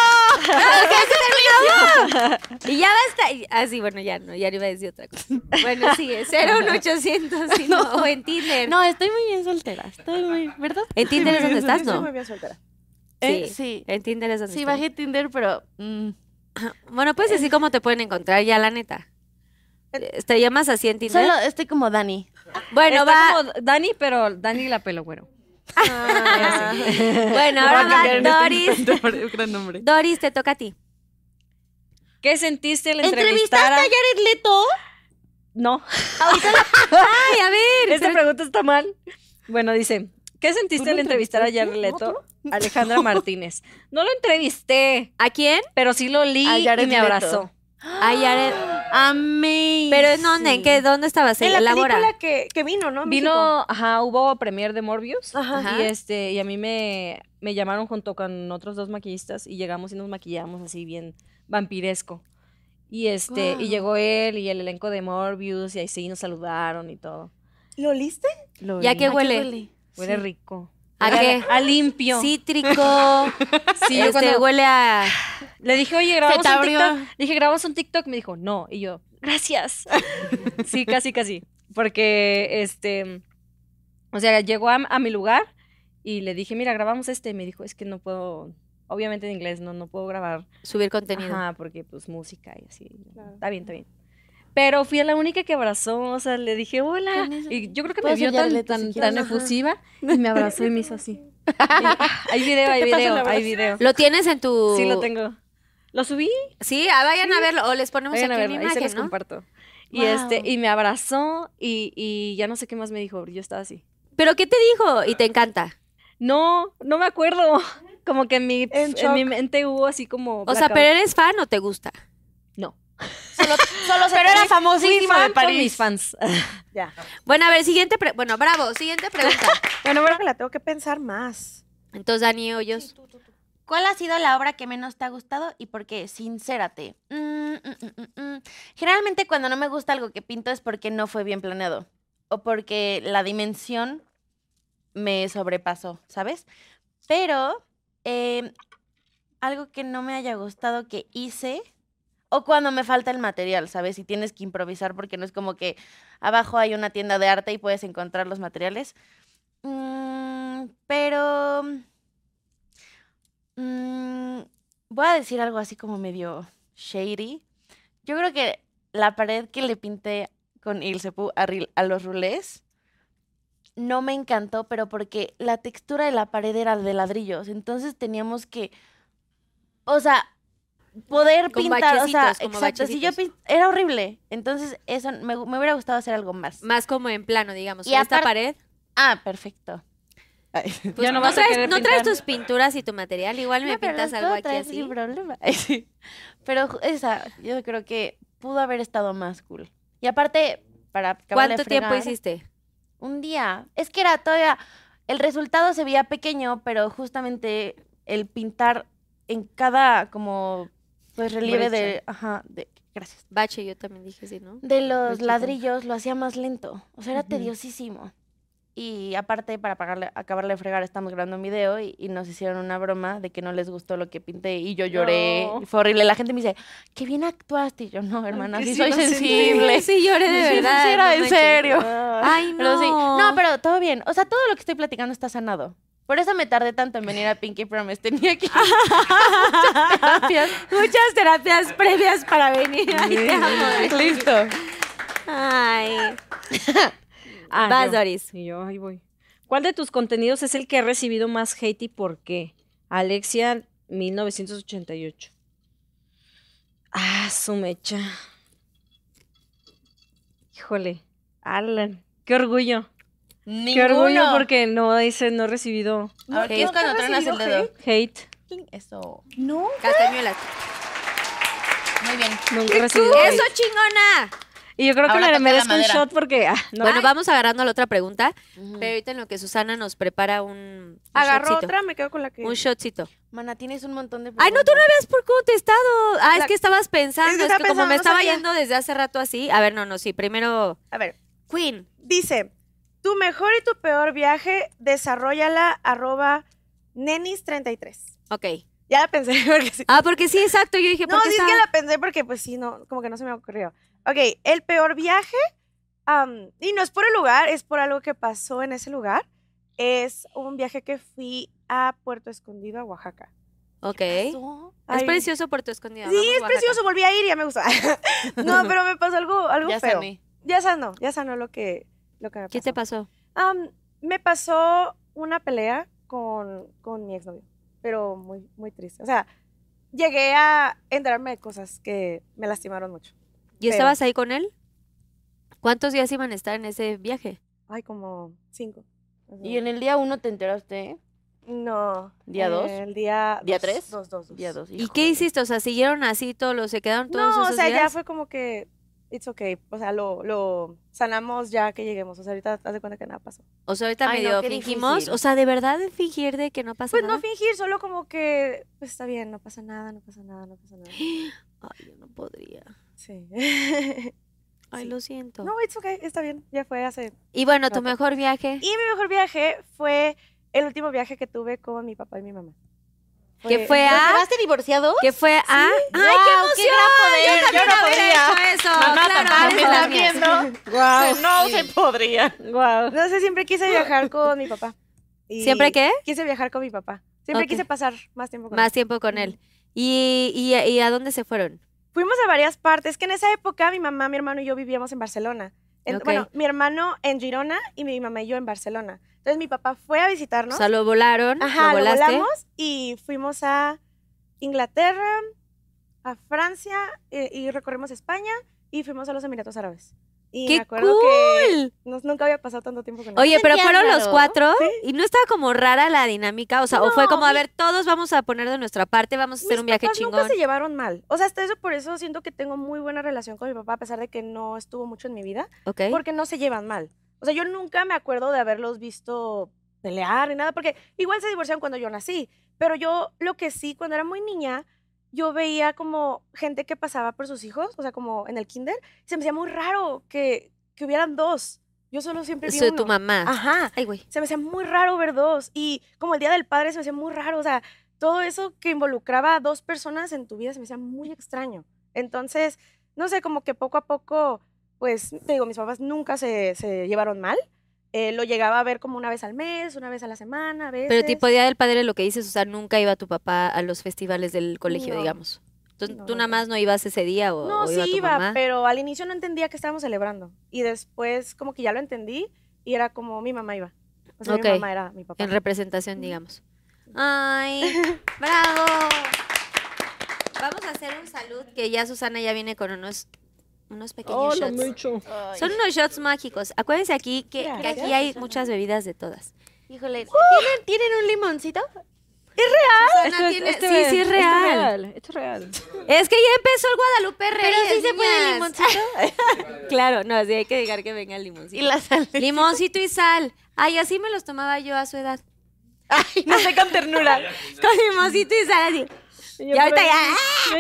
Speaker 6: Y ya basta. Ah, sí, bueno, ya no iba a decir otra cosa. Bueno, sigue. 01800 sí, no, o en Tinder.
Speaker 5: No, estoy muy bien soltera. Estoy muy, ¿verdad?
Speaker 6: En Tinder es donde estás,
Speaker 4: Estoy
Speaker 6: ¿no?
Speaker 4: muy bien soltera.
Speaker 5: Sí.
Speaker 6: En Tinder es donde
Speaker 5: Sí,
Speaker 6: estás.
Speaker 5: bajé Tinder, pero
Speaker 6: Bueno, pues así como te pueden encontrar ya, la neta. ¿Te llamas así en Tinder?
Speaker 5: solo estoy como Dani.
Speaker 6: Bueno,
Speaker 1: Está
Speaker 6: va.
Speaker 1: como Dani, pero Dani la pelo güero.
Speaker 6: Bueno, ahora va Doris.
Speaker 5: Gran nombre.
Speaker 6: Doris, te toca a ti.
Speaker 1: ¿Qué sentiste al
Speaker 5: ¿Entrevistaste
Speaker 1: entrevistar
Speaker 5: a Jared Leto?
Speaker 1: No,
Speaker 6: Ay, a ver.
Speaker 1: esta pregunta está mal. Bueno, dice, ¿Qué sentiste al entrevistar a Jared Leto? Alejandra Martínez. No lo entrevisté,
Speaker 6: ¿A quién?
Speaker 1: pero sí lo li
Speaker 5: A
Speaker 1: y
Speaker 5: Jared
Speaker 1: me
Speaker 5: Leto.
Speaker 1: abrazó.
Speaker 6: A Jared.
Speaker 5: Amazing.
Speaker 6: Pero ¿en dónde? ¿En qué? ¿Dónde estabas?
Speaker 4: En la
Speaker 6: Elabora.
Speaker 4: película que vino, ¿no? México.
Speaker 1: Vino, ajá, hubo premier de Morbius.
Speaker 4: Ajá.
Speaker 1: Y a mí me llamaron junto con otros 2 maquillistas y llegamos y nos maquillamos así bien vampiresco. Y y llegó él y el elenco de Morbius y ahí sí nos saludaron y todo.
Speaker 4: ¿Lo oliste?
Speaker 1: Lo
Speaker 6: ¿Ya
Speaker 1: vi.
Speaker 6: qué
Speaker 5: ¿A qué
Speaker 6: huele?
Speaker 1: Huele rico.
Speaker 6: ¿A
Speaker 1: Huele
Speaker 6: qué?
Speaker 1: A limpio.
Speaker 6: Cítrico.
Speaker 1: Sí, yo cuando
Speaker 6: huele a...
Speaker 1: le dije, oye, grabamos
Speaker 5: te
Speaker 1: un
Speaker 5: abrió.
Speaker 1: TikTok. Dije, grabamos un TikTok. Me dijo, no. Y yo, gracias. Sí, casi. Porque, o sea, llegó a mi lugar y le dije, mira, grabamos y me dijo, es que no puedo, obviamente en inglés, no puedo grabar.
Speaker 6: Subir contenido.
Speaker 1: Ajá, porque pues música y así. Está bien. Pero fui a la única que abrazó, o sea, le dije, hola.
Speaker 5: ¿Quién es?
Speaker 1: Y yo creo que me
Speaker 5: ¿Puedo
Speaker 1: vio
Speaker 5: sellar
Speaker 1: tan,
Speaker 5: el leto si
Speaker 1: tan,
Speaker 5: quieres?
Speaker 1: tan
Speaker 5: Ajá.
Speaker 1: efusiva y me abrazó y me hizo así. Hay video, hay video.
Speaker 6: ¿Lo tienes en tu...?
Speaker 1: Sí, lo tengo. ¿Lo subí?
Speaker 6: Sí, vayan a verlo. O les ponemos
Speaker 1: Vayan a
Speaker 6: aquí
Speaker 1: verlo,
Speaker 6: una
Speaker 1: ahí se
Speaker 6: imagen,
Speaker 1: los
Speaker 6: ¿no?
Speaker 1: comparto. Y
Speaker 5: Wow.
Speaker 1: y me abrazó y ya no sé qué más me dijo, yo estaba así.
Speaker 6: ¿Pero qué te dijo? Y te encanta.
Speaker 1: No me acuerdo. Como que en mi
Speaker 4: shock.
Speaker 1: mente hubo así como
Speaker 6: O sea,
Speaker 1: blackout.
Speaker 6: ¿pero eres fan o te gusta?
Speaker 1: No.
Speaker 5: Solo pero era famosísimo de
Speaker 1: Fan con mis
Speaker 5: París.
Speaker 1: fans.
Speaker 4: Ya.
Speaker 6: Bueno, a ver, siguiente bravo, siguiente pregunta.
Speaker 4: Bueno, creo que la tengo que pensar más.
Speaker 6: Entonces, Dani Hoyos.
Speaker 5: ¿Cuál ha sido la obra que menos te ha gustado y por qué? Sincérate. Generalmente cuando no me gusta algo que pinto es porque no fue bien planeado o porque la dimensión me sobrepasó, ¿sabes? Pero algo que no me haya gustado que hice o cuando me falta el material, ¿sabes? Y tienes que improvisar porque no es como que abajo hay una tienda de arte y puedes encontrar los materiales. Pero voy a decir algo así como medio shady. Yo creo que la pared que le pinté con Il Sepú a los rulés no me encantó, pero porque la textura de la pared era de ladrillos. Entonces teníamos que, o sea, poder
Speaker 6: Con
Speaker 5: pintar, o sea,
Speaker 6: bachecitos, como
Speaker 5: exacto. Si yo
Speaker 6: bachecitos.
Speaker 5: era horrible. Entonces eso me hubiera gustado hacer algo más.
Speaker 6: Más como en plano, digamos.
Speaker 5: Y
Speaker 6: Y esta
Speaker 5: aparte-
Speaker 6: pared.
Speaker 5: Ah, perfecto.
Speaker 6: Pues,
Speaker 1: Ya no vas a querer
Speaker 6: ¿no traes
Speaker 1: pintar.
Speaker 6: tus pinturas y tu material? Igual me
Speaker 5: No, pero
Speaker 6: pintas
Speaker 5: las
Speaker 6: algo
Speaker 5: puedo
Speaker 6: aquí
Speaker 5: traer
Speaker 6: así.
Speaker 5: sin problema. Sí. Pero esa, yo creo que pudo haber estado más cool. Y aparte, para acabar de
Speaker 6: ¿Cuánto tiempo
Speaker 5: fregar,
Speaker 6: hiciste?
Speaker 5: Un día. Es que era todavía, el resultado se veía pequeño, pero justamente el pintar en cada como pues relieve de, ajá, gracias.
Speaker 6: Bache, yo también dije sí, ¿no?
Speaker 5: De los
Speaker 6: Brechita.
Speaker 5: ladrillos lo hacía más lento. O sea, era
Speaker 1: Ujú.
Speaker 5: tediosísimo. Y aparte, para acabarle de fregar, estamos grabando un video y nos hicieron una broma de que no les gustó lo que pinté y yo lloré.
Speaker 1: No.
Speaker 5: Y fue horrible. La gente me dice, qué bien actuaste. Y yo, no, hermana,
Speaker 1: que
Speaker 5: sí
Speaker 1: sí
Speaker 5: soy
Speaker 1: lo sentí.
Speaker 5: sensible.
Speaker 6: Sí, lloré de
Speaker 5: Sí,
Speaker 6: verdad.
Speaker 5: sí, era
Speaker 6: no
Speaker 5: en
Speaker 6: manches.
Speaker 5: serio.
Speaker 6: Ay, no.
Speaker 5: Pero sí. No, pero todo bien. O sea, todo lo que estoy platicando está sanado. Por eso me tardé tanto en venir a Pinky Promise. Tenía que ir a muchas terapias.
Speaker 6: Muchas terapias previas para venir. Ay, te amo.
Speaker 5: Listo.
Speaker 6: Ay.
Speaker 1: Ah,
Speaker 6: Vas,
Speaker 1: yo.
Speaker 6: Doris.
Speaker 1: Y yo, ahí voy. ¿Cuál de tus contenidos es el que ha recibido más hate y por qué? Alexia, 1988. Ah, su mecha. Híjole. Alan. Qué orgullo. Qué orgullo porque no dice, no he recibido
Speaker 5: A ver, ¿qué es cuando truenas el dedo?
Speaker 1: hate.
Speaker 5: Eso.
Speaker 4: No.
Speaker 6: Castañuelas.
Speaker 5: Muy bien.
Speaker 1: Nunca he recibido
Speaker 6: ¡Eso,
Speaker 1: hate.
Speaker 6: chingona!
Speaker 1: Y yo creo que
Speaker 5: Ahora
Speaker 1: me
Speaker 5: toca la
Speaker 1: merezco un
Speaker 5: madera.
Speaker 1: shot porque... no.
Speaker 6: Bueno, vamos agarrando la otra pregunta.
Speaker 5: Ujú.
Speaker 6: Pero ahorita en lo que Susana nos prepara un
Speaker 4: Agarro
Speaker 6: shotcito.
Speaker 4: otra, me quedo con la que.
Speaker 6: Un shotcito.
Speaker 5: Mana, tienes un montón de
Speaker 6: Ay, no, tú no habías por contestado. Ah, es
Speaker 4: La-
Speaker 6: que estabas pensando.
Speaker 4: Es que
Speaker 6: Es
Speaker 4: estaba
Speaker 6: que como me
Speaker 4: pensando, no
Speaker 6: estaba
Speaker 4: sabía.
Speaker 6: yendo desde hace rato así. A ver, no, sí. Primero,
Speaker 4: A ver,
Speaker 6: Queen.
Speaker 4: dice: tu mejor y tu peor viaje, desarrollala @nenis33.
Speaker 6: Ok.
Speaker 4: Ya la pensé, porque sí.
Speaker 6: Ah, porque sí, exacto. Yo dije,
Speaker 4: No,
Speaker 6: ¿por qué
Speaker 4: sí es
Speaker 6: estaba-
Speaker 4: que la pensé porque, pues sí, no, como que no se me ocurrió. Ok, el peor viaje, y no es por el lugar, es por algo que pasó en ese lugar. Es un viaje que fui a Puerto Escondido, a Oaxaca.
Speaker 6: Ok.
Speaker 5: pasó?
Speaker 6: Es
Speaker 4: Ay.
Speaker 6: precioso Puerto Escondido.
Speaker 4: Sí,
Speaker 6: Vamos,
Speaker 4: es
Speaker 6: Oaxaca.
Speaker 4: precioso, volví a ir y ya me gustó. No, pero me pasó algo
Speaker 5: Ya
Speaker 4: feo.
Speaker 5: sané.
Speaker 4: Ya sanó lo que me pasó.
Speaker 6: ¿Qué te pasó?
Speaker 4: Me pasó una pelea con mi exnovio, pero muy, muy triste. O sea, llegué a enterarme de cosas que me lastimaron mucho.
Speaker 6: ¿Y estabas ahí con él? ¿Cuántos días iban a estar en ese viaje?
Speaker 4: Ay, como 5.
Speaker 5: ¿Y en el día 1 te enteraste?
Speaker 4: No.
Speaker 5: ¿Día 2?
Speaker 4: El día...
Speaker 5: ¿Día
Speaker 4: dos,
Speaker 5: 3?
Speaker 4: Dos.
Speaker 5: Día 2.
Speaker 6: ¿Y qué hiciste? O sea, ¿siguieron así se quedaron todos
Speaker 4: No,
Speaker 6: esos
Speaker 4: o sea, ya
Speaker 6: días?
Speaker 4: fue como que, it's okay. O sea, lo sanamos ya que lleguemos. O sea, ahorita haz de cuenta que nada pasó.
Speaker 6: O sea, ahorita
Speaker 5: Ay, no,
Speaker 6: medio
Speaker 5: qué
Speaker 6: fingimos.
Speaker 5: difícil.
Speaker 6: O sea, ¿de verdad fingir de que no pasa
Speaker 4: Pues
Speaker 6: nada?
Speaker 4: no fingir, solo como que, pues está bien, no pasa nada, no pasa nada, no pasa nada.
Speaker 6: Ay, yo no podría.
Speaker 4: Sí.
Speaker 6: Ay,
Speaker 4: Sí.
Speaker 6: lo siento.
Speaker 4: No, it's okay, está bien. Ya fue hace...
Speaker 6: Y bueno, tu
Speaker 4: rato.
Speaker 6: mejor viaje.
Speaker 4: Y mi mejor viaje fue el último viaje que tuve con mi papá y mi mamá.
Speaker 6: ¿Qué fue
Speaker 5: ¿Los
Speaker 6: a?
Speaker 5: llevaste divorciados?
Speaker 6: ¿Qué fue a? ¡Ay, qué
Speaker 5: ¡Guau,
Speaker 6: emoción!
Speaker 5: qué gran poder!
Speaker 6: Yo también
Speaker 5: Yo no
Speaker 6: habría
Speaker 5: podría.
Speaker 6: hecho eso.
Speaker 5: Mamá,
Speaker 6: claro,
Speaker 5: papá,
Speaker 6: eres
Speaker 5: ¿me
Speaker 6: las
Speaker 5: están
Speaker 6: mías.
Speaker 5: viendo?
Speaker 1: Wow.
Speaker 5: No se podría.
Speaker 1: Wow.
Speaker 4: No sé, siempre quise viajar con mi papá. Y
Speaker 6: ¿Siempre qué?
Speaker 4: Quise viajar con mi papá. Siempre
Speaker 6: Ok.
Speaker 4: quise pasar más tiempo con
Speaker 6: Más
Speaker 4: él.
Speaker 6: tiempo con él. ¿Y a dónde se fueron?
Speaker 4: Fuimos a varias partes, que en esa época mi mamá, mi hermano y yo vivíamos en Barcelona.
Speaker 6: Ok.
Speaker 4: Bueno, mi hermano en Girona y mi mamá y yo en Barcelona. Entonces mi papá fue a visitarnos.
Speaker 6: O sea, lo volaron,
Speaker 4: Ajá,
Speaker 6: lo
Speaker 4: lo
Speaker 6: volaste.
Speaker 4: volamos y fuimos a Inglaterra, a Francia y recorrimos España y fuimos a los Emiratos Árabes. Y
Speaker 6: ¡Qué
Speaker 4: me acuerdo que
Speaker 6: cool!
Speaker 4: nunca había pasado tanto tiempo con él.
Speaker 6: Oye, pero
Speaker 5: sentías
Speaker 6: fueron los
Speaker 5: raro?
Speaker 6: 4 y no estaba como rara la dinámica, o sea, o fue
Speaker 4: No,
Speaker 6: como, a ver, todos vamos a poner de nuestra parte, vamos a hacer
Speaker 4: Mis
Speaker 6: un viaje
Speaker 4: papás
Speaker 6: chingón.
Speaker 4: nunca se llevaron mal. O sea, hasta eso, por eso siento que tengo muy buena relación con mi papá, a pesar de que no estuvo mucho en mi vida,
Speaker 6: ¿Ok?
Speaker 4: porque no se llevan mal. O sea, yo nunca me acuerdo de haberlos visto pelear ni nada, porque igual se divorciaron cuando yo nací. Pero yo, lo que sí, cuando era muy niña, yo veía como gente que pasaba por sus hijos, o sea, como en el kinder, se me hacía muy raro que hubieran dos. Yo solo siempre vi
Speaker 6: Soy
Speaker 4: uno.
Speaker 6: tu mamá.
Speaker 4: Ajá.
Speaker 6: Ay, güey.
Speaker 4: Se me hacía muy raro ver dos. Y como el Día del Padre se me hacía muy raro. O sea, todo eso que involucraba a dos personas en tu vida se me hacía muy extraño. Entonces, no sé, como que poco a poco, pues, te digo, mis papás nunca se llevaron mal. Lo llegaba a ver como una vez al mes, una vez a la semana, a veces.
Speaker 6: Pero tipo Día del Padre, lo que dices, o sea, nunca iba tu papá a los festivales del colegio,
Speaker 4: No.
Speaker 6: digamos. Entonces,
Speaker 4: No,
Speaker 6: ¿tú nada
Speaker 4: no.
Speaker 6: más no ibas ese día o,
Speaker 4: No,
Speaker 6: o iba
Speaker 4: sí
Speaker 6: tu
Speaker 4: iba,
Speaker 6: mamá?
Speaker 4: pero al inicio no entendía que estábamos celebrando. Y después como que ya lo entendí y era como mi mamá iba. O sea,
Speaker 6: Ok.
Speaker 4: mi mamá era mi papá.
Speaker 6: En representación, digamos. ¡Ay! ¡Bravo! Vamos a hacer un salud, que ya Susana ya viene con unos pequeños
Speaker 1: Hola,
Speaker 6: shots.
Speaker 1: mucho.
Speaker 6: Son unos shots mágicos. Acuérdense aquí que
Speaker 4: Gracias,
Speaker 6: aquí hay
Speaker 5: Susana.
Speaker 6: muchas bebidas de todas.
Speaker 5: Híjole, ¿tienen un limoncito?
Speaker 6: Susana tiene... sí, sí es real.
Speaker 1: Esto es real.
Speaker 6: Es que ya empezó el Guadalupe Reyes,
Speaker 5: Pero sí se puede
Speaker 6: niñas.
Speaker 5: limoncito.
Speaker 6: Claro, no, sí hay que dejar que venga el limoncito.
Speaker 5: Y la sal.
Speaker 6: Limoncito y sal. Ay, así me los tomaba yo a su edad.
Speaker 5: Ay, no sé, con ternura.
Speaker 6: Con limoncito y sal así. Y ahorita ya...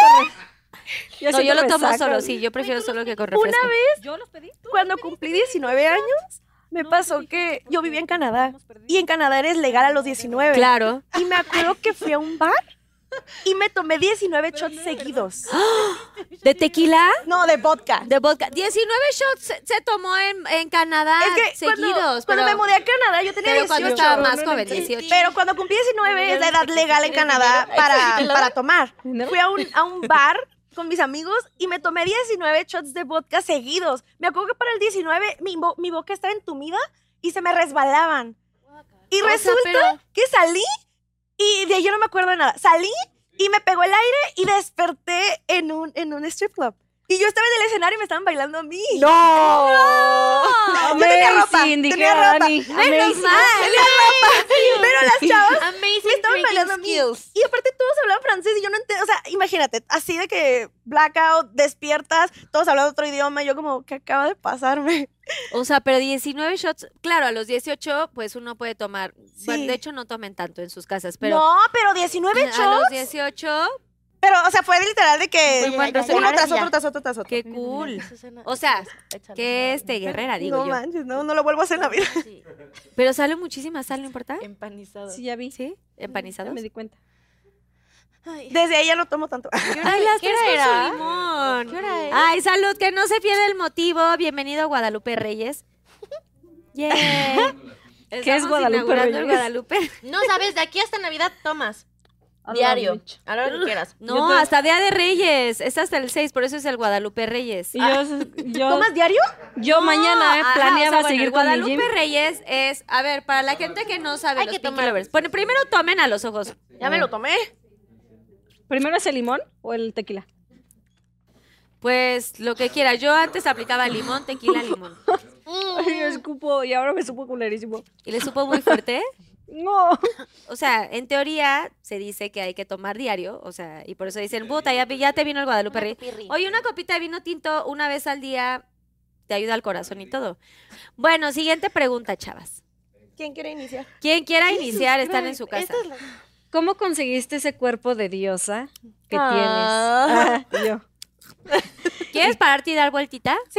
Speaker 6: No, yo lo tomo solo, sí, yo prefiero solo que con refresco.
Speaker 4: Una vez,
Speaker 1: Yo los pedí.
Speaker 4: cuando cumplí 19 años, me pasó que yo vivía en Canadá. Y en Canadá eres legal a los 19.
Speaker 6: Claro.
Speaker 4: Y me acuerdo que fui a un bar y me tomé 19 shots seguidos.
Speaker 6: ¿De tequila?
Speaker 4: No, de vodka.
Speaker 6: De vodka. 19 shots se tomó en Canadá
Speaker 4: Es que
Speaker 6: seguidos.
Speaker 4: cuando me
Speaker 6: pero-
Speaker 4: mudé a Canadá yo tenía
Speaker 6: pero
Speaker 4: 18.
Speaker 6: cuando estaba más joven, 18.
Speaker 4: Pero cuando cumplí 19 es la edad legal en Canadá para tomar. Fui a un bar con mis amigos y me tomé 19 shots de vodka seguidos. Me acuerdo que para el 19 mi boca estaba entumida y se me resbalaban. Y
Speaker 6: O sea,
Speaker 4: resulta
Speaker 6: pero-
Speaker 4: que salí y de ahí yo no me acuerdo de nada. Salí y me pegó el aire y desperté en un strip club. Y yo estaba en el escenario y me estaban bailando a mí.
Speaker 1: ¡No!
Speaker 4: Yo tenía ropa,
Speaker 1: Amazing, dije,
Speaker 4: tenía ropa.
Speaker 1: Dani.
Speaker 6: Menos
Speaker 1: Amazing.
Speaker 6: mal.
Speaker 4: Pero las chavas me
Speaker 5: Amazing
Speaker 4: estaban
Speaker 5: drinking
Speaker 4: bailando a mí.
Speaker 5: skills.
Speaker 4: Y aparte todos hablaban francés y yo no entendía. O sea, imagínate, así de que blackout, despiertas, todos hablando otro idioma. Y yo como, ¿qué acaba de pasarme?
Speaker 6: O sea, pero 19 shots, claro, a los 18 pues uno puede tomar. Bueno,
Speaker 4: Sí.
Speaker 6: de hecho no tomen tanto en sus casas, pero
Speaker 4: No, pero 19
Speaker 6: a los
Speaker 4: shots.
Speaker 6: 18,
Speaker 4: Pero, o sea, fue literal de que
Speaker 5: Fue cuando se
Speaker 4: uno
Speaker 5: iba
Speaker 4: tras
Speaker 5: ya.
Speaker 4: otro, tras otro, tras otro.
Speaker 6: qué cool.
Speaker 5: Susana,
Speaker 6: O sea,
Speaker 5: échale.
Speaker 6: que guerrera, digo
Speaker 4: No
Speaker 6: yo.
Speaker 4: manches, no lo vuelvo a hacer en la vida.
Speaker 5: Sí,
Speaker 6: Pero sale muchísima sal, ¿no importa?
Speaker 5: empanizado.
Speaker 1: Sí, ya vi.
Speaker 6: ¿Sí?
Speaker 1: Ya
Speaker 6: ¿Empanizados?
Speaker 1: me di cuenta.
Speaker 5: Ay,
Speaker 4: Desde ahí ya no tomo tanto.
Speaker 6: Ay, las
Speaker 5: ¿qué
Speaker 6: tres
Speaker 5: hora
Speaker 6: con
Speaker 5: era?
Speaker 6: su limón.
Speaker 5: ¿Qué hora es?
Speaker 6: Ay, salud, que no se pierda el motivo. Bienvenido a Guadalupe Reyes. Yeah.
Speaker 1: ¿Qué es
Speaker 6: Estamos
Speaker 1: Guadalupe
Speaker 6: inaugurando el
Speaker 1: Reyes?
Speaker 6: Guadalupe.
Speaker 5: No sabes, de aquí hasta Navidad tomas.
Speaker 1: A la
Speaker 5: Diario.
Speaker 1: mecha.
Speaker 5: A lo que quieras.
Speaker 6: No, hasta Día de Reyes. Es hasta el 6, por eso es el Guadalupe Reyes.
Speaker 1: Y yo,
Speaker 4: ¿Tomas diario?
Speaker 1: yo mañana
Speaker 6: Ajá,
Speaker 1: planeaba
Speaker 6: o sea, bueno,
Speaker 1: seguir
Speaker 6: el
Speaker 1: con el
Speaker 6: Guadalupe
Speaker 1: gym.
Speaker 6: Reyes es, a ver, para la gente que no sabe,
Speaker 5: Hay
Speaker 6: los
Speaker 5: que
Speaker 6: Pinky
Speaker 5: tomar.
Speaker 6: Lovers. Bueno, primero tomen a los ojos.
Speaker 4: Ya me lo tomé.
Speaker 1: ¿Primero es el limón o el tequila?
Speaker 6: Pues lo que quiera. Yo antes aplicaba limón, tequila, limón.
Speaker 1: Ay, escupo y ahora me supo culerísimo.
Speaker 6: ¿Y le supo muy fuerte?
Speaker 1: No.
Speaker 6: O sea, en teoría se dice que hay que tomar diario, o sea, y por eso dicen, puta, ya te vino el Guadalupe Rey. Oye, una copita de vino tinto una vez al día te ayuda al corazón y todo. Bueno, siguiente pregunta, chavas.
Speaker 4: ¿Quién quiere iniciar?
Speaker 6: Quien quiera iniciar, están en su casa.
Speaker 1: ¿Cómo conseguiste ese cuerpo de diosa que
Speaker 4: Ah.
Speaker 1: tienes? Yo.
Speaker 6: ¿Quieres pararte y dar vueltita?
Speaker 4: Sí.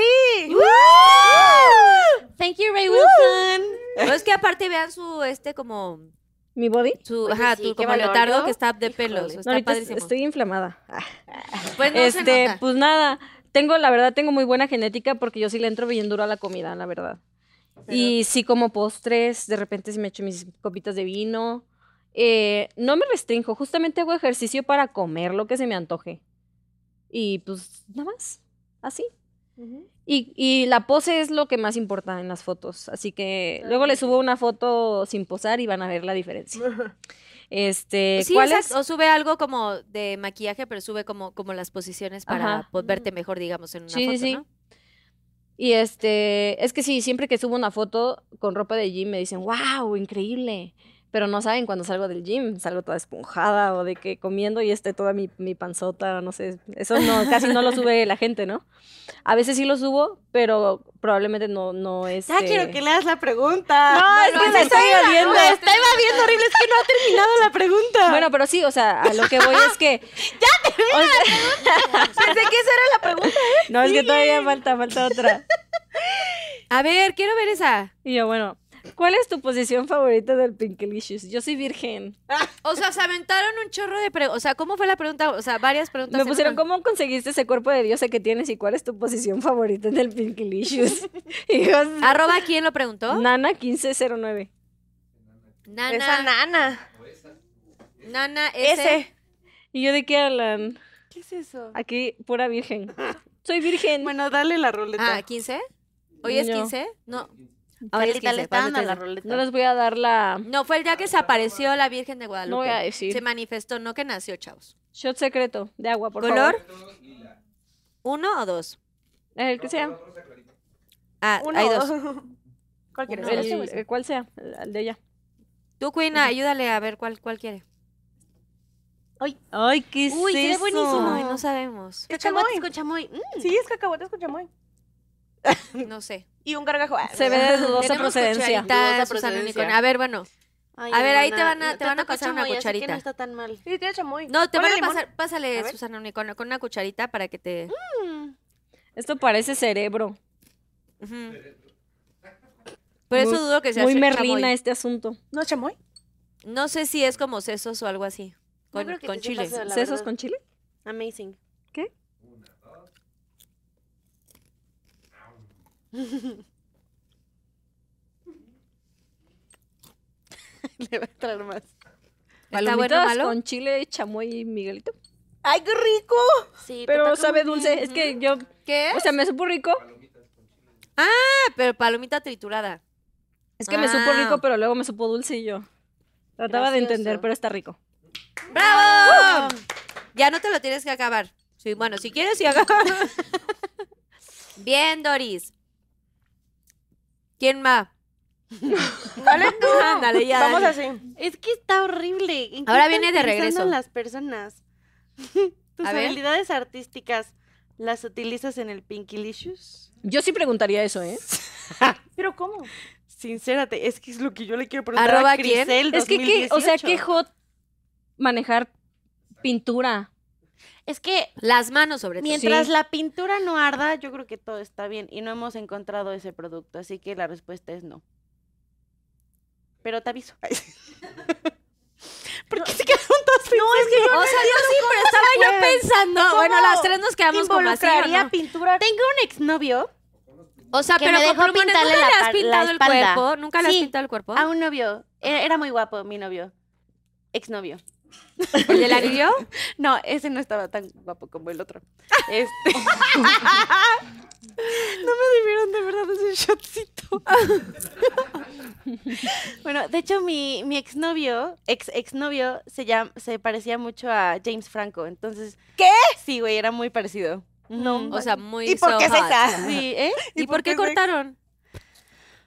Speaker 5: Thank you, Ray Wilson.
Speaker 6: No, es que aparte vean su, como,
Speaker 1: ¿Mi body?
Speaker 6: su,
Speaker 5: Oye,
Speaker 6: ajá,
Speaker 5: sí,
Speaker 6: tu,
Speaker 5: qué
Speaker 6: como
Speaker 5: valor,
Speaker 6: leotardo
Speaker 5: ¿no?
Speaker 6: que está de
Speaker 5: Híjole.
Speaker 6: pelos.
Speaker 1: No,
Speaker 6: Está
Speaker 1: ahorita
Speaker 6: padrísimo.
Speaker 1: estoy inflamada.
Speaker 6: Pues no se nota.
Speaker 1: Pues nada, la verdad tengo muy buena genética porque yo sí le entro bien duro a la comida, la verdad. Y sí como postres, de repente sí me echo mis copitas de vino. No me restrinjo, justamente hago ejercicio para comer lo que se me antoje. Y pues nada más, así. Y la pose es lo que más importa en las fotos, así que luego les subo una foto sin posar y van a ver la diferencia.
Speaker 6: Sí,
Speaker 1: ¿cuál
Speaker 6: exacto.
Speaker 1: es?
Speaker 6: O sube algo como de maquillaje, pero sube como las posiciones para
Speaker 1: Ajá.
Speaker 6: verte mejor, digamos, en una
Speaker 1: Sí,
Speaker 6: foto,
Speaker 1: sí, sí.
Speaker 6: ¿no?
Speaker 1: Y es que sí, siempre que subo una foto con ropa de gym me dicen, wow, increíble. Pero no saben cuando salgo del gym, salgo toda esponjada o de que comiendo y esté toda mi panzota, no sé. Eso no, casi no lo sube la gente, ¿no? A veces sí lo subo, pero probablemente no es.
Speaker 5: Ya quiero que leas la pregunta.
Speaker 1: No, es que me estoy evadiendo.
Speaker 5: Me está evadiendo horrible, es que no ha terminado la pregunta.
Speaker 1: Bueno, pero sí, o sea, a lo que voy es que.
Speaker 4: Pensé que esa era la pregunta.
Speaker 1: No, es que todavía falta otra.
Speaker 6: A ver, quiero ver esa.
Speaker 1: Y yo, bueno, ¿cuál es tu posición favorita del Pinkelicious? Yo soy virgen.
Speaker 6: O sea, se aventaron un chorro de preguntas. O sea, ¿cómo fue la pregunta? O sea, varias preguntas.
Speaker 1: Me
Speaker 6: en
Speaker 1: pusieron,
Speaker 6: una.
Speaker 1: ¿cómo conseguiste ese cuerpo de diosa que tienes y cuál es tu posición favorita en el Pinkelicious? Hijos.
Speaker 6: ¿Arroba quién lo preguntó?
Speaker 1: Nana1509.
Speaker 6: Nana.
Speaker 4: Esa nana.
Speaker 6: Nana S.
Speaker 4: Ese.
Speaker 1: ¿Y yo de qué hablan?
Speaker 5: ¿Qué es eso?
Speaker 1: Aquí, pura virgen. Soy virgen.
Speaker 5: Bueno, dale la ruleta.
Speaker 6: Ah, ¿15? ¿Hoy es
Speaker 1: No.
Speaker 6: 15? No. Hoy es
Speaker 5: Ahorita
Speaker 6: 15.
Speaker 5: le está
Speaker 6: ¿cuándo
Speaker 5: dando la
Speaker 6: te-
Speaker 5: ruleta.
Speaker 1: No les voy a dar la
Speaker 6: No, fue el día que se apareció la Virgen de Guadalupe.
Speaker 1: No voy a decir.
Speaker 6: Se manifestó, no que nació, chavos.
Speaker 1: shot secreto de agua, por
Speaker 6: ¿Color?
Speaker 1: favor.
Speaker 6: ¿1 o 2?
Speaker 1: El que sea.
Speaker 6: Ah,
Speaker 4: Uno.
Speaker 6: hay 2.
Speaker 4: ¿Cuál quieres?
Speaker 1: El cual sea. El de ella.
Speaker 6: Tú, Queen, ayúdale a ver cuál quiere.
Speaker 1: Ay, ¿qué es
Speaker 5: Uy, se ve
Speaker 1: eso?
Speaker 5: buenísimo.
Speaker 6: Ay, no sabemos.
Speaker 4: Es
Speaker 5: Cacahuates
Speaker 4: chamoy.
Speaker 5: con chamoy.
Speaker 4: Sí, es cacahuates con chamoy.
Speaker 6: No sé.
Speaker 4: Y un gargajo.
Speaker 1: Se ve de dudosa
Speaker 6: Tenemos
Speaker 1: procedencia.
Speaker 6: cucharita,
Speaker 5: Dudosa
Speaker 6: Susana
Speaker 5: procedencia.
Speaker 6: Unicornio. A ver, bueno.
Speaker 5: Ay,
Speaker 6: A ver, ahí
Speaker 5: hermana,
Speaker 6: te van a
Speaker 5: tocó
Speaker 6: pasar una
Speaker 5: chamoy, así que
Speaker 6: cucharita.
Speaker 5: no está tan mal.
Speaker 4: Sí, tiene chamoy.
Speaker 6: No, te
Speaker 4: Ponle
Speaker 6: van a
Speaker 4: limón.
Speaker 6: pasar, pásale,
Speaker 4: A ver.
Speaker 6: Susana Unicornio, con una cucharita para que te...
Speaker 1: Esto parece cerebro.
Speaker 6: Ujú. Por eso
Speaker 1: Muy-
Speaker 6: dudo que sea
Speaker 1: Muy
Speaker 6: chamoy.
Speaker 1: merlina este asunto.
Speaker 4: ¿No es chamoy?
Speaker 6: No sé si es como sesos o algo así.
Speaker 5: Yo
Speaker 6: Con,
Speaker 5: creo que
Speaker 6: con
Speaker 5: sí se
Speaker 6: chile.
Speaker 5: pasó. La
Speaker 1: ¿Sesos
Speaker 5: verdad.
Speaker 1: con chile?
Speaker 5: Amazing.
Speaker 1: ¿Qué?
Speaker 5: Le va a traer más.
Speaker 6: ¿Está bueno o
Speaker 1: Palomitas
Speaker 6: malo?
Speaker 1: con chile, chamoy y Miguelito.
Speaker 4: ¡Ay, qué rico!
Speaker 5: Sí,
Speaker 1: Pero
Speaker 5: toca
Speaker 1: sabe
Speaker 5: muy
Speaker 1: dulce.
Speaker 5: bien.
Speaker 1: Es que yo.
Speaker 6: ¿Qué?
Speaker 1: O sea, me supo rico.
Speaker 6: Ah, pero palomita triturada.
Speaker 1: Es que me supo
Speaker 6: Ah.
Speaker 1: rico, pero luego me supo dulce y yo. Trataba de
Speaker 5: Gracioso.
Speaker 1: entender, pero está rico.
Speaker 6: ¡Bravo! Ya no te lo tienes que acabar. Sí, bueno, si quieres, sí acabar. Bien, Doris. ¿Quién va?
Speaker 4: Dale tú.
Speaker 6: Ándale, ya.
Speaker 4: Vamos
Speaker 6: dale.
Speaker 4: así.
Speaker 5: Es que está horrible. ¿En qué
Speaker 6: Ahora
Speaker 5: están
Speaker 6: viene de
Speaker 5: pensando
Speaker 6: regreso.
Speaker 5: las personas? ¿Tus
Speaker 6: A ver.
Speaker 5: habilidades artísticas las utilizas en el Pinkylicious?
Speaker 1: Yo sí preguntaría eso, ¿eh?
Speaker 4: ¿Pero cómo?
Speaker 5: Sincérate, es que es lo que yo le quiero preguntar
Speaker 6: ¿Arroba
Speaker 5: a
Speaker 6: quién?
Speaker 5: Crisel
Speaker 1: Es que, o sea,
Speaker 5: 2018.
Speaker 1: qué hot manejar pintura.
Speaker 5: Es que
Speaker 6: Las manos, sobre todo.
Speaker 5: mientras
Speaker 1: Sí.
Speaker 5: la pintura no arda, yo creo que todo está bien y no hemos encontrado ese producto, así que la respuesta es no. Pero te aviso. ¿Por qué se quedaron todos
Speaker 6: O sea, yo sí, pero estaba yo pensando. Bueno,
Speaker 4: ¿Cómo
Speaker 6: las tres nos quedamos como así, ¿o
Speaker 4: involucraría
Speaker 6: no?
Speaker 4: pintura?
Speaker 5: Tengo un exnovio
Speaker 6: O sea,
Speaker 5: que
Speaker 6: pero
Speaker 5: me dejó
Speaker 6: con plumones,
Speaker 5: pintarle
Speaker 6: ¿nunca
Speaker 5: la
Speaker 6: le has
Speaker 5: par-
Speaker 6: pintado
Speaker 5: la
Speaker 6: el
Speaker 5: espalda.
Speaker 6: cuerpo? ¿Nunca le has
Speaker 5: Sí,
Speaker 6: pintado el cuerpo?
Speaker 5: a un novio. Era muy guapo mi novio. Exnovio.
Speaker 6: ¿El del anillo?
Speaker 5: No, ese no estaba tan guapo como el otro. No me debieron de verdad ese shotcito. Bueno, de hecho, mi exnovio, exnovio, se parecía mucho a James Franco. Entonces.
Speaker 4: ¿Qué?
Speaker 5: Sí, güey, era muy parecido.
Speaker 4: No.
Speaker 5: Ujú.
Speaker 6: O sea, muy
Speaker 4: ¿Y por
Speaker 6: so
Speaker 4: qué es
Speaker 6: hot.
Speaker 4: esa?
Speaker 5: Sí, ¿eh?
Speaker 6: ¿Y por qué
Speaker 4: es-
Speaker 6: cortaron?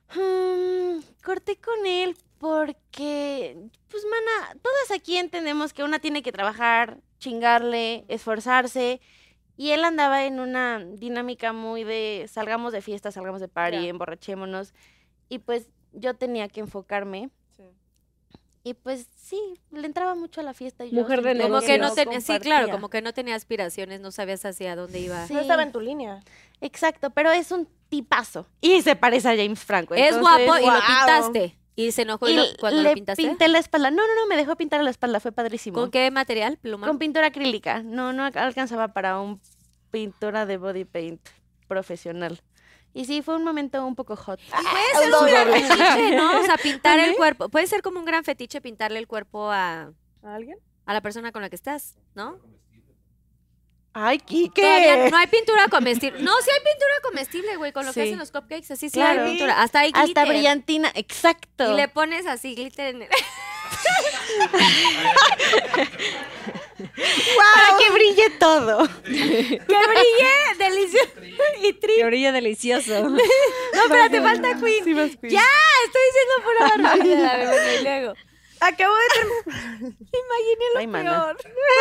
Speaker 5: Corté con él porque, pues, mana, todas aquí entendemos que una tiene que trabajar, chingarle, esforzarse. Y él andaba en una dinámica muy de salgamos de fiesta, salgamos de party, emborrachémonos. Y pues yo tenía que enfocarme.
Speaker 4: Sí.
Speaker 5: Y pues sí, le entraba mucho a la fiesta. Y
Speaker 1: Mujer
Speaker 5: yo
Speaker 1: de
Speaker 5: sentía
Speaker 6: Como que no
Speaker 5: lo
Speaker 6: tenía, sí, claro,
Speaker 5: compartía.
Speaker 6: como que no tenía aspiraciones, no sabías hacia dónde iba.
Speaker 5: Sí.
Speaker 4: No estaba en tu línea.
Speaker 5: Exacto, pero es un tipazo. Y se parece a James Franco.
Speaker 6: Es
Speaker 5: entonces,
Speaker 6: guapo y lo
Speaker 4: ¡guau!
Speaker 6: pintaste. ¿Y se enojó
Speaker 5: Y
Speaker 6: cuando
Speaker 5: le
Speaker 6: lo pintaste?
Speaker 5: pinté la espalda. No, me dejó pintar la espalda, fue padrísimo.
Speaker 6: ¿Con qué material? ¿Pluma?
Speaker 5: Con pintura acrílica. No alcanzaba para un pintura de body paint profesional. Y sí, fue un momento un poco hot.
Speaker 6: Puede ser un gran fetiche, ¿no? O sea, pintar el cuerpo. Puede ser como un gran fetiche pintarle el cuerpo a
Speaker 4: ¿A alguien?
Speaker 6: la persona con la que estás, ¿no?
Speaker 5: ¡Ay, Kike!
Speaker 6: Todavía no hay pintura comestible. No, sí hay pintura comestible, güey, con lo que
Speaker 5: Sí.
Speaker 6: hacen los cupcakes. Así sí
Speaker 5: Claro.
Speaker 6: hay pintura. Hasta hay glitter.
Speaker 5: Hasta brillantina, exacto.
Speaker 6: Y le pones así glitter en el...
Speaker 5: Para que brille todo.
Speaker 6: ¡Que brille! ¡Delicioso! Y
Speaker 1: Que brilla delicioso.
Speaker 6: No, espérate, falta Queen.
Speaker 5: Sí, más Queen.
Speaker 6: ¡Ya! Estoy diciendo pura barbaridad. A ver, bueno, y luego.
Speaker 4: Acabo de terminar.
Speaker 6: Imaginé lo
Speaker 5: Ay, mana.
Speaker 6: peor.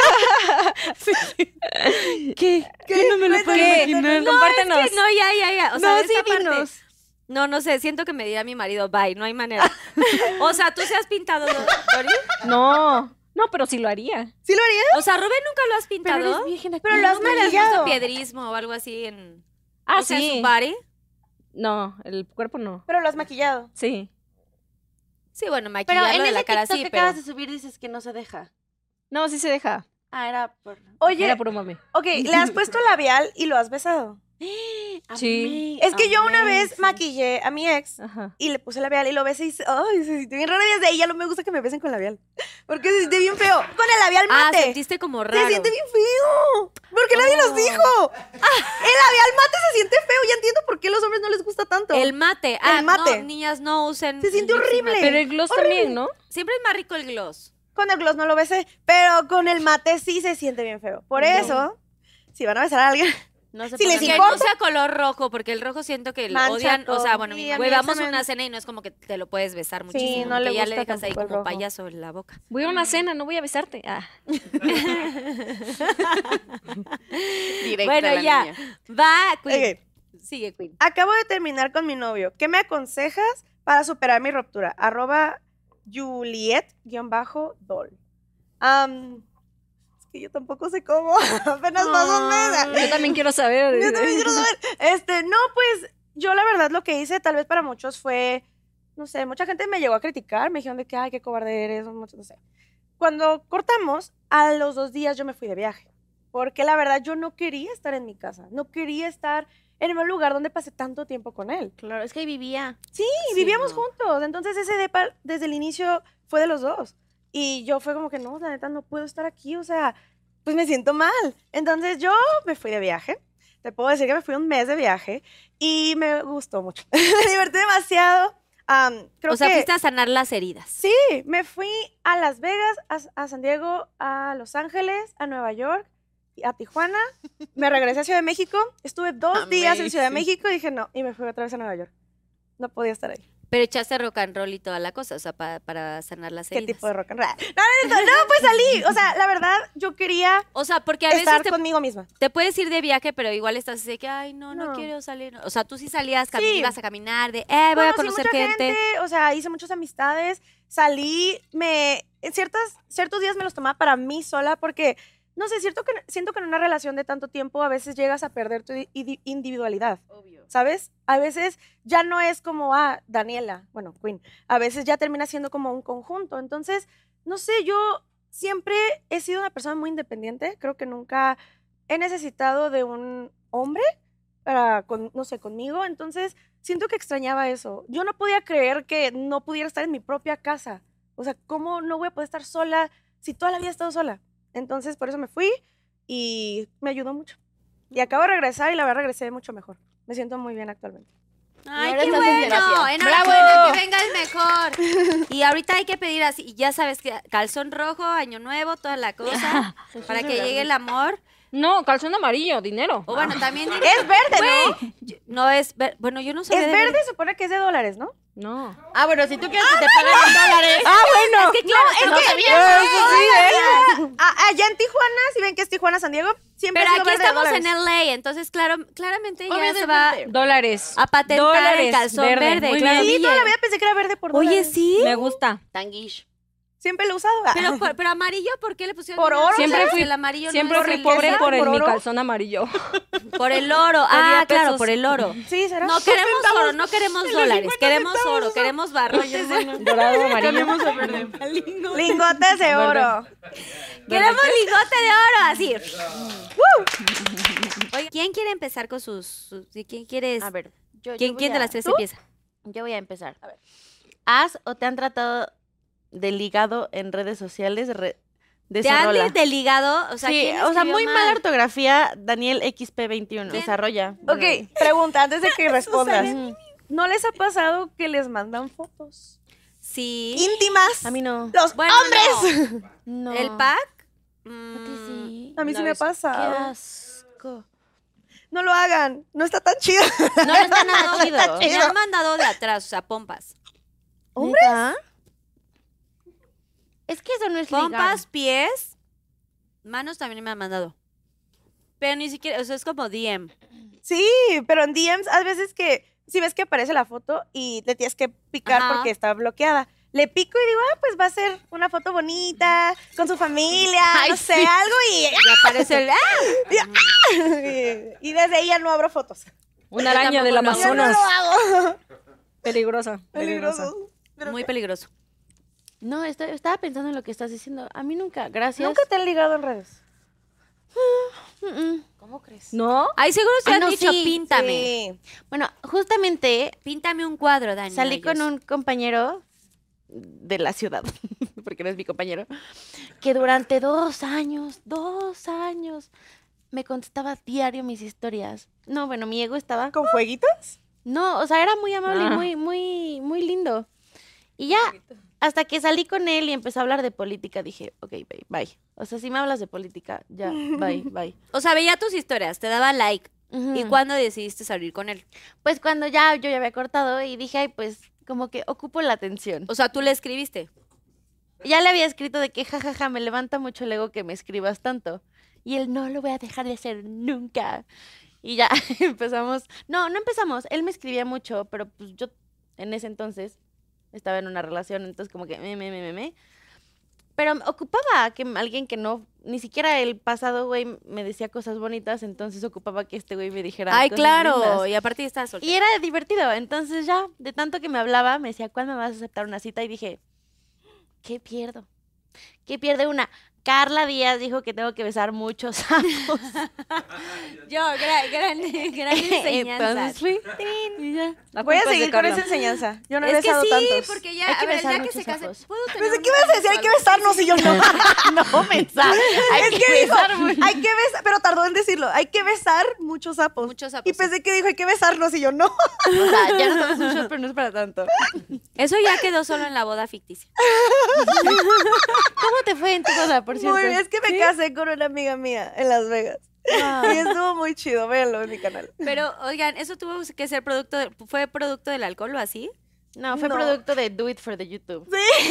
Speaker 5: ¿Qué? No me lo puedo
Speaker 1: ¿Qué?
Speaker 5: imaginar.
Speaker 1: Compártenos.
Speaker 6: Es que no, ya. O sea,
Speaker 5: No,
Speaker 6: de
Speaker 5: sí,
Speaker 6: esta parte.
Speaker 5: dinos.
Speaker 6: No sé, siento que me dirá mi marido, bye, no hay manera. O sea, ¿tú se has pintado, Dori?
Speaker 1: No, pero sí lo haría.
Speaker 4: ¿Sí lo haría?
Speaker 6: O sea, Rubén, ¿nunca lo has
Speaker 5: Pero
Speaker 6: pintado?
Speaker 5: eres virgen aquí.
Speaker 4: Pero lo has
Speaker 6: ¿Nunca le has
Speaker 4: maquillado.
Speaker 6: puesto piedrismo o algo así en...
Speaker 1: Ah,
Speaker 6: o sea, en
Speaker 1: sí.
Speaker 6: su body?
Speaker 1: No, el cuerpo no.
Speaker 4: Pero lo has maquillado.
Speaker 1: Sí.
Speaker 6: Sí, bueno,
Speaker 5: Pero
Speaker 6: maquillarlo
Speaker 5: en
Speaker 6: de
Speaker 5: ese
Speaker 6: la cara
Speaker 5: TikTok
Speaker 6: sí,
Speaker 5: que
Speaker 6: pero...
Speaker 5: acabas de subir dices que no se deja.
Speaker 1: No, sí se deja.
Speaker 5: Ah, era por...
Speaker 4: Oye,
Speaker 1: Era puro mami.
Speaker 4: ok, le has puesto labial y lo has besado.
Speaker 1: Sí.
Speaker 4: Es que yo una vez maquillé a mi ex
Speaker 1: Ajá.
Speaker 4: y le puse labial y lo besé y ay, se sintió bien raro y desde ahí ya no me gusta que me besen con labial. Porque se siente bien feo. Con el labial
Speaker 6: Ah,
Speaker 4: mate.
Speaker 6: sentiste como raro.
Speaker 4: Se siente bien feo. Porque nadie nos dijo. El labial mate se siente feo. Ya entiendo por qué a los hombres no les gusta tanto.
Speaker 6: El mate. Ah,
Speaker 4: El mate.
Speaker 6: no, niñas, no usen...
Speaker 4: Se siente
Speaker 6: lipstick
Speaker 4: horrible.
Speaker 6: mate.
Speaker 1: Pero el gloss también, ¿no?
Speaker 6: Siempre es más rico el gloss.
Speaker 4: Con el gloss no lo besé, pero con el mate sí se siente bien feo. Por eso, si van a besar a alguien,
Speaker 5: No se
Speaker 4: Si les
Speaker 5: pongan-
Speaker 6: Que
Speaker 4: importa.
Speaker 6: no sea color rojo, porque el rojo siento que lo
Speaker 4: Mancha
Speaker 6: odian. O sea,
Speaker 4: todo.
Speaker 6: bueno,
Speaker 4: Sí, a
Speaker 6: güey,
Speaker 4: mí
Speaker 6: vamos a
Speaker 4: también.
Speaker 6: una cena y no es como que te lo puedes besar muchísimo.
Speaker 4: no le
Speaker 6: que ya le
Speaker 4: gusta
Speaker 6: dejas ahí
Speaker 4: tampoco el
Speaker 6: como
Speaker 4: rojo.
Speaker 6: payaso en la boca.
Speaker 1: Voy a una cena, no voy a besarte. Ah.
Speaker 5: Directa
Speaker 6: Bueno,
Speaker 5: la
Speaker 6: ya.
Speaker 5: niña.
Speaker 6: Va, Queen.
Speaker 4: Ok.
Speaker 6: Sigue, Queen.
Speaker 4: Acabo de terminar con mi novio. ¿Qué me aconsejas para superar mi ruptura? @Juliet_Doll. Es que yo tampoco sé cómo. Apenas pasó un mes.
Speaker 1: Yo también quiero saber.
Speaker 4: Yo también quiero saber. No, pues yo la verdad lo que hice tal vez para muchos fue, no sé, mucha gente me llegó a criticar, me dijeron de que, ay, qué cobarde eres, no sé. Cuando cortamos, a los 2 días yo me fui de viaje, porque la verdad yo no quería estar en mi casa, no quería estar en un lugar donde pasé tanto tiempo con él.
Speaker 5: Claro, es que ahí vivía.
Speaker 4: Sí,
Speaker 6: Sí,
Speaker 4: vivíamos
Speaker 6: no.
Speaker 4: juntos, entonces ese depa desde el inicio fue de los dos. Y yo fue como que, no, la neta, no puedo estar aquí, o sea, pues me siento mal. Entonces yo me fui de viaje. Te puedo decir que me fui un mes de viaje y me gustó mucho. Me divertí demasiado. Creo
Speaker 6: O sea,
Speaker 4: que
Speaker 6: fuiste a sanar las heridas.
Speaker 4: sí, me fui a Las Vegas, a San Diego, a Los Ángeles, a Nueva York, y a Tijuana. Me regresé a Ciudad de México. Estuve 2 días en Ciudad de
Speaker 5: Amazing.
Speaker 4: México y dije no. Y me fui otra vez a Nueva York. No podía estar ahí.
Speaker 6: Pero echaste rock and roll y toda la cosa, o sea, para sanar las
Speaker 4: ¿Qué
Speaker 6: heridas.
Speaker 4: tipo de rock and roll? No, pues salí. O sea, la verdad, yo quería
Speaker 6: O sea, porque a veces
Speaker 4: estar conmigo misma.
Speaker 6: te puedes ir de viaje, pero igual estás así de que, ay, no
Speaker 4: No.
Speaker 6: quiero salir. O sea, tú sí salías,
Speaker 4: Sí.
Speaker 6: ibas a caminar, de, voy a
Speaker 4: Conocí
Speaker 6: conocer
Speaker 4: mucha
Speaker 6: gente.
Speaker 4: O sea, hice muchas amistades. Salí, en ciertos días me los tomaba para mí sola porque, no sé, siento que en una relación de tanto tiempo a veces llegas a perder tu individualidad.
Speaker 5: Obvio.
Speaker 4: ¿Sabes? A veces ya no es como, Daniela, bueno, Queen, a veces ya termina siendo como un conjunto. Entonces, no sé, yo siempre he sido una persona muy independiente, creo que nunca he necesitado de un hombre no sé, conmigo, entonces siento que extrañaba eso. Yo no podía creer que no pudiera estar en mi propia casa. O sea, ¿cómo no voy a poder estar sola si toda la vida he estado sola? Entonces, por eso me fui y me ayudó mucho. Y acabo de regresar y la verdad regresé mucho mejor. Me siento muy bien actualmente.
Speaker 6: Ay,
Speaker 5: ahora
Speaker 6: qué
Speaker 5: estás en
Speaker 6: bueno,
Speaker 5: terapia.
Speaker 6: enhorabuena, que venga el mejor. Y ahorita hay que pedir así, ya sabes, que calzón rojo, año nuevo, toda la cosa, para que llegue el amor.
Speaker 1: No, calzón amarillo, dinero.
Speaker 6: O bueno, también...
Speaker 4: Es verde, ¿no?
Speaker 6: No es, bueno, yo no sabía
Speaker 4: Es
Speaker 6: de
Speaker 4: verde, supone que es de dólares, ¿no?
Speaker 1: No.
Speaker 5: Ah, bueno, si tú quieres que te paguen en dólares.
Speaker 1: bueno.
Speaker 6: Es que claro,
Speaker 4: Es
Speaker 6: no
Speaker 4: que
Speaker 6: sabía.
Speaker 4: allá en Tijuana, si ven que es Tijuana, San Diego, siempre
Speaker 6: Pero
Speaker 4: ha sido
Speaker 6: aquí
Speaker 4: verde de
Speaker 6: estamos
Speaker 4: dólares.
Speaker 6: en LA, entonces claramente ya
Speaker 5: Obvio,
Speaker 6: se va
Speaker 1: Dólares.
Speaker 6: a patentar
Speaker 1: Dólares,
Speaker 6: el calzón verde.
Speaker 1: Muy
Speaker 6: claro,
Speaker 1: bien.
Speaker 4: Sí, toda la
Speaker 6: Guille.
Speaker 4: vida pensé que era verde por
Speaker 6: Oye,
Speaker 4: dólares.
Speaker 6: sí.
Speaker 1: Me gusta.
Speaker 5: Tanguish.
Speaker 4: Siempre lo he usado.
Speaker 6: Pero amarillo, ¿por qué le pusieron?
Speaker 4: Por oro,
Speaker 1: Siempre
Speaker 6: ¿sabes?
Speaker 1: fui-
Speaker 6: El amarillo
Speaker 1: Siempre
Speaker 6: no es
Speaker 1: fui
Speaker 6: el-
Speaker 1: pobre por
Speaker 4: ¿Por
Speaker 1: mi
Speaker 4: oro?
Speaker 1: calzón amarillo.
Speaker 6: Por el oro.
Speaker 1: Pedía
Speaker 6: Ah, claro,
Speaker 1: pesos.
Speaker 6: por el oro.
Speaker 4: Sí, ¿será?
Speaker 6: No queremos oro, no queremos dólares, queremos oro, queremos barrotes de
Speaker 1: Dorado, amarillo.
Speaker 4: Lingotes de oro.
Speaker 6: Queremos lingote de oro, así. Oye, ¿quién quiere empezar con quién quieres?
Speaker 5: A ver,
Speaker 6: ¿Quién de las tres empieza?
Speaker 5: Yo voy a empezar. A ver. ¿Has o te han tratado de ligado en redes sociales?
Speaker 6: ¿Te han
Speaker 5: Desarrolla.
Speaker 6: desligado? O sea,
Speaker 5: Sí,
Speaker 6: ¿quién
Speaker 5: o sea,
Speaker 6: escribió
Speaker 5: muy
Speaker 6: mal?
Speaker 5: mala ortografía, Daniel XP21.
Speaker 6: ¿Quién?
Speaker 5: Desarrolla.
Speaker 4: Ok, pregunta antes de que respondas.
Speaker 5: Ujú.
Speaker 4: ¿No les ha pasado que les mandan fotos
Speaker 6: Sí.
Speaker 4: íntimas?
Speaker 5: A mí no.
Speaker 4: ¡Los
Speaker 6: Bueno,
Speaker 4: hombres!
Speaker 5: No.
Speaker 6: ¿El pack?
Speaker 5: A ti sí.
Speaker 4: A mí sí
Speaker 1: Una
Speaker 4: me ha
Speaker 1: vez.
Speaker 5: Qué
Speaker 4: pasado.
Speaker 5: asco.
Speaker 4: No lo hagan. No está tan chido.
Speaker 5: No está nada chido.
Speaker 4: Está
Speaker 6: Me
Speaker 4: chido.
Speaker 6: han mandado de atrás, o sea, pompas.
Speaker 4: ¿Hombres?
Speaker 5: ¿Neta? Es que eso no es ligar.
Speaker 6: Pompas, pies, manos también me han mandado. Pero ni siquiera, o sea, es como DM.
Speaker 4: Sí, pero en DMs, a veces que si ves que aparece la foto y le tienes que picar
Speaker 6: Ajá.
Speaker 4: porque está bloqueada. Le pico y digo, pues va a ser una foto bonita, con su familia,
Speaker 5: Ay,
Speaker 4: no sé,
Speaker 5: sí.
Speaker 4: algo y...
Speaker 6: Y aparece el...
Speaker 4: y desde ahí ya no abro fotos.
Speaker 1: Una araña del
Speaker 6: tampoco lo hago.
Speaker 4: Ya no
Speaker 1: Amazonas.
Speaker 4: lo hago.
Speaker 1: Peligrosa.
Speaker 4: Peligroso. Pero
Speaker 6: Muy peligroso.
Speaker 5: No, estaba pensando en lo que estás diciendo. A mí nunca, gracias.
Speaker 4: ¿Nunca te han ligado en redes?
Speaker 5: ¿Cómo crees?
Speaker 1: ¿No?
Speaker 6: Ay, seguro se
Speaker 5: Ah,
Speaker 6: han
Speaker 5: no,
Speaker 6: dicho,
Speaker 5: sí,
Speaker 6: píntame.
Speaker 4: Sí.
Speaker 5: Bueno, justamente
Speaker 6: Píntame un cuadro, Dani.
Speaker 5: salí con
Speaker 6: Hoyos.
Speaker 5: un compañero de la ciudad, porque no es mi compañero, que durante 2 años, me contestaba diario mis historias. No, bueno, mi ego estaba...
Speaker 4: ¿Con fueguitos?
Speaker 5: No, o sea, era muy amable,
Speaker 1: Ah.
Speaker 5: muy lindo. Y ya, hasta que salí con él y empezó a hablar de política, dije, ok, bye. O sea, si me hablas de política, ya, bye.
Speaker 6: O sea, veía tus historias, te daba like.
Speaker 5: Ujú.
Speaker 6: ¿Y cuándo decidiste salir con él?
Speaker 5: Pues cuando yo ya había cortado y dije, ay, pues como que ocupo la atención.
Speaker 6: O sea, tú le escribiste.
Speaker 5: Ya le había escrito de que, jajaja, me levanta mucho el ego que me escribas tanto. Y él, no lo voy a dejar de hacer nunca. Y ya empezamos. No empezamos. Él me escribía mucho, pero pues yo en ese entonces estaba en una relación, entonces como que me. Pero ocupaba que alguien que no, ni siquiera el pasado güey me decía cosas bonitas, entonces ocupaba que este güey me dijera
Speaker 6: Ay,
Speaker 5: cosas
Speaker 6: claro.
Speaker 5: lindas.
Speaker 6: Y aparte estabas soltera.
Speaker 5: Y era divertido, entonces ya, de tanto que me hablaba, me decía, ¿cuándo me vas a aceptar una cita? Y dije, ¿qué pierdo? ¿Qué pierde una? Carla Díaz dijo que tengo que besar muchos sapos.
Speaker 6: Yo, gran enseñanza.
Speaker 5: Entonces fui, y ya.
Speaker 1: La
Speaker 4: Voy a
Speaker 1: culpa es de
Speaker 4: seguir con
Speaker 1: Carla.
Speaker 4: esa enseñanza. Yo no he
Speaker 6: Es que
Speaker 4: besado
Speaker 6: sí,
Speaker 4: tantos.
Speaker 6: porque ya,
Speaker 5: Hay que
Speaker 6: a ver,
Speaker 5: besar
Speaker 6: ya que se
Speaker 5: muchos
Speaker 6: casen.
Speaker 5: sapos.
Speaker 6: ¿Puedo tener
Speaker 4: Pensé
Speaker 6: un
Speaker 4: que ibas a decir, hay que besarnos y yo no.
Speaker 5: No, mensa.
Speaker 4: Es que dijo, hay que besar, pero tardó en decirlo, hay que besar muchos sapos.
Speaker 6: Muchos sapos,
Speaker 4: Y pensé que dijo, hay que besarnos y yo no.
Speaker 5: O sea, ya nos damos un shot, pero no es para tanto.
Speaker 6: Eso ya quedó solo en la boda ficticia.
Speaker 5: ¿Cómo te fue en tu boda, por cierto?
Speaker 4: Muy bien, es que me casé con una amiga mía en Las Vegas.
Speaker 5: Wow.
Speaker 4: Y estuvo muy chido, véanlo en mi canal.
Speaker 6: Pero, oigan, ¿eso tuvo que ser fue producto del alcohol o así?
Speaker 5: No, fue
Speaker 4: No.
Speaker 5: producto de Do It for the YouTube.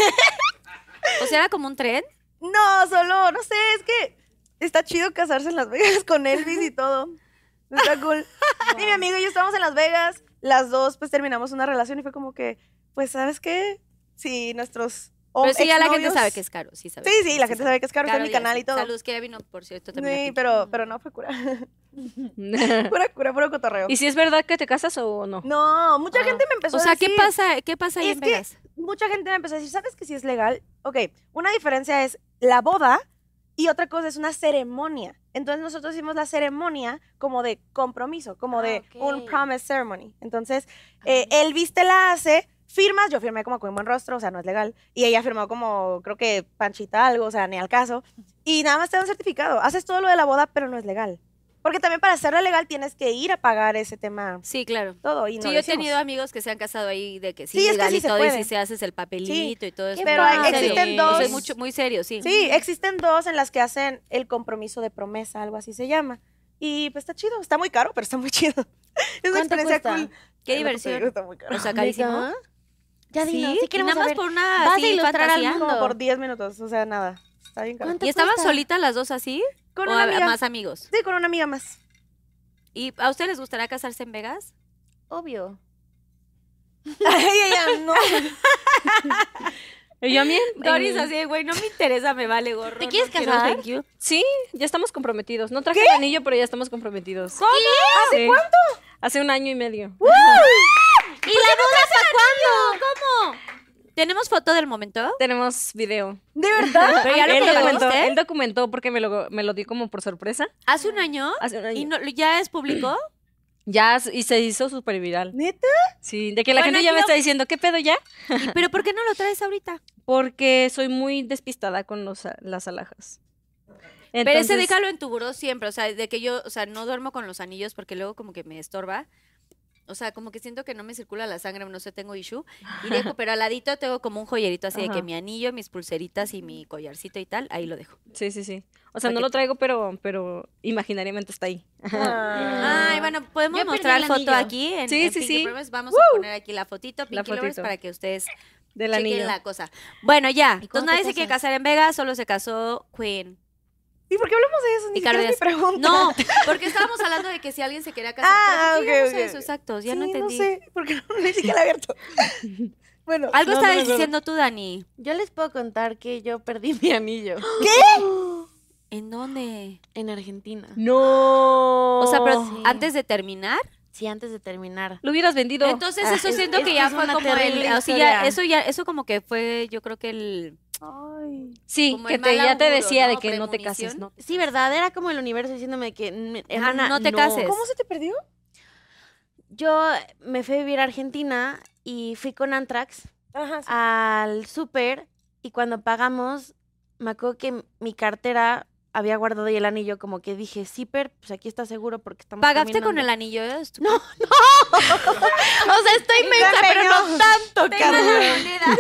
Speaker 6: O sea, era como un tren.
Speaker 4: No, solo, no sé, es que está chido casarse en Las Vegas con Elvis y todo. Está cool. Y mi amigo y yo estábamos en Las Vegas, las dos pues terminamos una relación y fue como que, pues, ¿sabes qué? Si nuestros
Speaker 6: Pero sí, ya la gente
Speaker 4: exnovios-
Speaker 6: sabe que es caro. Sí, sabe.
Speaker 4: Sí, la gente sabe que es caro, está en mi
Speaker 6: Díaz.
Speaker 4: canal y todo.
Speaker 6: Saludos, que ya vino, por cierto, también.
Speaker 4: Sí,
Speaker 6: aquí.
Speaker 4: pero no fue cura. Pura cura, puro cotorreo.
Speaker 1: ¿Y si es verdad que te casas o no?
Speaker 4: No, mucha gente me empezó
Speaker 6: O
Speaker 4: a
Speaker 6: sea,
Speaker 4: decir.
Speaker 6: ¿qué pasa ahí
Speaker 4: Es
Speaker 6: en
Speaker 4: que
Speaker 6: Vegas?
Speaker 4: mucha gente me empezó a decir, ¿sabes que sí es legal? Ok, una diferencia es la boda y otra cosa es una ceremonia. Entonces nosotros hicimos la ceremonia como de compromiso, como de
Speaker 5: ok.
Speaker 4: un promise ceremony. Entonces, Elvis te la hace, firmas, yo firmé como con buen rostro, o sea, no es legal. Y ella firmó como, creo que Panchita algo, o sea, ni al caso. Y nada más te da un certificado. Haces todo lo de la boda, pero no es legal. Porque también para hacerla legal tienes que ir a pagar ese tema,
Speaker 6: Sí, claro.
Speaker 4: todo. Y no
Speaker 6: Sí,
Speaker 4: lo
Speaker 6: yo he
Speaker 4: hicimos.
Speaker 6: tenido amigos que se han casado ahí de que sí,
Speaker 4: Sí, es que
Speaker 6: legal
Speaker 4: sí
Speaker 6: y
Speaker 4: se
Speaker 6: todo, y
Speaker 4: puede.
Speaker 6: si se haces el papelito y todo eso.
Speaker 4: pero
Speaker 6: muy serio.
Speaker 4: existen
Speaker 6: O sea,
Speaker 4: dos.
Speaker 6: es mucho, muy serio, sí.
Speaker 4: Sí, existen dos en las que hacen el compromiso de promesa, algo así se llama. Y pues está chido, está muy caro, pero está muy chido. Es una
Speaker 5: ¿Cuánto
Speaker 4: experiencia
Speaker 5: cuesta?
Speaker 4: cool.
Speaker 6: Qué
Speaker 4: Ay, no,
Speaker 6: diversión.
Speaker 4: está muy caro.
Speaker 6: O sea, carísimo.
Speaker 5: ¿Neta? Ya
Speaker 6: Sí,
Speaker 5: dinos, sí
Speaker 6: y
Speaker 5: queremos
Speaker 6: nada más
Speaker 5: saber.
Speaker 6: por una
Speaker 5: Vas a
Speaker 6: así,
Speaker 5: ilustrar al
Speaker 6: fantasía.
Speaker 5: mundo.
Speaker 4: Como por 10 minutos, o sea, nada. Está bien caro.
Speaker 5: ¿Cuánto
Speaker 6: ¿Y estaban
Speaker 5: cuesta?
Speaker 6: solitas las dos así?
Speaker 4: Con
Speaker 6: ¿O
Speaker 4: una amiga.
Speaker 6: más amigos?
Speaker 4: Sí, con una amiga más.
Speaker 6: ¿Y a ustedes les gustaría casarse en Vegas?
Speaker 5: Obvio.
Speaker 4: Ay, ella no.
Speaker 1: Y yo a mí,
Speaker 6: Doris así de, güey, no me interesa, me vale gorro.
Speaker 5: ¿Te quieres
Speaker 6: no quiero,
Speaker 5: casar?
Speaker 6: thank you.
Speaker 1: sí, ya estamos comprometidos. No traje el anillo, pero ya estamos comprometidos.
Speaker 6: ¿Cómo?
Speaker 1: ¿Hace cuánto? Hace 1 año y medio.
Speaker 5: ¿Y la boda para cuándo?
Speaker 6: ¿Cómo? ¿Tenemos foto del momento?
Speaker 1: Tenemos video.
Speaker 4: ¿De verdad?
Speaker 6: Pero ya lo compartiste.
Speaker 1: Él documentó porque me lo dio como por sorpresa.
Speaker 6: ¿Hace un año?
Speaker 1: Hace 1 año.
Speaker 6: ¿Y no, ya es público?
Speaker 1: Y se hizo súper viral.
Speaker 4: ¿Neta?
Speaker 1: Sí, de que la
Speaker 6: Bueno,
Speaker 1: gente ya
Speaker 6: aquí
Speaker 1: me
Speaker 6: lo-
Speaker 1: está diciendo, ¿qué pedo ya?
Speaker 6: ¿Pero por qué no lo traes ahorita?
Speaker 1: Porque soy muy despistada con las alhajas.
Speaker 6: Pero ese
Speaker 1: Entonces,
Speaker 6: déjalo en tu buró siempre, o sea, de que yo, o sea, no duermo con los anillos porque luego como que me estorba. O sea, como que siento que no me circula la sangre, no sé, tengo issue. Y dejo, pero al ladito tengo como un joyerito así de que
Speaker 1: Ajá.
Speaker 6: mi anillo, mis pulseritas y mi collarcito y tal, ahí lo dejo.
Speaker 1: Sí, sí, sí. O sea, no
Speaker 6: Paquete.
Speaker 1: lo traigo, pero imaginariamente está ahí.
Speaker 6: Ay, bueno, podemos
Speaker 5: Yo perdí
Speaker 6: mostrar
Speaker 5: el
Speaker 6: foto
Speaker 5: anillo.
Speaker 6: aquí en,
Speaker 1: Sí,
Speaker 6: en
Speaker 1: sí,
Speaker 6: Pinky
Speaker 1: sí.
Speaker 6: Promise. Vamos a poner aquí la fotito,
Speaker 1: La
Speaker 6: Pinky Lovers,
Speaker 1: fotito.
Speaker 6: para que ustedes
Speaker 1: Del
Speaker 6: chequen
Speaker 1: anillo.
Speaker 6: la cosa. Bueno, ya.
Speaker 5: ¿Y
Speaker 6: Entonces
Speaker 5: cuándo
Speaker 6: nadie
Speaker 5: te
Speaker 6: se quiere
Speaker 5: casas?
Speaker 6: casar en Vegas, solo se casó Queen.
Speaker 4: ¿Y por qué hablamos de eso? Ni
Speaker 6: Y
Speaker 4: siquiera es mi
Speaker 6: Carlos.
Speaker 4: pregunta.
Speaker 6: No, porque estábamos hablando de que si alguien se quería casar.
Speaker 4: Ah,
Speaker 6: pero ¿por qué
Speaker 4: ok,
Speaker 6: llegamos a
Speaker 4: ok.
Speaker 6: eso? Exacto, ya
Speaker 4: Sí,
Speaker 6: no entendí.
Speaker 4: No sé, porque no ni siquiera la he abierto. Bueno.
Speaker 6: Algo
Speaker 1: No,
Speaker 6: estabas
Speaker 1: no, no.
Speaker 6: diciendo tú, Dani.
Speaker 5: Yo les puedo contar que yo perdí mi anillo
Speaker 6: ¿En dónde?
Speaker 5: en Argentina.
Speaker 1: No.
Speaker 6: O sea, pero
Speaker 5: Sí.
Speaker 6: antes de terminar.
Speaker 5: Sí, antes de terminar.
Speaker 1: Lo hubieras vendido.
Speaker 6: Entonces
Speaker 5: Ah,
Speaker 6: eso
Speaker 5: es-
Speaker 6: siento
Speaker 5: es
Speaker 6: que
Speaker 5: que
Speaker 6: ya
Speaker 5: es
Speaker 6: fue
Speaker 5: una
Speaker 6: como el,
Speaker 5: terrible
Speaker 6: o sea,
Speaker 5: historia.
Speaker 6: eso como que fue, yo creo que el
Speaker 4: Ay.
Speaker 1: Sí,
Speaker 6: como
Speaker 1: que
Speaker 6: el mal
Speaker 1: ya te
Speaker 6: augurio,
Speaker 1: decía
Speaker 6: ¿no?
Speaker 1: de que no te cases,
Speaker 6: Premonición.
Speaker 1: ¿no?
Speaker 5: Sí, ¿verdad? Era como el universo diciéndome que, hermana,
Speaker 6: no te cases.
Speaker 4: ¿Cómo se te perdió?
Speaker 5: Yo me fui a vivir a Argentina y fui con Antrax
Speaker 4: Ajá.
Speaker 5: al súper y cuando pagamos, me acuerdo que mi cartera había guardado ahí el anillo, como que dije, Zipper, pues aquí está seguro porque estamos
Speaker 6: ¿Pagaste con
Speaker 5: caminando".
Speaker 6: el anillo?
Speaker 5: No, o sea, estoy mensa, pero no tanto,
Speaker 6: Tenga la
Speaker 5: carnal.
Speaker 6: moneda.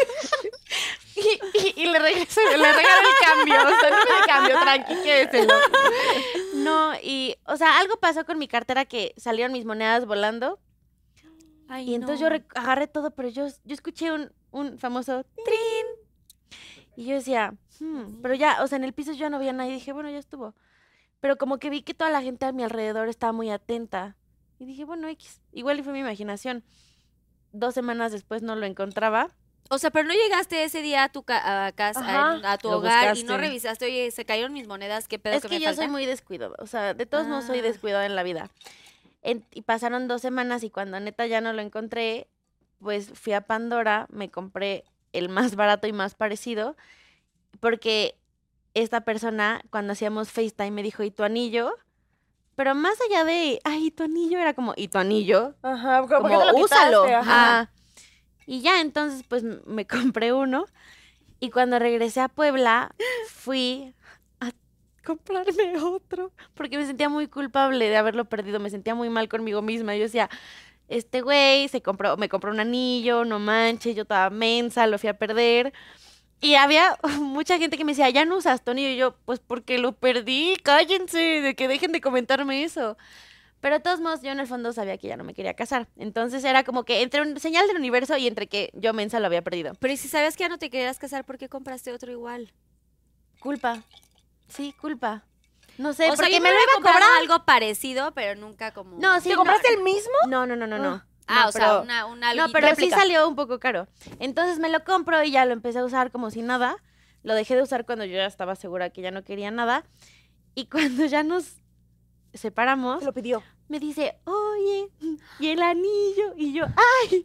Speaker 5: Y le regalo el cambio, o sea, no me cambio, tranqui, quédeselo. No, y, o sea, algo pasó con mi cartera que salieron mis monedas volando
Speaker 6: Ay,
Speaker 5: y entonces
Speaker 6: no.
Speaker 5: yo agarré todo, pero yo escuché un famoso trin. Y yo decía, pero ya, o sea, en el piso yo ya no veía a nadie. Dije, bueno, ya estuvo. Pero como que vi que toda la gente a mi alrededor estaba muy atenta. Y dije, bueno, X. Igual y fue mi imaginación. 2 semanas después no lo encontraba.
Speaker 6: O sea, pero no llegaste ese día a tu casa,
Speaker 4: Ajá.
Speaker 6: a tu
Speaker 1: Lo
Speaker 6: hogar y
Speaker 1: buscaste.
Speaker 6: no revisaste, oye, se cayeron mis monedas, ¿qué pedo
Speaker 5: Es
Speaker 6: que
Speaker 5: que
Speaker 6: me
Speaker 5: yo
Speaker 6: falta?
Speaker 5: soy muy descuidada. O sea, de todos modos soy
Speaker 6: Ah.
Speaker 5: descuidada en la vida. Y pasaron 2 semanas y cuando neta ya no lo encontré, pues fui a Pandora, me compré el más barato y más parecido, porque esta persona, cuando hacíamos FaceTime, me dijo, ¿y tu anillo? Pero más allá de, ay, tu anillo, era como, ¿y tu anillo?
Speaker 4: Ajá. ¿Por qué
Speaker 5: Como,
Speaker 4: te lo
Speaker 5: úsalo.
Speaker 4: quitaste? Ajá.
Speaker 5: Ajá. Y ya, entonces, pues me compré uno. Y cuando regresé a Puebla, fui a comprarme otro. Porque me sentía muy culpable de haberlo perdido. Me sentía muy mal conmigo misma. Yo decía, este güey me compró un anillo, no manches, yo estaba mensa, lo fui a perder. Y había mucha gente que me decía, ya no usas tu anillo. Y yo, pues porque lo perdí, cállense, de que dejen de comentarme eso. Pero de todos modos, yo en el fondo sabía que ya no me quería casar. Entonces era como que entre un señal del universo y entre que yo mensa lo había perdido.
Speaker 6: Pero ¿y si sabías que ya no te querías casar, ¿por qué compraste otro igual?
Speaker 5: Culpa. Sí, culpa. No sé,
Speaker 6: O sea,
Speaker 5: porque
Speaker 6: yo
Speaker 5: me lo
Speaker 6: hubiera
Speaker 5: iba a
Speaker 6: comprado
Speaker 5: cobrar.
Speaker 6: algo parecido, pero nunca como...
Speaker 5: No, sí,
Speaker 4: ¿Te compraste el mismo?
Speaker 5: No, no, no, no, no.
Speaker 6: Ah,
Speaker 5: No,
Speaker 6: o sea,
Speaker 5: pero-
Speaker 6: una
Speaker 5: No, pero
Speaker 6: réplica.
Speaker 5: sí salió un poco caro. Entonces me lo compro y ya lo empecé a usar como si nada. Lo dejé de usar cuando yo ya estaba segura que ya no quería nada. Y cuando ya nos separamos,
Speaker 4: Te lo pidió.
Speaker 5: me dice, oye, ¿y el anillo? Y yo, ¡ay!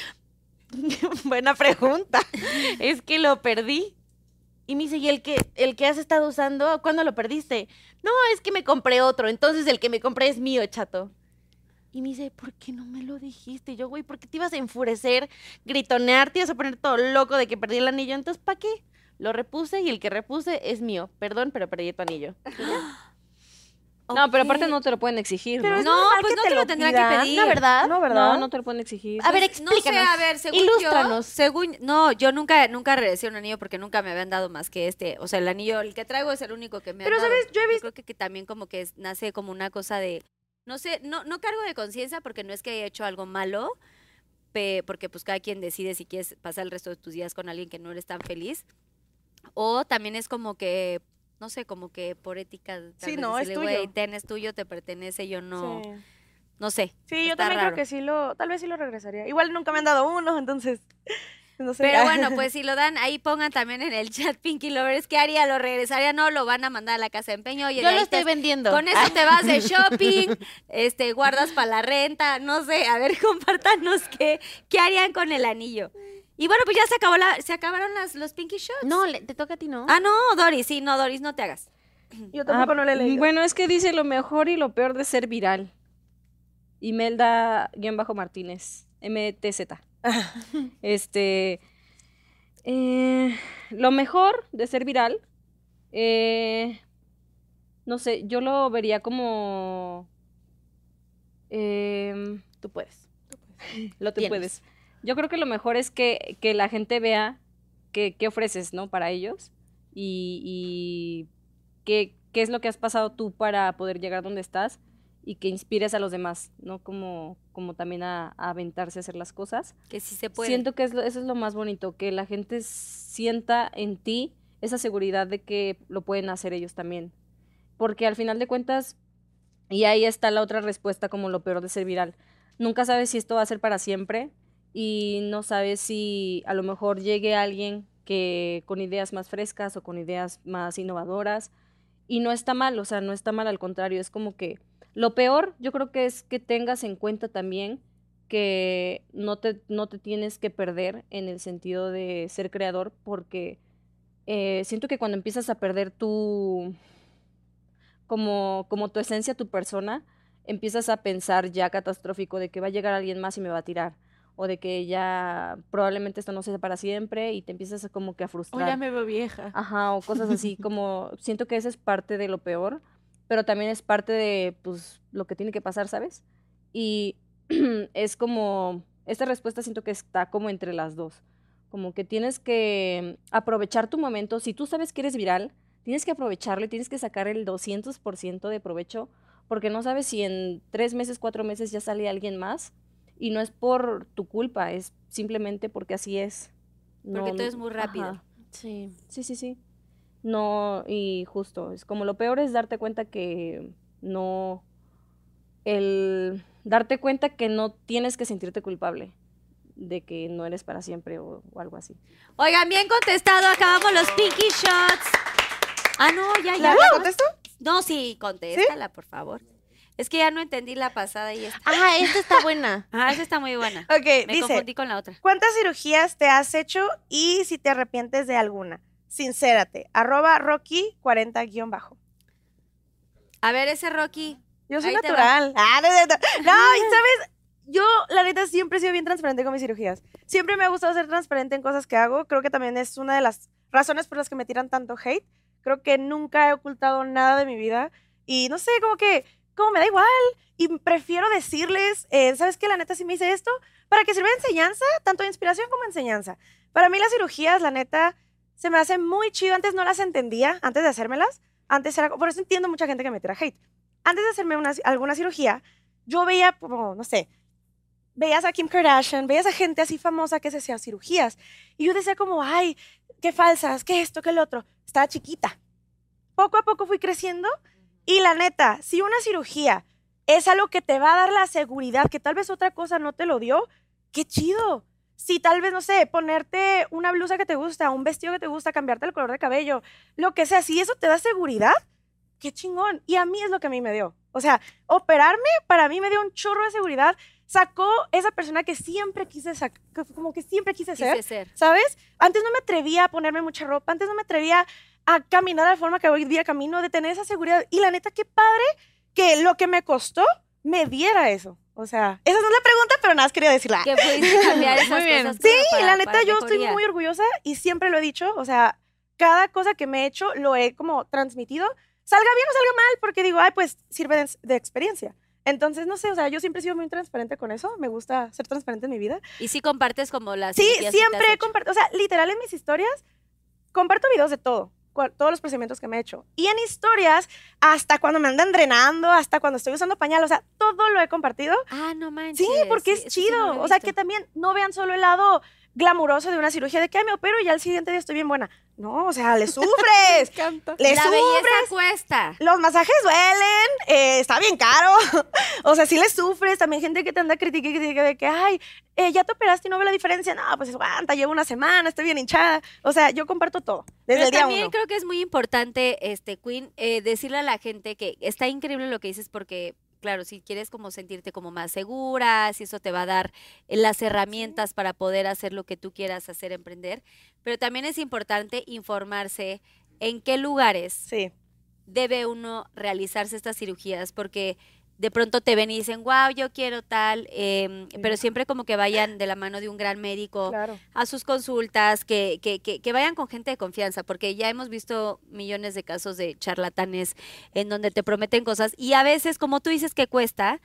Speaker 5: Buena pregunta. Es que lo perdí. Y me dice, ¿y el que has estado usando, cuándo lo perdiste? No, es que me compré otro, entonces el que me compré es mío, chato. Y me dice, ¿por qué no me lo dijiste? Y yo, güey, ¿por qué te ibas a enfurecer, gritonear, te ibas a poner todo loco de que perdí el anillo? Entonces, ¿para qué? Lo repuse y el que repuse es mío. Perdón, pero perdí tu anillo.
Speaker 1: No, pero aparte
Speaker 6: Ok.
Speaker 1: no te lo pueden exigir,
Speaker 4: Pero
Speaker 1: ¿no?
Speaker 4: es
Speaker 6: No,
Speaker 4: normal
Speaker 6: pues
Speaker 4: que
Speaker 6: no
Speaker 4: te
Speaker 6: te
Speaker 4: lo
Speaker 6: lo tendrán que
Speaker 4: pidan.
Speaker 6: pedir.
Speaker 5: ¿No, verdad?
Speaker 4: No, ¿verdad?
Speaker 1: No te lo pueden exigir.
Speaker 5: A ver,
Speaker 6: Pues, no
Speaker 5: explícanos.
Speaker 6: sé, a ver, según
Speaker 5: Ilústranos.
Speaker 6: no, yo nunca regresé un anillo porque nunca me habían dado más que este. O sea, el anillo, el que traigo es el único que me han
Speaker 4: Pero,
Speaker 6: dado.
Speaker 4: ¿sabes? Yo he visto-
Speaker 6: creo que también como que nace como una cosa de no sé, no cargo de conciencia porque no es que haya hecho algo malo, porque pues cada quien decide si quieres pasar el resto de tus días con alguien que no eres tan feliz. O también es como que, no sé, como que por ética.
Speaker 4: Sí, no, es tuyo.
Speaker 6: Güey, es tuyo, te pertenece, yo no.
Speaker 4: Sí.
Speaker 6: No sé.
Speaker 4: Sí, yo
Speaker 6: está
Speaker 4: también
Speaker 6: raro.
Speaker 4: creo que tal vez sí lo regresaría. Igual nunca me han dado uno, entonces, no sé.
Speaker 6: Pero bueno, pues si lo dan, ahí pongan también en el chat Pinky Lovers, ¿qué haría? ¿Lo regresaría? No, lo van a mandar a la casa de empeño. Oye,
Speaker 5: Yo
Speaker 6: de ahí
Speaker 5: lo estoy vendiendo.
Speaker 6: Con eso te vas de shopping, guardas para la renta, no sé, a ver, compártanos qué harían con el anillo. Y bueno, pues ya se acabaron los Pinky Shots.
Speaker 5: No, te toca a ti, ¿no?
Speaker 6: Ah, no, Doris, sí, no, Doris, no te hagas.
Speaker 4: Yo tampoco no le he leído.
Speaker 1: Bueno, es que dice lo mejor y lo peor de ser viral. Imelda-Martínez, MTZ. Lo mejor de ser viral, no sé, yo lo vería como...
Speaker 5: Tú puedes.
Speaker 1: Tú puedes. Yo creo que lo mejor es que la gente vea qué ofreces, ¿no? Para ellos y qué es lo que has pasado tú para poder llegar donde estás y que inspires a los demás, ¿no? Como también a aventarse a hacer las cosas.
Speaker 6: Que sí se puede.
Speaker 1: Siento que eso es lo más bonito, que la gente sienta en ti esa seguridad de que lo pueden hacer ellos también. Porque al final de cuentas, y ahí está la otra respuesta como lo peor de ser viral, nunca sabes si esto va a ser para siempre y no sabes si a lo mejor llegue alguien que con ideas más frescas o con ideas más innovadoras y no está mal, o sea, no está mal, al contrario, es como que lo peor yo creo que es que tengas en cuenta también que no te tienes que perder en el sentido de ser creador, porque siento que cuando empiezas a perder como tu esencia, tu persona, empiezas a pensar ya catastrófico de que va a llegar alguien más y me va a tirar, o de que ya probablemente esto no sea para siempre y te empiezas como que a frustrar.
Speaker 5: O ya me veo vieja.
Speaker 1: Ajá, o cosas así, como siento que eso es parte de lo peor, pero también es parte de, pues, lo que tiene que pasar, ¿sabes? Y es como, esta respuesta siento que está como entre las dos, como que tienes que aprovechar tu momento. Si tú sabes que eres viral, tienes que aprovecharlo y tienes que sacar el 200% de provecho, porque no sabes si en 3 meses, 4 meses ya sale alguien más, y no es por tu culpa, es simplemente porque así es.
Speaker 6: Porque todo es muy rápido.
Speaker 1: Ajá.
Speaker 5: Sí.
Speaker 1: Sí. No, y justo, es como lo peor es darte cuenta que no, darte cuenta que no tienes que sentirte culpable de que no eres para siempre o algo así.
Speaker 6: Oigan, bien contestado, acabamos los Pinky Shots. Ah, no, ya.
Speaker 4: ¿La contesto?
Speaker 6: No, sí, contéstala, por favor. Es que ya no entendí la pasada y esta.
Speaker 5: Ah, esta está buena.
Speaker 6: Ah, esa está muy buena.
Speaker 4: Ok,
Speaker 6: Me
Speaker 4: dice,
Speaker 6: confundí con la otra.
Speaker 4: ¿cuántas cirugías te has hecho y si te arrepientes de alguna? Sincérate. @Rocky40_.
Speaker 6: A ver, ese Rocky.
Speaker 4: Yo soy
Speaker 6: Ahí te
Speaker 4: natural. No, y ¿sabes? Yo, la neta, siempre he sido bien transparente con mis cirugías. Siempre me ha gustado ser transparente en cosas que hago. Creo que también es una de las razones por las que me tiran tanto hate. Creo que nunca he ocultado nada de mi vida. Y no sé, como me da igual. Y prefiero decirles, ¿sabes qué? La neta sí me hice esto para que sirva de enseñanza, tanto de inspiración como enseñanza. Para mí las cirugías, la neta, se me hace muy chido. Antes no las entendía, antes de hacérmelas. Antes era, por eso entiendo mucha gente que me tira hate. Antes de hacerme alguna cirugía, yo veía como, no sé, veías a Kim Kardashian, veías a gente así famosa que se hacía cirugías. Y yo decía como, ay, qué falsas, qué esto, qué el otro. Estaba chiquita. Poco a poco fui creciendo y la neta, si una cirugía es algo que te va a dar la seguridad que tal vez otra cosa no te lo dio, qué chido. Si tal vez, no sé, ponerte una blusa que te gusta, un vestido que te gusta, cambiarte el color de cabello, lo que sea, si eso te da seguridad, qué chingón. Y a mí es lo que a mí me dio. O sea, operarme para mí me dio un chorro de seguridad. Sacó esa persona que siempre quise como que siempre quise ser, ¿sabes? Antes no me atrevía a ponerme mucha ropa, antes no me atrevía a caminar de la forma que hoy día camino, de tener esa seguridad. Y la neta, qué padre que lo que me costó me diera eso. O sea, esa no es la pregunta, pero nada más quería decirla.
Speaker 6: Que pudiste cambiar esas
Speaker 5: Muy bien.
Speaker 6: cosas.
Speaker 4: Sí,
Speaker 6: para-
Speaker 4: la neta,
Speaker 6: para
Speaker 4: yo estoy
Speaker 6: mejoría.
Speaker 4: muy orgullosa y siempre lo he dicho. O sea, cada cosa que me he hecho lo he como transmitido. Salga bien o salga mal, porque digo, ay, pues sirve de experiencia. Entonces, no sé, o sea, yo siempre he sido muy transparente con eso. Me gusta ser transparente en mi vida.
Speaker 6: Y sí compartes como las
Speaker 4: Sí,
Speaker 6: cirugías que te has
Speaker 4: siempre
Speaker 6: hecho.
Speaker 4: comparto. O sea, literal en mis historias comparto videos de todo. todos los procedimientos que me he hecho. Y en historias, hasta cuando me andan drenando, hasta cuando estoy usando pañal, o sea, todo lo he compartido.
Speaker 6: Ah, no manches.
Speaker 4: Sí, porque es
Speaker 6: eso sí no
Speaker 4: chido.
Speaker 6: lo he
Speaker 4: O sea,
Speaker 6: visto.
Speaker 4: que también no vean solo el lado glamuroso de una cirugía de que "Ay, me opero y ya al siguiente día estoy bien buena". No, o sea, le sufres. Le
Speaker 6: La
Speaker 4: sufres.
Speaker 6: belleza cuesta.
Speaker 4: Los masajes duelen, está bien caro. O sea, sí le sufres. También gente que te anda criticando de que, ay, ya te operaste y no veo la diferencia. No, pues aguanta, llevo una semana, estoy bien hinchada. O sea, yo comparto todo, desde
Speaker 6: Pero
Speaker 4: el día
Speaker 6: también
Speaker 4: uno.
Speaker 6: creo que es muy importante, Queen, decirle a la gente que está increíble lo que dices porque, claro, si quieres como sentirte como más segura, si eso te va a dar las herramientas para poder hacer lo que tú quieras hacer, emprender, pero también es importante informarse en qué lugares
Speaker 4: Sí,
Speaker 6: debe uno realizarse estas cirugías, porque de pronto te ven y dicen, wow, yo quiero tal, pero siempre como que vayan de la mano de un gran médico
Speaker 4: claro.
Speaker 6: a sus consultas, que vayan con gente de confianza, porque ya hemos visto millones de casos de charlatanes en donde te prometen cosas y a veces, como tú dices que cuesta,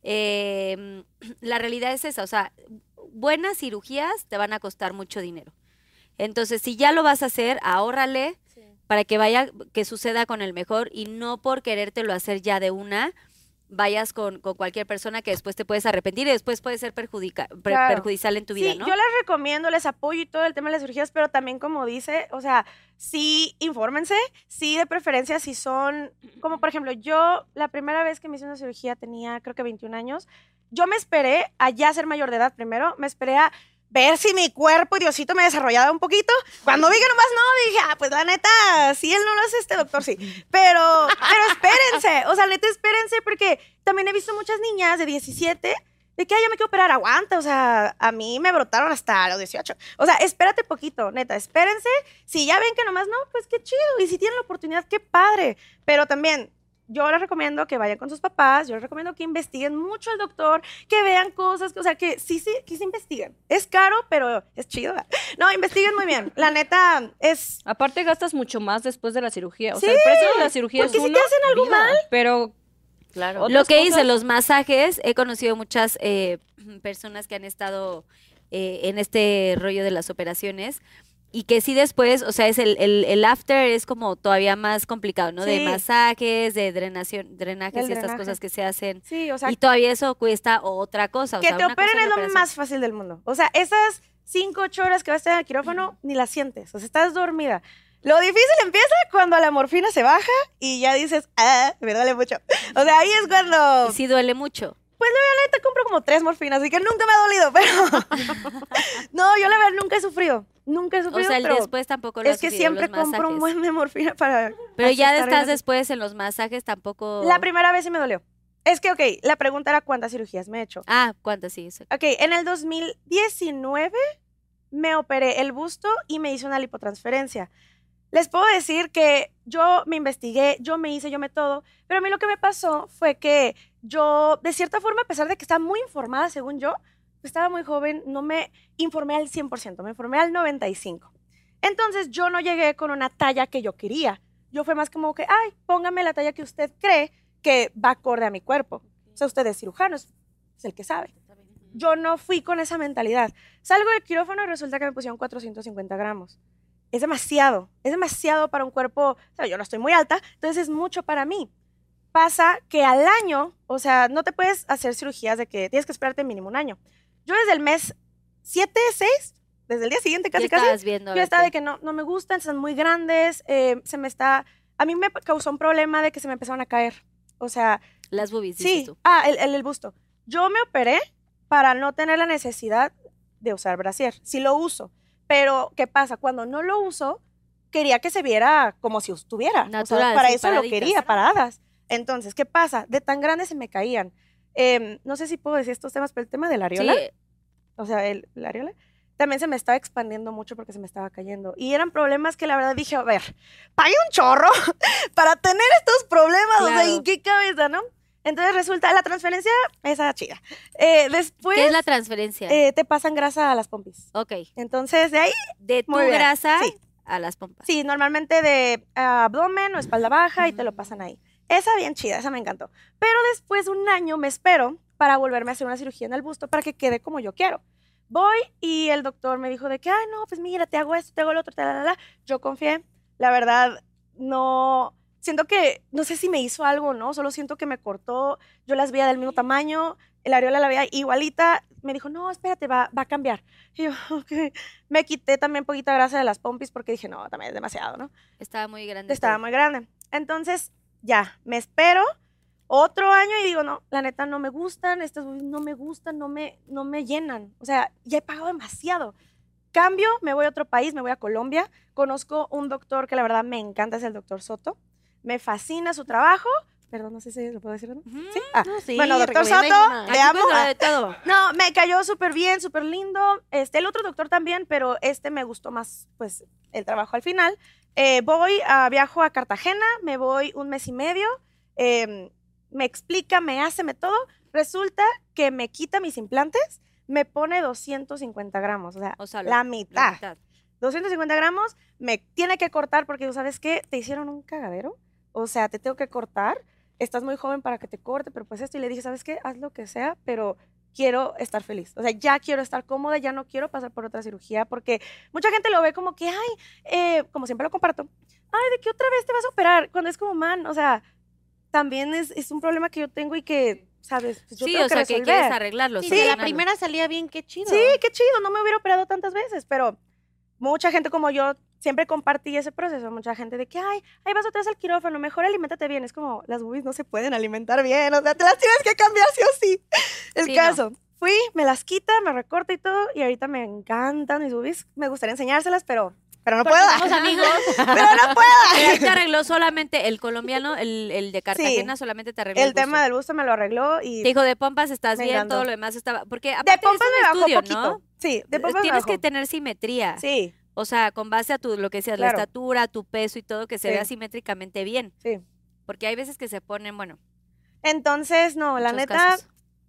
Speaker 6: la realidad es esa, o sea, buenas cirugías te van a costar mucho dinero. Entonces, si ya lo vas a hacer, ahórrale para que vaya, que suceda con el mejor y no por querértelo hacer ya de una, vayas con cualquier persona que después te puedes arrepentir y después puede ser
Speaker 4: Claro.
Speaker 6: perjudicial en tu vida,
Speaker 4: Sí,
Speaker 6: ¿no?
Speaker 4: yo les recomiendo, les apoyo y todo el tema de las cirugías, pero también como dice, o sea, sí, infórmense, sí, de preferencia, si son, como por ejemplo, yo la primera vez que me hice una cirugía tenía creo que 21 años, yo me esperé a ya ser mayor de edad primero, me esperé a ver si mi cuerpo y Diosito me desarrollaba un poquito. Cuando vi que nomás no, dije, pues la neta, si él no lo hace, este doctor sí. Pero espérense, o sea, neta, espérense, porque también he visto muchas niñas de 17 de que, ay, ya me quiero operar, aguanta, o sea, a mí me brotaron hasta los 18. O sea, espérate poquito, neta, espérense. Si ya ven que nomás no, pues qué chido. Y si tienen la oportunidad, qué padre. Pero también, yo les recomiendo que vayan con sus papás, yo les recomiendo que investiguen mucho al doctor, que vean cosas, o sea, que sí, que se investiguen. Es caro, pero es chido. No, investiguen muy bien. La neta, es...
Speaker 1: Aparte gastas mucho más después de la cirugía. O
Speaker 4: Sí,
Speaker 1: sea, el precio de la cirugía
Speaker 4: porque
Speaker 1: es
Speaker 4: si
Speaker 1: uno,
Speaker 4: te hacen algo mal,
Speaker 1: pero
Speaker 5: Claro.
Speaker 1: otras
Speaker 6: Lo que hice,
Speaker 1: cosas-
Speaker 6: los masajes, he conocido muchas personas que han estado en este rollo de las operaciones y que sí después, o sea, es el after es como todavía más complicado, ¿no? De
Speaker 4: Sí.
Speaker 6: masajes, de drenajes
Speaker 4: Del
Speaker 6: y estas
Speaker 4: drenaje.
Speaker 6: cosas que se hacen.
Speaker 4: sí, o sea,
Speaker 6: Y todavía eso cuesta otra cosa. O
Speaker 4: que
Speaker 6: sea,
Speaker 4: te
Speaker 6: una cosa
Speaker 4: operen es
Speaker 6: la
Speaker 4: lo
Speaker 6: operación.
Speaker 4: más fácil del mundo. O sea, esas 5, 8 horas que vas a estar en el quirófano, ni las sientes. O sea, estás dormida. Lo difícil empieza cuando la morfina se baja y ya dices, ah, me duele mucho. O sea, ahí es cuando...
Speaker 6: Y sí duele mucho.
Speaker 4: Te compro como 3 morfinas, así que nunca me ha dolido, pero... No, yo la verdad nunca he sufrido. Nunca he
Speaker 6: O
Speaker 4: sufrido,
Speaker 6: sea, el
Speaker 4: pero
Speaker 6: después tampoco lo
Speaker 4: es
Speaker 6: has
Speaker 4: que
Speaker 6: sufrido,
Speaker 4: siempre
Speaker 6: los
Speaker 4: compro un
Speaker 6: masajes.
Speaker 4: buen de morfina para...
Speaker 6: Pero ya
Speaker 4: estar bien
Speaker 6: estás
Speaker 4: así.
Speaker 6: después en los masajes tampoco...
Speaker 4: La primera vez sí me dolió. Es que, ok, la pregunta era cuántas cirugías me he hecho.
Speaker 6: Ah, ¿cuántas sí? Eso.
Speaker 4: Ok, en el 2019 me operé el busto y me hice una lipotransferencia. Les puedo decir que yo me investigué, yo me hice, yo me todo, pero a mí lo que me pasó fue que yo, de cierta forma, a pesar de que estaba muy informada, según yo, estaba muy joven, no me informé al 100%, me informé al 95%. Entonces, yo no llegué con una talla que yo quería. Yo fue más como que, ay, póngame la talla que usted cree que va acorde a mi cuerpo. O sea, usted es cirujano, es el que sabe. Yo no fui con esa mentalidad. Salgo del quirófano y resulta que me pusieron 450 gramos. Es demasiado para un cuerpo, o sea, yo no estoy muy alta, entonces es mucho para mí. Pasa que al año, o sea, no te puedes hacer cirugías de que tienes que esperarte mínimo un año. Yo desde el mes 7, 6, desde el día siguiente
Speaker 6: Ya
Speaker 4: casi,
Speaker 6: estabas viendo a
Speaker 4: yo
Speaker 6: ver
Speaker 4: estaba
Speaker 6: qué.
Speaker 4: de que no me gustan, están muy grandes, a mí me causó un problema de que se me empezaron a caer. O sea,
Speaker 6: Las boobies, dices
Speaker 4: sí,
Speaker 6: tú.
Speaker 4: el busto. Yo me operé para no tener la necesidad de usar brasier. Sí lo uso, pero ¿qué pasa? Cuando no lo uso, quería que se viera como si estuviera.
Speaker 6: Natural,
Speaker 4: o sea, para
Speaker 6: sí,
Speaker 4: eso lo
Speaker 6: paraditas.
Speaker 4: quería, paradas. Entonces, ¿qué pasa? De tan grandes se me caían. No sé si puedo decir estos temas, pero el tema de la areola,
Speaker 6: Sí,
Speaker 4: o sea, la areola, también se me estaba expandiendo mucho porque se me estaba cayendo. Y eran problemas que la verdad dije, a ver, pagué un chorro para tener estos problemas, o sea,
Speaker 6: Claro.
Speaker 4: ¿en qué cabeza, no? Entonces resulta, la transferencia, esa chida. Después
Speaker 6: ¿qué es la transferencia?
Speaker 4: te pasan grasa a las pompis.
Speaker 6: Ok,
Speaker 4: Entonces, de ahí,
Speaker 6: de tu
Speaker 4: muy bien,
Speaker 6: grasa
Speaker 4: sí.
Speaker 6: a las pompas.
Speaker 4: sí, normalmente de abdomen o espalda baja y te lo pasan ahí. Esa bien chida, esa me encantó. Pero después un año me espero para volverme a hacer una cirugía en el busto para que quede como yo quiero. Voy y el doctor me dijo de que, ay, no, pues mira, te hago esto, te hago lo otro, Yo confié. La verdad, no... Siento que, no sé si me hizo algo, ¿no? Solo siento que me cortó. Yo las veía del mismo tamaño, la areola la veía igualita. Me dijo, no, espérate, va a cambiar. Y yo, ok. Me quité también poquita grasa de las pompis porque dije, no, también es demasiado, ¿no?
Speaker 6: Estaba muy grande.
Speaker 4: Estaba
Speaker 6: todo.
Speaker 4: muy grande. Entonces, ya, me espero otro año y digo, no, la neta no me gustan, estas boobies no me gustan, no me llenan. O sea, ya he pagado demasiado. Cambio, me voy a otro país, me voy a Colombia. Conozco un doctor que la verdad me encanta, es el doctor Soto. Me fascina su trabajo. Perdón, no sé si lo puedo decir o no.
Speaker 6: Ujú.
Speaker 4: ¿Sí? Ah,
Speaker 5: No, sí,
Speaker 4: bueno, doctor Soto,
Speaker 5: recomienda.
Speaker 4: le
Speaker 6: Aquí
Speaker 4: amo.
Speaker 6: pues, lo de todo.
Speaker 4: No, me cayó súper bien, súper lindo. El otro doctor también, pero me gustó más, pues, el trabajo al final. Viajo a Cartagena, me voy 1 mes y medio. Me explica, me hace, todo. Resulta que me quita mis implantes, me pone 250 gramos, o sea, la mitad. 250 gramos, me tiene que cortar porque, ¿tú sabes qué? Te hicieron un cagadero. O sea, te tengo que cortar. Estás muy joven para que te corte, pero pues esto. Y le dije, ¿sabes qué? Haz lo que sea, pero quiero estar feliz. O sea, ya quiero estar cómoda, ya no quiero pasar por otra cirugía, porque mucha gente lo ve como que, como siempre lo comparto, ¿de qué otra vez te vas a operar? Cuando es como, man, o sea, también es un problema que yo tengo y que, ¿sabes? Pues yo
Speaker 6: Sí,
Speaker 4: tengo
Speaker 6: o sea, que
Speaker 4: resolver.
Speaker 6: quieres arreglarlo.
Speaker 5: Sí,
Speaker 4: Sí,
Speaker 5: si la
Speaker 6: solucionarlo.
Speaker 5: primera salía bien, qué chido.
Speaker 4: Sí, qué chido, no me hubiera operado tantas veces, pero mucha gente como yo siempre compartí ese proceso, mucha gente de que, ahí vas otra vez al quirófano, mejor aliméntate bien. Es como, las boobies no se pueden alimentar bien, o sea, te las tienes que cambiar sí o sí. El
Speaker 6: Sí,
Speaker 4: caso, fui, me las quita, me recorta y todo, y ahorita me encantan mis boobies, me gustaría enseñárselas, pero no puedo.
Speaker 6: Somos amigos.
Speaker 4: Pero no puedo.
Speaker 6: Pero él te arregló solamente el colombiano, el de Cartagena, solamente te arregló
Speaker 4: El
Speaker 6: busto.
Speaker 4: tema del busto me lo arregló y
Speaker 6: Te dijo, de pompas estás
Speaker 4: Me
Speaker 6: bien,
Speaker 4: encantó.
Speaker 6: todo lo demás estaba... Porque
Speaker 4: de
Speaker 6: aparte
Speaker 4: pompas
Speaker 6: es
Speaker 4: me
Speaker 6: un
Speaker 4: bajó
Speaker 6: estudio,
Speaker 4: poquito.
Speaker 6: ¿no?
Speaker 4: Sí, de pompas me
Speaker 6: Tienes
Speaker 4: bajó.
Speaker 6: que tener simetría.
Speaker 4: Sí,
Speaker 6: O sea, con base a lo que decías, la
Speaker 4: Claro.
Speaker 6: estatura, tu peso y todo, que se
Speaker 4: Sí.
Speaker 6: vea simétricamente bien.
Speaker 4: sí.
Speaker 6: Porque hay veces que se ponen, bueno,
Speaker 4: Entonces, no, la
Speaker 6: muchos
Speaker 4: neta,
Speaker 6: casos.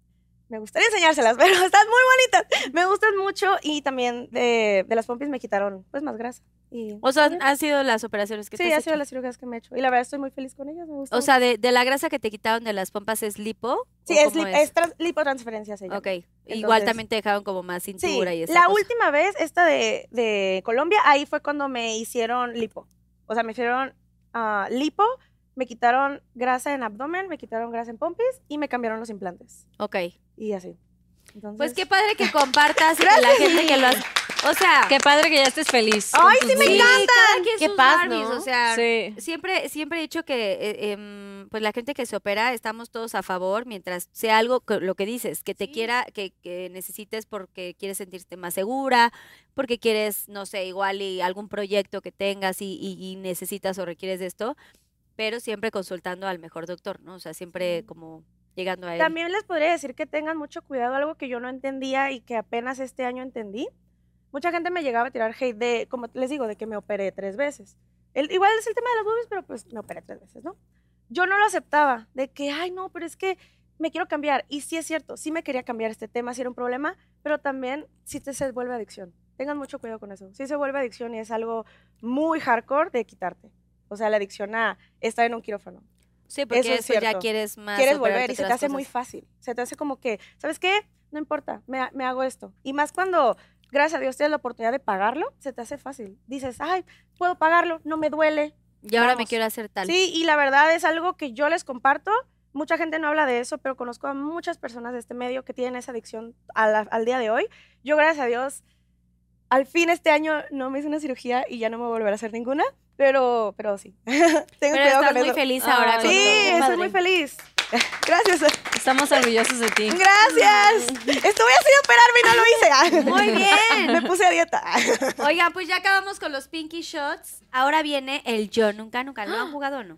Speaker 4: me gustaría enseñárselas, pero están muy bonitas. Me gustan mucho y también de las pompis me quitaron, pues, más grasa. Y,
Speaker 6: O sea,
Speaker 4: ¿sí?
Speaker 6: han sido las operaciones que
Speaker 4: Sí,
Speaker 6: te has
Speaker 4: ha sido
Speaker 6: hecho.
Speaker 4: las cirugías que me he hecho. Y la verdad estoy muy feliz con ellas, me gusta
Speaker 6: O sea,
Speaker 4: mucho.
Speaker 6: de la grasa que te quitaron de las pompas es lipo.
Speaker 4: Sí,
Speaker 6: ¿o
Speaker 4: es,
Speaker 6: cómo
Speaker 4: lipotransferencia se llama.
Speaker 6: Ok. Igual
Speaker 4: Entonces,
Speaker 6: también te dejaron como más
Speaker 4: Sí,
Speaker 6: cintura y esa
Speaker 4: la
Speaker 6: cosa.
Speaker 4: última vez, esta de Colombia, ahí fue cuando me hicieron lipo. O sea, me hicieron lipo, me quitaron grasa en abdomen, me quitaron grasa en pompis y me cambiaron los implantes.
Speaker 6: Ok.
Speaker 4: Y así. Entonces,
Speaker 6: Pues qué padre que compartas y que la gente que lo hace. O sea,
Speaker 1: Qué padre que ya estés feliz.
Speaker 4: ¡Ay,
Speaker 1: con
Speaker 4: sí,
Speaker 1: tus
Speaker 4: me
Speaker 1: boobies.
Speaker 4: encanta!
Speaker 6: cada quien
Speaker 5: Qué
Speaker 6: sus
Speaker 5: paz,
Speaker 6: Barbies,
Speaker 5: ¿no?
Speaker 6: o sea,
Speaker 1: Sí.
Speaker 6: siempre he dicho que pues la gente que se opera estamos todos a favor mientras sea algo lo que dices, que te quiera, que necesites porque quieres sentirte más segura, porque quieres, no sé, igual y algún proyecto que tengas y necesitas o requieres de esto, pero siempre consultando al mejor doctor, ¿no? O sea, siempre como llegando a él.
Speaker 4: También les podría decir que tengan mucho cuidado, algo que yo no entendía y que apenas este año entendí. Mucha gente me llegaba a tirar hate de, como les digo, de que me operé 3 veces. Igual es el tema de las boobies, pero pues me operé 3 veces, ¿no? Yo no lo aceptaba, de que, ay, no, pero es que me quiero cambiar. Y sí es cierto, sí me quería cambiar este tema, sí era un problema, pero también sí se vuelve adicción. Tengan mucho cuidado con eso. Sí se vuelve adicción y es algo muy hardcore de quitarte. O sea, la adicción a estar en un quirófano.
Speaker 6: Sí, porque
Speaker 4: eso es
Speaker 6: después ya
Speaker 4: cierto.
Speaker 6: quieres más.
Speaker 4: Quieres
Speaker 6: operarte
Speaker 4: volver y se te
Speaker 6: otras
Speaker 4: hace muy
Speaker 6: cosas.
Speaker 4: fácil. Se te hace como que, ¿sabes qué? No importa, me hago esto. Y más cuando, gracias a Dios, tienes la oportunidad de pagarlo, se te hace fácil. Dices, ay, puedo pagarlo, no me duele.
Speaker 6: Y ahora me
Speaker 4: Vamos.
Speaker 6: quiero hacer tal.
Speaker 4: Sí, y la verdad es algo que yo les comparto. Mucha gente no habla de eso, pero conozco a muchas personas de este medio que tienen esa adicción al día de hoy. Yo, gracias a Dios, al fin este año no me hice una cirugía y ya no me voy a volver a hacer ninguna, pero sí. Tengo
Speaker 6: Pero
Speaker 4: cuidado
Speaker 6: estás
Speaker 4: con
Speaker 6: muy
Speaker 4: eso.
Speaker 6: feliz ahora
Speaker 1: Ay,
Speaker 6: con
Speaker 4: Sí,
Speaker 6: todo.
Speaker 5: Qué
Speaker 4: estoy
Speaker 5: padre.
Speaker 4: muy feliz. Gracias.
Speaker 1: Estamos orgullosos de ti.
Speaker 4: Gracias. Estuve así de operarme y no lo hice.
Speaker 6: Muy bien.
Speaker 4: Me puse a dieta.
Speaker 6: Oigan, pues ya acabamos con los Pinky Shots. Ahora viene el Yo Nunca Nunca. ¿Lo han jugado o no?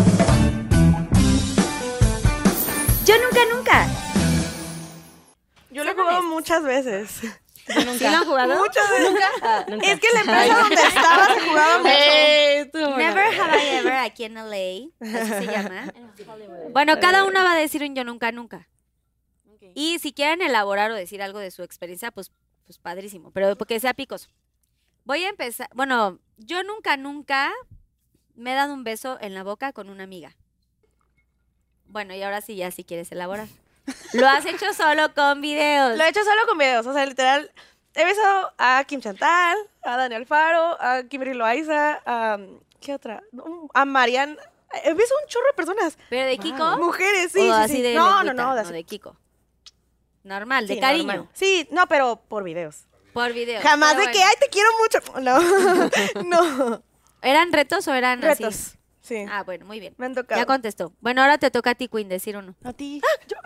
Speaker 3: Yo nunca, nunca.
Speaker 4: Yo lo he jugado muchas veces.
Speaker 1: Yo nunca.
Speaker 6: ¿Sí lo han jugado?
Speaker 4: Muchas veces.
Speaker 1: Nunca.
Speaker 4: Es que la empresa donde estaba se jugaba mucho.
Speaker 6: Never Have I Ever aquí en LA. Así se llama. Bueno, cada uno va a decir un Yo Nunca Nunca. Y si quieren elaborar o decir algo de su experiencia, pues padrísimo. Pero porque sea picoso. Voy a empezar. Bueno, yo nunca me he dado un beso en la boca con una amiga. Bueno, y ahora sí, ya si quieres elaborar. Lo has hecho solo con videos.
Speaker 4: Lo he hecho solo con videos. O sea, literal, he besado a Kim Chantal, a Dani Alfaro, a Kimberly Loaiza, a ¿Qué otra? A Marian. He visto un chorro de personas.
Speaker 6: ¿Pero de Kiko?
Speaker 4: Mujeres, sí.
Speaker 6: ¿O
Speaker 4: sí,
Speaker 6: así
Speaker 4: sí.
Speaker 6: de
Speaker 4: No,
Speaker 6: lengüita?
Speaker 4: no,
Speaker 6: No, de Kiko. Normal, de
Speaker 4: sí,
Speaker 6: cariño.
Speaker 4: normal. Sí, no, pero por videos.
Speaker 6: Por video.
Speaker 4: Jamás
Speaker 6: Pero
Speaker 4: de que,
Speaker 6: bueno.
Speaker 4: ay, te quiero mucho. No, no.
Speaker 6: ¿Eran retos o eran así?
Speaker 4: Retos. Sí.
Speaker 6: Ah, bueno, muy bien.
Speaker 4: Me han tocado.
Speaker 6: Ya contestó. Bueno, ahora te toca a ti, Queen, decir uno.
Speaker 5: A ti.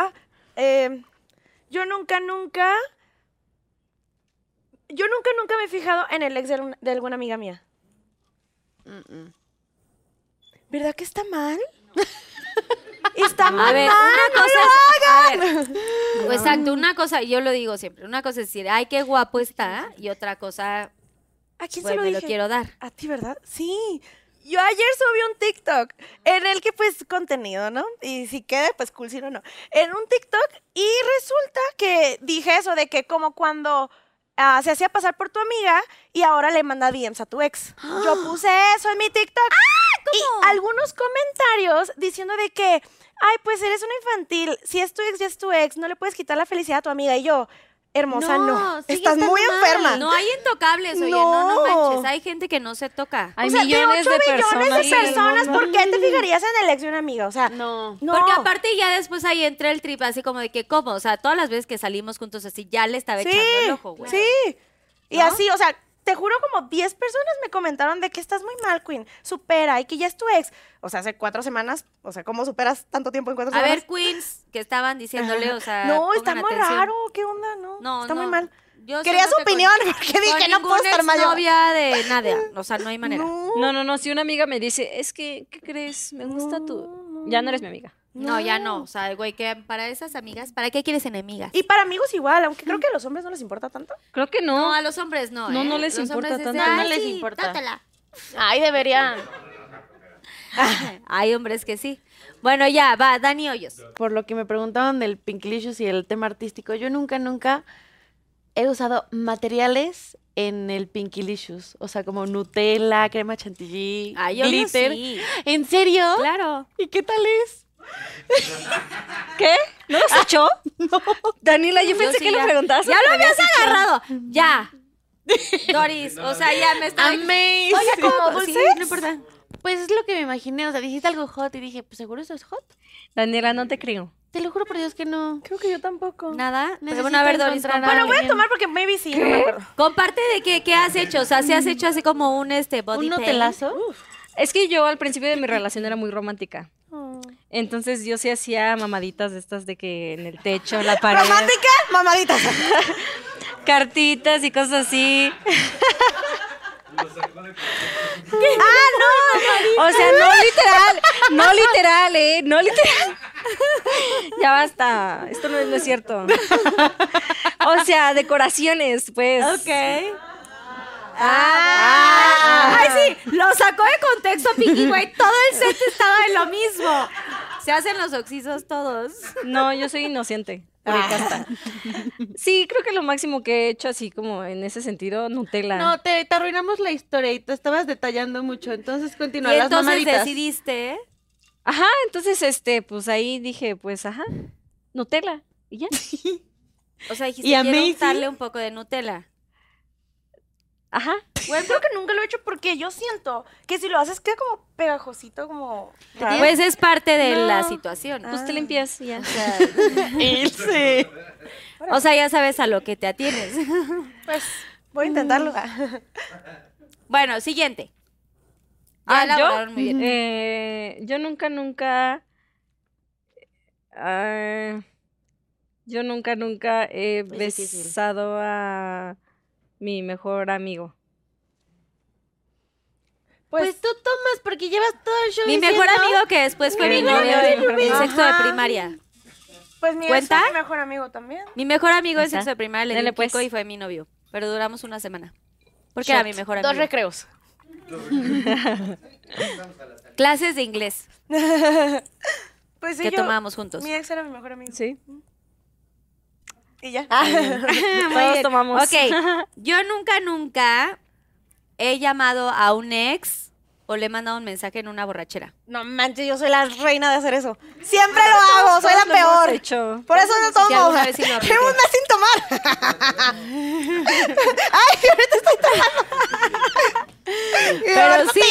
Speaker 4: Yo nunca me he fijado en el ex de alguna amiga mía. ¿Verdad que está mal? Está muy
Speaker 6: A ver,
Speaker 4: mal.
Speaker 6: una cosa es. A ver, exacto, una cosa, yo lo digo siempre. Una cosa es decir, ay, qué guapo está. Y otra cosa,
Speaker 4: ¿A quién
Speaker 6: pues
Speaker 4: se lo
Speaker 6: me
Speaker 4: dije?
Speaker 6: lo quiero dar.
Speaker 4: A ti, ¿verdad? Sí. Yo ayer subí un TikTok en el que, pues, contenido, ¿no? Y si quede, pues, cool, si no, no. En un TikTok y resulta que dije eso de que como cuando se hacía pasar por tu amiga y ahora le manda DMs a tu ex. Yo puse eso en mi TikTok. Y algunos comentarios diciendo de que, ay, pues eres una infantil. Si es tu ex, ya es tu ex. No le puedes quitar la felicidad a tu amiga. Y yo, hermosa, no.
Speaker 5: sigue
Speaker 4: Estás
Speaker 5: estando
Speaker 4: muy
Speaker 5: mal.
Speaker 4: enferma.
Speaker 6: No hay intocables, oye, no
Speaker 4: No.
Speaker 6: manches. Hay gente que no se toca.
Speaker 1: Hay
Speaker 4: O sea,
Speaker 1: millones
Speaker 4: de 8
Speaker 1: de
Speaker 4: billones
Speaker 1: personas.
Speaker 4: de
Speaker 1: en el
Speaker 4: personas,
Speaker 1: mundo.
Speaker 4: ¿por qué te fijarías en el ex de una amiga? O sea,
Speaker 5: No.
Speaker 4: no.
Speaker 6: Porque aparte ya después ahí entra el trip así como de que, ¿cómo? O sea, todas las veces que salimos juntos así, ya le estaba echando el ojo, güey.
Speaker 4: Sí. Y
Speaker 6: ¿No?
Speaker 4: así, o sea, te juro como 10 personas me comentaron de que estás muy mal, Queen. Supera y que ya es tu ex. O sea, hace 4 semanas. O sea, ¿cómo superas tanto tiempo en 4
Speaker 6: A
Speaker 4: semanas?
Speaker 6: ver, Queens, que estaban diciéndole, o sea.
Speaker 4: No, está
Speaker 6: pongan
Speaker 4: muy
Speaker 6: atención.
Speaker 4: raro. ¿Qué onda? No,
Speaker 6: No,
Speaker 4: está
Speaker 6: no.
Speaker 4: muy mal.
Speaker 6: Yo
Speaker 4: Quería
Speaker 6: siento
Speaker 4: su
Speaker 6: que
Speaker 4: opinión porque dije,
Speaker 6: con
Speaker 4: no puedo
Speaker 6: ninguna
Speaker 4: estar mal yo.
Speaker 6: exnovia de nada. O sea, no hay manera.
Speaker 4: No.
Speaker 1: No, si una amiga me dice, es que, ¿qué crees? Me gusta tu... Ya no eres mi amiga.
Speaker 6: No, ya no. O sea, güey, que para esas amigas, ¿para qué quieres enemigas?
Speaker 4: Y para amigos igual, aunque creo que a los hombres no les importa tanto.
Speaker 1: Creo que
Speaker 6: No,
Speaker 1: no.
Speaker 6: a los hombres no.
Speaker 1: No,
Speaker 6: ¿eh?
Speaker 1: no les
Speaker 6: Los
Speaker 1: importa
Speaker 6: hombres es de,
Speaker 1: tanto.
Speaker 6: "Ay,
Speaker 5: No les
Speaker 6: sí,
Speaker 5: importa".
Speaker 6: dátela.
Speaker 5: Ay, deberían.
Speaker 6: Hay hombres que sí. Bueno, ya, va, Dani Hoyos.
Speaker 5: Por lo que me preguntaban del Pinkilicious y el tema artístico, yo nunca he usado materiales en el Pinkilicious. O sea, como Nutella, crema chantilly,
Speaker 6: Ay, yo
Speaker 5: glitter.
Speaker 6: sí.
Speaker 5: ¿En serio?
Speaker 6: Claro.
Speaker 5: ¿Y qué tal es?
Speaker 1: ¿Qué? ¿No los echó? No. Daniela, yo pensé
Speaker 6: sí,
Speaker 1: que
Speaker 6: ya.
Speaker 1: le preguntabas.
Speaker 6: Ya lo habías agarrado. Ya. Doris, o sea, ya me está.
Speaker 5: Amazing.
Speaker 6: Oye, ¿cómo
Speaker 5: Sí,
Speaker 6: dulces? No importa.
Speaker 5: Pues es lo que me imaginé. O sea, dijiste algo hot y dije, pues seguro eso es hot.
Speaker 1: Daniela, no te creo.
Speaker 5: Te lo juro por Dios que no.
Speaker 4: Creo que yo tampoco.
Speaker 6: Nada. Pero
Speaker 5: Necesito
Speaker 6: bueno, a ver, Doris,
Speaker 5: encontrar a
Speaker 6: comparte.
Speaker 4: Bueno, voy a
Speaker 5: alguien.
Speaker 4: tomar porque maybe sí, no me acuerdo.
Speaker 6: Comparte de qué has hecho. O sea, si has hecho así como un body
Speaker 5: ¿Un
Speaker 6: paint.
Speaker 5: Nutelazo?
Speaker 1: Es que yo al principio de mi relación era muy romántica. Entonces yo sí hacía mamaditas de estas de que en el techo, en la pared.
Speaker 4: ¿Romántica? Mamaditas.
Speaker 1: Cartitas y cosas así. O sea, no literal, no literal. Ya basta, esto no es cierto. O sea, decoraciones, pues.
Speaker 6: Ok. Ay, sí, lo sacó de contexto, Pinky, güey. Todo el set estaba en lo mismo. Se hacen los oxisos todos.
Speaker 1: No, yo soy inocente. De casta. Sí, creo que lo máximo que he hecho así como en ese sentido, Nutella.
Speaker 5: No, te arruinamos la historia y te estabas detallando mucho. Entonces continúa
Speaker 6: Y
Speaker 5: las
Speaker 6: entonces
Speaker 5: mamaditas.
Speaker 6: decidiste.
Speaker 1: Ajá, entonces pues ahí dije, pues ajá, Nutella. Y ya.
Speaker 6: O sea, dijiste,
Speaker 5: Y
Speaker 6: quiero
Speaker 5: amazing.
Speaker 6: untarle un poco de Nutella.
Speaker 1: Ajá.
Speaker 4: Bueno, creo que nunca lo he hecho porque yo siento que si lo haces queda como pegajosito, como raro.
Speaker 6: Pues es parte de
Speaker 4: No.
Speaker 6: la situación.
Speaker 1: Pues te limpias y ya.
Speaker 6: O sea,
Speaker 5: Ilse.
Speaker 6: o sea, ya sabes a lo que te atienes.
Speaker 4: Pues voy a intentarlo.
Speaker 6: Bueno, siguiente. Ya
Speaker 1: ¿yo?
Speaker 6: elaboraron muy bien.
Speaker 1: Yo nunca he
Speaker 5: Es difícil.
Speaker 1: besado a mi mejor amigo.
Speaker 5: Pues tú tomas porque llevas todo el show
Speaker 6: Mi mejor
Speaker 5: diciendo-
Speaker 6: amigo que después fue mi
Speaker 1: Mi mejor
Speaker 6: novio
Speaker 1: amigo.
Speaker 6: en sexto de
Speaker 4: Ajá.
Speaker 6: primaria.
Speaker 4: Pues mi ex
Speaker 6: ¿Cuenta?
Speaker 4: fue mi mejor amigo también.
Speaker 6: Mi mejor amigo en
Speaker 1: Ahí está.
Speaker 6: sexto de primaria le
Speaker 1: Dale,
Speaker 6: di un
Speaker 1: pues.
Speaker 6: Kiko y fue mi novio. Pero duramos una semana. Porque era mi mejor amigo.
Speaker 5: 2 recreos.
Speaker 6: Clases de inglés
Speaker 4: Pues sí,
Speaker 6: que
Speaker 4: yo,
Speaker 6: tomábamos juntos.
Speaker 4: mi ex era mi mejor amigo.
Speaker 1: Sí.
Speaker 4: Y ya.
Speaker 1: Todos tomamos.
Speaker 6: Ok, yo nunca he llamado a un ex o le he mandado un mensaje en una borrachera.
Speaker 4: No manches, yo soy la reina de hacer eso. Siempre lo hago, soy la
Speaker 1: Todos lo hemos
Speaker 4: peor.
Speaker 1: hecho.
Speaker 4: Por eso no
Speaker 6: Sí,
Speaker 4: tomo.
Speaker 6: alguna vez sí lo apliqué.
Speaker 4: Llevo un mes sin tomar. Ay, ahorita estoy tomando.
Speaker 6: Pero sí,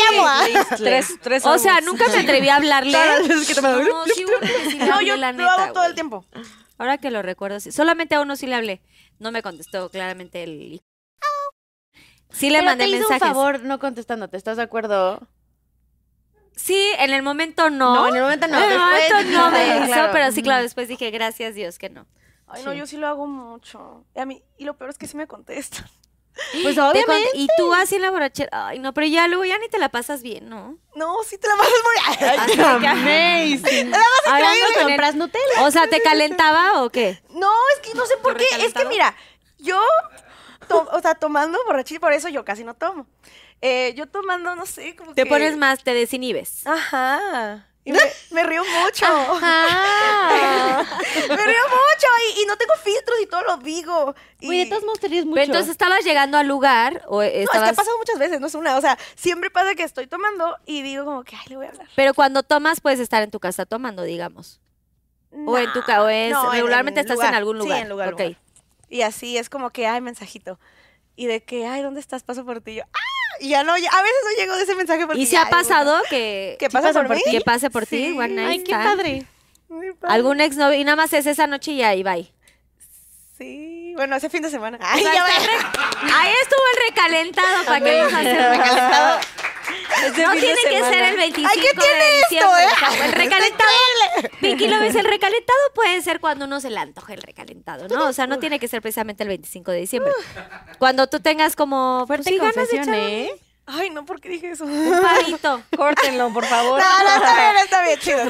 Speaker 4: amo, ¿ah?
Speaker 1: Tres
Speaker 6: O sea,
Speaker 1: años.
Speaker 6: nunca me atreví a hablarle.
Speaker 4: Todas las veces que te mando-
Speaker 6: No, sí, uno que sí le
Speaker 4: No,
Speaker 6: hablé,
Speaker 4: yo
Speaker 6: la
Speaker 4: lo
Speaker 6: neta,
Speaker 4: hago todo el
Speaker 6: güey.
Speaker 4: tiempo.
Speaker 6: Ahora que lo recuerdo, sí. Solamente a uno sí le hablé. No me contestó claramente el... Sí le
Speaker 5: Pero
Speaker 6: mandé
Speaker 5: te hizo
Speaker 6: mensajes.
Speaker 5: un favor no contestándote, ¿estás de acuerdo?
Speaker 6: Sí, en el momento no.
Speaker 5: No, en el momento no,
Speaker 6: En el
Speaker 5: después
Speaker 6: momento no me
Speaker 5: dijiste,
Speaker 6: lo hizo,
Speaker 5: claro.
Speaker 6: pero sí, claro, después dije, gracias Dios que no.
Speaker 4: Ay, no, yo sí lo hago mucho. Y lo peor es que sí me contestan.
Speaker 5: Pues
Speaker 6: Te
Speaker 5: obviamente.
Speaker 6: y tú así en la borrachera, ay no, pero ya luego ya ni te la pasas bien, ¿no?
Speaker 4: No, sí te la pasas muy...
Speaker 6: Así que-
Speaker 5: Amazing. Ahora no compras Nutella.
Speaker 6: O sea, ¿te calentaba o qué?
Speaker 4: No, es que no sé por qué. Es que
Speaker 6: recalentado?
Speaker 4: mira, yo, o sea, tomando borrachita, por eso yo casi no tomo. Yo tomando, no sé, como
Speaker 6: Te
Speaker 4: que...
Speaker 6: pones más, te desinhibes.
Speaker 4: Ajá. Y me río mucho.
Speaker 5: Ah.
Speaker 4: Me río mucho y no tengo filtros y todo lo digo. Y...
Speaker 5: Oye, de todos modos te ríes mucho.
Speaker 6: Pero entonces estabas llegando al lugar o
Speaker 4: No, es que
Speaker 6: estabas...
Speaker 4: ha pasado muchas veces, no es una. O sea, siempre pasa que estoy tomando y digo como que, ay, le voy a hablar.
Speaker 6: Pero cuando tomas puedes estar en tu casa tomando, digamos. O en tu casa, o es
Speaker 4: No,
Speaker 6: regularmente estás
Speaker 4: lugar.
Speaker 6: en algún lugar.
Speaker 4: Sí, en lugar.
Speaker 6: Ok.
Speaker 4: lugar. Y así es como que, ay, mensajito. Y de que, ay, ¿dónde estás? Paso por ti. Y yo, ¡ah! Y ya no, a veces no llego de ese mensaje porque
Speaker 6: ¿Y si
Speaker 4: ya,
Speaker 6: ha pasado que,
Speaker 4: ¿Que pasa por mí?
Speaker 6: que pase por ti?
Speaker 4: Sí.
Speaker 6: One night
Speaker 5: Ay, qué
Speaker 6: stand?
Speaker 5: padre.
Speaker 4: Muy padre.
Speaker 6: ¿Algún exnovio? Y nada más es esa noche y ya, y bye.
Speaker 4: Sí, bueno, ese fin de semana. Ay,
Speaker 6: O sea,
Speaker 4: ya
Speaker 6: Ahí estuvo el recalentado, ¿para qué nos hacemos? No tiene que ser el 25
Speaker 4: Ay, ¿qué tiene
Speaker 6: de
Speaker 4: esto,
Speaker 6: diciembre.
Speaker 4: eh?
Speaker 6: O sea, el recalentado, Pinky Lovers, el recalentado puede ser cuando uno se le antoje el recalentado, ¿no? O sea, no tiene que ser precisamente el 25 de diciembre. Cuando tú tengas como
Speaker 5: Fuerte
Speaker 6: pues, sí, ganas de
Speaker 5: confesión,
Speaker 6: echar
Speaker 5: ¿eh?
Speaker 4: Ay, no, ¿por qué dije eso?
Speaker 6: un pavito.
Speaker 1: Córtenlo, por favor.
Speaker 4: No, está bien, chido.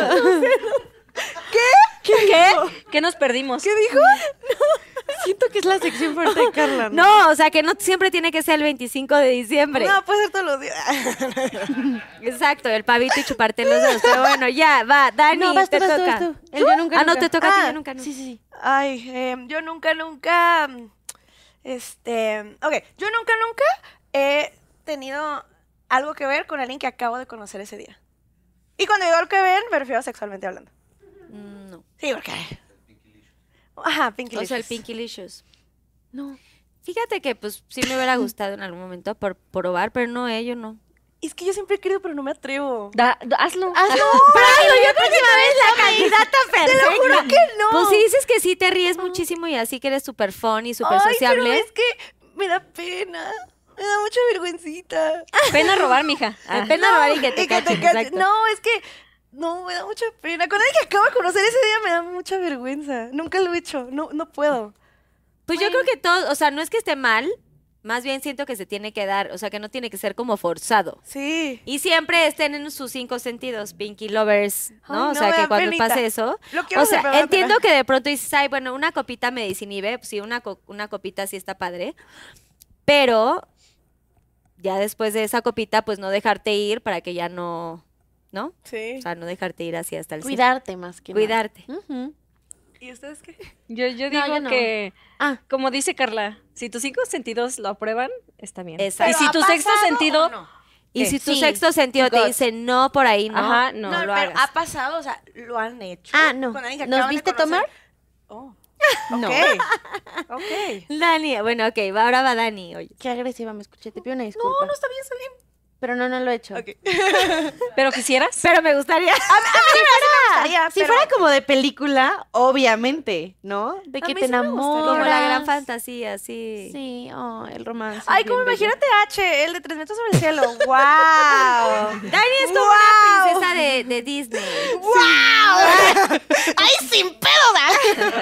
Speaker 1: ¿Qué nos perdimos?
Speaker 4: ¿Qué dijo?
Speaker 5: Siento que es la sección fuerte de Carla.
Speaker 6: No, o sea, que no siempre tiene que ser el 25 de diciembre.
Speaker 4: No, puede ser todos los días.
Speaker 6: Exacto, el pavito y chuparte los dedos. Pero bueno, ya, va, Dani,
Speaker 5: No, vas tú,
Speaker 6: te
Speaker 5: vas tú,
Speaker 6: toca.
Speaker 5: vas tú. El yo nunca,
Speaker 6: Ah, no,
Speaker 5: nunca.
Speaker 6: te toca a ti,
Speaker 4: Ah,
Speaker 6: yo nunca, nunca.
Speaker 5: Sí, sí, sí.
Speaker 4: Ay, yo nunca, ok, yo nunca he tenido algo que ver con alguien que acabo de conocer ese día. Y cuando digo algo que ver, me refiero a sexualmente hablando.
Speaker 6: No.
Speaker 4: Sí, porque... Ajá, Pinky
Speaker 6: O sea, el
Speaker 4: Licious.
Speaker 6: Pinky Licious.
Speaker 5: No.
Speaker 6: Fíjate que pues sí me hubiera gustado en algún momento por probar, pero no, yo no.
Speaker 4: Es que yo siempre he querido, pero no me atrevo.
Speaker 1: Hazlo.
Speaker 6: Pero yo próxima vez la candidata perfecta.
Speaker 4: Te lo juro que no.
Speaker 6: Pues si dices que sí te ríes muchísimo y así que eres súper fun y súper
Speaker 4: Ay,
Speaker 6: sociable.
Speaker 4: pero es que me da pena. Me da mucha vergüencita.
Speaker 1: Pena robar, mija.
Speaker 6: Ah, pena robar y que te cachen, exacto.
Speaker 4: No, es que... No, me da mucha pena. Con alguien que acabo de conocer ese día me da mucha vergüenza. Nunca lo he hecho. No puedo.
Speaker 6: Pues yo creo que todo, o sea, no es que esté mal, más bien siento que se tiene que dar, o sea, que no tiene que ser como forzado.
Speaker 4: Sí.
Speaker 6: Y siempre estén en sus 5 sentidos, Pinky Lovers, ¿no?
Speaker 4: Ay,
Speaker 6: o
Speaker 4: no,
Speaker 6: sea,
Speaker 4: me
Speaker 6: que
Speaker 4: da
Speaker 6: cuando
Speaker 4: penita.
Speaker 6: pase eso.
Speaker 4: Lo quiero
Speaker 6: O sea,
Speaker 4: hacer, pero me da
Speaker 6: entiendo
Speaker 4: pena.
Speaker 6: que de pronto dices, ay, bueno, una copita me desinhibe, pues sí, una copita sí está padre, pero ya después de esa copita, pues no dejarte ir para que ya no, ¿no?
Speaker 4: Sí.
Speaker 6: O sea, no dejarte ir así hasta el cien.
Speaker 5: Cuidarte más que nada.
Speaker 6: Cuidarte.
Speaker 5: Ujú.
Speaker 4: ¿Y ustedes qué?
Speaker 1: Yo digo
Speaker 5: yo no.
Speaker 1: que,
Speaker 5: Ah.
Speaker 1: como dice Carla, si tus 5 sentidos lo aprueban, está bien.
Speaker 6: Exacto.
Speaker 1: Y si tu sexto sentido,
Speaker 6: Y
Speaker 1: ¿qué?
Speaker 6: si tu
Speaker 5: Sí,
Speaker 6: sexto sentido te
Speaker 5: God.
Speaker 6: dice no por ahí, no,
Speaker 1: Ajá, no.
Speaker 6: no lo
Speaker 4: pero
Speaker 6: hagas.
Speaker 4: ha pasado, o sea, lo han hecho.
Speaker 5: Ah, no.
Speaker 4: Con alguien que
Speaker 5: ¿Nos
Speaker 4: acaban de
Speaker 5: viste
Speaker 4: conocer.
Speaker 5: tomar?
Speaker 4: Oh.
Speaker 5: No.
Speaker 4: Ok. Ok.
Speaker 6: Dani, bueno, ok, ahora va Dani, oye.
Speaker 5: Qué agresiva me escuché. Te pido una disculpa.
Speaker 4: No, no está bien, está bien.
Speaker 5: Pero no lo he hecho.
Speaker 4: Ok.
Speaker 1: ¿pero quisieras?
Speaker 6: Pero me gustaría.
Speaker 4: Gustaría,
Speaker 5: Si
Speaker 4: pero-
Speaker 5: fuera como de película, obviamente, ¿no? De
Speaker 4: A
Speaker 5: que
Speaker 4: mí
Speaker 5: te
Speaker 4: sí me gustaría.
Speaker 5: enamoras.
Speaker 6: Como la gran fantasía, sí.
Speaker 5: Sí, oh, el romance.
Speaker 4: Ay,
Speaker 5: es
Speaker 4: como
Speaker 5: bien bello.
Speaker 4: imagínate H, el de 3 metros sobre el cielo. ¡Wow!
Speaker 6: Dani es como una princesa de Disney.
Speaker 4: ¡Wow! ¡Ay, sin pedo!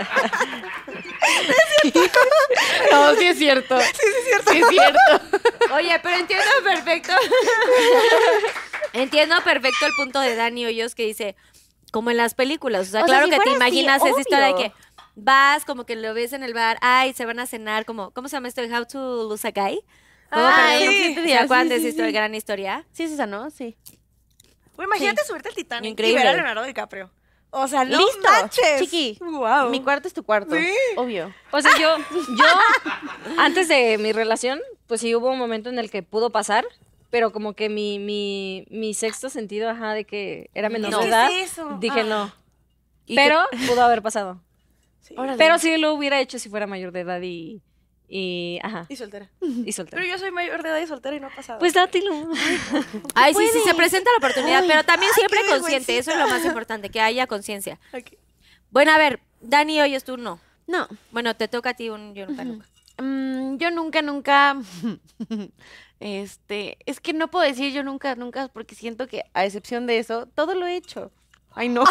Speaker 5: No, sí es cierto. Sí, es cierto. Sí es cierto.
Speaker 6: Oye, pero entiendo perfecto. Entiendo perfecto el punto de Dani Hoyos que dice, como en las películas. O sea,
Speaker 5: O sea,
Speaker 6: claro
Speaker 5: si
Speaker 6: que te
Speaker 5: fuera así,
Speaker 6: imaginas esa historia de
Speaker 5: obvio.
Speaker 6: que vas, como que lo ves en el bar, ay, se van a cenar, como, ¿cómo se llama esto? How to Lose a Guy. ¿Cómo
Speaker 5: Ay,
Speaker 6: perder un-
Speaker 5: sí,
Speaker 6: ¿Se acuerdan
Speaker 5: sí,
Speaker 6: de esa
Speaker 5: sí,
Speaker 6: historia,
Speaker 5: sí.
Speaker 6: gran historia?
Speaker 5: Sí es esa, ¿no? Sí.
Speaker 4: Güey, imagínate subirte al Titanic
Speaker 6: Increíble.
Speaker 4: y ver a Leonardo DiCaprio. O sea, no
Speaker 5: ¡Listo!
Speaker 4: manches.
Speaker 5: Chiqui.
Speaker 4: Wow.
Speaker 5: Mi cuarto es tu cuarto.
Speaker 4: Sí.
Speaker 5: Obvio.
Speaker 1: O sea, yo, antes de mi relación, pues sí hubo un momento en el que pudo pasar, pero como que mi sexto sentido, ajá, de que era menor
Speaker 4: No.
Speaker 1: de
Speaker 4: ¿Qué
Speaker 1: edad,
Speaker 4: es eso?
Speaker 1: dije
Speaker 4: Ah.
Speaker 1: no.
Speaker 6: Y
Speaker 1: Pero pudo haber pasado.
Speaker 5: Órale.
Speaker 1: Pero sí lo hubiera hecho si fuera mayor de edad y Ajá,
Speaker 4: Y soltera.
Speaker 1: y soltera.
Speaker 4: Pero yo soy mayor de edad y soltera y no ha pasado.
Speaker 1: Pues dátelo.
Speaker 6: Ay, sí, sí, se presenta la oportunidad, pero también siempre
Speaker 4: qué
Speaker 6: consciente. Eso es lo más importante, que haya conciencia.
Speaker 4: Ok.
Speaker 6: Bueno, a ver, Dani, oyes tú no.
Speaker 5: No.
Speaker 6: Bueno, te toca a ti un yo nunca nunca.
Speaker 5: Yo nunca. Es que no puedo decir yo nunca porque siento que, a excepción de eso, todo lo he hecho. Ay, no.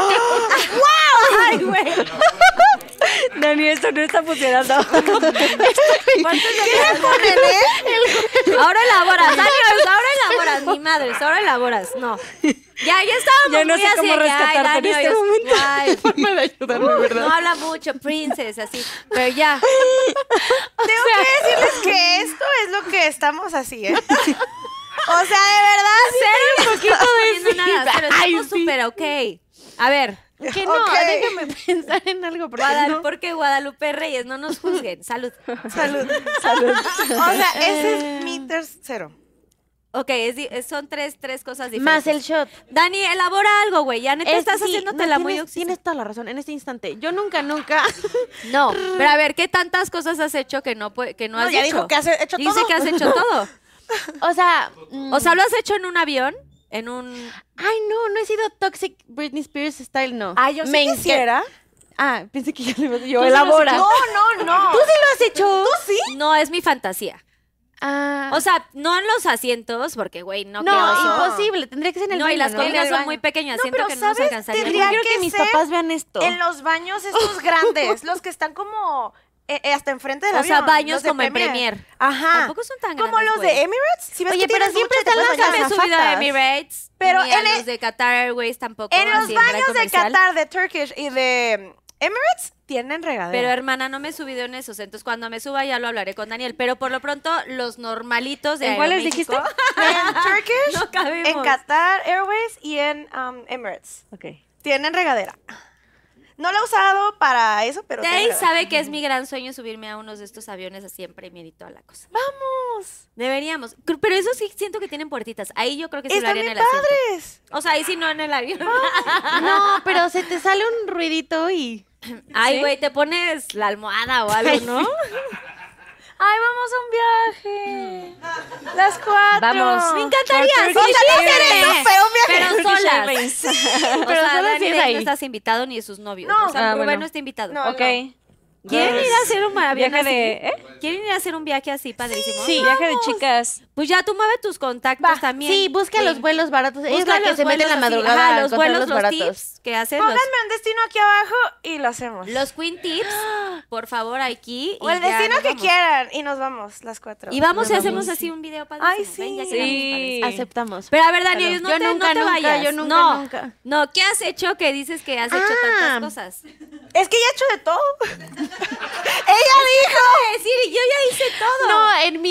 Speaker 6: Ay, güey.
Speaker 1: Dani, esto no está funcionando.
Speaker 6: ¿Cuántos le ponen, Ahora elaboras, Dani, ahora elaboras, mi madre, ahora elaboras. No. Ya estábamos
Speaker 1: Ya no
Speaker 6: muy
Speaker 1: sé
Speaker 6: así
Speaker 1: cómo
Speaker 6: de que, ay,
Speaker 1: rescatarte
Speaker 6: Dani,
Speaker 1: en este
Speaker 6: oyes,
Speaker 1: momento.
Speaker 6: guay.
Speaker 5: Forma de ayudarme, ¿verdad?
Speaker 6: No habla mucho, princess, así. Pero ya.
Speaker 4: Tengo que decirles que esto es lo que estamos así, ¿eh? O sea, de verdad.
Speaker 6: Cero un poquito de nada, pero
Speaker 5: Ay,
Speaker 6: estamos
Speaker 5: sí.
Speaker 6: súper ok. A ver,
Speaker 5: Que no,
Speaker 4: Ok.
Speaker 5: déjame pensar en algo. Porque no.
Speaker 6: porque Guadalupe Reyes, no nos juzguen. Salud.
Speaker 4: Salud. Salud. O sea, ese es mi tercero.
Speaker 6: Ok, son tres cosas diferentes.
Speaker 5: Más el shot.
Speaker 6: Dani, elabora algo, güey. Ya neta estás
Speaker 5: Sí,
Speaker 6: haciéndotela
Speaker 5: no,
Speaker 6: muy
Speaker 5: tienes,
Speaker 6: oxígeno.
Speaker 5: tienes toda la razón en este instante. Yo nunca.
Speaker 6: No, pero a ver, ¿qué tantas cosas has hecho que no has
Speaker 4: No, ya
Speaker 6: hecho?
Speaker 4: dijo que has hecho
Speaker 6: Dice
Speaker 4: todo.
Speaker 6: que has hecho todo.
Speaker 5: O sea.
Speaker 6: O sea, ¿lo has hecho en un avión? En un...
Speaker 5: Ay, no he sido toxic Britney Spears style, no.
Speaker 4: Ah, yo sí
Speaker 5: Me
Speaker 4: quisiera.
Speaker 5: Ah, pensé que ya le iba a decir. Yo
Speaker 6: Tú sí lo has
Speaker 5: elabora.
Speaker 6: hecho.
Speaker 4: No.
Speaker 5: ¿Tú sí lo has hecho? ¿Tú sí?
Speaker 6: No, es mi fantasía.
Speaker 5: Ah.
Speaker 6: O sea, no en los asientos, porque, güey, no,
Speaker 5: no,
Speaker 6: qué oso.
Speaker 5: imposible. Tendría que ser en el
Speaker 6: No,
Speaker 5: baño,
Speaker 6: y las
Speaker 5: ¿no?
Speaker 6: cobijas
Speaker 4: el
Speaker 6: son
Speaker 4: baño.
Speaker 6: muy pequeñas.
Speaker 4: No,
Speaker 6: Siento
Speaker 4: pero
Speaker 6: que no
Speaker 4: ¿sabes?
Speaker 6: se alcanzaría.
Speaker 4: Tendría
Speaker 5: Yo quiero
Speaker 4: que
Speaker 5: que mis
Speaker 4: ser
Speaker 5: papás vean esto.
Speaker 4: En los baños estos grandes, los que están como hasta enfrente del
Speaker 6: O sea,
Speaker 4: avión,
Speaker 6: baños
Speaker 4: los de
Speaker 6: como en Premier.
Speaker 4: Ajá.
Speaker 6: Tampoco son tan
Speaker 4: Como
Speaker 6: grandes,
Speaker 4: los
Speaker 6: güey.
Speaker 4: de Emirates. Si ves
Speaker 5: Oye,
Speaker 4: que
Speaker 5: pero
Speaker 4: tienes
Speaker 5: siempre
Speaker 4: ducha, te
Speaker 5: están
Speaker 4: puedes
Speaker 5: las
Speaker 6: Nunca me he
Speaker 4: bañar.
Speaker 6: subido a
Speaker 5: azafatas.
Speaker 6: Emirates,
Speaker 4: Pero
Speaker 6: ni a
Speaker 4: en
Speaker 6: los de Qatar Airways tampoco.
Speaker 4: En los
Speaker 6: así en horario
Speaker 4: baños de
Speaker 6: comercial.
Speaker 4: Qatar, de Turkish y de Emirates tienen regadera.
Speaker 6: Pero hermana, no me he subido en esos. Entonces, cuando me suba ya lo hablaré con Daniel. Pero por lo pronto, los normalitos de
Speaker 1: ¿En cuáles
Speaker 6: Aeroméxico,
Speaker 4: en Turkish,
Speaker 6: No cabemos.
Speaker 4: en Qatar Airways y en Emirates
Speaker 1: Ok.
Speaker 4: tienen regadera. No lo he usado para eso, pero tiene
Speaker 6: Day
Speaker 4: regadera.
Speaker 6: sabe que es mi gran sueño subirme a unos de estos aviones así en Premier y toda la cosa.
Speaker 4: ¡Vamos!
Speaker 6: Deberíamos. Pero eso sí siento que tienen puertitas. Ahí yo creo que sí lo
Speaker 4: Están
Speaker 6: haría en
Speaker 4: bien
Speaker 6: el asiento.
Speaker 4: padres.
Speaker 6: O sea, ahí sí no en el avión.
Speaker 5: No, pero se te sale un ruidito y.
Speaker 6: Ay, güey, te pones la almohada o algo, ¿no?
Speaker 4: ¡Ay, vamos a un viaje! Las cuatro.
Speaker 1: Vamos.
Speaker 6: Me encantaría.
Speaker 1: Con
Speaker 6: Sí,
Speaker 1: Turkish
Speaker 6: sí,
Speaker 1: Airlines.
Speaker 6: sí.
Speaker 4: Fue un viaje.
Speaker 6: Pero
Speaker 1: Turkish
Speaker 6: solas.
Speaker 1: Airlines.
Speaker 6: O
Speaker 5: Pero
Speaker 6: sea,
Speaker 5: solas
Speaker 6: Dani
Speaker 5: sí es
Speaker 6: Day
Speaker 5: ahí.
Speaker 6: no estás invitado ni sus novios.
Speaker 4: No.
Speaker 6: O sea,
Speaker 1: Ah,
Speaker 6: Rubén
Speaker 1: bueno.
Speaker 6: no está invitado.
Speaker 4: No.
Speaker 1: Ok.
Speaker 6: ¿Quieren ir a hacer un avión
Speaker 1: Viaje
Speaker 6: así?
Speaker 1: de...
Speaker 6: ¿Quieren ir a hacer un viaje así padrísimo?
Speaker 1: Sí, viaje de chicas.
Speaker 6: Pues ya tú mueve tus contactos también.
Speaker 5: Sí, busca los vuelos baratos. Es
Speaker 6: Busca
Speaker 5: la que
Speaker 6: los
Speaker 5: se mete en la
Speaker 6: vuelos así.
Speaker 5: madrugada.
Speaker 6: Ajá,
Speaker 5: a
Speaker 6: los
Speaker 5: encontrar
Speaker 6: vuelos, los
Speaker 5: baratos.
Speaker 6: tips que hacen. Los,
Speaker 4: Pónganme un destino aquí abajo y lo hacemos.
Speaker 6: los Queen Tips, por favor, aquí.
Speaker 4: o el
Speaker 6: y ya
Speaker 4: destino
Speaker 6: nos
Speaker 4: que
Speaker 6: vamos.
Speaker 4: quieran y nos vamos las cuatro.
Speaker 6: Y vamos y
Speaker 5: Nos
Speaker 6: hacemos
Speaker 5: vamos.
Speaker 6: así un video padrísimo.
Speaker 4: Ay, sí.
Speaker 6: Ven, ya
Speaker 1: Sí.
Speaker 6: quedamos, padres.
Speaker 5: Aceptamos.
Speaker 6: Pero a ver, Daniel, no
Speaker 5: Yo
Speaker 6: te,
Speaker 5: nunca,
Speaker 6: no te
Speaker 5: nunca,
Speaker 6: vayas.
Speaker 5: yo nunca,
Speaker 6: no,
Speaker 5: nunca.
Speaker 6: No, ¿qué has hecho que dices que has hecho
Speaker 5: Ah.
Speaker 6: tantas cosas?
Speaker 4: Es que ya he hecho de todo. Ella dijo.
Speaker 6: Decir, yo ya hice todo.
Speaker 5: No,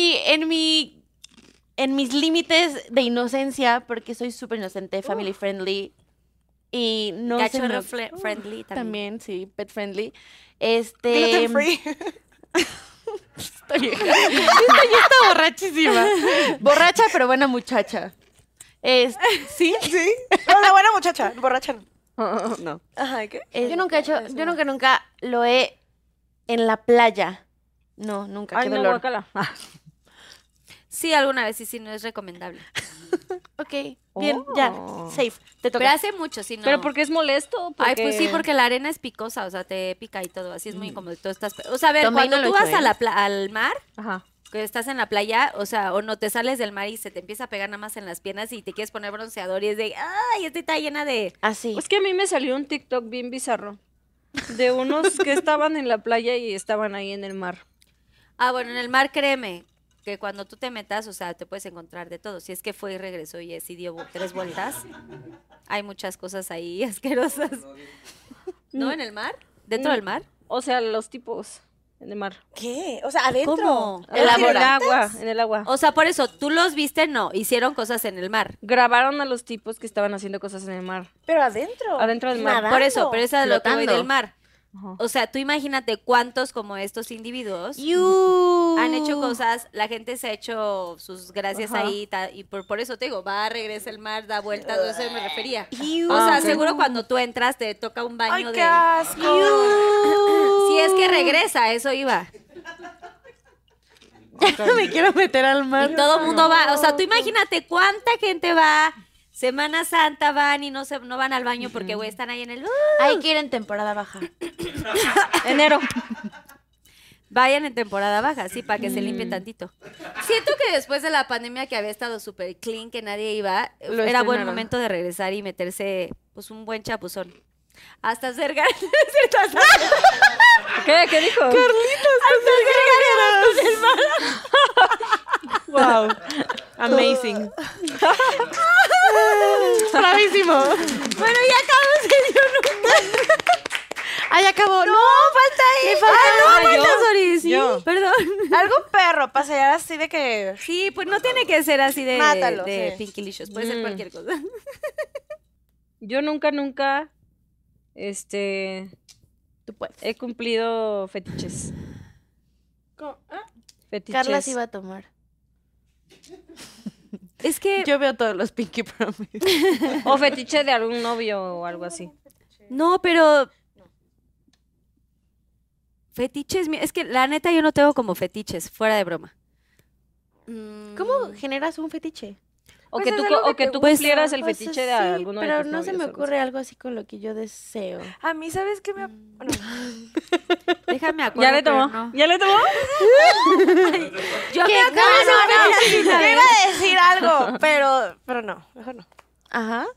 Speaker 5: en mis límites de inocencia, porque soy súper inocente, family friendly y no se
Speaker 6: Cachorro
Speaker 5: me-
Speaker 6: friendly también.
Speaker 5: también, sí, pet friendly.
Speaker 4: Gluten free.
Speaker 5: Esta vieja. Esta ya está borrachísima. Borracha, pero buena muchacha. Sí.
Speaker 4: Sí. No, la buena muchacha. Borracha no.
Speaker 1: No.
Speaker 4: Ajá, ¿qué?
Speaker 5: Yo nunca lo he en la playa. No, nunca,
Speaker 1: Ay,
Speaker 5: qué
Speaker 1: no,
Speaker 5: dolor.
Speaker 1: guácala.
Speaker 6: Sí, alguna vez sí, no es recomendable.
Speaker 5: Ok, bien, ya,
Speaker 1: Oh.
Speaker 5: safe, te toca.
Speaker 6: Pero hace mucho, sí, no.
Speaker 1: ¿Pero porque es molesto?
Speaker 6: Ay, pues sí, porque la arena es picosa, o sea, te pica y todo, así es muy incómodo. Tú estás... O sea, a ver,
Speaker 5: Tomei
Speaker 6: cuando
Speaker 5: no lo
Speaker 6: tú
Speaker 5: he
Speaker 6: vas
Speaker 5: hecho,
Speaker 6: a
Speaker 5: ¿eh?
Speaker 6: al mar,
Speaker 1: Ajá.
Speaker 6: que estás en la playa, o sea, o no te sales del mar y se te empieza a pegar nada más en las piernas y te quieres poner bronceador y es de, ay, esta está llena de...
Speaker 5: Así.
Speaker 1: Es que a mí me salió un TikTok bien bizarro. De unos que estaban en la playa y estaban ahí en el mar.
Speaker 6: Ah, bueno, en el mar, créeme, que cuando tú te metas, o sea, te puedes encontrar de todo. Si es que fue y regresó y así dio 3 vueltas, hay muchas cosas ahí asquerosas. ¿No? ¿En el mar? ¿Dentro del mar?
Speaker 1: O sea, los tipos en el mar.
Speaker 4: ¿Qué? O sea, adentro.
Speaker 6: ¿Cómo?
Speaker 1: En el
Speaker 5: Elabora.
Speaker 1: agua, en el agua.
Speaker 6: O sea, por eso, tú los viste, no, hicieron cosas en el mar.
Speaker 1: Grabaron a los tipos que estaban haciendo cosas en el mar.
Speaker 4: Pero adentro.
Speaker 1: Adentro del mar.
Speaker 4: Nadando.
Speaker 6: Por eso, pero esa es lo que voy
Speaker 5: Flotando.
Speaker 6: del mar.
Speaker 1: Ajá.
Speaker 6: O sea, tú imagínate cuántos como estos individuos han hecho cosas, la gente se ha hecho sus gracias
Speaker 1: Ajá.
Speaker 6: ahí y por eso te digo, va, regresa el mar, da vueltas, a eso me refería.
Speaker 5: Iu.
Speaker 6: O sea,
Speaker 1: ok.
Speaker 6: seguro cuando tú entras te toca un baño
Speaker 4: Ay,
Speaker 6: de...
Speaker 4: qué asco.
Speaker 6: Si es que regresa, eso iba.
Speaker 5: no me quiero meter al mar.
Speaker 6: Y todo el mundo va, o sea, tú imagínate cuánta gente va, Semana Santa van y no van al baño porque, güey, están ahí en el...
Speaker 5: Hay que ir en temporada baja.
Speaker 1: Enero.
Speaker 6: Vayan en temporada baja, sí, para que se limpien tantito. Siento que después de la pandemia que había estado súper clean, que nadie iba, era buen momento de regresar y meterse, pues, un buen chapuzón. Hasta hacer ganas.
Speaker 1: ¿Qué dijo?
Speaker 5: Wow. Amazing. Bravísimo.
Speaker 6: Bueno, ya acabamos de Yo Nunca.
Speaker 5: Ah, ya acabó.
Speaker 4: No, falta ahí.
Speaker 6: Le falta,
Speaker 1: ¿yo?
Speaker 6: falta Sori, sí.
Speaker 1: Yo.
Speaker 6: Perdón.
Speaker 4: Algo perro, para sellar así de que...
Speaker 6: Sí, pues no tiene que ser así de,
Speaker 4: Mátalo,
Speaker 6: de
Speaker 4: sí.
Speaker 6: Pinkylicious, puede ser cualquier cosa.
Speaker 1: Yo nunca,
Speaker 5: Tú puedes.
Speaker 1: he cumplido fetiches. Fetiches.
Speaker 5: Carla sí va a tomar.
Speaker 6: Es que
Speaker 5: Yo veo todos los Pinky Promise.
Speaker 1: O fetiche de algún novio o algo así.
Speaker 6: no, pero fetiches, es que la neta yo no tengo como fetiches, fuera de broma.
Speaker 5: ¿Cómo generas un fetiche?
Speaker 1: O
Speaker 4: Pues
Speaker 1: que
Speaker 4: es
Speaker 1: tú,
Speaker 4: algo que
Speaker 1: o que
Speaker 4: te
Speaker 1: tú
Speaker 6: gusta.
Speaker 1: cumplieras el
Speaker 5: Pues
Speaker 1: fetiche
Speaker 5: sí,
Speaker 1: de alguno de
Speaker 5: pero
Speaker 1: tus
Speaker 5: no se
Speaker 1: novios
Speaker 5: me
Speaker 1: o algo
Speaker 5: ocurre
Speaker 1: así.
Speaker 5: algo así con lo que yo deseo.
Speaker 4: A mí, ¿sabes qué me... Bueno,
Speaker 6: Déjame acuerdo.
Speaker 1: ¿Ya le
Speaker 6: pero
Speaker 1: tomó?
Speaker 6: no.
Speaker 1: ¿Ya le tomó?
Speaker 6: Yo
Speaker 5: ¿Qué?
Speaker 6: me acabo de hacer
Speaker 4: yo iba a decir algo, pero no, mejor no.
Speaker 5: Ajá.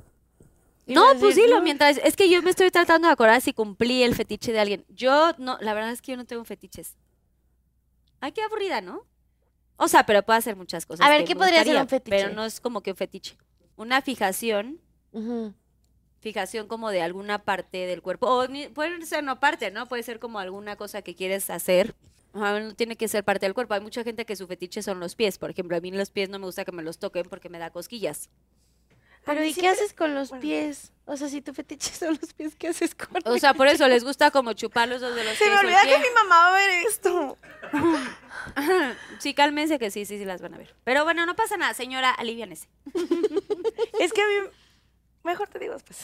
Speaker 6: No, pues dilo, mientras... Es que yo me estoy tratando de acordar si cumplí el fetiche de alguien. Yo, no, la verdad es que yo no tengo fetiches. Ay, qué aburrida, ¿no? O sea, pero puedo hacer muchas cosas.
Speaker 5: A ver,
Speaker 6: que
Speaker 5: ¿qué
Speaker 6: me
Speaker 5: podría ser
Speaker 6: gustaría,
Speaker 5: un fetiche?
Speaker 6: Pero no es como que un fetiche. Una fijación
Speaker 5: Ujú.
Speaker 6: como de alguna parte del cuerpo. O puede ser no parte, ¿no? Puede ser como alguna cosa que quieres hacer. No tiene que ser parte del cuerpo. Hay mucha gente que su fetiche son los pies. Por ejemplo, a mí los pies no me gusta que me los toquen porque me da cosquillas.
Speaker 5: Pero
Speaker 4: mí
Speaker 5: ¿y qué
Speaker 4: siempre-
Speaker 5: haces con los
Speaker 4: bueno.
Speaker 5: pies? O sea, si tu fetiche son los pies, ¿qué haces con
Speaker 6: O sea, por eso les gusta como chupar los dos de los
Speaker 4: Se
Speaker 6: pies.
Speaker 4: me
Speaker 6: o el
Speaker 4: olvida
Speaker 6: pie.
Speaker 4: que mi mamá va a ver esto.
Speaker 6: Sí, cálmense que sí las van a ver. Pero bueno, no pasa nada, señora, aliviánese.
Speaker 4: Es que a mí... Mejor te digo después.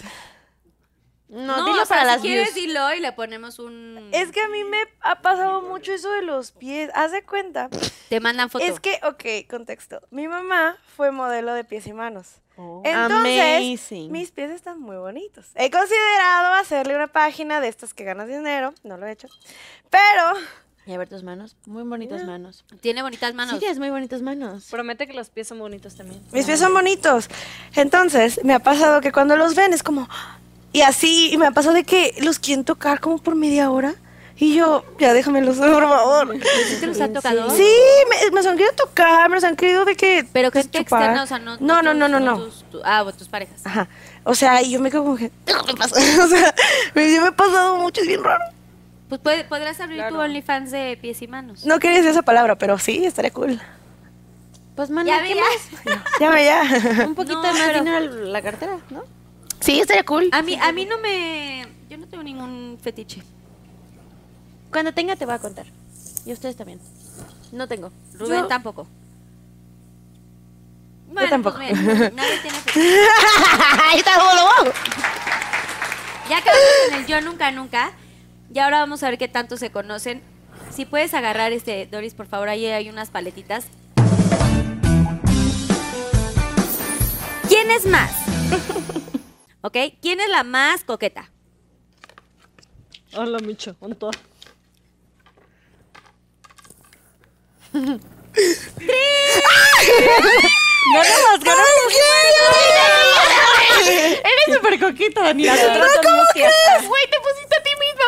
Speaker 5: No,
Speaker 6: No,
Speaker 5: dilo
Speaker 6: o sea,
Speaker 5: para
Speaker 6: si
Speaker 5: las
Speaker 6: quieres,
Speaker 5: views.
Speaker 6: dilo y le ponemos un...
Speaker 4: Es que a mí me ha pasado mucho eso de los pies. Haz de cuenta.
Speaker 6: Te mandan foto.
Speaker 4: Es que, ok, contexto. Mi mamá fue modelo de pies y manos. Entonces,
Speaker 5: Amazing.
Speaker 4: mis pies están muy bonitos. He considerado hacerle una página de estas que ganas dinero. No lo he hecho. Pero,
Speaker 5: Y a ver tus manos. Muy bonitas manos.
Speaker 6: Tiene bonitas manos.
Speaker 5: Sí, tienes muy bonitas manos.
Speaker 1: Promete que los pies son bonitos también.
Speaker 4: mis pies son bonitos. Entonces, me ha pasado que cuando los ven es como... Y así, y me ha pasado de que los quieren tocar como por media hora. Y yo, ya déjamelos, por favor.
Speaker 6: ¿Sí te los han tocado?
Speaker 4: Sí, me los han querido tocar, me los han querido de que...
Speaker 6: Pero gente
Speaker 4: chupar.
Speaker 6: externa, o sea, no.
Speaker 4: No.
Speaker 6: Tus parejas.
Speaker 4: Ajá. O sea, y yo me quedo como que... ¿Qué pasa? O sea, sí me ha pasado mucho, es bien raro.
Speaker 6: Pues podrás abrir tu
Speaker 1: Claro.
Speaker 6: OnlyFans de pies y manos.
Speaker 4: No quería decir esa palabra, pero sí, estaría cool.
Speaker 5: Pues, mana,
Speaker 6: Ya
Speaker 5: ¿qué
Speaker 6: veas.
Speaker 4: Ya.
Speaker 5: Un poquito
Speaker 6: No,
Speaker 5: más
Speaker 6: pero-
Speaker 5: dinero en la cartera, ¿no?
Speaker 4: Sí, estaría cool.
Speaker 6: A mí no me... Yo no tengo ningún fetiche.
Speaker 5: Cuando tenga te voy a contar. Y ustedes también. No tengo.
Speaker 6: Rubén
Speaker 5: Yo-
Speaker 6: tampoco. Bueno,
Speaker 4: tampoco.
Speaker 6: Pues, mira, nadie tiene fetiche.
Speaker 4: Ahí está, boludo.
Speaker 6: Ya acabamos en el Yo Nunca. Y ahora vamos a ver qué tanto se conocen. Si puedes agarrar Doris, por favor, ahí hay unas paletitas. ¿Quién es más? ¿Ok? ¿Quién es la más coqueta?
Speaker 1: Hola, Micho, un todo.
Speaker 5: Eres súper coquita, Daniela.
Speaker 1: Las otras son mustias.
Speaker 5: Güey, te pusiste a ti misma,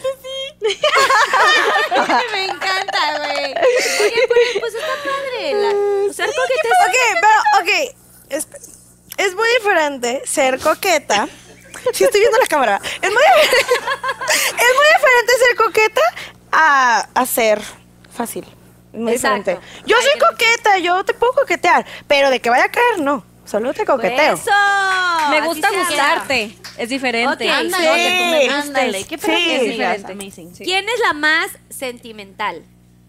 Speaker 5: obviamente sí.
Speaker 6: Me encanta, güey. Oye, pues está padre. O sea, coqueta es...
Speaker 4: Ok, pero, ok. Es muy diferente ser coqueta. Si estoy viendo la cámara. Es muy diferente ser coqueta a ser fácil. Es muy
Speaker 6: Exacto.
Speaker 4: diferente. Yo
Speaker 6: Hay
Speaker 4: soy
Speaker 6: que no-
Speaker 4: coqueta, yo te puedo coquetear. Pero de que vaya a caer, no. Solo te coqueteo.
Speaker 6: ¡Eso!
Speaker 1: Me
Speaker 6: Así
Speaker 1: gusta
Speaker 6: se llama.
Speaker 1: gustarte. Es diferente.
Speaker 6: Ok,
Speaker 1: Ándale,
Speaker 4: sí.
Speaker 1: que tú me gustes.
Speaker 5: Ándale, qué pena
Speaker 4: Sí.
Speaker 5: que
Speaker 1: Es
Speaker 5: digas,
Speaker 1: diferente.
Speaker 5: amazing.
Speaker 1: Sí.
Speaker 6: ¿Quién es la más sentimental?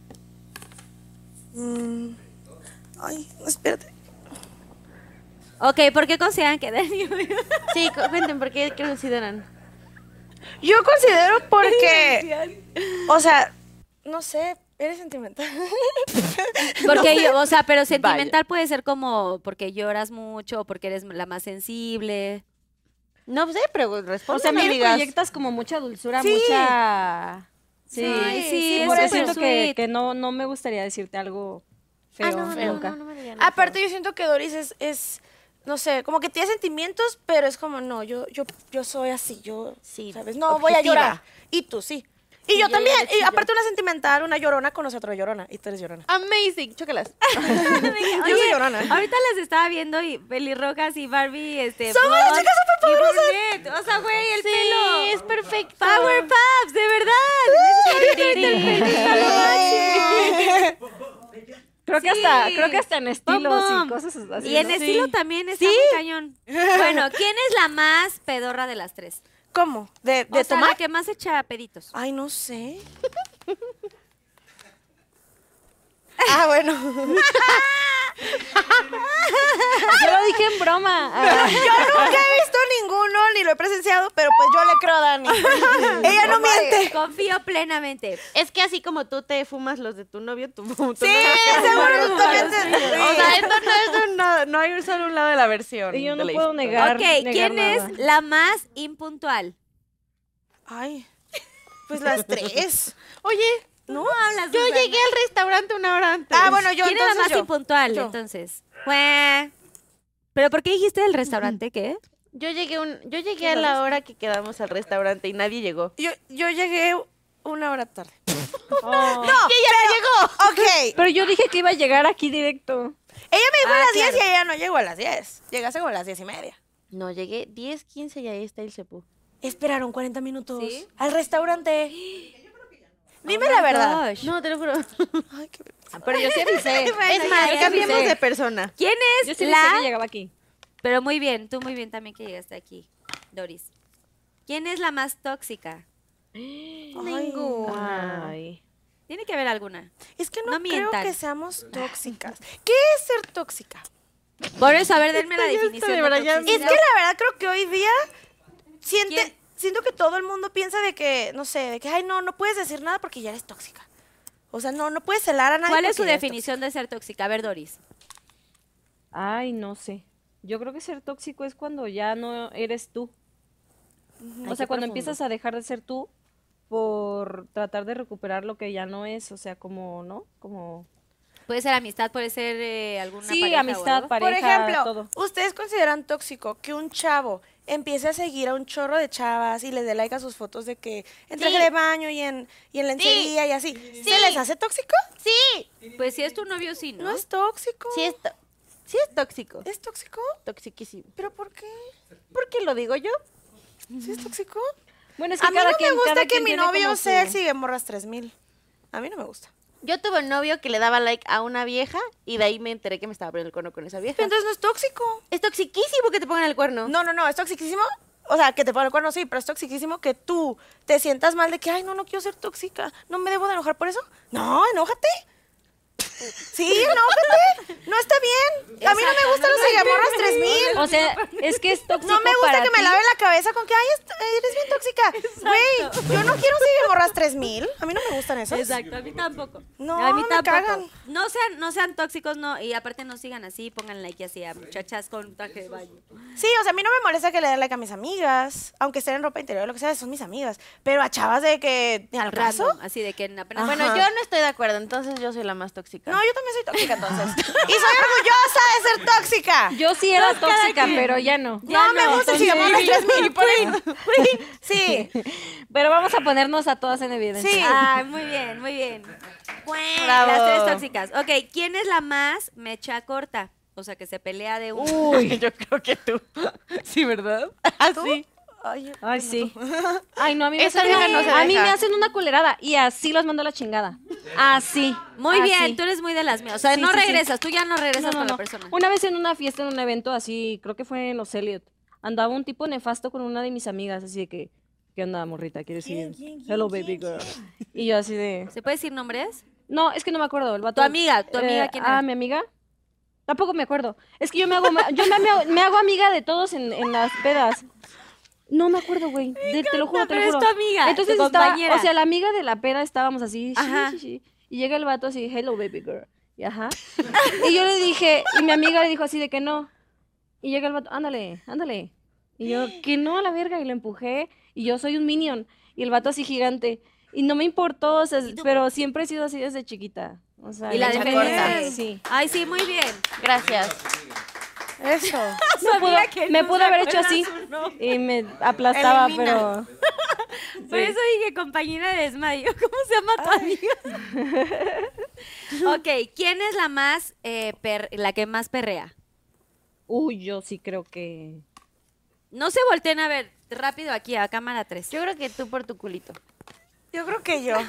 Speaker 4: Ay, espérate.
Speaker 6: Ok, ¿por qué consideran que Dani?
Speaker 5: Sí, cuenten, ¿por qué consideran?
Speaker 4: Yo considero porque, o sea, no sé, Eres sentimental.
Speaker 6: Porque yo, o sea, pero sentimental puede ser como porque lloras mucho o porque eres la más sensible.
Speaker 5: No sé, pero
Speaker 1: O
Speaker 5: responde,
Speaker 1: sea, a mí me
Speaker 5: amigas.
Speaker 1: proyectas como mucha dulzura,
Speaker 4: Sí.
Speaker 1: mucha... Sí,
Speaker 6: Ay, sí,
Speaker 1: por
Speaker 6: es
Speaker 1: eso
Speaker 6: súper
Speaker 1: siento que,
Speaker 6: sweet.
Speaker 1: que no me gustaría decirte algo feo nunca.
Speaker 5: No me digan eso.
Speaker 4: Aparte, yo siento que Doris es, no sé, como que tiene sentimientos, pero es como, no, yo soy así,
Speaker 5: Sí,
Speaker 4: ¿sabes? No, voy a
Speaker 5: objetiva.
Speaker 4: llorar. Y tú, sí. Y
Speaker 5: Sí,
Speaker 4: yo
Speaker 5: yo
Speaker 4: también.
Speaker 5: ya le
Speaker 4: Y
Speaker 5: chillo.
Speaker 4: aparte una sentimental, una llorona conoce a otra llorona. Y tú eres llorona.
Speaker 5: Amazing, chócalas.
Speaker 4: Yo soy llorona.
Speaker 6: Ahorita las estaba viendo y pelirrojas y Barbie,
Speaker 4: ¡Somos las
Speaker 6: blonde
Speaker 4: chicas
Speaker 6: y brunette. O sea, güey, el
Speaker 5: Sí,
Speaker 6: pelo.
Speaker 5: es perfecto.
Speaker 6: Powerpuffs, de verdad.
Speaker 1: Creo que
Speaker 6: Sí.
Speaker 1: hasta en estilos
Speaker 6: Bom,
Speaker 1: y cosas así.
Speaker 6: Y en
Speaker 1: ¿no?
Speaker 6: estilo también está muy cañón. Bueno, ¿quién es la más pedorra de las tres?
Speaker 4: ¿Cómo? ¿De
Speaker 6: O sea,
Speaker 4: tomar?
Speaker 6: la que más echa peditos.
Speaker 4: Ay, no sé. Bueno.
Speaker 1: Yo lo dije en broma. Ah,
Speaker 4: Yo nunca he visto ninguno, ni lo he presenciado, pero pues yo le creo a Dani. Ella no miente.
Speaker 6: Confío plenamente.
Speaker 5: Es que así como tú te fumas los de tu novio, tú
Speaker 4: Sí,
Speaker 5: no
Speaker 4: seguro tú también te...
Speaker 5: O sea, esto no es no hay solo un lado de la versión.
Speaker 1: y yo
Speaker 5: de
Speaker 1: no
Speaker 5: la
Speaker 1: puedo
Speaker 5: historia.
Speaker 1: negar.
Speaker 6: Ok,
Speaker 1: negar
Speaker 6: ¿quién
Speaker 1: nada.
Speaker 6: es la más impuntual?
Speaker 4: Ay, pues las tres.
Speaker 5: Oye,
Speaker 6: No hablas.
Speaker 5: yo
Speaker 6: Susana.
Speaker 5: llegué al restaurante una hora antes.
Speaker 4: Bueno, yo
Speaker 6: ¿Quién es la
Speaker 4: entonces
Speaker 6: más
Speaker 4: yo.
Speaker 6: impuntual,
Speaker 4: Yo.
Speaker 6: entonces? Fue... ¿Pero por qué dijiste del restaurante qué?
Speaker 5: Yo llegué a la hora que quedamos al restaurante y nadie llegó.
Speaker 4: Yo llegué una hora tarde.
Speaker 1: Oh.
Speaker 4: No, ok.
Speaker 1: Pero yo dije que iba a llegar aquí directo.
Speaker 4: Ella me dijo a las 10
Speaker 6: claro.
Speaker 4: y ella no llegó a las 10. Llegaste como a las 10:30.
Speaker 5: No, llegué 10, 15 y ahí está el cepú.
Speaker 4: Esperaron 40 minutos.
Speaker 6: ¿Sí?
Speaker 4: Al restaurante. Dime la verdad.
Speaker 6: Gosh.
Speaker 5: No, te lo juro.
Speaker 4: Ay, qué...
Speaker 1: Pero yo sí avisé.
Speaker 5: Es más,
Speaker 1: yo sí
Speaker 5: cambiemos
Speaker 1: avisé.
Speaker 5: de persona.
Speaker 6: ¿Quién
Speaker 1: Yo
Speaker 6: es
Speaker 1: sí avisé que
Speaker 6: la...
Speaker 1: llegaba aquí.
Speaker 6: Pero muy bien, tú muy bien también que llegaste aquí, Doris. ¿Quién es la más tóxica?
Speaker 5: Ninguna.
Speaker 1: Ay.
Speaker 6: Tiene que haber alguna.
Speaker 4: Es que no,
Speaker 6: No
Speaker 4: creo
Speaker 6: mientan.
Speaker 4: que seamos tóxicas. ¿Qué es ser tóxica?
Speaker 6: Por eso, a ver, denme la
Speaker 5: Ya está
Speaker 6: definición
Speaker 5: de
Speaker 6: de
Speaker 5: verdad, ya-
Speaker 4: Es
Speaker 6: toxicidad.
Speaker 4: que la verdad creo que hoy día
Speaker 6: ¿Quién?
Speaker 4: siento que todo el mundo piensa de que, no sé, de que, ay, no puedes decir nada porque ya eres tóxica. O sea, no puedes celar a nadie.
Speaker 6: ¿Cuál es su
Speaker 4: porque ya eres
Speaker 6: definición de ser tóxica? A ver, Doris.
Speaker 1: Ay, no sé. Yo creo que ser tóxico es cuando ya no eres tú. O sea, cuando empiezas a dejar de ser tú por tratar de recuperar lo que ya no es. O sea, como, ¿no? Como...
Speaker 6: Puede ser amistad, puede ser alguna
Speaker 1: Sí,
Speaker 6: pareja o
Speaker 1: amistad,
Speaker 6: algo.
Speaker 1: pareja,
Speaker 4: Por ejemplo,
Speaker 1: todo.
Speaker 4: ¿ustedes consideran tóxico que un chavo empiece a seguir a un chorro de chavas y les dé like a sus fotos de que en traje
Speaker 5: Sí.
Speaker 4: de baño y en lencería y así? ¿Se les hace tóxico?
Speaker 5: Sí,
Speaker 6: Pues si es tu novio, sí, ¿no?
Speaker 4: No es tóxico.
Speaker 5: sí es tóxico.
Speaker 4: ¿Es tóxico?
Speaker 5: Toxiquísimo.
Speaker 4: ¿Pero por qué?
Speaker 5: ¿Por qué lo digo yo?
Speaker 4: ¿Sí es tóxico?
Speaker 1: Bueno, es que
Speaker 4: A mí
Speaker 1: cada
Speaker 4: no
Speaker 1: quien,
Speaker 4: me gusta
Speaker 1: cada
Speaker 4: que
Speaker 1: quien
Speaker 4: mi
Speaker 1: tiene
Speaker 4: novio
Speaker 1: como
Speaker 4: sea el
Speaker 1: su-
Speaker 4: sigue morras 3000. A mí no me gusta.
Speaker 5: Yo tuve un novio que le daba like a una vieja y de ahí me enteré que me estaba poniendo el cuerno con esa vieja.
Speaker 4: Pero entonces no es tóxico.
Speaker 5: Es toxiquísimo que te pongan el cuerno.
Speaker 4: No, es toxiquísimo. O sea, que te ponga el cuerno, sí, pero es toxiquísimo que tú te sientas mal de que, ay, no quiero ser tóxica. ¿No me debo de enojar por eso? No, enójate. Sí, enójate. No está bien. A mí no me gustan los seguimorras 3000.
Speaker 1: O sea, es que es tóxico
Speaker 4: No me gusta
Speaker 1: para
Speaker 4: que me
Speaker 1: ti.
Speaker 4: laven la cabeza con que, ay, eres bien tóxica. Güey, yo no quiero seguimorras 3000. A mí no me gustan esos.
Speaker 6: Exacto, a mí tampoco.
Speaker 4: No,
Speaker 6: a mí
Speaker 4: me
Speaker 6: tampoco.
Speaker 4: cagan.
Speaker 6: No sean tóxicos, no, y aparte no sigan así, pongan like así a muchachas con traje de baño.
Speaker 4: Sí, o sea, a mí no me molesta que le den like a mis amigas, aunque estén en ropa interior o lo que sea, son mis amigas. Pero a chavas de que, al caso.
Speaker 6: Random, así de que apenas.
Speaker 4: Ajá.
Speaker 5: Bueno, yo no estoy de acuerdo, entonces yo soy la más tóxica.
Speaker 4: No, yo también soy tóxica entonces. Y soy orgullosa de ser tóxica.
Speaker 1: Yo sí era tóxica, pero ya no.
Speaker 4: No, me gusta si llamamos 3000. Sí.
Speaker 1: Pero vamos a ponernos a todas en evidencia.
Speaker 4: Sí.
Speaker 6: Ay, muy bien, muy bien.
Speaker 5: Bravo.
Speaker 6: Las tres tóxicas. Ok, ¿quién es la más mecha corta? O sea, que se pelea de un...
Speaker 5: Uy, yo creo que tú. Sí, ¿verdad? Así.
Speaker 4: Ay,
Speaker 1: Ay, sí. Ay, no, a mí me
Speaker 5: Esa
Speaker 1: hacen
Speaker 5: vieja
Speaker 1: una,
Speaker 5: no se
Speaker 1: a mí
Speaker 5: deja.
Speaker 1: me hacen una culerada y así los mando a la chingada. Así.
Speaker 6: Muy
Speaker 1: así.
Speaker 6: bien, tú eres muy de las mías. O sea,
Speaker 1: Sí,
Speaker 6: no
Speaker 1: sí, sí.
Speaker 6: regresas, tú ya no regresas
Speaker 1: No, no,
Speaker 6: con la
Speaker 1: no.
Speaker 6: persona.
Speaker 1: Una vez en una fiesta, en un evento así, creo que fue en los Elliot, andaba un tipo nefasto con una de mis amigas, así de que, ¿qué onda, morrita? ¿Quieres ir? Hello, baby girl. Y yo así de...
Speaker 6: ¿Se puede decir nombres?
Speaker 1: No, es que no me acuerdo. El vato,
Speaker 6: Tu amiga ¿quién era?
Speaker 1: mi amiga. Tampoco me acuerdo. Es que yo me hago, me hago amiga de todos en las pedas. No me acuerdo, güey. Te lo juro, te lo
Speaker 6: pero es
Speaker 1: juro.
Speaker 6: tu amiga,
Speaker 1: Entonces
Speaker 6: tu
Speaker 1: estaba,
Speaker 6: compañera.
Speaker 1: o sea, la amiga de la peda estábamos así.
Speaker 6: Ajá.
Speaker 1: Sí. Y llega el vato así, hello, baby girl. Y ajá. Y yo le dije, y mi amiga le dijo así de que no. Y llega el vato, ándale, ándale. Y yo, que no, a la verga. Y lo empujé. Y yo soy un minion. Y el vato así gigante. Y no me importó, o sea, pero siempre he sido así desde chiquita. O sea,
Speaker 6: Y la
Speaker 1: de
Speaker 6: defendiste.
Speaker 1: Sí.
Speaker 6: Ay, sí, muy bien.
Speaker 5: Gracias.
Speaker 4: Eso.
Speaker 1: Me pudo haber hecho así. Y me aplastaba,
Speaker 4: Elimina.
Speaker 1: pero...
Speaker 6: Por eso dije compañera de desmayo. ¿Cómo se llama tu amiga? Ok, ¿quién es la más, la que más perrea?
Speaker 1: Uy, yo sí creo que...
Speaker 6: No se volteen a ver rápido aquí a cámara 3.
Speaker 5: Yo creo que tú por tu culito.
Speaker 4: Yo creo que yo.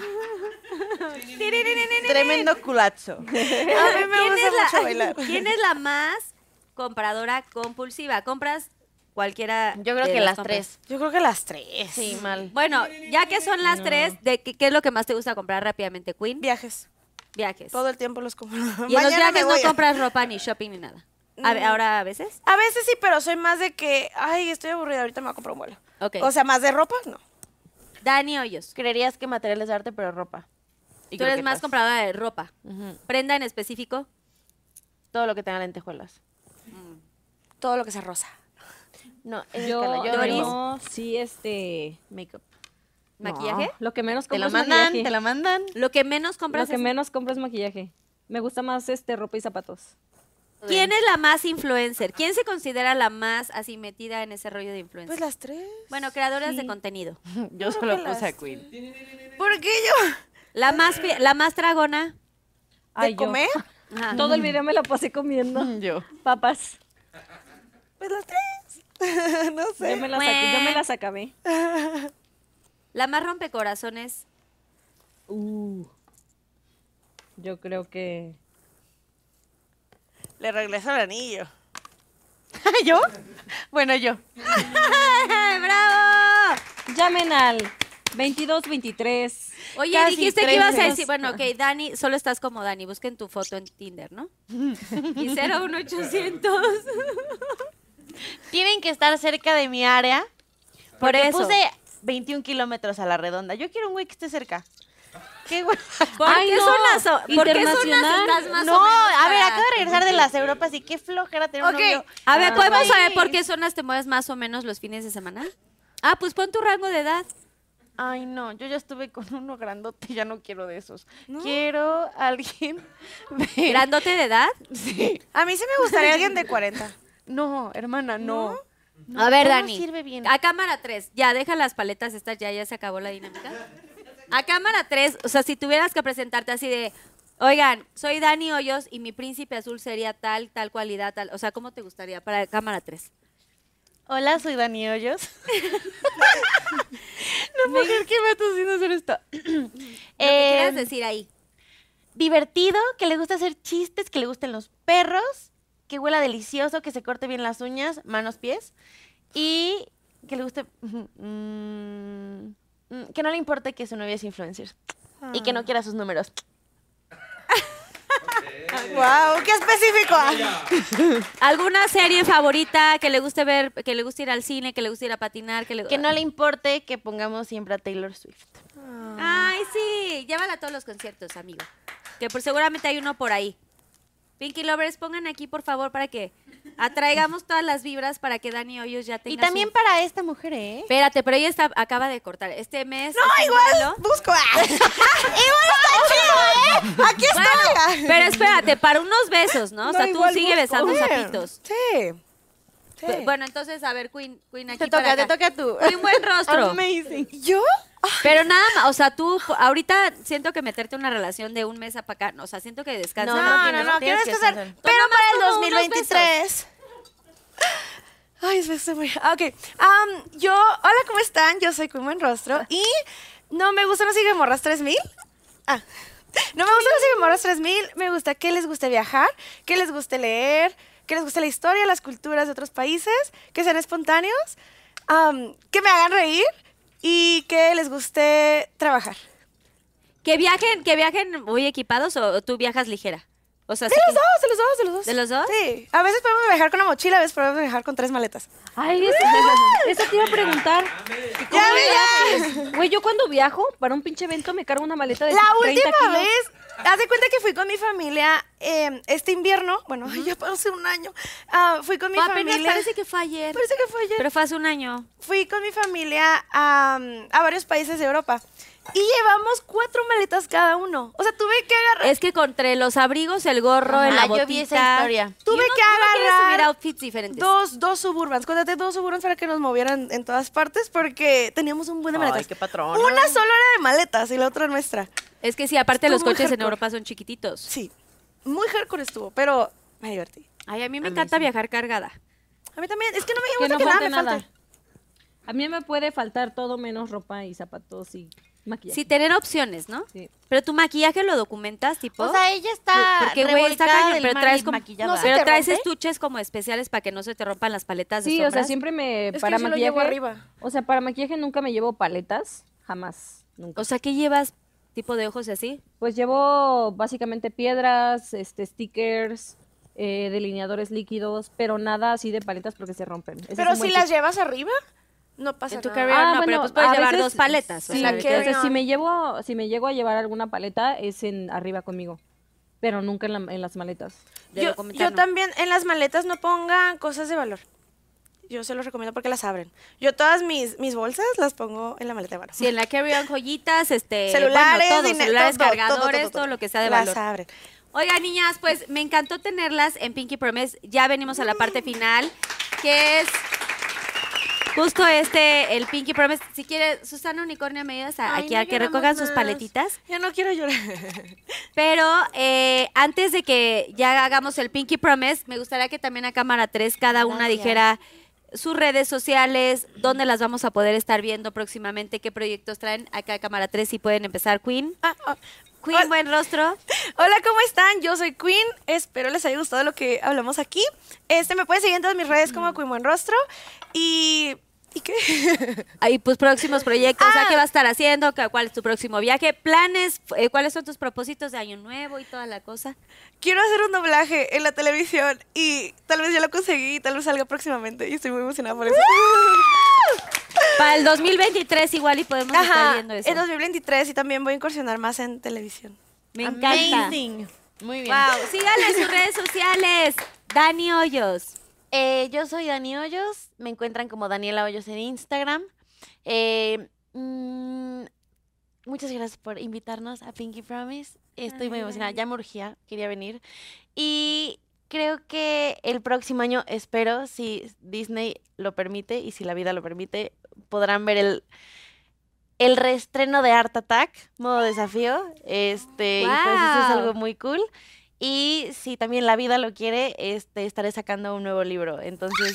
Speaker 4: Tremendo culazo. A mí me gusta mucho bailar.
Speaker 6: ¿Quién es la más compradora compulsiva? ¿Compras cualquiera?
Speaker 5: Yo creo
Speaker 6: de
Speaker 5: que las
Speaker 6: compras?
Speaker 5: 3.
Speaker 4: Yo creo que las 3.
Speaker 5: Sí, mal.
Speaker 6: Bueno, ya que son las 3, ¿qué es lo que más te gusta comprar rápidamente, Queen?
Speaker 4: Viajes.
Speaker 6: Viajes.
Speaker 4: Todo el tiempo los compro.
Speaker 6: Y en los
Speaker 4: Mañana me
Speaker 6: viajes no
Speaker 4: voy.
Speaker 6: compras ropa ni shopping ni nada. ¿Ahora a veces?
Speaker 4: A veces sí, pero soy más de que, ay, estoy aburrida, ahorita me voy a comprar un vuelo.
Speaker 6: Ok.
Speaker 4: O sea, más de ropa, no.
Speaker 6: Dani Hoyos.
Speaker 5: Creerías que materiales de arte, pero ropa. Y
Speaker 6: Tú eres más
Speaker 5: croquetas.
Speaker 6: compradora de ropa.
Speaker 5: Ujú.
Speaker 6: ¿Prenda en específico?
Speaker 5: Todo lo que tenga lentejuelas.
Speaker 4: Todo lo que sea rosa.
Speaker 5: No, es
Speaker 1: Yo,
Speaker 5: escala.
Speaker 1: no, sí, make-up.
Speaker 6: ¿Maquillaje?
Speaker 1: No, lo que menos
Speaker 5: Te
Speaker 1: compro
Speaker 5: la
Speaker 1: es
Speaker 5: mandan,
Speaker 1: maquillaje.
Speaker 5: te la mandan.
Speaker 6: Lo que menos
Speaker 1: Lo
Speaker 6: compras
Speaker 1: que
Speaker 6: es-
Speaker 1: menos compro es maquillaje. Me gusta más ropa y zapatos.
Speaker 6: ¿Quién es la más influencer? ¿Quién se considera la más así metida en ese rollo de influencer?
Speaker 4: Pues las 3.
Speaker 6: Bueno, creadoras de contenido.
Speaker 5: Yo solo puse a Queen.
Speaker 4: ¿Por qué yo?
Speaker 6: La más tragona.
Speaker 1: Ay,
Speaker 4: ¿De
Speaker 1: yo.
Speaker 4: comer?
Speaker 6: Ajá.
Speaker 1: Todo el video me lo pasé comiendo.
Speaker 5: Yo.
Speaker 1: Papas.
Speaker 4: Pues las 3. No sé.
Speaker 1: Yo me las acabé.
Speaker 6: La más rompecorazones.
Speaker 1: Yo creo que...
Speaker 4: Le regreso el anillo.
Speaker 5: ¿Yo? Bueno, yo.
Speaker 6: ¡Bravo!
Speaker 1: Llamen al 2223.
Speaker 6: Oye,
Speaker 5: Casi
Speaker 6: dijiste que
Speaker 5: 3
Speaker 6: ibas a
Speaker 5: meses.
Speaker 6: decir, bueno, ok, Dani, solo estás como Dani, busquen tu foto en Tinder, ¿no? Y 01800.
Speaker 5: Tienen que estar cerca de mi área.
Speaker 6: Por
Speaker 5: Porque
Speaker 6: eso.
Speaker 5: puse 21 kilómetros a la redonda. Yo quiero un güey que esté cerca. ¿Qué güey?
Speaker 6: ¿Por
Speaker 1: Ay,
Speaker 6: qué
Speaker 1: no,
Speaker 6: zonas? ¿Por qué zonas
Speaker 1: internacional.
Speaker 6: estás más
Speaker 5: No,
Speaker 6: o menos
Speaker 5: a ver,
Speaker 6: para-
Speaker 5: acabo de regresar de las Europas y qué flojera tener un
Speaker 4: Ok,
Speaker 5: novio.
Speaker 6: A ver, ¿podemos
Speaker 5: país.
Speaker 6: saber por qué zonas te mueves más o menos los fines de semana? Ah, pues pon tu rango de edad.
Speaker 5: Ay, no, yo ya estuve con uno grandote, ya no quiero de esos. Quiero a alguien de...
Speaker 6: ¿Grandote de edad?
Speaker 5: Sí.
Speaker 4: A mí sí me gustaría alguien de 40.
Speaker 5: No, hermana, no. No,
Speaker 6: A ver,
Speaker 5: no
Speaker 6: Dani.
Speaker 5: sirve bien.
Speaker 6: A cámara 3. Ya, deja las paletas estas, ya se acabó la dinámica. A cámara 3, o sea, si tuvieras que presentarte así de, oigan, soy Dani Hoyos y mi príncipe azul sería tal cualidad, tal. O sea, ¿cómo te gustaría para cámara 3?
Speaker 5: Hola, soy Dani Hoyos. No puedo creer que me estás haciendo hacer esto.
Speaker 6: Lo que quieras decir ahí.
Speaker 5: Divertido, que le gusta hacer chistes, que le gusten los perros, que huela delicioso, que se corte bien las uñas, manos, pies. Y que le guste... que no le importe que su novia es influencer. Y que no quiera sus números.
Speaker 4: ¡Wow! ¡Qué específico!
Speaker 6: ¿Alguna serie favorita que le guste ver, que le guste ir al cine, que le guste ir a patinar?
Speaker 5: Que no le importe que pongamos siempre a Taylor Swift.
Speaker 6: Ay, sí, llévala a todos los conciertos, amigo. Que seguramente hay uno por ahí. Pinky Lovers, pongan aquí, por favor, para que atraigamos todas las vibras para que Dani Hoyos ya tenga
Speaker 5: Y también
Speaker 6: su-
Speaker 5: para esta mujer, ¿eh?
Speaker 6: Espérate, pero ella acaba de cortar. Este mes...
Speaker 4: No,
Speaker 6: este
Speaker 4: igual
Speaker 6: modelo-
Speaker 4: busco. Igual está chido, ¿eh? Aquí estoy.
Speaker 6: Pero espérate, para unos besos, ¿no? O sea,
Speaker 4: No,
Speaker 6: tú
Speaker 4: igual
Speaker 6: sigue
Speaker 4: busco.
Speaker 6: besando
Speaker 4: Bien.
Speaker 6: zapitos.
Speaker 4: Sí. Sí.
Speaker 6: Bueno, entonces, a ver, Queen aquí
Speaker 5: Te
Speaker 6: para
Speaker 5: toca,
Speaker 6: acá.
Speaker 5: te toca tú.
Speaker 6: Muy buen rostro.
Speaker 5: Amazing.
Speaker 4: ¿Yo?
Speaker 6: Pero nada más, o sea, tú ahorita siento que meterte en una relación de un mes a para acá, o sea, siento que descansas.
Speaker 4: No, quiero
Speaker 5: tienes que
Speaker 4: descansar.
Speaker 5: descansar.
Speaker 4: Pero
Speaker 6: Tú nomás
Speaker 4: para el
Speaker 6: como unos
Speaker 4: 2023. Ay, estoy muy... Ok. Hola, ¿cómo están? Yo soy Queen Buen Rostro y no me gustan los Morras 3000. No me gustan los Morras 3000. Me gusta que les guste viajar, que les guste leer, que les guste la historia, las culturas de otros países, que sean espontáneos, que me hagan reír y que les guste trabajar.
Speaker 6: Que viajen muy equipados o tú viajas ligera. O sea,
Speaker 4: De
Speaker 6: sí
Speaker 4: los
Speaker 6: que-
Speaker 4: dos, de los dos, de los dos.
Speaker 6: ¿De los dos?
Speaker 4: Sí. A veces podemos viajar con una mochila, a veces podemos viajar con 3 maletas.
Speaker 1: Ay, eso te iba a preguntar. ¿Y cómo
Speaker 4: ¡Ya
Speaker 1: le haces? Güey, yo cuando viajo para un pinche evento me cargo una maleta de
Speaker 4: La
Speaker 1: 30
Speaker 4: última
Speaker 1: kilos.
Speaker 4: vez Haz de cuenta que fui con mi familia este invierno, bueno, ya pasó un año, fui con mi
Speaker 6: Apenas
Speaker 4: familia.
Speaker 6: parece que fue ayer.
Speaker 4: Parece que fue ayer.
Speaker 6: Pero fue hace un año.
Speaker 4: Fui con mi familia a varios países de Europa y llevamos 4 maletas cada uno. O sea, tuve que agarrar.
Speaker 6: Es que entre los abrigos, el gorro, la
Speaker 5: yo
Speaker 6: botita.
Speaker 5: vi esa historia.
Speaker 4: Tuve que
Speaker 6: quieres subir
Speaker 4: agarrar
Speaker 6: outfits diferentes.
Speaker 4: dos Suburbans. Contraté 2 Suburbans para que nos movieran en todas partes porque teníamos un buen de maletas.
Speaker 5: Ay, qué patrón.
Speaker 4: Una solo era de maletas y la otra nuestra.
Speaker 6: Es que sí, aparte los
Speaker 4: Estuvo muy
Speaker 6: coches en
Speaker 4: hardcore.
Speaker 6: Europa son chiquititos.
Speaker 4: Sí, muy hardcore estuvo, pero me divertí.
Speaker 6: Ay, a mí me
Speaker 5: A mí
Speaker 6: encanta
Speaker 5: sí.
Speaker 6: viajar cargada.
Speaker 4: A mí también. Es que no me
Speaker 1: Que
Speaker 4: gusta
Speaker 1: no
Speaker 4: que nada
Speaker 1: falte
Speaker 4: me
Speaker 1: nada.
Speaker 4: falte.
Speaker 1: A mí me puede faltar todo menos ropa y zapatos y maquillaje.
Speaker 6: Sí, tener opciones, ¿no?
Speaker 1: Sí.
Speaker 6: Pero tu maquillaje lo documentas, tipo.
Speaker 5: O sea, ella está
Speaker 6: porque, güey, está
Speaker 5: revolcada
Speaker 6: cañón,
Speaker 5: del
Speaker 6: pero
Speaker 5: mar
Speaker 6: traes
Speaker 5: y
Speaker 6: como,
Speaker 5: maquillada.
Speaker 4: No,
Speaker 6: pero
Speaker 4: ¿te
Speaker 6: traes
Speaker 4: rompe?
Speaker 6: estuches como especiales para que no se te rompan las paletas de
Speaker 1: Sí, o sea,
Speaker 6: sombras.
Speaker 1: siempre me...
Speaker 4: Es
Speaker 1: para
Speaker 4: que yo lo
Speaker 1: maquillaje...
Speaker 4: llevo arriba.
Speaker 1: O sea, para maquillaje nunca me llevo paletas. Jamás. Nunca.
Speaker 6: O sea, ¿qué llevas? ¿Tipo de ojos y así?
Speaker 1: Pues llevo básicamente piedras, stickers, delineadores líquidos, pero nada así de paletas porque se rompen. Ese
Speaker 4: Pero
Speaker 1: es un
Speaker 4: si
Speaker 1: buen
Speaker 4: las
Speaker 1: tip.
Speaker 4: llevas arriba, no pasa
Speaker 6: En tu
Speaker 4: nada.
Speaker 6: carry-on no, pero
Speaker 1: bueno,
Speaker 6: pues puedes
Speaker 1: a
Speaker 6: llevar
Speaker 1: veces
Speaker 6: 2 paletas. o
Speaker 1: Sí,
Speaker 6: sea,
Speaker 4: la
Speaker 1: o
Speaker 4: carry-on.
Speaker 1: sea, si me llego a llevar alguna paleta es en arriba conmigo, pero nunca en las maletas.
Speaker 6: de
Speaker 4: Yo
Speaker 6: documentar, ¿no?
Speaker 4: también en las maletas no pongan cosas de valor. Yo se los recomiendo porque las abren. Yo todas mis bolsas las pongo en la maleta de valor.
Speaker 6: Sí, en la carry-on joyitas,
Speaker 4: Celulares,
Speaker 6: bueno, todo,
Speaker 4: dinero,
Speaker 6: celulares,
Speaker 4: todo,
Speaker 6: cargadores, todo lo que sea de valor.
Speaker 4: Las abren.
Speaker 6: Oigan, niñas, pues me encantó tenerlas en Pinky Promise. Ya venimos a la parte final, que es justo el Pinky Promise. Si quiere, Susana Unicornio, me ayudas
Speaker 4: Ay,
Speaker 6: aquí
Speaker 4: no
Speaker 6: a que
Speaker 4: lloramos
Speaker 6: recojan sus
Speaker 4: más.
Speaker 6: paletitas.
Speaker 4: Ya no quiero llorar.
Speaker 6: Pero antes de que ya hagamos el Pinky Promise, me gustaría que también a cámara 3 cada una
Speaker 5: Gracias.
Speaker 6: dijera sus redes sociales, dónde las vamos a poder estar viendo próximamente, qué proyectos traen. Acá a cámara 3 si pueden empezar. Queen. Queen,
Speaker 4: Hola.
Speaker 6: buen rostro.
Speaker 4: Hola, ¿cómo están? Yo soy Queen. Espero les haya gustado lo que hablamos aquí. Me pueden seguir en todas mis redes como Queen Buen Rostro. ¿Y qué?
Speaker 6: Ahí, pues próximos proyectos, o sea,
Speaker 4: Ah.
Speaker 6: ¿qué vas a estar haciendo? ¿Cuál es tu próximo viaje? ¿Planes? ¿Cuáles son tus propósitos de año nuevo y toda la cosa?
Speaker 4: Quiero hacer un doblaje en la televisión y tal vez ya lo conseguí y tal vez salga próximamente y estoy muy emocionada por eso.
Speaker 6: Para el 2023 igual y podemos estar
Speaker 4: Ajá,
Speaker 6: viendo eso.
Speaker 4: en 2023 y también voy a incursionar más en televisión.
Speaker 6: Me encanta.
Speaker 5: Amazing. Muy bien.
Speaker 6: Wow, síganle sus redes sociales. Dani Hoyos.
Speaker 5: Yo soy Dani Hoyos, me encuentran como Daniela Hoyos en Instagram. Muchas gracias por invitarnos a Pinky Promise. Estoy muy emocionada, ya me urgía, quería venir. Y creo que el próximo año, espero, si Disney lo permite y si la vida lo permite, podrán ver el reestreno de Art Attack, modo desafío. Y pues eso es
Speaker 6: Guau.
Speaker 5: algo muy cool. Y si también la vida lo quiere, estaré sacando un nuevo libro. Entonces.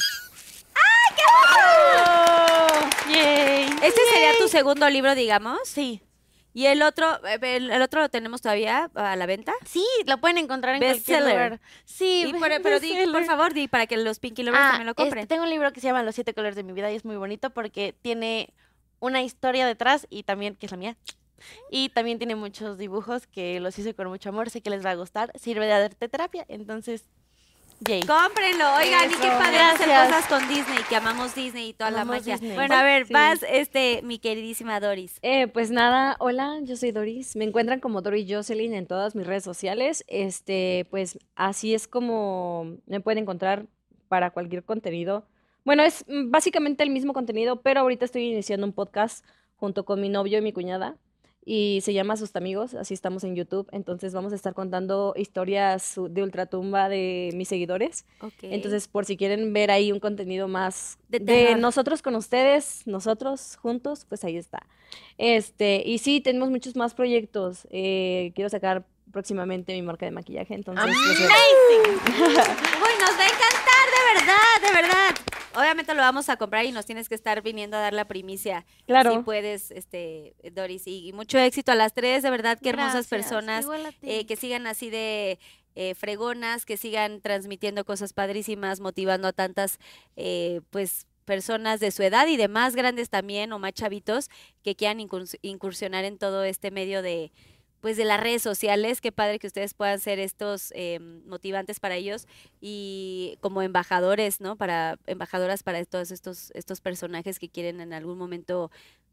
Speaker 5: ¡Yay!
Speaker 6: Este sería tu segundo libro, digamos.
Speaker 5: Sí.
Speaker 6: Y el otro lo tenemos todavía a la venta.
Speaker 5: Sí, lo pueden encontrar en cualquier
Speaker 6: Bestseller.
Speaker 5: lugar. Sí,
Speaker 6: Y pero di, por favor, di para que los Pinky Lovers también lo compren.
Speaker 5: Tengo un libro que se llama Los 7 colores de mi vida y es muy bonito porque tiene una historia detrás y también, que es la mía, y también tiene muchos dibujos que los hice con mucho amor, sé que les va a gustar, sirve de arte terapia, entonces, yay.
Speaker 6: Cómprenlo, oigan, y qué
Speaker 5: Eso,
Speaker 6: padre hacer
Speaker 5: gracias.
Speaker 6: cosas con Disney, que amamos Disney y toda la
Speaker 5: Amamos
Speaker 6: magia.
Speaker 5: Disney.
Speaker 6: Bueno, a ver,
Speaker 1: Sí.
Speaker 6: vas, mi queridísima Doris.
Speaker 1: Pues nada, hola, yo soy Doris. Me encuentran como Doris Jocelyn en todas mis redes sociales. Pues así es como me pueden encontrar para cualquier contenido. Bueno, es básicamente el mismo contenido, pero ahorita estoy iniciando un podcast junto con mi novio y mi cuñada y se llama Sus Amigos, así estamos en YouTube. Entonces vamos a estar contando historias de ultratumba de mis seguidores.
Speaker 6: Ok.
Speaker 1: Entonces, por si quieren ver ahí un contenido más
Speaker 6: De
Speaker 1: de
Speaker 6: terror.
Speaker 1: nosotros con ustedes, nosotros juntos, pues ahí está. Y sí, tenemos muchos más proyectos. Quiero sacar próximamente mi marca de maquillaje, entonces pues,
Speaker 5: Amazing.
Speaker 6: Uy, nos va a encantar, de verdad. Obviamente lo vamos a comprar y nos tienes que estar viniendo a dar la primicia.
Speaker 1: Claro.
Speaker 6: Si puedes, Doris. Y mucho éxito a las tres, de verdad, qué hermosas
Speaker 5: Gracias,
Speaker 6: personas.
Speaker 5: igual a ti.
Speaker 6: Que sigan así de fregonas, que sigan transmitiendo cosas padrísimas, motivando a tantas, pues, personas de su edad y de más grandes también, o más chavitos, que quieran incursionar en todo este medio de pues de las redes sociales. Qué padre que ustedes puedan ser estos motivantes para ellos y como embajadores, ¿no? Embajadoras para todos estos personajes que quieren en algún momento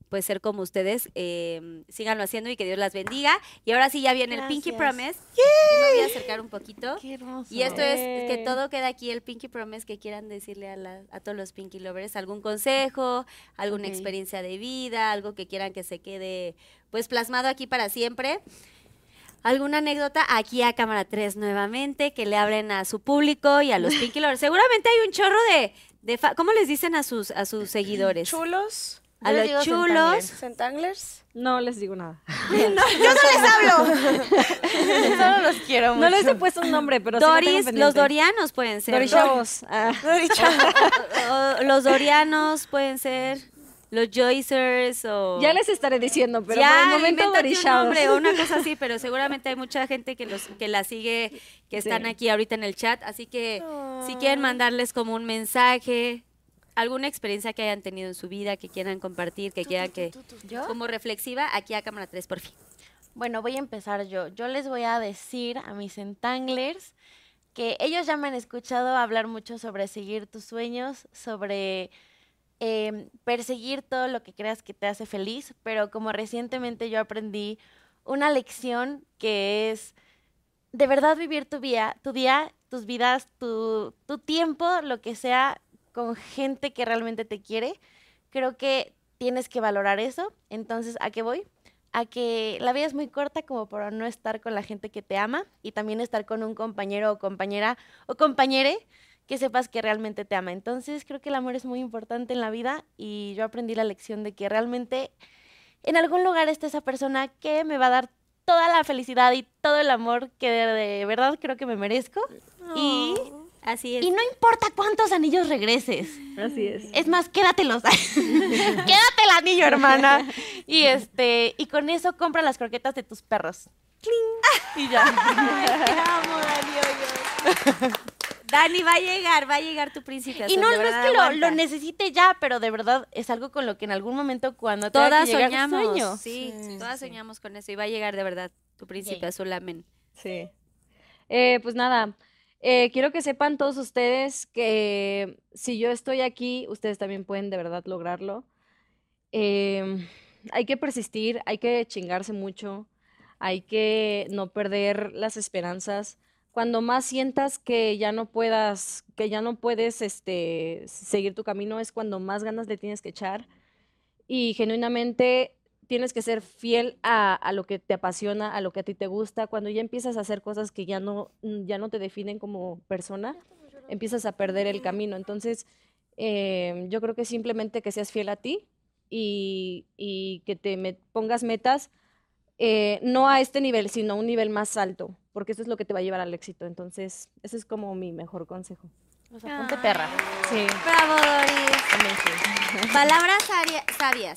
Speaker 6: pues ser como ustedes. Síganlo haciendo y que Dios las bendiga. Y ahora sí ya viene el Pinky Promise. Yo me voy a acercar un poquito.
Speaker 5: Qué hermoso.
Speaker 6: Y esto es que todo queda aquí, el Pinky Promise, que quieran decirle a todos los Pinky Lovers algún consejo, alguna experiencia de vida, algo que quieran que se quede pues plasmado aquí para siempre. ¿Alguna anécdota? Aquí a Cámara 3 nuevamente, que le hablen a su público y a los Pinky Lovers. Seguramente hay un chorro ¿cómo les dicen a sus seguidores?
Speaker 4: Chulos,
Speaker 6: A los chulos.
Speaker 4: centanglers.
Speaker 1: No les digo nada.
Speaker 4: Yo no les hablo.
Speaker 5: Solo los quiero mucho.
Speaker 1: No les he puesto un nombre, pero sí lo tengo
Speaker 6: Doris,
Speaker 1: pendiente.
Speaker 6: los dorianos pueden ser.
Speaker 1: Dorishavos.
Speaker 6: Los dorianos pueden ser. Los Joycers o...
Speaker 1: Ya les estaré diciendo, pero
Speaker 6: ya,
Speaker 1: por el momento
Speaker 6: invéntate un
Speaker 1: Dorishavos.
Speaker 6: nombre o una cosa así, pero seguramente hay mucha gente que la sigue, que están aquí ahorita en el chat, así que si quieren mandarles como un mensaje, alguna experiencia que hayan tenido en su vida, que quieran compartir, que quieran que...
Speaker 5: ¿Yo?
Speaker 6: Como reflexiva, aquí a Cámara 3, por fin.
Speaker 5: Bueno, voy a empezar yo. Yo les voy a decir a mis entanglers que ellos ya me han escuchado hablar mucho sobre seguir tus sueños, sobre perseguir todo lo que creas que te hace feliz, pero como recientemente yo aprendí una lección que es de verdad vivir tu día, tus vidas, tu tiempo, lo que sea, con gente que realmente te quiere. Creo que tienes que valorar eso. Entonces, ¿a qué voy? A que la vida es muy corta como para no estar con la gente que te ama y también estar con un compañero o compañera o compañere que sepas que realmente te ama. Entonces, creo que el amor es muy importante en la vida y yo aprendí la lección de que realmente en algún lugar está esa persona que me va a dar toda la felicidad y todo el amor que de verdad creo que me merezco. Y
Speaker 6: Así es.
Speaker 5: no importa cuántos anillos regreses.
Speaker 1: Así es.
Speaker 5: Es más, quédatelos. Quédate el anillo, hermana. Y con eso compra las croquetas de tus perros. ¡Cling! Y ya.
Speaker 6: Te amo, Dani Hoyos. Dani, va a llegar tu príncipe azul.
Speaker 5: Y no
Speaker 6: de
Speaker 5: es
Speaker 6: verdad,
Speaker 5: que
Speaker 6: aguanta.
Speaker 5: lo necesite ya, pero de verdad es algo con lo que en algún momento cuando tenga
Speaker 6: Todas
Speaker 5: que llegar
Speaker 6: soñamos.
Speaker 5: sueño.
Speaker 6: Sí, todas soñamos con eso y va a llegar de verdad tu príncipe
Speaker 5: Yay.
Speaker 6: azul, amén.
Speaker 1: Sí. Pues nada, quiero que sepan todos ustedes que si yo estoy aquí, ustedes también pueden de verdad lograrlo. Hay que persistir, hay que chingarse mucho, hay que no perder las esperanzas. Cuando más sientas que ya no puedes seguir tu camino, es cuando más ganas le tienes que echar. Y genuinamente tienes que ser fiel a lo que te apasiona, a lo que a ti te gusta. Cuando ya empiezas a hacer cosas que ya no te definen como persona, empiezas a perder el camino. Entonces, yo creo que simplemente que seas fiel a ti y que te pongas metas, no a este nivel, sino a un nivel más alto, porque eso es lo que te va a llevar al éxito. Entonces, ese es como mi mejor consejo.
Speaker 5: O sea, ponte perra.
Speaker 1: Sí.
Speaker 6: Bravo, Doris. Palabras sabias.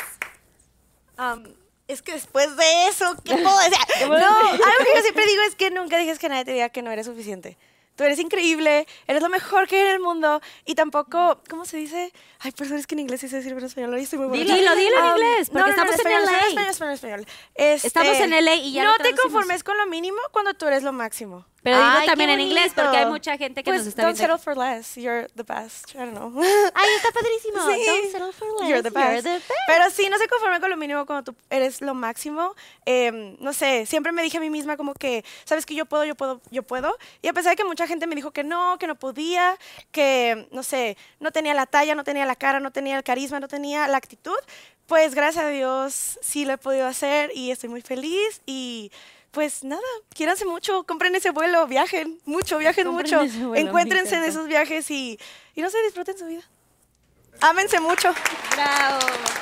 Speaker 4: Es que después de eso, ¿qué puedo decir? No, algo que yo siempre digo es que nunca dejes que nadie te diga que no eres suficiente. Tú eres increíble, eres lo mejor que hay en el mundo y tampoco, ¿cómo se dice? Ay, perdón, es que en inglés sí sé decir, pero en español, estoy muy buena.
Speaker 6: Dilo en inglés, porque estamos en LA.
Speaker 4: Español.
Speaker 6: Estamos en LA y ya
Speaker 4: no
Speaker 6: lo
Speaker 4: te
Speaker 6: traducimos.
Speaker 4: conformes con lo mínimo cuando tú eres lo máximo.
Speaker 6: Pero dilo
Speaker 5: Ay,
Speaker 6: también
Speaker 5: qué
Speaker 6: en inglés,
Speaker 5: bonito.
Speaker 6: porque hay mucha gente que
Speaker 4: Pues
Speaker 6: nos está
Speaker 4: don't
Speaker 6: viendo.
Speaker 4: settle for less, you're the best. I don't know.
Speaker 5: Ay, está padrísimo.
Speaker 4: Sí.
Speaker 5: Don't settle for less.
Speaker 4: You're the best.
Speaker 5: best.
Speaker 4: Pero sí, no se conforme con lo mínimo cuando tú eres lo máximo. No sé, siempre me dije a mí misma como que, sabes que yo puedo. Y a pesar de que mucha gente me dijo que no podía, que, no sé, no tenía la talla, no tenía la cara, no tenía el carisma, no tenía la actitud, pues gracias a Dios sí lo he podido hacer y estoy muy feliz y... Pues nada, quiéranse mucho, compren ese vuelo, viajen mucho,
Speaker 5: Compren ese vuelo,
Speaker 4: encuéntrense en
Speaker 5: me encanta.
Speaker 4: esos viajes y no sé, disfruten su vida. Ámense mucho.
Speaker 6: Bravo.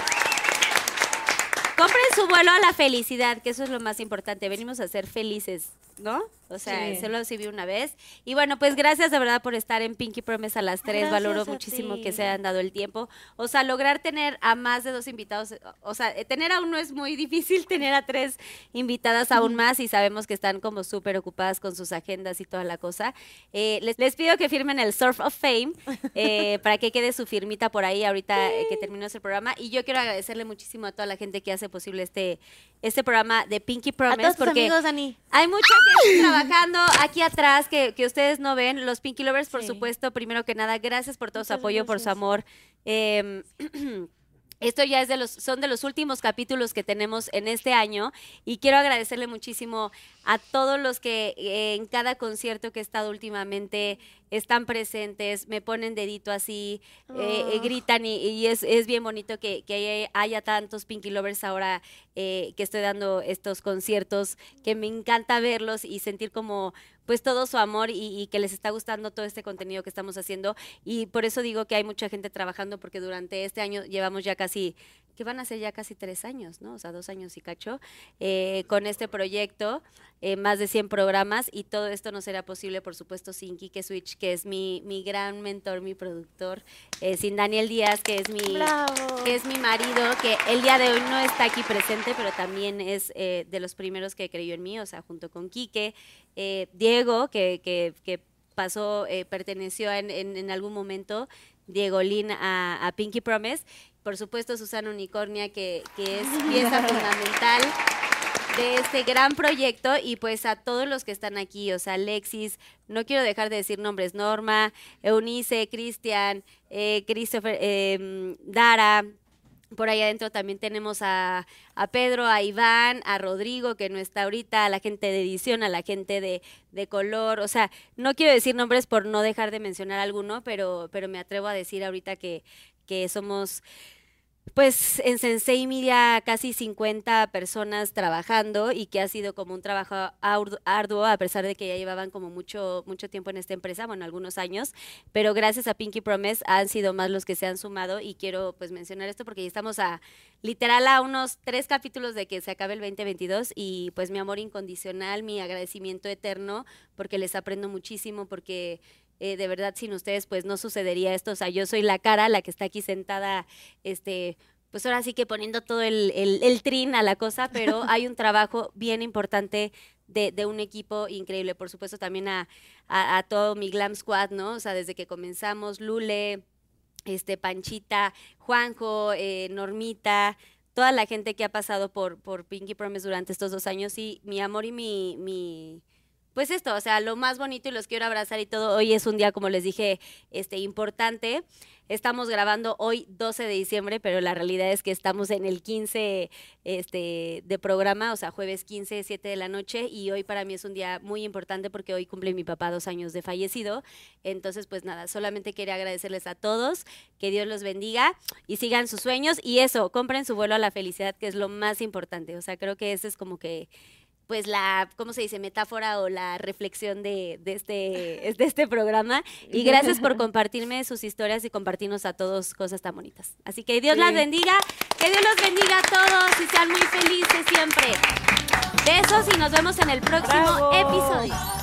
Speaker 6: Compren su vuelo a la felicidad, que eso es lo más importante. Venimos a ser felices, ¿no? O sea,
Speaker 1: Sí.
Speaker 6: solo se vio una vez. Y bueno, pues gracias de verdad por estar en Pinky Promise a las 3.
Speaker 5: Gracias
Speaker 6: Valoro
Speaker 5: a
Speaker 6: muchísimo
Speaker 5: ti.
Speaker 6: que se hayan dado el tiempo. O sea, lograr tener a más de 2 invitados, o sea, tener a uno es muy difícil, tener a 3 invitadas aún más y sabemos que están como súper ocupadas con sus agendas y toda la cosa. Les pido que firmen el Surf of Fame para que quede su firmita por ahí ahorita que terminó ese programa. Y yo quiero agradecerle muchísimo a toda la gente que hace posible este programa de Pinky
Speaker 5: A
Speaker 6: Promise.
Speaker 5: todos tus
Speaker 6: porque
Speaker 5: amigos, Dani.
Speaker 6: hay mucha gente trabajando aquí atrás que ustedes no ven. Los Pinky Lovers, por
Speaker 5: Sí.
Speaker 6: supuesto, primero que nada, gracias por todo su
Speaker 5: Muchas
Speaker 6: apoyo, por su
Speaker 5: gracias.
Speaker 6: amor. Esto ya es son de los últimos capítulos que tenemos en este año y quiero agradecerle muchísimo a todos los que en cada concierto que he estado últimamente están presentes, me ponen dedito así, gritan y es bien bonito que haya tantos Pinky Lovers ahora que estoy dando estos conciertos, que me encanta verlos y sentir como pues todo su amor y que les está gustando todo este contenido que estamos haciendo y por eso digo que hay mucha gente trabajando porque durante este año llevamos ya casi, que van a ser ya casi 3 años, ¿no? O sea, 2 años y cacho, con este proyecto, más de 100 programas y todo esto no será posible, por supuesto, sin Quique Switch, que es mi gran mentor, mi productor, sin Daniel Díaz, que es mi marido, que el día de hoy no está aquí presente, pero también es de los primeros que creyó en mí, o sea, junto con Quique, Diego, que pasó, perteneció en algún momento, Diego Lin a Pinky Promise, por supuesto Susana Unicornia, que es pieza fundamental de este gran proyecto y pues a todos los que están aquí, o sea, Alexis, no quiero dejar de decir nombres, Norma, Eunice, Cristian, Christopher, Dara. Por ahí adentro también tenemos a Pedro, a Iván, a Rodrigo, que no está ahorita, a la gente de edición, a la gente de color. O sea, no quiero decir nombres por no dejar de mencionar alguno, pero me atrevo a decir ahorita que somos, pues, en Sensei Media casi 50 personas trabajando y que ha sido como un trabajo arduo, a pesar de que ya llevaban como mucho tiempo en esta empresa, bueno, algunos años, pero gracias a Pinky Promise han sido más los que se han sumado y quiero pues mencionar esto porque ya estamos literal a unos 3 capítulos de que se acabe el 2022 y pues mi amor incondicional, mi agradecimiento eterno porque les aprendo muchísimo, porque de verdad sin ustedes pues no sucedería esto, o sea, yo soy la cara, la que está aquí sentada, pues ahora sí que poniendo todo el trin a la cosa, pero hay un trabajo bien importante de un equipo increíble, por supuesto también a todo mi Glam Squad, ¿no? O sea, desde que comenzamos, Lule, Panchita, Juanjo, Normita, toda la gente que ha pasado por Pinky Promise durante estos 2 años y mi amor y mi pues esto, o sea, lo más bonito y los quiero abrazar y todo. Hoy es un día, como les dije, importante. Estamos grabando hoy 12 de diciembre, pero la realidad es que estamos en el 15 de programa, o sea, jueves 15, 7 de la noche, y hoy para mí es un día muy importante porque hoy cumple mi papá 2 años de fallecido. Entonces, pues nada, solamente quería agradecerles a todos, que Dios los bendiga y sigan sus sueños y eso, compren su vuelo a la felicidad, que es lo más importante. O sea, creo que ese es como que pues la, ¿cómo se dice? Metáfora o la reflexión de este programa. Y gracias por compartirme sus historias y compartirnos a todos cosas tan bonitas. Así que Dios las bendiga, que Dios los bendiga a todos y sean muy felices siempre. Besos y nos vemos en el próximo episodio.